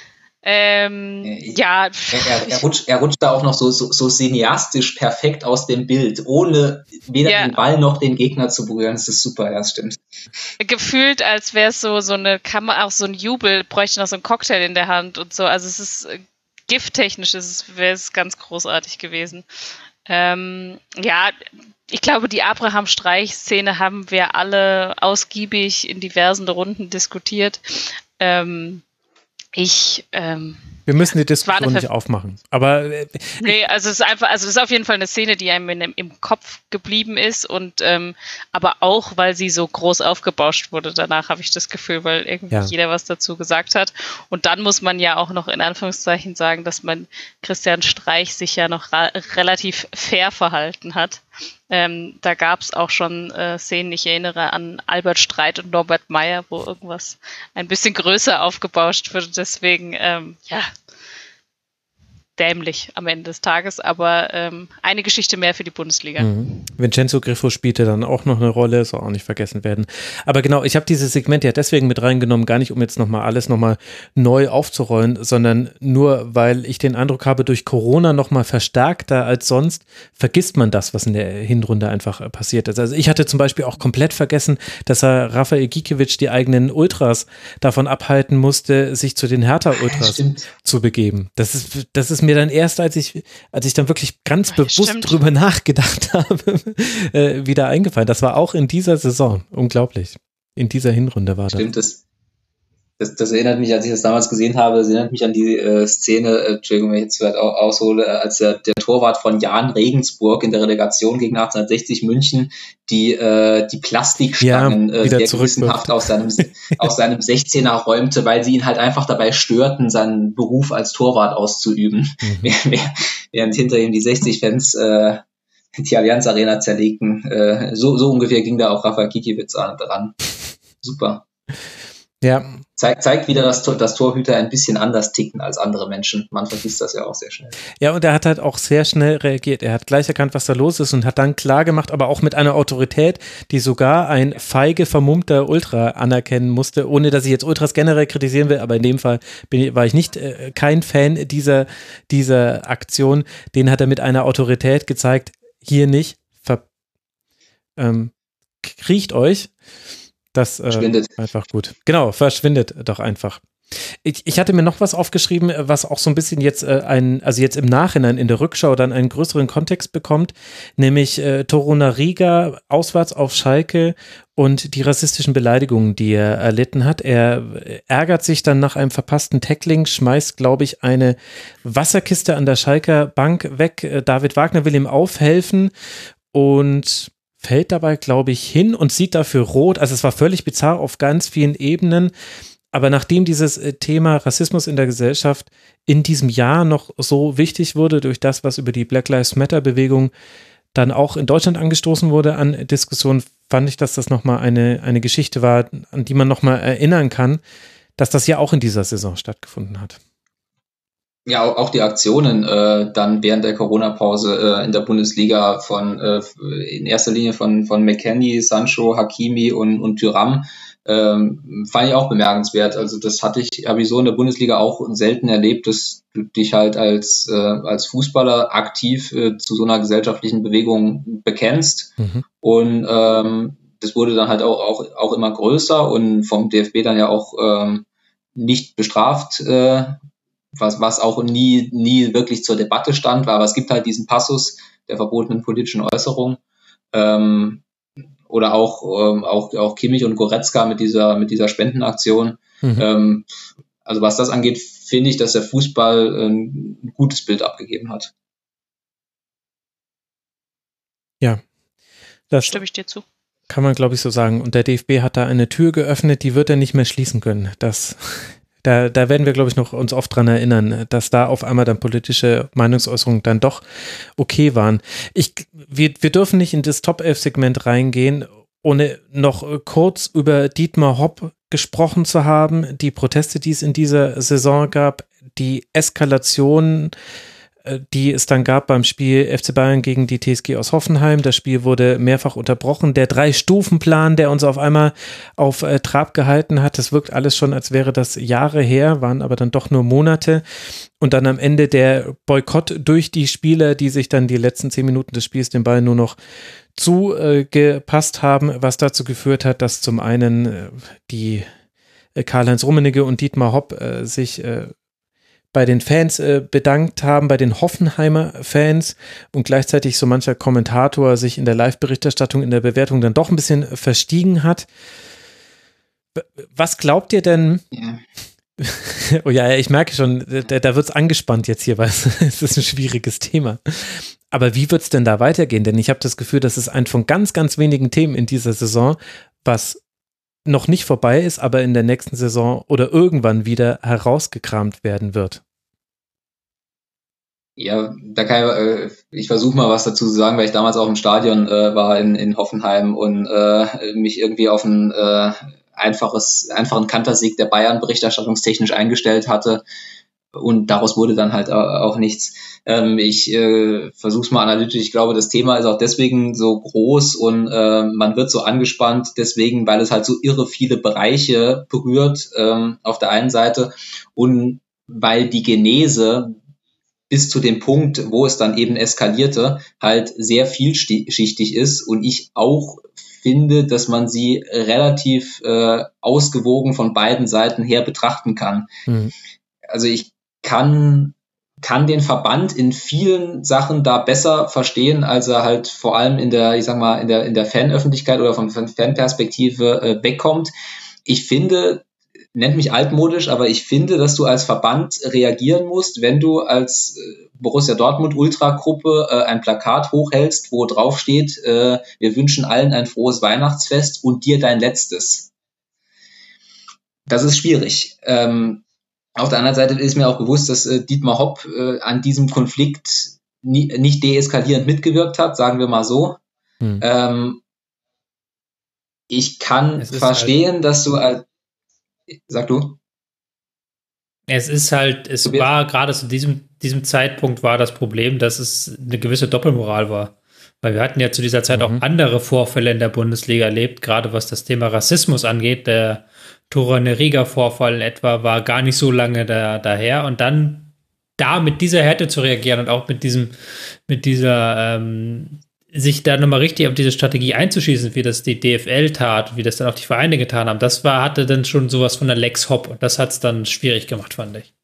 Ähm, Äh, ja, Er, er, er, rutscht, er rutscht da auch noch so, so, so cineastisch perfekt aus dem Bild, ohne weder Ja. den Ball noch den Gegner zu berühren. Das ist super, ja, das stimmt. gefühlt, als wäre es so, so eine Kamera, auch so ein Jubel, bräuchte noch so einen Cocktail in der Hand und so. Also es ist äh, gifttechnisch, wäre es ganz großartig gewesen. Ähm, ja, ich glaube, die Abraham-Streich-Szene haben wir alle ausgiebig in diversen Runden diskutiert. Ähm, ich, ähm, Wir müssen die war Diskussion eine nicht aufmachen. Aber äh, nee, also es ist einfach, also es ist auf jeden Fall eine Szene, die einem in, im Kopf geblieben ist und ähm, aber auch, weil sie so groß aufgebauscht wurde. Danach habe ich das Gefühl, weil irgendwie Ja. jeder was dazu gesagt hat. Und dann muss man ja auch noch in Anführungszeichen sagen, dass man Christian Streich sich ja noch ra- relativ fair verhalten hat. Ähm, da gab es auch schon äh, Szenen, ich erinnere an Albert Streit und Norbert Meyer, wo irgendwas ein bisschen größer aufgebauscht wurde. Deswegen, ähm, ja, dämlich am Ende des Tages, aber ähm, eine Geschichte mehr für die Bundesliga. Mhm. Vincenzo Griffo spielte dann auch noch eine Rolle, soll auch nicht vergessen werden. Aber genau, ich habe dieses Segment ja deswegen mit reingenommen, gar nicht um jetzt nochmal alles nochmal neu aufzurollen, sondern nur, weil ich den Eindruck habe, durch Corona nochmal verstärkter als sonst vergisst man das, was in der Hinrunde einfach äh, passiert ist. Also ich hatte zum Beispiel auch komplett vergessen, dass er Rafael Gikiewicz die eigenen Ultras davon abhalten musste, sich zu den Hertha-Ultras Stimmt. zu zu begeben. Das ist, das ist mir dann erst, als ich, als ich dann wirklich ganz Ja, bewusst stimmt. drüber nachgedacht habe, äh, wieder eingefallen. Das war auch in dieser Saison. Unglaublich. In dieser Hinrunde war das. Stimmt, das, das, das erinnert mich, als ich das damals gesehen habe, das erinnert mich an die äh, Szene, äh, Entschuldigung, wenn ich jetzt vielleicht auch aushole, äh, als der, der Torwart von Jan Regensburg in der Relegation gegen achtzehnhundertsechzig München die, äh, die Plastikstangen Ja, äh, wieder sehr zurückwirft. gewissenhaft aus seinem, aus seinem sechzehner räumte, weil sie ihn halt einfach dabei störten, seinen Beruf als Torwart auszuüben. Mhm. Während hinter ihm die sechzig Fans äh, die Allianz Arena zerlegten. Äh, so, so ungefähr ging da auch Rafael Kikiewicz dran. Super. Ja. Zeigt, zeigt wieder, dass, dass Torhüter ein bisschen anders ticken als andere Menschen. Man vergisst das ja auch sehr schnell. Ja, und er hat halt auch sehr schnell reagiert. Er hat gleich erkannt, was da los ist und hat dann klar gemacht, aber auch mit einer Autorität, die sogar ein feige, vermummter Ultra anerkennen musste, ohne dass ich jetzt Ultras generell kritisieren will, aber in dem Fall bin ich, war ich nicht äh, kein Fan dieser, dieser Aktion. Den hat er mit einer Autorität gezeigt, hier nicht, ver, ähm, kriecht euch. Das äh, Verschwindet. Einfach gut. Genau, verschwindet doch einfach. Ich, ich hatte mir noch was aufgeschrieben, was auch so ein bisschen jetzt äh, ein, also jetzt im Nachhinein in der Rückschau dann einen größeren Kontext bekommt, nämlich äh, Torunariga auswärts auf Schalke und die rassistischen Beleidigungen, die er erlitten hat. Er ärgert sich dann nach einem verpassten Tackling, schmeißt, glaube ich, eine Wasserkiste an der Schalker Bank weg. Äh, David Wagner will ihm aufhelfen und fällt dabei, glaube ich, hin und sieht dafür rot. Also es war völlig bizarr auf ganz vielen Ebenen. Aber nachdem dieses Thema Rassismus in der Gesellschaft in diesem Jahr noch so wichtig wurde, durch das, was über die Black Lives Matter Bewegung dann auch in Deutschland angestoßen wurde an Diskussionen, fand ich, dass das nochmal eine, eine Geschichte war, an die man nochmal erinnern kann, dass das ja auch in dieser Saison stattgefunden hat. Ja, auch die Aktionen äh, dann während der Corona-Pause äh, in der Bundesliga von äh, in erster Linie von von McKennie, Sancho, Hakimi und und Thuram ähm, fand ich auch bemerkenswert. Also das hatte ich habe ich so in der Bundesliga auch selten erlebt, dass du dich halt als äh, als Fußballer aktiv äh, zu so einer gesellschaftlichen Bewegung bekennst. Mhm. Und ähm, das wurde dann halt auch auch auch immer größer und vom D F B dann ja auch ähm, nicht bestraft. Äh, Was, was auch nie, nie wirklich zur Debatte stand, war, aber es gibt halt diesen Passus der verbotenen politischen Äußerung, ähm, oder auch, ähm, auch, auch Kimmich und Goretzka mit dieser, mit dieser Spendenaktion. Mhm. Ähm, also was das angeht, finde ich, dass der Fußball ähm, ein gutes Bild abgegeben hat. Ja. Das stimme ich dir zu. Kann man, glaube ich, so sagen. Und der D F B hat da eine Tür geöffnet, die wird er nicht mehr schließen können. Das Da, da werden wir, glaube ich, noch uns oft dran erinnern, dass da auf einmal dann politische Meinungsäußerungen dann doch okay waren. Ich, wir, wir dürfen nicht in das Top elf Segment reingehen, ohne noch kurz über Dietmar Hopp gesprochen zu haben, die Proteste, die es in dieser Saison gab, die Eskalation, die es dann gab beim Spiel F C Bayern gegen die T S G aus Hoffenheim. Das Spiel wurde mehrfach unterbrochen. Der Drei-Stufen-Plan, der uns auf einmal auf äh, Trab gehalten hat, das wirkt alles schon, als wäre das Jahre her, waren aber dann doch nur Monate. Und dann am Ende der Boykott durch die Spieler, die sich dann die letzten zehn Minuten des Spiels den Ball nur noch zugepasst äh, haben, was dazu geführt hat, dass zum einen äh, die äh, Karl-Heinz Rummenigge und Dietmar Hopp äh, sich äh, bei den Fans äh, bedankt haben, bei den Hoffenheimer Fans und gleichzeitig so mancher Kommentator sich in der Live-Berichterstattung, in der Bewertung dann doch ein bisschen verstiegen hat. Was glaubt ihr denn? Ja. Oh ja, ich merke schon, da, da wird es angespannt jetzt hier, weil es ist ein schwieriges Thema. Aber wie wird es denn da weitergehen? Denn ich habe das Gefühl, das ist ein von ganz, ganz wenigen Themen in dieser Saison, was noch nicht vorbei ist, aber in der nächsten Saison oder irgendwann wieder herausgekramt werden wird. Ja, da kann ich, äh, ich versuche mal was dazu zu sagen, weil ich damals auch im Stadion äh, war in, in Hoffenheim und äh, mich irgendwie auf ein äh, einfaches, einfachen Kantersieg der Bayern berichterstattungstechnisch eingestellt hatte. Und daraus wurde dann halt auch nichts. Ähm, ich äh, versuche es mal analytisch. Ich glaube, das Thema ist auch deswegen so groß und äh, man wird so angespannt deswegen, weil es halt so irre viele Bereiche berührt ähm, auf der einen Seite und weil die Genese bis zu dem Punkt, wo es dann eben eskalierte, halt sehr vielschichtig ist und ich auch finde, dass man sie relativ äh, ausgewogen von beiden Seiten her betrachten kann. Mhm. Also ich kann, kann den Verband in vielen Sachen da besser verstehen, als er halt vor allem in der, ich sag mal, in der, in der Fanöffentlichkeit oder von Fanperspektive äh, wegkommt. Ich finde, nennt mich altmodisch, aber ich finde, dass du als Verband reagieren musst, wenn du als äh, Borussia Dortmund Ultragruppe äh, ein Plakat hochhältst, wo drauf steht, äh, wir wünschen allen ein frohes Weihnachtsfest und dir dein letztes. Das ist schwierig. Ähm, auf der anderen Seite ist mir auch bewusst, dass äh, Dietmar Hopp äh, an diesem Konflikt nie, nicht deeskalierend mitgewirkt hat, sagen wir mal so. Hm. Ähm, ich kann verstehen, halt, dass du als Sag du. Es ist halt, es war gerade zu diesem, diesem Zeitpunkt war das Problem, dass es eine gewisse Doppelmoral war. Weil wir hatten ja zu dieser Zeit mhm. auch andere Vorfälle in der Bundesliga erlebt, gerade was das Thema Rassismus angeht. Der Torunariga-Vorfall etwa war gar nicht so lange da, daher. Und dann da mit dieser Härte zu reagieren und auch mit diesem, mit dieser ähm, sich da nochmal richtig auf diese Strategie einzuschießen, wie das die D F L tat, wie das dann auch die Vereine getan haben, das war, hatte dann schon sowas von der Lex Hopp und das hat es dann schwierig gemacht, fand ich.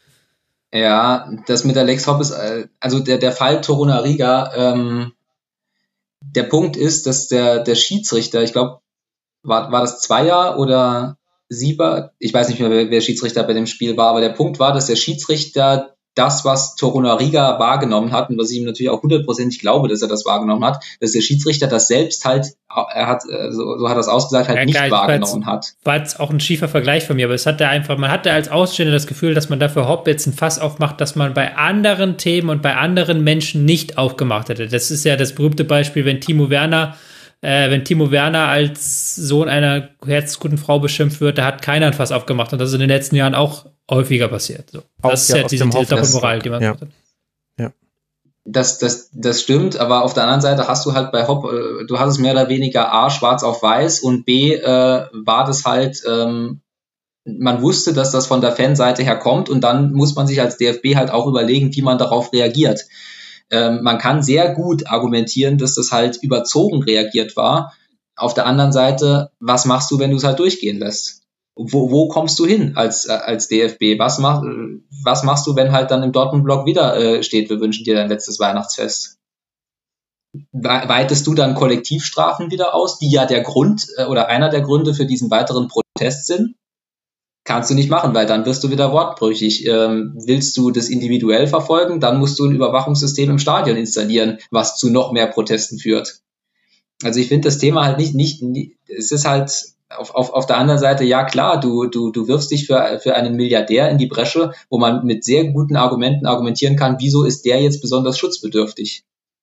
Ja, das mit der Lex Hopp ist, also der, der Fall Torunariga, ähm, der Punkt ist, dass der, der Schiedsrichter, ich glaube, war, war das Zweier oder Sieber, ich weiß nicht mehr, wer, wer Schiedsrichter bei dem Spiel war, aber der Punkt war, dass der Schiedsrichter das, was Torunariga wahrgenommen hat, und was ich ihm natürlich auch hundertprozentig glaube, dass er das wahrgenommen hat, dass der Schiedsrichter das selbst halt, er hat, so, so hat er es ausgesagt, halt ja, nicht geil, wahrgenommen hat. War jetzt auch ein schiefer Vergleich von mir, aber es hatte einfach, man hatte als Ausstehender das Gefühl, dass man dafür Hopp jetzt ein Fass aufmacht, dass man bei anderen Themen und bei anderen Menschen nicht aufgemacht hätte. Das ist ja das berühmte Beispiel, wenn Timo Werner Äh, wenn Timo Werner als Sohn einer herzguten Frau beschimpft wird, da hat keiner ein Fass aufgemacht. Und das ist in den letzten Jahren auch häufiger passiert. So. Das auch, ist ja, ja diese, diese Doppelmoral, die man ja. hat. Ja. Das, das, das stimmt, aber auf der anderen Seite hast du halt bei Hopp, äh, du hast es mehr oder weniger A, schwarz auf weiß, und B, äh, war das halt, ähm, man wusste, dass das von der Fanseite her kommt, und dann muss man sich als D F B halt auch überlegen, wie man darauf reagiert. Ähm, man kann sehr gut argumentieren, dass das halt überzogen reagiert war. Auf der anderen Seite, was machst du, wenn du es halt durchgehen lässt? Wo, wo kommst du hin als, äh, als D F B? Was, mach, was machst du, wenn halt dann im Dortmund-Blog wieder äh, steht, wir wünschen dir dein letztes Weihnachtsfest? Weitest du dann Kollektivstrafen wieder aus, die ja der Grund äh, oder einer der Gründe für diesen weiteren Protest sind? Kannst du nicht machen, weil dann wirst du wieder wortbrüchig. Ähm, willst du das individuell verfolgen, dann musst du ein Überwachungssystem im Stadion installieren, was zu noch mehr Protesten führt. Also ich finde das Thema halt nicht, nicht, nicht es ist halt auf, auf, auf der anderen Seite, ja klar, du, du, du wirfst dich für, für einen Milliardär in die Bresche, wo man mit sehr guten Argumenten argumentieren kann, wieso ist der jetzt besonders schutzbedürftig.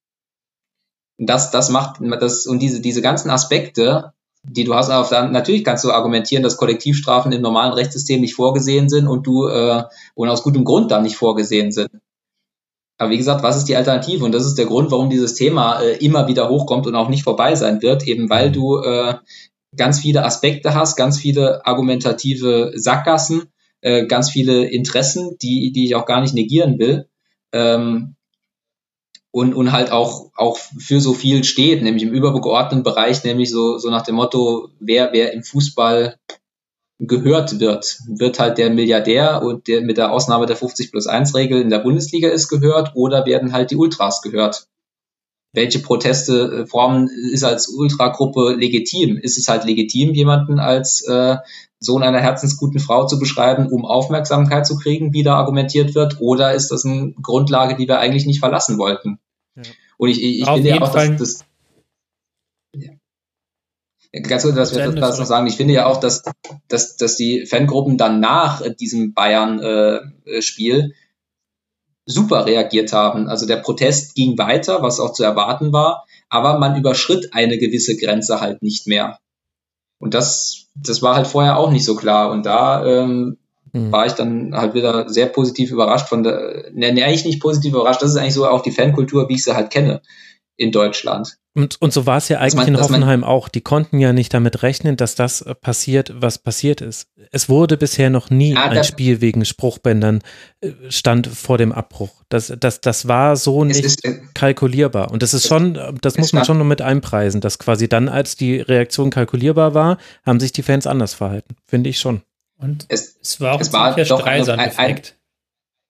Das, das macht, das, und diese, diese ganzen Aspekte, die du hast, auf der, natürlich kannst du argumentieren, dass Kollektivstrafen im normalen Rechtssystem nicht vorgesehen sind und du äh, und aus gutem Grund dann nicht vorgesehen sind. Aber wie gesagt, was ist die Alternative? Und das ist der Grund, warum dieses Thema äh, immer wieder hochkommt und auch nicht vorbei sein wird, eben weil du äh, ganz viele Aspekte hast, ganz viele argumentative Sackgassen, äh, ganz viele Interessen, die, die ich auch gar nicht negieren will. Ähm, Und, und halt auch, auch für so viel steht, nämlich im übergeordneten Bereich, nämlich so, so nach dem Motto, wer, wer im Fußball gehört wird, wird halt der Milliardär und der mit der Ausnahme der fünfzig plus eins Regel in der Bundesliga ist gehört, oder werden halt die Ultras gehört? Welche Proteste formen ist als Ultragruppe legitim? Ist es halt legitim, jemanden als äh, Sohn einer herzensguten Frau zu beschreiben, um Aufmerksamkeit zu kriegen, wie da argumentiert wird, oder ist das eine Grundlage, die wir eigentlich nicht verlassen wollten? Ja. Und ich, ich, ich finde ja auch, dass das ja. Ganz kurz, was wir das noch sagen, ich finde ja auch, dass, dass, dass die Fangruppen dann nach diesem Bayern-Spiel äh, super reagiert haben. Also der Protest ging weiter, was auch zu erwarten war, aber man überschritt eine gewisse Grenze halt nicht mehr. Und das, das war halt vorher auch nicht so klar. Und da ähm, mhm. war ich dann halt wieder sehr positiv überrascht von der, ne, ne, eigentlich nicht positiv überrascht, das ist eigentlich so auch die Fankultur, wie ich sie halt kenne in Deutschland. Und, und so war es ja eigentlich man, in Hoffenheim man, auch. Die konnten ja nicht damit rechnen, dass das passiert, was passiert ist. Es wurde bisher noch nie ah, ein Spiel wegen Spruchbändern stand vor dem Abbruch. Das, das, das war so nicht ist, kalkulierbar. Und das ist schon, das muss man schon noch mit einpreisen, dass quasi dann, als die Reaktion kalkulierbar war, haben sich die Fans anders verhalten. Finde ich schon. Und es, es war auch ein ziemlicher Streisand-Effekt.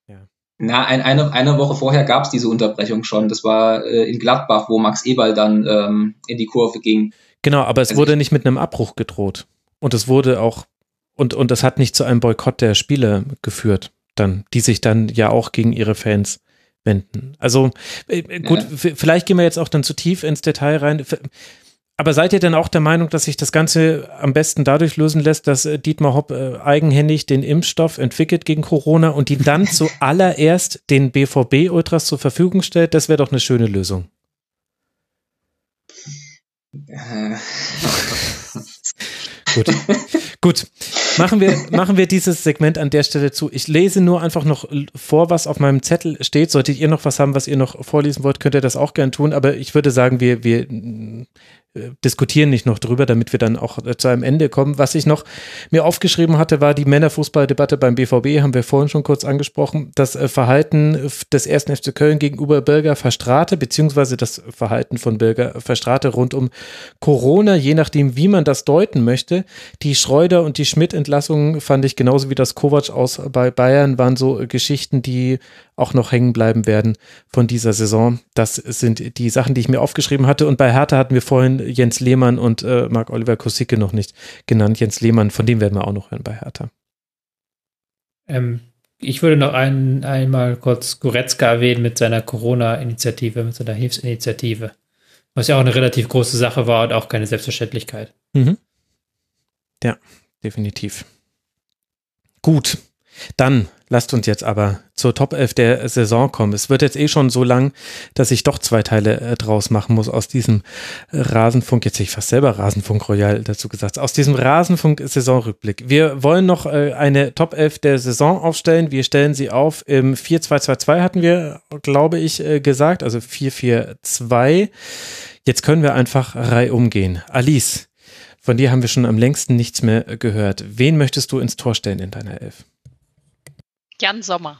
Ja. Na, ein, eine, eine Woche vorher gab es diese Unterbrechung schon. Das war äh, in Gladbach, wo Max Eberl dann ähm, in die Kurve ging. Genau, aber es Also wurde ich- nicht mit einem Abbruch gedroht. Und es wurde auch, und, und es hat nicht zu einem Boykott der Spiele geführt, dann, die sich dann ja auch gegen ihre Fans wenden. Also äh, gut, Ja. v- vielleicht gehen wir jetzt auch dann zu tief ins Detail rein. F- Aber seid ihr denn auch der Meinung, dass sich das Ganze am besten dadurch lösen lässt, dass äh, Dietmar Hopp äh, eigenhändig den Impfstoff entwickelt gegen Corona und die dann zuallererst den B V B-Ultras zur Verfügung stellt? Das wäre doch eine schöne Lösung. Äh, Gut. Gut. Machen wir, machen wir dieses Segment an der Stelle zu. Ich lese nur einfach noch vor, was auf meinem Zettel steht. Solltet ihr noch was haben, was ihr noch vorlesen wollt, könnt ihr das auch gern tun. Aber ich würde sagen, wir, wir äh, diskutieren nicht noch drüber, damit wir dann auch äh, zu einem Ende kommen. Was ich noch mir aufgeschrieben hatte, war die Männerfußballdebatte beim B V B, haben wir vorhin schon kurz angesprochen. Das äh, Verhalten des ersten F C Köln gegenüber Birger Verstraete, beziehungsweise das Verhalten von Birger Verstraete rund um Corona, je nachdem, wie man das deuten möchte. Die Schreuder und die Schmidt-Entlassungen fand ich genauso wie das Kovac aus bei Bayern waren so Geschichten, die auch noch hängen bleiben werden von dieser Saison. Das sind die Sachen, die ich mir aufgeschrieben hatte. Und bei Hertha hatten wir vorhin Jens Lehmann und äh, Marc-Oliver Kosicke noch nicht genannt. Jens Lehmann, von dem werden wir auch noch hören bei Hertha. Ähm, ich würde noch ein, einmal kurz Goretzka erwähnen mit seiner Corona-Initiative, mit seiner Hilfsinitiative. Was ja auch eine relativ große Sache war und auch keine Selbstverständlichkeit. Mhm. Ja, definitiv. Gut, dann lasst uns jetzt aber zur Top elf der Saison kommen. Es wird jetzt eh schon so lang, dass ich doch zwei Teile äh, draus machen muss aus diesem äh, Rasenfunk, jetzt hätte ich fast selber Rasenfunk Royal dazu gesagt, aus diesem Rasenfunk-Saisonrückblick. Wir wollen noch äh, eine Top elf der Saison aufstellen. Wir stellen sie auf im vier zwei zwei zwei hatten wir, glaube ich, äh, gesagt, also vier vier zwei. Jetzt können wir einfach reihum gehen. Alice, von dir haben wir schon am längsten nichts mehr gehört. Wen möchtest du ins Tor stellen in deiner Elf? Jan Sommer.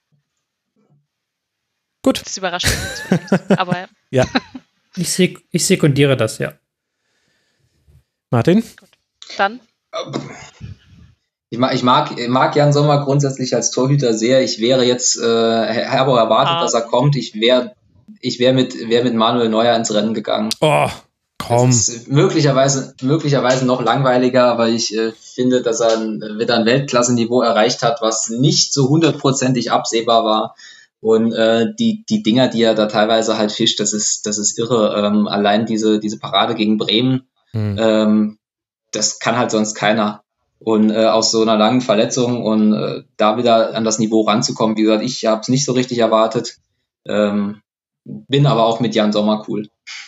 Gut. Das überrascht mich jetzt nicht. Aber Ja. Ich, sek ich sekundiere das, ja. Martin? dann Ich mag, ich, mag, ich mag Jan Sommer grundsätzlich als Torhüter sehr. Ich wäre jetzt, äh, habe erwartet, Ah. dass er kommt. Ich wäre ich wär mit, wär mit Manuel Neuer ins Rennen gegangen. Oh, komm. Das ist möglicherweise, möglicherweise noch langweiliger, aber ich äh, finde, dass er ein, wieder ein Weltklasse-Niveau erreicht hat, was nicht so hundertprozentig absehbar war. Und äh, die, die Dinger, die er da teilweise halt fischt, das ist, das ist irre. Ähm, allein diese, diese Parade gegen Bremen, Hm. ähm, das kann halt sonst keiner. Und äh, aus so einer langen Verletzung und äh, da wieder an das Niveau ranzukommen, wie gesagt, ich habe es nicht so richtig erwartet. Ähm, bin aber auch mit Jan Sommer cool.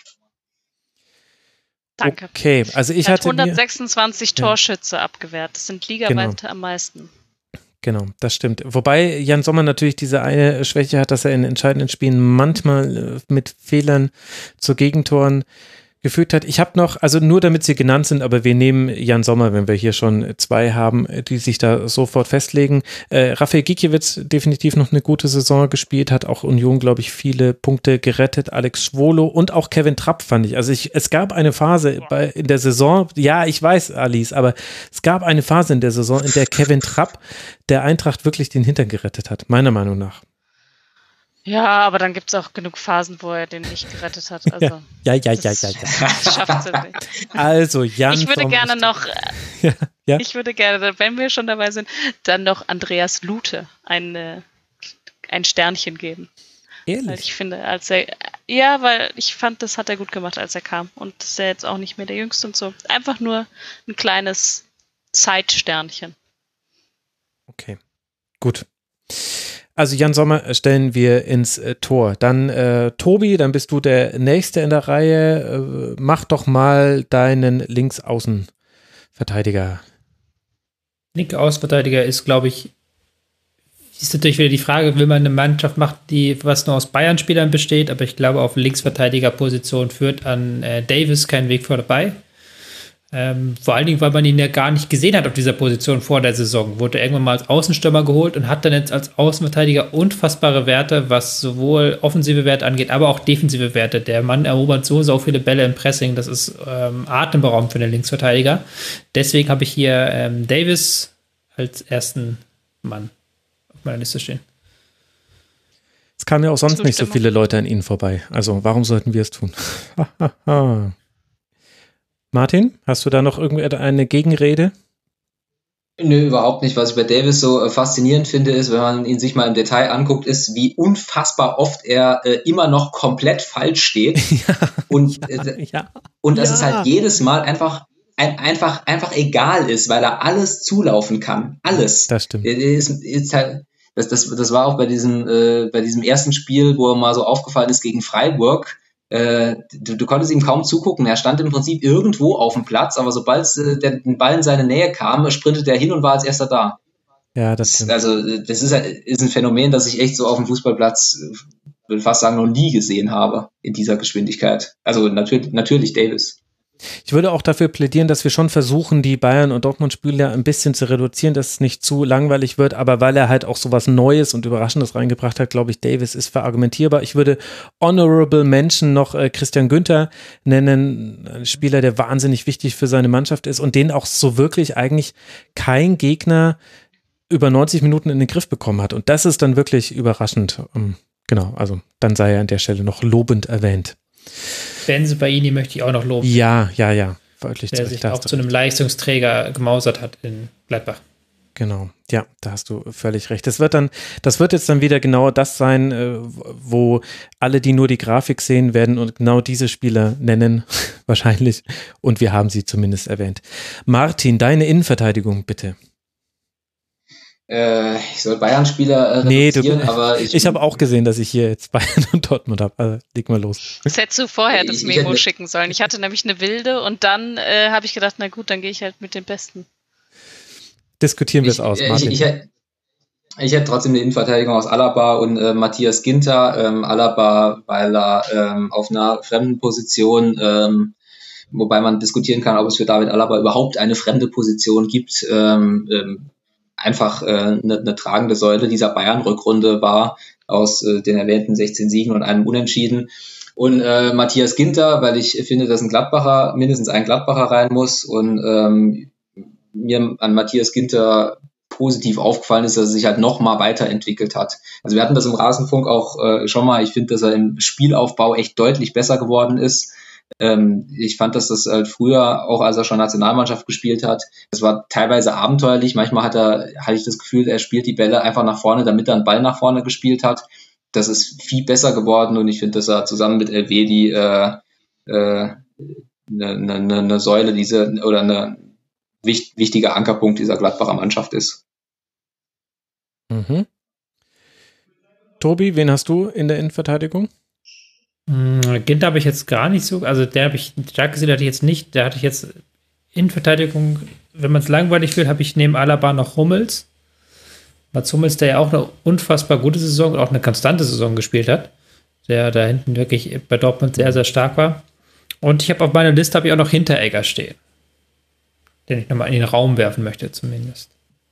danke. Okay, also ich Er hat hatte mir, hundertsechsundzwanzig Ja. Torschütze abgewehrt. Das sind ligaweit am meisten. genau, das stimmt. Wobei Jan Sommer natürlich diese eine Schwäche hat, dass er in entscheidenden Spielen manchmal äh, mit Fehlern zu Gegentoren gefügt hat. Ich habe noch, also nur damit sie genannt sind, aber wir nehmen Jan Sommer, wenn wir hier schon zwei haben, die sich da sofort festlegen. Äh, Rafael Gikiewicz definitiv noch eine gute Saison gespielt, hat auch Union, glaube ich, viele Punkte gerettet. Alex Schwolo und auch Kevin Trapp fand ich. Also ich, es gab eine Phase bei, in der Saison, ja, ich weiß, Alice, aber es gab eine Phase in der Saison, in der Kevin Trapp der Eintracht wirklich den Hintern gerettet hat, meiner Meinung nach. Ja, aber dann gibt es auch genug Phasen, wo er den nicht gerettet hat. Also, Ja, ja, ja, das ja, ja. schafft er nicht. Also Jan Ich würde Sommer gerne ist- noch, Ja, ja. ich würde gerne, wenn wir schon dabei sind, dann noch Andreas Lute ein, äh, ein Sternchen geben. Weil Ehrlich? ich finde, als er, ja, weil ich fand, das hat er gut gemacht, als er kam. Und das ist ja jetzt auch nicht mehr der Jüngste und so. Einfach nur ein kleines Zeitsternchen. Okay, gut. Also Jan Sommer stellen wir ins äh, Tor. Dann äh, Tobi, dann bist du der Nächste in der Reihe. Äh, mach doch mal deinen Linksaußenverteidiger. Linke Außenverteidiger ist, glaube ich, ist natürlich wieder die Frage, will man eine Mannschaft machen, die was nur aus Bayern-Spielern besteht, aber ich glaube, auf Linksverteidigerposition führt an äh, Davis kein Weg vorbei. Ähm, vor allen Dingen, weil man ihn ja gar nicht gesehen hat auf dieser Position vor der Saison. Wurde irgendwann mal als Außenstürmer geholt und hat dann jetzt als Außenverteidiger unfassbare Werte, was sowohl offensive Werte angeht, aber auch defensive Werte. Der Mann erobert so, so viele Bälle im Pressing, das ist ähm, atemberaubend für den Linksverteidiger. Deswegen habe ich hier ähm, Davis als ersten Mann auf meiner Liste stehen. kamen ja auch sonst nicht so viele Leute an ihnen vorbei. Also warum sollten wir es tun? Martin, hast du da noch irgendeine Gegenrede? Nö, überhaupt nicht. Was ich bei Davis so äh, faszinierend finde, ist, wenn man ihn sich mal im Detail anguckt, ist, wie unfassbar oft er äh, immer noch komplett falsch steht. Ja, und äh, ja, und dass ja. es halt jedes Mal einfach ein, einfach einfach egal ist, weil er alles zulaufen kann. Alles. Das stimmt. Ist, ist halt, das, das, das war auch bei diesem, äh, bei diesem ersten Spiel, wo er mal so aufgefallen ist gegen Freiburg. Äh, du, du konntest ihm kaum zugucken. Er stand im Prinzip irgendwo auf dem Platz, aber sobald äh, der Ball in seine Nähe kam, sprintete er hin und war als erster da. Ja, das stimmt. Also das ist, ist ein Phänomen, das ich echt so auf dem Fußballplatz, würde fast sagen, noch nie gesehen habe in dieser Geschwindigkeit. Also natürlich, natürlich Davis. Ich würde auch dafür plädieren, dass wir schon versuchen, die Bayern- und Dortmund-Spiele ein bisschen zu reduzieren, dass es nicht zu langweilig wird, aber weil er halt auch so was Neues und Überraschendes reingebracht hat, glaube ich, Davis ist verargumentierbar. Ich würde Honorable Mention noch äh, Christian Günther nennen, ein Spieler, der wahnsinnig wichtig für seine Mannschaft ist und den auch so wirklich eigentlich kein Gegner über neunzig Minuten in den Griff bekommen hat. Und das ist dann wirklich überraschend. Um, genau, also dann sei er an der Stelle noch lobend erwähnt. Benze Baini möchte ich auch noch loben. Ja, ja, ja. Wirklich der sich auch zu einem Leistungsträger gemausert hat in Gladbach. Genau, ja, da hast du völlig recht. Das wird dann, das wird jetzt dann wieder genau das sein, wo alle, die nur die Grafik sehen, werden und genau diese Spieler nennen, wahrscheinlich. Und wir haben sie zumindest erwähnt. Martin, deine Innenverteidigung, bitte. Äh, ich soll Bayern-Spieler äh, reduzieren, nee, du, aber ich... Ich habe auch gesehen, dass ich hier jetzt Bayern und Dortmund habe. Also leg mal los. Das hättest du vorher das Memo ich, ich, schicken sollen. Ich hatte nämlich eine wilde und dann äh, habe ich gedacht, na gut, dann gehe ich halt mit den Besten. Diskutieren wir es aus, Martin. Ich, ich, ich, ich hätte trotzdem eine Innenverteidigung aus Alaba und äh, Matthias Ginter. Ähm, Alaba, weil er ähm, auf einer fremden Position, ähm, wobei man diskutieren kann, ob es für David Alaba überhaupt eine fremde Position gibt, ähm, ähm, einfach äh, eine, eine tragende Säule dieser Bayern-Rückrunde war, aus äh, den erwähnten sechzehn Siegen und einem Unentschieden. Und äh, Matthias Ginter, weil ich finde, dass ein Gladbacher, mindestens ein Gladbacher rein muss und ähm, mir an Matthias Ginter positiv aufgefallen ist, dass er sich halt noch mal weiterentwickelt hat. Also wir hatten das im Rasenfunk auch äh, schon mal. Ich finde, dass er im Spielaufbau echt deutlich besser geworden ist. Ähm, ich fand, dass das halt früher, auch als er schon Nationalmannschaft gespielt hat, das war teilweise abenteuerlich. Manchmal hat er, hatte ich das Gefühl, er spielt die Bälle einfach nach vorne, damit er einen Ball nach vorne gespielt hat. Das ist viel besser geworden und ich finde, dass er zusammen mit Elvedi äh, äh, eine, eine, eine Säule diese oder eine wicht, wichtiger Ankerpunkt dieser Gladbacher Mannschaft ist. Mhm. Tobi, wen hast du in der Innenverteidigung? Ginter habe ich jetzt gar nicht so, also der habe ich stark gesehen, hatte ich jetzt nicht, der hatte ich jetzt Innenverteidigung, wenn man es langweilig will, habe ich neben Alaba noch Hummels. Mats Hummels, der ja auch eine unfassbar gute Saison und auch eine konstante Saison gespielt hat, der da hinten wirklich bei Dortmund sehr, sehr stark war. Und ich habe auf meiner Liste habe ich auch noch Hinteregger stehen, den ich nochmal in den Raum werfen möchte zumindest.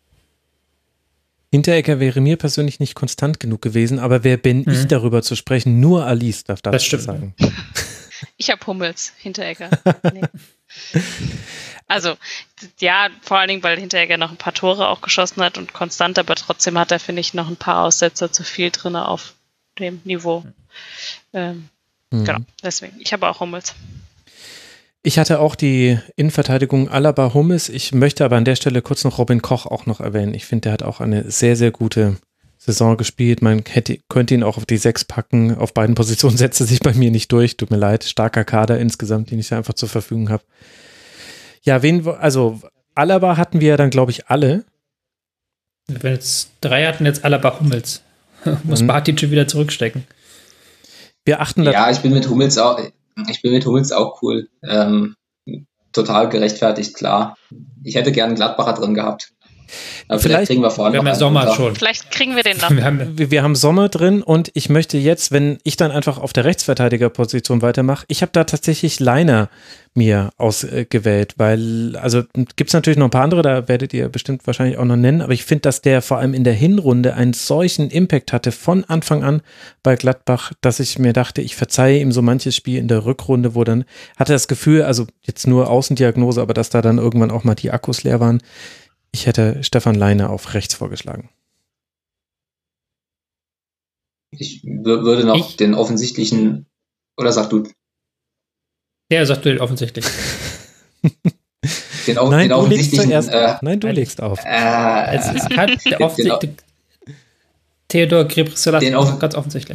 Hinteregger wäre mir persönlich nicht konstant genug gewesen, aber wer bin mhm. ich, darüber zu sprechen? Nur Alice darf das, das stimmt. sagen. Ich habe Hummels, Hinteregger. Nee. Also, ja, vor allen Dingen, weil Hinteregger noch ein paar Tore auch geschossen hat und konstant, aber trotzdem hat er, finde ich, noch ein paar Aussetzer zu viel drin auf dem Niveau. Ähm, mhm. Genau, deswegen. Ich habe auch Hummels. Ich hatte auch die Innenverteidigung Alaba Hummels. Ich möchte aber an der Stelle kurz noch Robin Koch auch noch erwähnen. Ich finde, der hat auch eine sehr, sehr gute Saison gespielt. Man hätte, könnte ihn auch auf die sechs packen. Auf beiden Positionen setzt er sich bei mir nicht durch. Tut mir leid. Starker Kader insgesamt, den ich einfach zur Verfügung habe. Ja, wen, also Alaba hatten wir ja dann, glaube ich, alle. Wenn jetzt drei hatten, jetzt Alaba Hummels. Muss Martin schon wieder zurückstecken. Wir achten da. Ja, ich bin mit Hummels auch... Ich bin mit Hummels auch cool. Ähm, total gerechtfertigt, klar. Ich hätte gerne einen Gladbacher drin gehabt. Aber vielleicht, vielleicht kriegen wir vorne noch einen Sommer schon. Vielleicht kriegen wir den noch. Wir haben, wir haben Sommer drin und ich möchte jetzt, wenn ich dann einfach auf der Rechtsverteidigerposition weitermache, ich habe da tatsächlich Leiner mir ausgewählt, weil, also gibt es natürlich noch ein paar andere, da werdet ihr bestimmt wahrscheinlich auch noch nennen, aber ich finde, dass der vor allem in der Hinrunde einen solchen Impact hatte von Anfang an bei Gladbach, dass ich mir dachte, ich verzeihe ihm so manches Spiel in der Rückrunde, wo dann hatte das Gefühl, also jetzt nur Außendiagnose, aber dass da dann irgendwann auch mal die Akkus leer waren. Ich hätte Stefan Leiner auf rechts vorgeschlagen. Ich w- würde noch Ich? den offensichtlichen, oder sag du? Ja, sagt du offensichtlich. Den, au- Nein, den du legst offensichtlichen, zuerst äh, auf. Nein, du legst auf. äh, Es ist halt der den- offensichtlich. Theodor Ghebreyesus Den ist auf- ganz offensichtlich.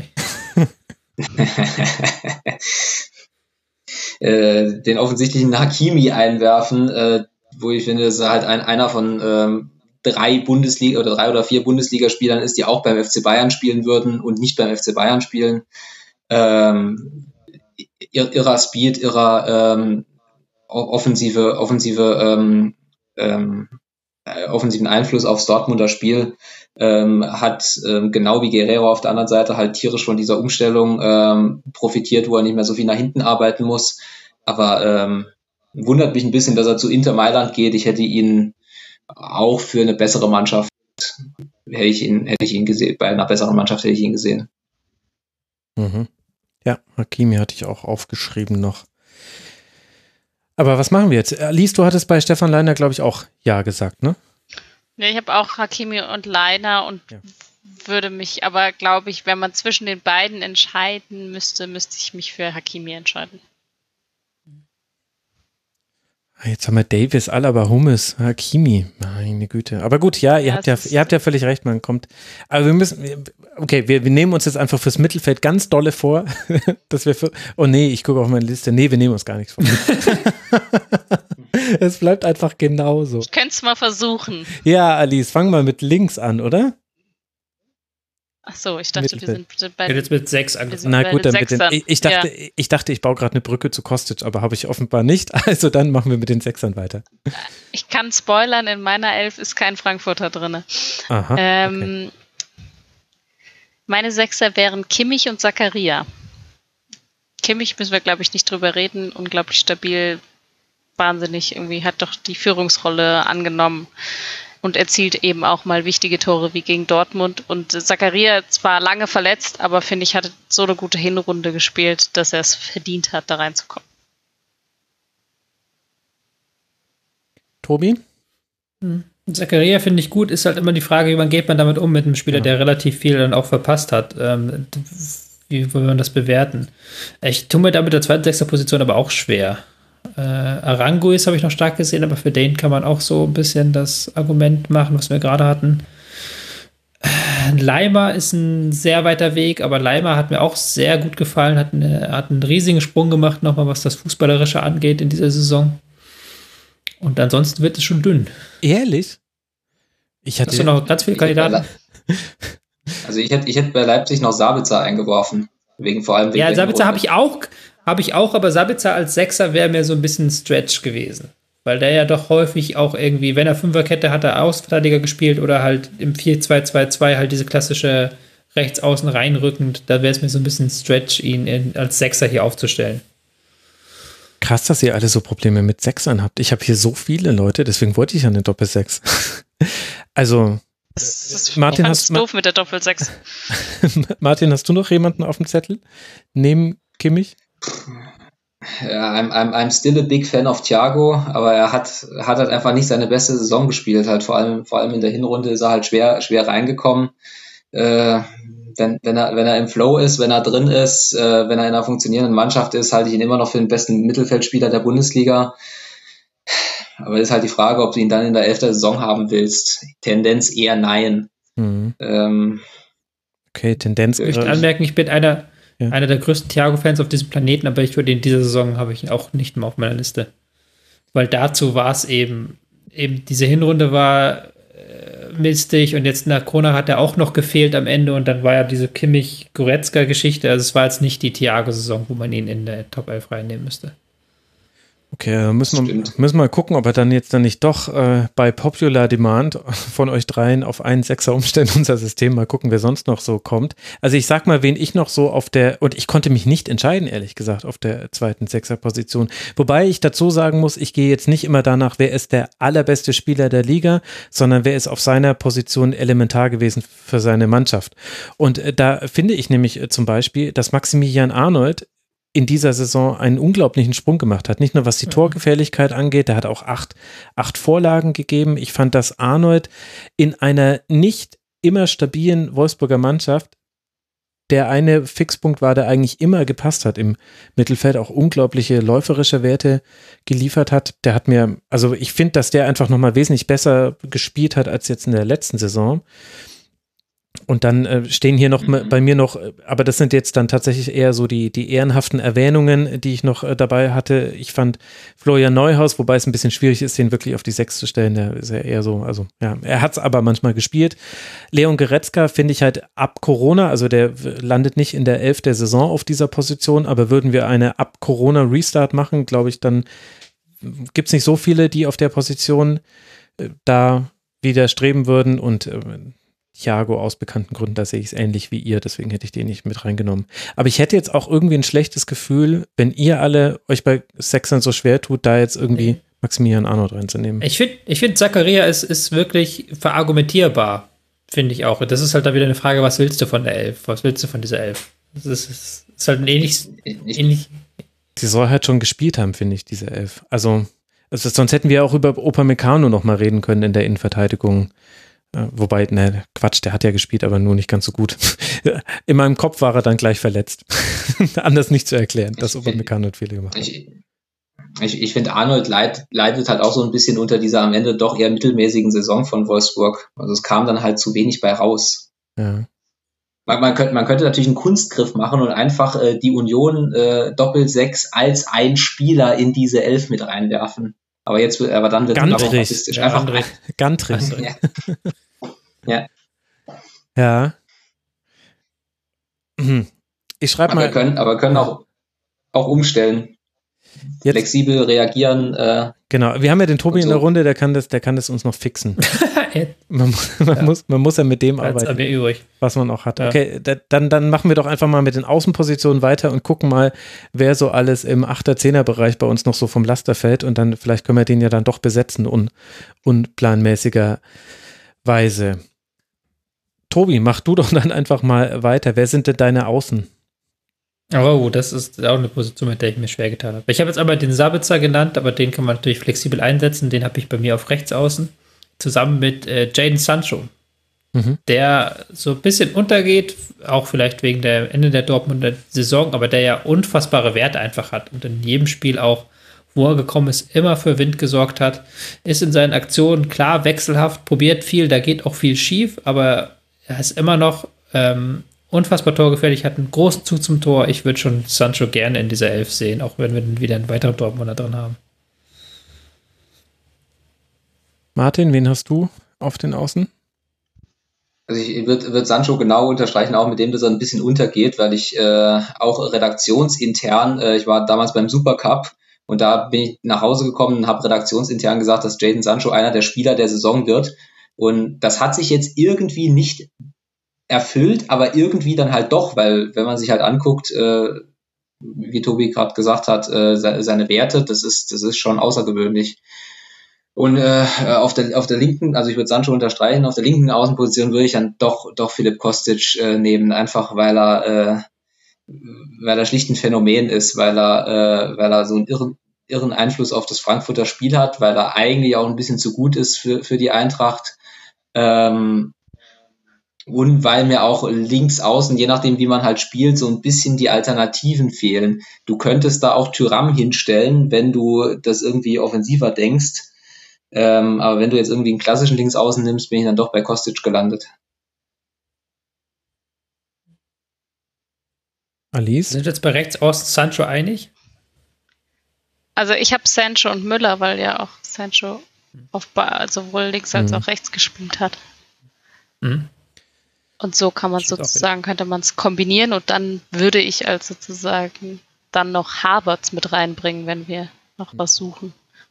äh, den offensichtlichen Hakimi einwerfen, äh, wo ich finde, dass er halt ein, einer von ähm, drei Bundesliga oder drei oder vier Bundesligaspielern ist, die auch beim F C Bayern spielen würden und nicht beim F C Bayern spielen. Ähm, ir- irrer Speed, irrer ähm, o- offensive, offensive ähm, ähm, äh, offensiven Einfluss aufs Dortmunder Spiel, ähm, hat ähm, genau wie Guerrero auf der anderen Seite halt tierisch von dieser Umstellung ähm, profitiert, wo er nicht mehr so viel nach hinten arbeiten muss. Aber ähm, wundert mich ein bisschen, dass er zu Inter Mailand geht. Ich hätte ihn auch für eine bessere Mannschaft, hätte ich ihn, hätte ich ihn gesehen, bei einer besseren Mannschaft hätte ich ihn gesehen. Mhm. Ja, Hakimi hatte ich auch aufgeschrieben noch. Aber was machen wir jetzt? Alice, du hattest bei Stefan Leiner, glaube ich, auch Ja gesagt, ne? Ja, ich habe auch Hakimi und Leiner und Ja. würde mich aber, glaube ich, wenn man zwischen den beiden entscheiden müsste, müsste ich mich für Hakimi entscheiden. Jetzt haben wir Davis, Alaba, Hummels, Hakimi. Meine Güte. Aber gut, ja, ihr Ja, habt ja, es ist- ihr habt ja völlig recht, man kommt. Aber wir müssen, okay, wir, wir nehmen uns jetzt einfach fürs Mittelfeld ganz dolle vor, dass wir für, oh nee, ich gucke auf meine Liste. Nee, wir nehmen uns gar nichts vor. Es bleibt einfach genauso. Ich könnte es mal versuchen. Ja, Alice, fang mal mit links an, oder? Ach so, ich dachte, wir Mittelfeld. sind Ich bei hätte jetzt mit sechs Wir angefangen. sind Na bei gut, den dann mit den, Sechsern. ich, ich dachte, ich dachte, ich baue gerade eine Brücke zu Kostic, aber habe ich offenbar nicht. Also dann machen wir mit den Sechsern weiter. Ich kann spoilern, in meiner Elf ist kein Frankfurter drin. Aha. Okay. Ähm, Meine Sechser wären Kimmich und Zakaria. Kimmich müssen wir, glaube ich, nicht drüber reden. Unglaublich stabil, wahnsinnig. Irgendwie hat doch die Führungsrolle angenommen und erzielt eben auch mal wichtige Tore wie gegen Dortmund. Und Zakaria zwar lange verletzt, aber finde ich, hat so eine gute Hinrunde gespielt, dass er es verdient hat, da reinzukommen. Tobi? Zakaria finde ich gut, ist halt immer die Frage, wie man geht man damit um mit einem Spieler, Ja. der relativ viel dann auch verpasst hat. Ähm, wie will man das bewerten? Ich tue mir da mit der zweiten Sechser-Position aber auch schwer. Äh, Aranguiz habe ich noch stark gesehen, aber für den kann man auch so ein bisschen das Argument machen, was wir gerade hatten. Äh, Leimer ist ein sehr weiter Weg, aber Leimer hat mir auch sehr gut gefallen, hat, eine, hat einen riesigen Sprung gemacht, nochmal was das Fußballerische angeht in dieser Saison. Und ansonsten wird es schon dünn. Ehrlich? Ich hatte Hast du noch ganz viele Ich hätte bei Kandidaten? Le- Also ich hätte, ich hätte bei Leipzig noch Sabitzer eingeworfen. Wegen vor allem wegen Ja, der Sabitzer habe Hinrunde. ich auch, habe ich auch, aber Sabitzer als Sechser wäre mir so ein bisschen Stretch gewesen. Weil der ja doch häufig auch irgendwie, wenn er Fünferkette hat, er Außenverteidiger gespielt oder halt im vier zwei zwei zwei halt diese klassische Rechtsaußen reinrückend, da wäre es mir so ein bisschen Stretch, ihn in, als Sechser hier aufzustellen. Krass, dass ihr alle so Probleme mit Sechsern habt. Ich habe hier so viele Leute, deswegen wollte ich ja eine Doppelsechs. Also, Das ist Martin, ganz hast- doof mit der Doppelsechs. Martin, hast du noch jemanden auf dem Zettel? Neben Kimmich? Ja, I'm, I'm, I'm still a big fan of Thiago, aber er hat, hat halt einfach nicht seine beste Saison gespielt. Halt vor allem, vor allem in der Hinrunde ist er halt schwer, schwer reingekommen. Äh, wenn, wenn er, wenn er im Flow ist, wenn er drin ist, äh, wenn er in einer funktionierenden Mannschaft ist, halte ich ihn immer noch für den besten Mittelfeldspieler der Bundesliga. Aber ist halt die Frage, ob du ihn dann in der elften Saison haben willst. Tendenz eher nein. Mhm. Ähm, Okay, Tendenz. Ich Ich möchte äh, anmerken, ich bin einer, Ja. einer der größten Thiago-Fans auf diesem Planeten, aber ich würde in dieser Saison habe ich ihn auch nicht mehr auf meiner Liste. Weil dazu war es eben, eben diese Hinrunde war äh, mistig und jetzt nach Corona hat er auch noch gefehlt am Ende und dann war ja diese Kimmich-Goretzka-Geschichte, also es war jetzt nicht die Thiago-Saison, wo man ihn in der Top elf reinnehmen müsste. Okay, dann müssen wir, Stimmt. müssen wir mal gucken, ob er dann jetzt dann nicht doch äh, bei Popular Demand von euch dreien auf einen Sechser umstellen, unser System. Mal gucken, wer sonst noch so kommt. Also ich sag mal, wen ich noch so auf der, und ich konnte mich nicht entscheiden, ehrlich gesagt, auf der zweiten Sechser-Position. Wobei ich dazu sagen muss, ich gehe jetzt nicht immer danach, wer ist der allerbeste Spieler der Liga, sondern wer ist auf seiner Position elementar gewesen für seine Mannschaft. Und äh, da finde ich nämlich äh, zum Beispiel, dass Maximilian Arnold in dieser Saison einen unglaublichen Sprung gemacht hat. Nicht nur was die Torgefährlichkeit angeht, der hat auch acht, acht Vorlagen gegeben. Ich fand, dass Arnold in einer nicht immer stabilen Wolfsburger Mannschaft der eine Fixpunkt war, der eigentlich immer gepasst hat im Mittelfeld, auch unglaubliche läuferische Werte geliefert hat. Der hat mir, also ich finde, dass der einfach nochmal wesentlich besser gespielt hat als jetzt in der letzten Saison. Und dann äh, stehen hier noch mhm. bei mir noch, aber das sind jetzt dann tatsächlich eher so die, die ehrenhaften Erwähnungen, die ich noch äh, dabei hatte. Ich fand Florian Neuhaus, wobei es ein bisschen schwierig ist, den wirklich auf die Sechs zu stellen, der ist ja eher so, also ja, er hat es aber manchmal gespielt. Leon Goretzka finde ich halt ab Corona, also der landet nicht in der Elf der Saison auf dieser Position, aber würden wir eine ab Corona Restart machen, glaube ich, dann gibt es nicht so viele, die auf der Position äh, da widerstreben würden und äh, Thiago aus bekannten Gründen, da sehe ich es ähnlich wie ihr, deswegen hätte ich den nicht mit reingenommen. Aber ich hätte jetzt auch irgendwie ein schlechtes Gefühl, wenn ihr alle euch bei Sechsern so schwer tut, da jetzt irgendwie Maximilian Arnold reinzunehmen. Ich finde, ich find, Zakaria ist, ist wirklich verargumentierbar, finde ich auch. Das ist halt da wieder eine Frage, was willst du von der Elf? Was willst du von dieser Elf? Das ist, ist, ist halt ein ähnliches, ähnlich. Sie soll halt schon gespielt haben, finde ich, diese Elf. Also, also sonst hätten wir auch über Upamecano noch mal reden können in der Innenverteidigung. Wobei, ne, Quatsch, der hat ja gespielt, aber nur nicht ganz so gut. In meinem Kopf war er dann gleich verletzt. Anders nicht zu erklären, dass Upamecano Fehler gemacht hat. Ich, ich, ich finde, Arnold leid, leidet halt auch so ein bisschen unter dieser am Ende doch eher mittelmäßigen Saison von Wolfsburg. Also es kam dann halt zu wenig bei raus. Ja. Man, man, könnte, man könnte natürlich einen Kunstgriff machen und einfach äh, die Union äh, Doppel-Sechs als ein Spieler in diese Elf mit reinwerfen. Aber jetzt, aber dann wird es auch rassistisch. Ja, einfach Gantrich. Ja. Ja. Ja. Ich schreibe mal. Wir können, aber wir können auch, auch umstellen. Jetzt, flexibel reagieren. Äh, genau, wir haben ja den Tobi so in der Runde, der kann das, der kann das uns noch fixen. man, man, ja. muss, man muss ja mit dem Als arbeiten, übrig. was man auch hat. Ja. Okay, da, dann, dann machen wir doch einfach mal mit den Außenpositionen weiter und gucken mal, wer so alles im Achter-Zehner-Bereich bei uns noch so vom Laster fällt und dann vielleicht können wir den ja dann doch besetzen, un, unplanmäßigerweise. Tobi, mach du doch dann einfach mal weiter. Wer sind denn deine Außen? Oh, das ist auch eine Position, mit der ich mir schwer getan habe. Ich habe jetzt aber den Sabitzer genannt, aber den kann man natürlich flexibel einsetzen. Den habe ich bei mir auf rechts außen, zusammen mit äh, Jadon Sancho, mhm. der so ein bisschen untergeht, auch vielleicht wegen der Ende der Dortmunder Saison, aber der ja unfassbare Werte einfach hat und in jedem Spiel auch, wo er gekommen ist, immer für Wind gesorgt hat, ist in seinen Aktionen klar wechselhaft, probiert viel, da geht auch viel schief, aber er ist immer noch ähm, unfassbar torgefährlich, hat einen großen Zug zum Tor. Ich würde schon Sancho gerne in dieser Elf sehen, auch wenn wir dann wieder einen weiteren Dortmunder drin haben. Martin, wen hast du auf den Außen? Also ich würde würd Sancho genau unterstreichen, auch mit dem, dass er ein bisschen untergeht, weil ich äh, auch redaktionsintern, äh, ich war damals beim Supercup und da bin ich nach Hause gekommen und habe redaktionsintern gesagt, dass Jadon Sancho einer der Spieler der Saison wird. Und das hat sich jetzt irgendwie nicht erfüllt, aber irgendwie dann halt doch, weil wenn man sich halt anguckt, äh, wie Tobi gerade gesagt hat, äh, seine Werte, das ist das ist schon außergewöhnlich. Und äh, auf der auf der linken, also ich würde Sancho unterstreichen, auf der linken Außenposition würde ich dann doch doch Filip Kostic äh, nehmen, einfach weil er äh, weil er schlicht ein Phänomen ist, weil er äh, weil er so einen irren irren Einfluss auf das Frankfurter Spiel hat, weil er eigentlich auch ein bisschen zu gut ist für für die Eintracht. Ähm, Und weil mir auch links außen, je nachdem wie man halt spielt, so ein bisschen die Alternativen fehlen. Du könntest da auch Thuram hinstellen, wenn du das irgendwie offensiver denkst. Ähm, aber wenn du jetzt irgendwie einen klassischen Linksaußen nimmst, bin ich dann doch bei Kostic gelandet. Alice? Sind wir jetzt bei rechts außen Sancho einig? Also ich habe Sancho und Müller, weil ja auch Sancho auf ba- sowohl links als Mhm. auch rechts gespielt hat. Mhm. Und so kann man Stimmt auch sozusagen, könnte man es kombinieren und dann würde ich als sozusagen dann noch Havertz mit reinbringen, wenn wir noch was suchen.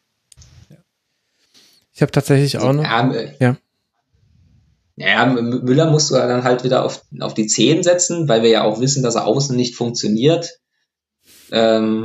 Ich habe tatsächlich auch noch. Ja, äh, Ja. ja, M- Müller musst du dann halt wieder auf, auf die zehn setzen, weil wir ja auch wissen, dass er außen nicht funktioniert. Ähm,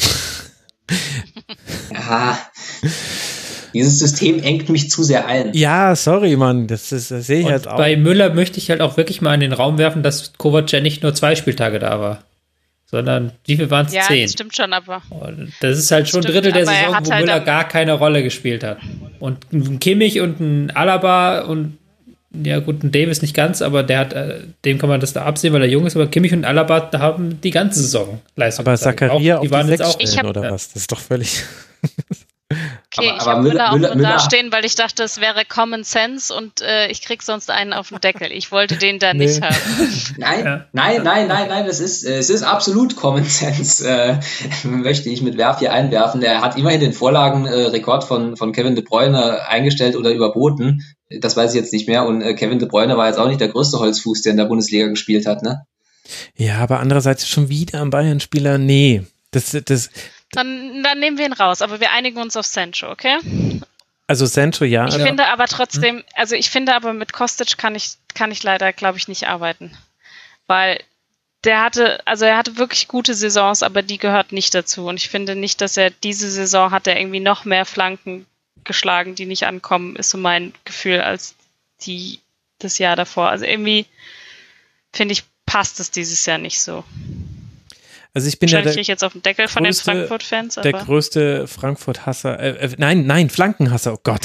ja, dieses System engt mich zu sehr ein. Ja, sorry, Mann, das, ist, das sehe ich Und jetzt auch. bei Müller möchte ich halt auch wirklich mal in den Raum werfen, dass Kovac ja nicht nur zwei Spieltage da war, sondern wie viel waren es? Ja, Zehn. das stimmt schon, aber Und das ist halt schon ein Stimmt, Drittel der aber er Saison, hat wo halt Müller am- gar keine Rolle gespielt hat. Und ein Kimmich und ein Alaba und ja gut, ein Davis nicht ganz, aber der hat, äh, dem kann man das da absehen, weil er jung ist, aber Kimmich und Alaba da haben die ganze Saison Leistung. Aber Zakaria auch, die auf waren die jetzt sechs auch, stellen, hab, oder ja. was? Das ist doch völlig... Okay, Aber- ich aber habe Müller- Müller auch Müller- nur Müller- dastehen, weil ich dachte, es wäre Common Sense und äh, ich krieg sonst einen auf den Deckel. Ich wollte den da Nee. nicht haben. Nein, Ja. nein, nein, nein, nein, das ist, äh, es ist absolut Common Sense, äh, möchte ich mit Werf hier einwerfen. Er hat immerhin den Vorlagenrekord von, von Kevin De Bruyne eingestellt oder überboten. Das weiß ich jetzt nicht mehr. Und äh, Kevin De Bruyne war jetzt auch nicht der größte Holzfuß, der in der Bundesliga gespielt hat, ne? Ja, aber andererseits schon wieder ein Bayern-Spieler, nee. Das, das, Dann, dann nehmen wir ihn raus, aber wir einigen uns auf Sancho, okay? also Sancho, ja. Ich aber- finde aber trotzdem, also ich finde aber mit Kostic kann ich, kann ich leider, glaube ich, nicht arbeiten. Weil der hatte, also er hatte wirklich gute Saisons, aber die gehört nicht dazu. Und ich finde nicht, dass er diese Saison hat er irgendwie noch mehr Flanken geschlagen, die nicht ankommen, ist so mein Gefühl, als die das Jahr davor. Also irgendwie, finde ich, passt es dieses Jahr nicht so. Also ich bin ja Wahrscheinlich der, kriege ich jetzt auf den Deckel von den größte- Frankfurt-Fans, der aber größte Frankfurt-Hasser. Äh, äh, nein, nein, Flankenhasser, oh Gott.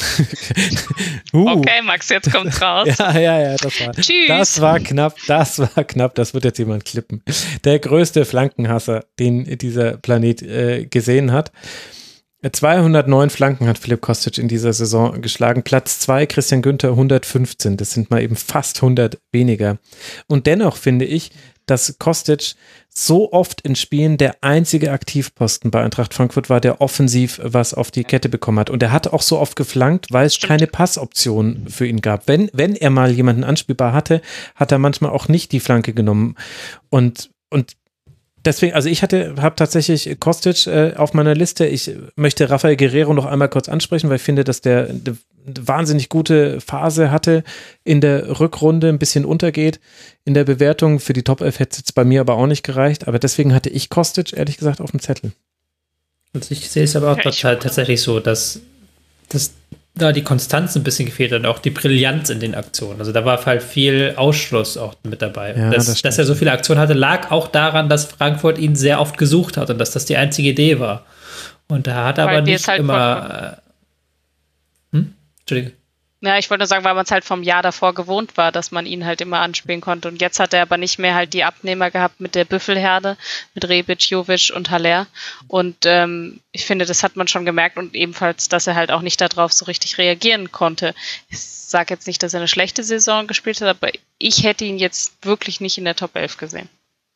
uh. okay, Max, jetzt kommt's raus. Ja, ja, ja, das war, Tschüss. das war knapp, das war knapp, das wird jetzt jemand klippen. Der größte Flankenhasser, den dieser Planet äh, gesehen hat. zweihundertneun Flanken hat Philipp Kostic in dieser Saison geschlagen. Platz zwei, Christian Günther, hundertfünfzehn. Das sind mal eben fast hundert weniger. Und dennoch finde ich, dass Kostic so oft in Spielen der einzige Aktivposten bei Eintracht Frankfurt war, der offensiv was auf die Kette bekommen hat. Und er hat auch so oft geflankt, weil es keine Passoption für ihn gab. Wenn, wenn er mal jemanden anspielbar hatte, hat er manchmal auch nicht die Flanke genommen. Und, und deswegen, also ich hatte, habe tatsächlich Kostic äh, auf meiner Liste. Ich möchte Rafael Guerreiro noch einmal kurz ansprechen, weil ich finde, dass der eine wahnsinnig gute Phase hatte in der Rückrunde, ein bisschen untergeht in der Bewertung. Für die Top elf hätte es jetzt bei mir aber auch nicht gereicht. Aber deswegen hatte ich Kostic ehrlich gesagt auf dem Zettel. Also ich sehe es aber auch Ja, ich- halt tatsächlich so, dass, dass da die Konstanz ein bisschen gefehlt hat und auch die Brillanz in den Aktionen. Also da war halt viel Ausschluss auch mit dabei. Ja, das, das dass er so viele Aktionen hatte, lag auch daran, dass Frankfurt ihn sehr oft gesucht hat und dass das die einzige Idee war. Und da hat er Weil aber wir nicht es halt immer... Äh, hm? Entschuldige. Ja, ich wollte nur sagen, weil man es halt vom Jahr davor gewohnt war, dass man ihn halt immer anspielen konnte. Und jetzt hat er aber nicht mehr halt die Abnehmer gehabt mit der Büffelherde, mit Rebic, Jovic und Haller. Und ähm, ich finde, das hat man schon gemerkt und ebenfalls, dass er halt auch nicht darauf so richtig reagieren konnte. Ich sage jetzt nicht, dass er eine schlechte Saison gespielt hat, aber ich hätte ihn jetzt wirklich nicht in der Top elf gesehen.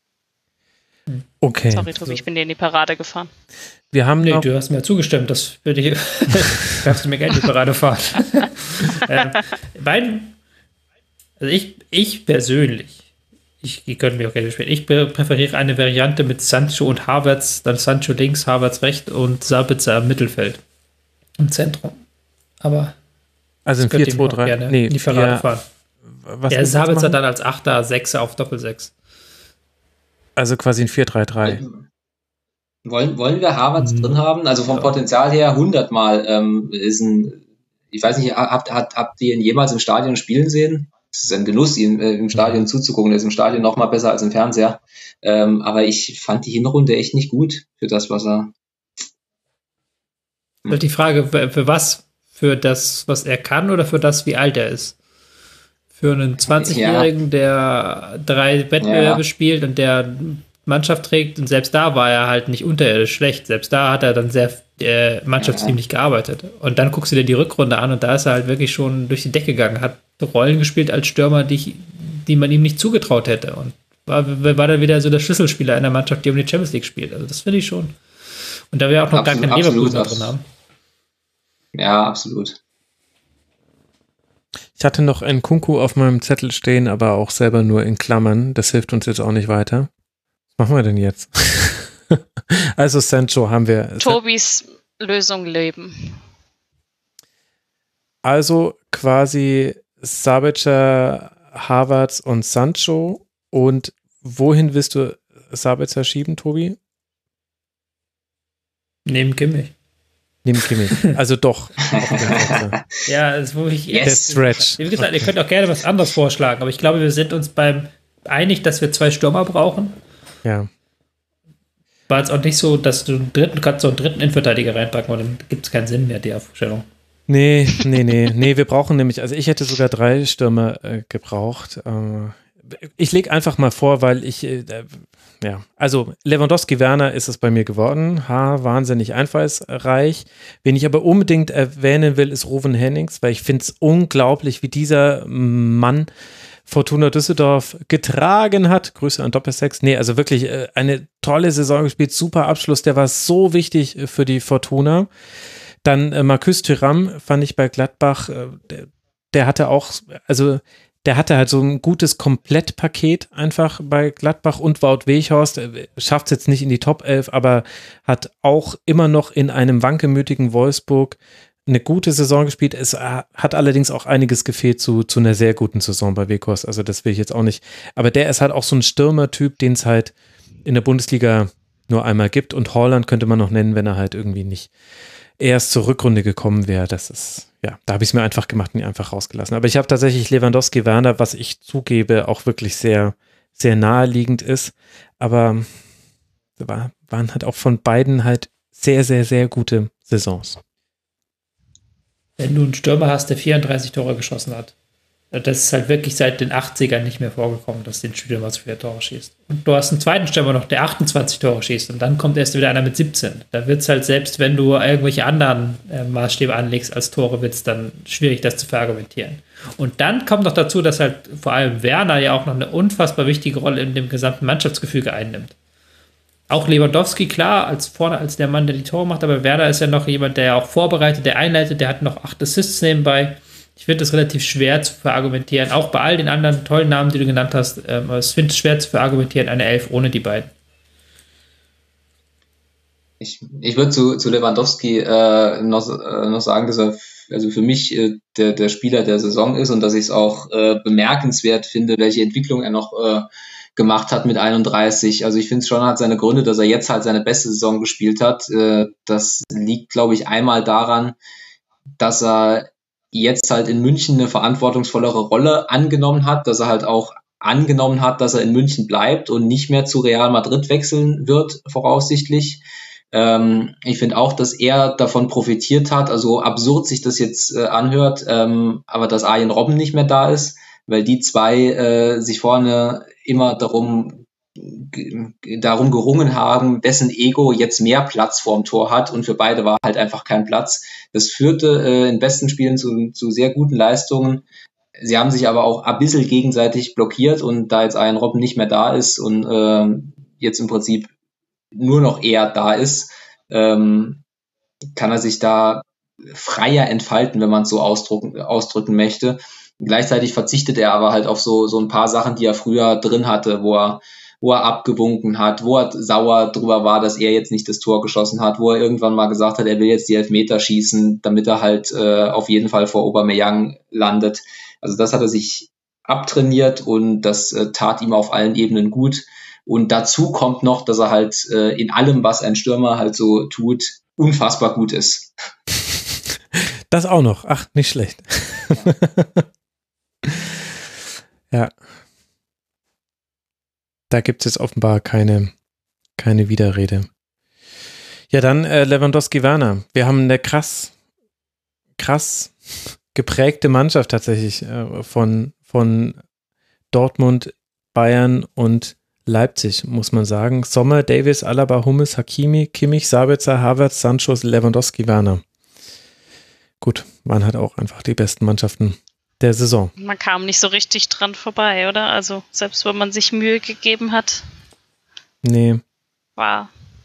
Okay. Sorry, Tobi, ich bin dir in die Parade gefahren. Wir haben Nee, noch, du hast mir zugestimmt, das würde ich, darfst du mir gerne die Parade fahren. ähm, beiden, also ich, ich persönlich, ich, die können mir auch gerne spielen, ich präferiere eine Variante mit Sancho und Havertz, dann Sancho links, Havertz rechts und Sabitzer im Mittelfeld, im Zentrum. Aber also ein könnt vier ihr zwei mir auch drei. gerne Nee, in die Parade ja, fahren. was Ja, willst du jetzt Sabitzer machen? dann als Achter, Sechser auf Doppelsechs. Also quasi ein vier drei drei. Wollen, wollen wir Havertz Mhm. drin haben? Also vom Ja. Potenzial her hundertmal ähm, ist ein, ich weiß nicht, habt, habt, habt ihr ihn jemals im Stadion spielen sehen? Es ist ein Genuss, ihm äh, im Stadion zuzugucken. Er ist im Stadion noch mal besser als im Fernseher. Ähm, aber ich fand die Hinrunde echt nicht gut für das, was er... Hm. Die Frage, für, für was? Für das, was er kann oder für das, wie alt er ist? Für einen zwanzigjährigen, der drei Wettbewerbe Ja. spielt und der Mannschaft trägt und selbst da war er halt nicht unterirdisch schlecht. Selbst da hat er dann sehr äh, mannschaftsdienlich gearbeitet. Und dann guckst du dir die Rückrunde an und da ist er halt wirklich schon durch die Decke gegangen, hat Rollen gespielt als Stürmer, die, ich, die man ihm nicht zugetraut hätte und war, war dann wieder so der Schlüsselspieler in der Mannschaft, die um die Champions League spielt. Also das finde ich schon. Und da wir auch noch Absolut, gar keinen absolut, Leverkusener das- drin haben. Ja, absolut. Ich hatte noch einen Kunku auf meinem Zettel stehen, aber auch selber nur in Klammern. Das hilft uns jetzt auch nicht weiter. Was machen wir denn jetzt? Also Sancho haben wir. Tobis Lösung leben. Also quasi Sabitzer, Havertz und Sancho. Und wohin willst du Sabitzer schieben, Tobi? Neben Kimmich. Neben Kimmich. Also doch. Auf den Sechser. Ja, das wo ich Yes. Der Stretch. Wie gesagt, ihr könnt auch gerne was anderes vorschlagen, aber ich glaube, wir sind uns beim einig, dass wir zwei Stürmer brauchen. Ja. War jetzt auch nicht so, dass du einen dritten, kannst so einen dritten Innenverteidiger reinpacken und dann gibt es keinen Sinn mehr, die Aufstellung. Nee, nee, nee, nee, wir brauchen nämlich, also ich hätte sogar drei Stürmer äh, gebraucht. Äh, ich lege einfach mal vor, weil ich, äh, ja, also Lewandowski, Werner ist es bei mir geworden. Ha, wahnsinnig einfallsreich. Wen ich aber unbedingt erwähnen will, ist Ruven Hennings, weil ich finde es unglaublich, wie dieser Mann Fortuna Düsseldorf getragen hat. Grüße an Doppelsex. Nee, also wirklich äh, eine tolle Saison gespielt, super Abschluss, der war so wichtig äh, für die Fortuna. Dann äh, Marcus Thuram fand ich bei Gladbach, äh, der, der hatte auch, also der hatte halt so ein gutes Komplettpaket einfach bei Gladbach und Wout Weghorst, äh, schafft es jetzt nicht in die Top elf, aber hat auch immer noch in einem wankemütigen Wolfsburg eine gute Saison gespielt. Es äh, hat allerdings auch einiges gefehlt zu, zu einer sehr guten Saison bei Weghorst, also das will ich jetzt auch nicht, aber der ist halt auch so ein Stürmertyp, den es halt in der Bundesliga nur einmal gibt, und Haaland könnte man noch nennen, wenn er halt irgendwie nicht erst zur Rückrunde gekommen wäre. Das ist, ja, da habe ich es mir einfach gemacht und ihn einfach rausgelassen. Aber ich habe tatsächlich Lewandowski, Werner, was ich zugebe, auch wirklich sehr, sehr naheliegend ist. Aber war, waren halt auch von beiden halt sehr, sehr, sehr gute Saisons. Wenn du einen Stürmer hast, der vierunddreißig Tore geschossen hat, das ist halt wirklich seit den achtzigern nicht mehr vorgekommen, dass den Stürmer zu viele Tore schießt. Und du hast einen zweiten Stürmer noch, der achtundzwanzig Tore schießt, und dann kommt erst wieder einer mit siebzehn. Da wird es halt, selbst wenn du irgendwelche anderen äh, Maßstäbe anlegst als Tore, wird es dann schwierig, das zu verargumentieren. Und dann kommt noch dazu, dass halt vor allem Werner ja auch noch eine unfassbar wichtige Rolle in dem gesamten Mannschaftsgefüge einnimmt. Auch Lewandowski, klar, als vorne als der Mann, der die Tore macht, aber Werner ist ja noch jemand, der ja auch vorbereitet, der einleitet, der hat noch acht Assists nebenbei. Ich finde das relativ schwer zu verargumentieren, auch bei all den anderen tollen Namen, die du genannt hast. Ähm, ich finde es schwer zu verargumentieren, eine Elf ohne die beiden. Ich, ich würde zu, zu Lewandowski äh, noch, äh, noch sagen, dass er also für mich äh, der, der Spieler der Saison ist und dass ich es auch äh, bemerkenswert finde, welche Entwicklung er noch äh, gemacht hat mit einunddreißig. Also ich finde es schon, hat seine Gründe, dass er jetzt halt seine beste Saison gespielt hat. Äh, das liegt, glaube ich, einmal daran, dass er jetzt halt in München eine verantwortungsvollere Rolle angenommen hat, dass er halt auch angenommen hat, dass er in München bleibt und nicht mehr zu Real Madrid wechseln wird, voraussichtlich. Ähm, ich finde auch, dass er davon profitiert hat, also absurd sich das jetzt äh, anhört, ähm, aber dass Arjen Robben nicht mehr da ist, weil die zwei äh, sich vorne immer darum darum gerungen haben, dessen Ego jetzt mehr Platz vorm Tor hat, und für beide war halt einfach kein Platz. Das führte äh, in besten Spielen zu, zu sehr guten Leistungen. Sie haben sich aber auch ein bisschen gegenseitig blockiert, und da jetzt Arjen Robben nicht mehr da ist und äh, jetzt im Prinzip nur noch er da ist, ähm, kann er sich da freier entfalten, wenn man es so ausdrücken, ausdrücken möchte. Gleichzeitig verzichtet er aber halt auf so, so ein paar Sachen, die er früher drin hatte, wo er wo er abgewunken hat, wo er sauer drüber war, dass er jetzt nicht das Tor geschossen hat, wo er irgendwann mal gesagt hat, er will jetzt die Elfmeter schießen, damit er halt äh, auf jeden Fall vor Aubameyang landet. Also das hat er sich abtrainiert, und das äh, tat ihm auf allen Ebenen gut. Und dazu kommt noch, dass er halt äh, in allem, was ein Stürmer halt so tut, unfassbar gut ist. Das auch noch. Ach, nicht schlecht. Ja. Da gibt es jetzt offenbar keine, keine Widerrede. Ja, dann äh, Lewandowski, Werner. Wir haben eine krass, krass geprägte Mannschaft tatsächlich äh, von, von Dortmund, Bayern und Leipzig, muss man sagen. Sommer, Davis, Alaba, Hummels, Hakimi, Kimmich, Sabitzer, Havertz, Sancho, Lewandowski, Werner. Gut, waren halt auch einfach die besten Mannschaften der Saison. Man kam nicht so richtig dran vorbei, oder? Also selbst wenn man sich Mühe gegeben hat. Nee. War.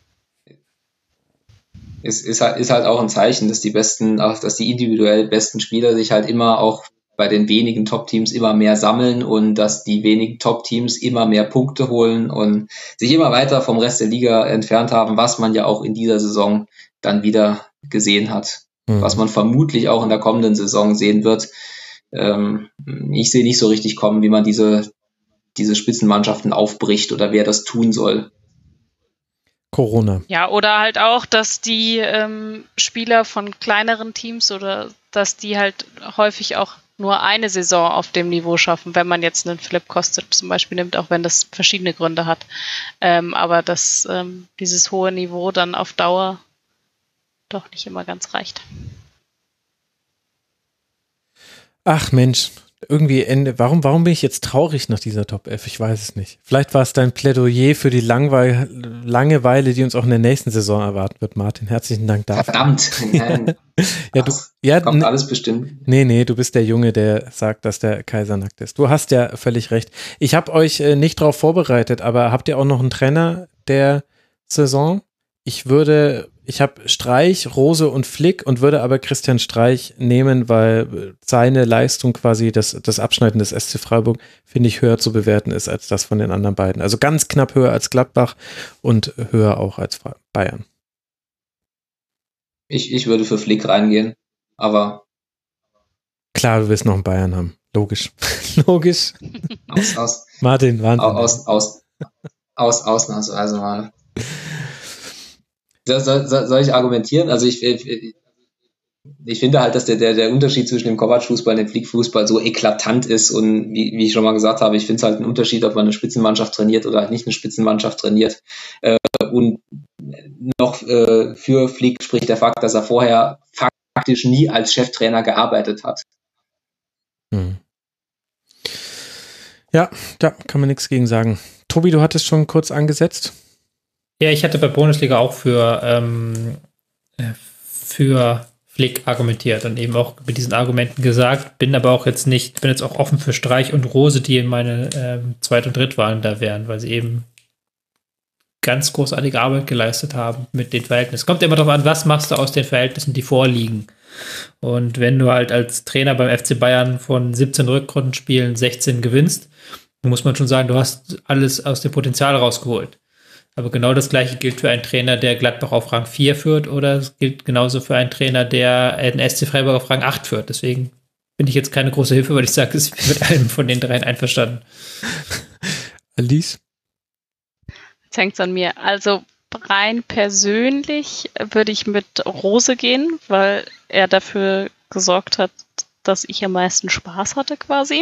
Es ist halt, ist halt auch ein Zeichen, dass die besten, auch dass die individuell besten Spieler sich halt immer auch bei den wenigen Top-Teams immer mehr sammeln und dass die wenigen Top-Teams immer mehr Punkte holen und sich immer weiter vom Rest der Liga entfernt haben, was man ja auch in dieser Saison dann wieder gesehen hat. Mhm. Was man vermutlich auch in der kommenden Saison sehen wird. Ähm, ich sehe nicht so richtig kommen, wie man diese, diese Spitzenmannschaften aufbricht oder wer das tun soll. Corona. Ja, oder halt auch, dass die ähm, Spieler von kleineren Teams oder dass die halt häufig auch nur eine Saison auf dem Niveau schaffen, wenn man jetzt einen Philipp Kostic zum Beispiel nimmt, auch wenn das verschiedene Gründe hat. Ähm, aber dass ähm, dieses hohe Niveau dann auf Dauer doch nicht immer ganz reicht. Ach Mensch, irgendwie Ende. Warum, warum bin ich jetzt traurig nach dieser Top elf? Ich weiß es nicht. Vielleicht war es dein Plädoyer für die Langweil- Langeweile, die uns auch in der nächsten Saison erwarten wird, Martin. Herzlichen Dank dafür. Verdammt. Nein. ja, du, ja, kommt ne, alles bestimmt. Nee, nee, du bist der Junge, der sagt, dass der Kaiser nackt ist. Du hast ja völlig recht. Ich habe euch äh, nicht drauf vorbereitet, aber habt ihr auch noch einen Trainer der Saison? Ich würde, ich habe Streich, Rose und Flick und würde aber Christian Streich nehmen, weil seine Leistung quasi, das, das Abschneiden des S C Freiburg, finde ich, höher zu bewerten ist als das von den anderen beiden. Also ganz knapp höher als Gladbach und höher auch als Bayern. Ich, ich würde für Flick reingehen, aber klar, du willst noch einen Bayern haben. Logisch. Logisch. Aus, aus, Martin, Wahnsinn. Aus, aus, aus, ausnahmsweise mal. Soll, soll, soll ich argumentieren? Also ich, ich, ich finde halt, dass der, der, der Unterschied zwischen dem Kovac-Fußball und dem Flick-Fußball so eklatant ist und wie, wie ich schon mal gesagt habe, ich finde es halt ein Unterschied, ob man eine Spitzenmannschaft trainiert oder halt nicht eine Spitzenmannschaft trainiert. Äh, und noch äh, für Flick spricht der Fakt, dass er vorher faktisch nie als Cheftrainer gearbeitet hat. Hm. Ja, da kann man nichts gegen sagen. Tobi, du hattest schon kurz angesetzt. Ja, ich hatte bei Bundesliga auch für, ähm, für Flick argumentiert und eben auch mit diesen Argumenten gesagt, bin aber auch jetzt nicht, bin jetzt auch offen für Streich und Rose, die in meine ähm, Zweit- und Drittwahlen da wären, weil sie eben ganz großartige Arbeit geleistet haben mit den Verhältnissen. Kommt immer darauf an, was machst du aus den Verhältnissen, die vorliegen. Und wenn du halt als Trainer beim F C Bayern von siebzehn Rückrundenspielen sechzehn gewinnst, dann muss man schon sagen, du hast alles aus dem Potenzial rausgeholt. Aber genau das Gleiche gilt für einen Trainer, der Gladbach auf Rang vier führt, oder es gilt genauso für einen Trainer, der den S C Freiburg auf Rang acht führt. Deswegen bin ich jetzt keine große Hilfe, weil ich sage, ich bin mit einem von den dreien einverstanden. Alice? Jetzt hängt es an mir. Also rein persönlich würde ich mit Rose gehen, weil er dafür gesorgt hat, dass ich am meisten Spaß hatte quasi.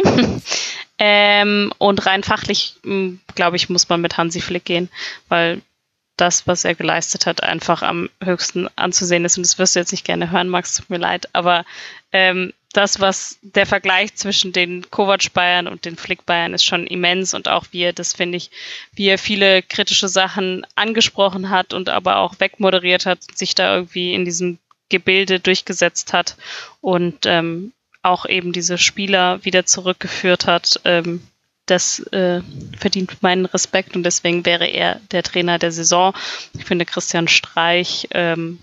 ähm, und rein fachlich, glaube ich, muss man mit Hansi Flick gehen, weil das, was er geleistet hat, einfach am höchsten anzusehen ist. Und das wirst du jetzt nicht gerne hören, Max, tut mir leid. Aber ähm, das, was der Vergleich zwischen den Kovac-Bayern und den Flick-Bayern ist schon immens. Und auch wie er, das finde ich, wie er viele kritische Sachen angesprochen hat und aber auch wegmoderiert hat, sich da irgendwie in diesem Gebilde durchgesetzt hat und ähm, auch eben diese Spieler wieder zurückgeführt hat, ähm, das äh, verdient meinen Respekt und deswegen wäre er der Trainer der Saison. Ich finde, Christian Streich ähm,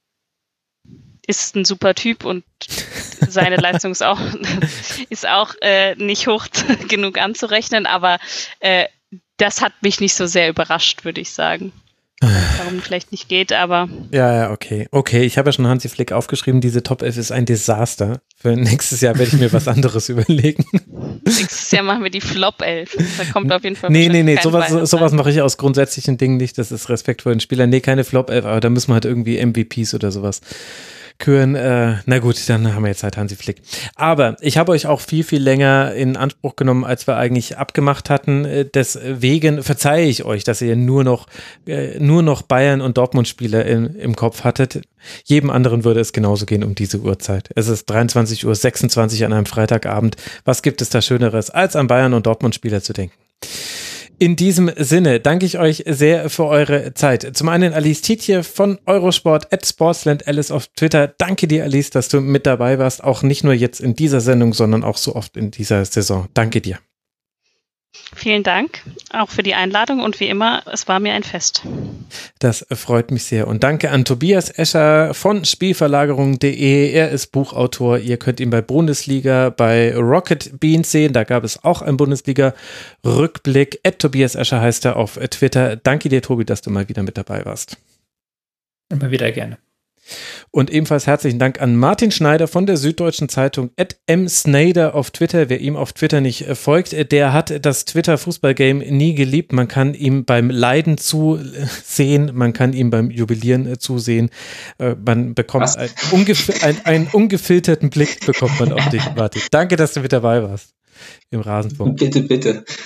ist ein super Typ und seine Leistung ist auch, ist auch äh, nicht hoch genug anzurechnen, aber äh, das hat mich nicht so sehr überrascht, würde ich sagen. Warum vielleicht nicht geht, aber... Ja, ja, okay. Okay, ich habe ja schon Hansi Flick aufgeschrieben, diese Top elf ist ein Desaster. Für nächstes Jahr werde ich mir was anderes überlegen. Nächstes Jahr machen wir die Flop elf. Da kommt auf jeden Fall... Nee, nee, nee, sowas, sowas mache ich aus grundsätzlichen Dingen nicht. Das ist Respekt vor den Spielern. Nee, keine Flop elf, aber da müssen wir halt irgendwie M V Ps oder sowas küren. Äh, na gut, dann haben wir jetzt halt Hansi Flick. Aber ich habe euch auch viel, viel länger in Anspruch genommen, als wir eigentlich abgemacht hatten. Deswegen verzeihe ich euch, dass ihr nur noch, äh, nur noch Bayern- und Dortmund-Spieler im, im Kopf hattet. Jedem anderen würde es genauso gehen um diese Uhrzeit. Es ist dreiundzwanzig Uhr sechsundzwanzig an einem Freitagabend. Was gibt es da Schöneres, als an Bayern- und Dortmund-Spieler zu denken? In diesem Sinne danke ich euch sehr für eure Zeit. Zum einen Alice Tietje von Eurosport at Sportsland Alice auf Twitter. Danke dir, Alice, dass du mit dabei warst. Auch nicht nur jetzt in dieser Sendung, sondern auch so oft in dieser Saison. Danke dir. Vielen Dank auch für die Einladung und wie immer, es war mir ein Fest. Das freut mich sehr und danke an Tobias Escher von Spielverlagerung punkt de. Er ist Buchautor. Ihr könnt ihn bei Bundesliga, bei Rocket Beans sehen. Da gab es auch einen Bundesliga-Rückblick. At Tobias Escher heißt er auf Twitter. Danke dir, Tobi, dass du mal wieder mit dabei warst. Immer wieder gerne. Und ebenfalls herzlichen Dank an Martin Schneider von der Süddeutschen Zeitung at msnader auf Twitter. Wer ihm auf Twitter nicht folgt, der hat das Twitter-Fußball-Game nie geliebt. Man kann ihm beim Leiden zusehen, man kann ihm beim Jubilieren zusehen. Man bekommt einen, ungef- ein, einen ungefilterten Blick bekommt man auf dich, Martin. Danke, dass du mit dabei warst im Rasenfunk. Bitte, bitte.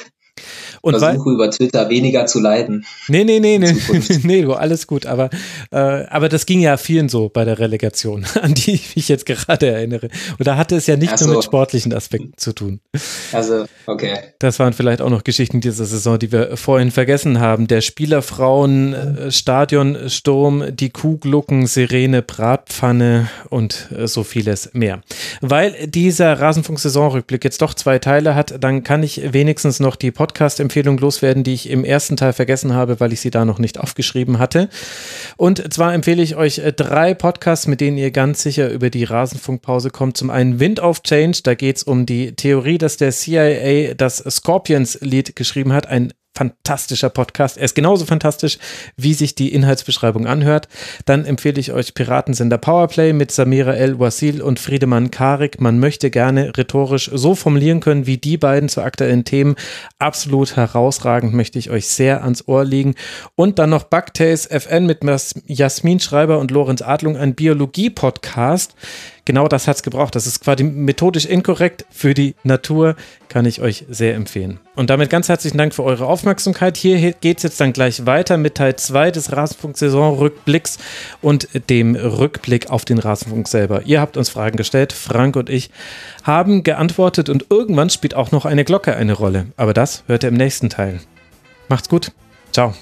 Und versuche weil, über Twitter weniger zu leiden. Nee, nee, nee, nee, nee, du, alles gut. Aber, äh, aber das ging ja vielen so bei der Relegation, an die ich mich jetzt gerade erinnere. Und da hatte es ja nicht Ach so. nur mit sportlichen Aspekten zu tun. Also, okay. Das waren vielleicht auch noch Geschichten dieser Saison, die wir vorhin vergessen haben. Der Spielerfrauen, äh, Stadionsturm, die Kuhglucken, Sirene, Bratpfanne und äh, so vieles mehr. Weil dieser Rasenfunk-Saisonrückblick jetzt doch zwei Teile hat, dann kann ich wenigstens noch die Podcast-Empfehlung loswerden, die ich im ersten Teil vergessen habe, weil ich sie da noch nicht aufgeschrieben hatte. Und zwar empfehle ich euch drei Podcasts, mit denen ihr ganz sicher über die Rasenfunkpause kommt. Zum einen Wind of Change, da geht es um die Theorie, dass der C I A das Scorpions-Lied geschrieben hat. Ein fantastischer Podcast. Er ist genauso fantastisch, wie sich die Inhaltsbeschreibung anhört. Dann empfehle ich euch Piratensender Powerplay mit Samira El-Wasil und Friedemann Karik. Man möchte gerne rhetorisch so formulieren können, wie die beiden zu aktuellen Themen. Absolut herausragend, möchte ich euch sehr ans Ohr legen. Und dann noch Bugtails F N mit Jasmin Schreiber und Lorenz Adlung, ein Biologie-Podcast. Genau das hat's gebraucht. Das ist quasi methodisch inkorrekt für die Natur. Kann ich euch sehr empfehlen. Und damit ganz herzlichen Dank für eure Aufmerksamkeit. Hier geht's jetzt dann gleich weiter mit Teil zwei des Rasenfunk-Saisonrückblicks und dem Rückblick auf den Rasenfunk selber. Ihr habt uns Fragen gestellt, Frank und ich haben geantwortet und irgendwann spielt auch noch eine Glocke eine Rolle. Aber das hört ihr im nächsten Teil. Macht's gut. Ciao.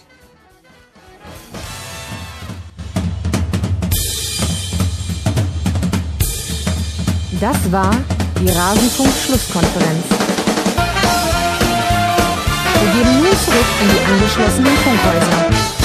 Das war die Rasenfunk-Schlusskonferenz. Wir gehen nun zurück in die angeschlossenen Funkhäuser.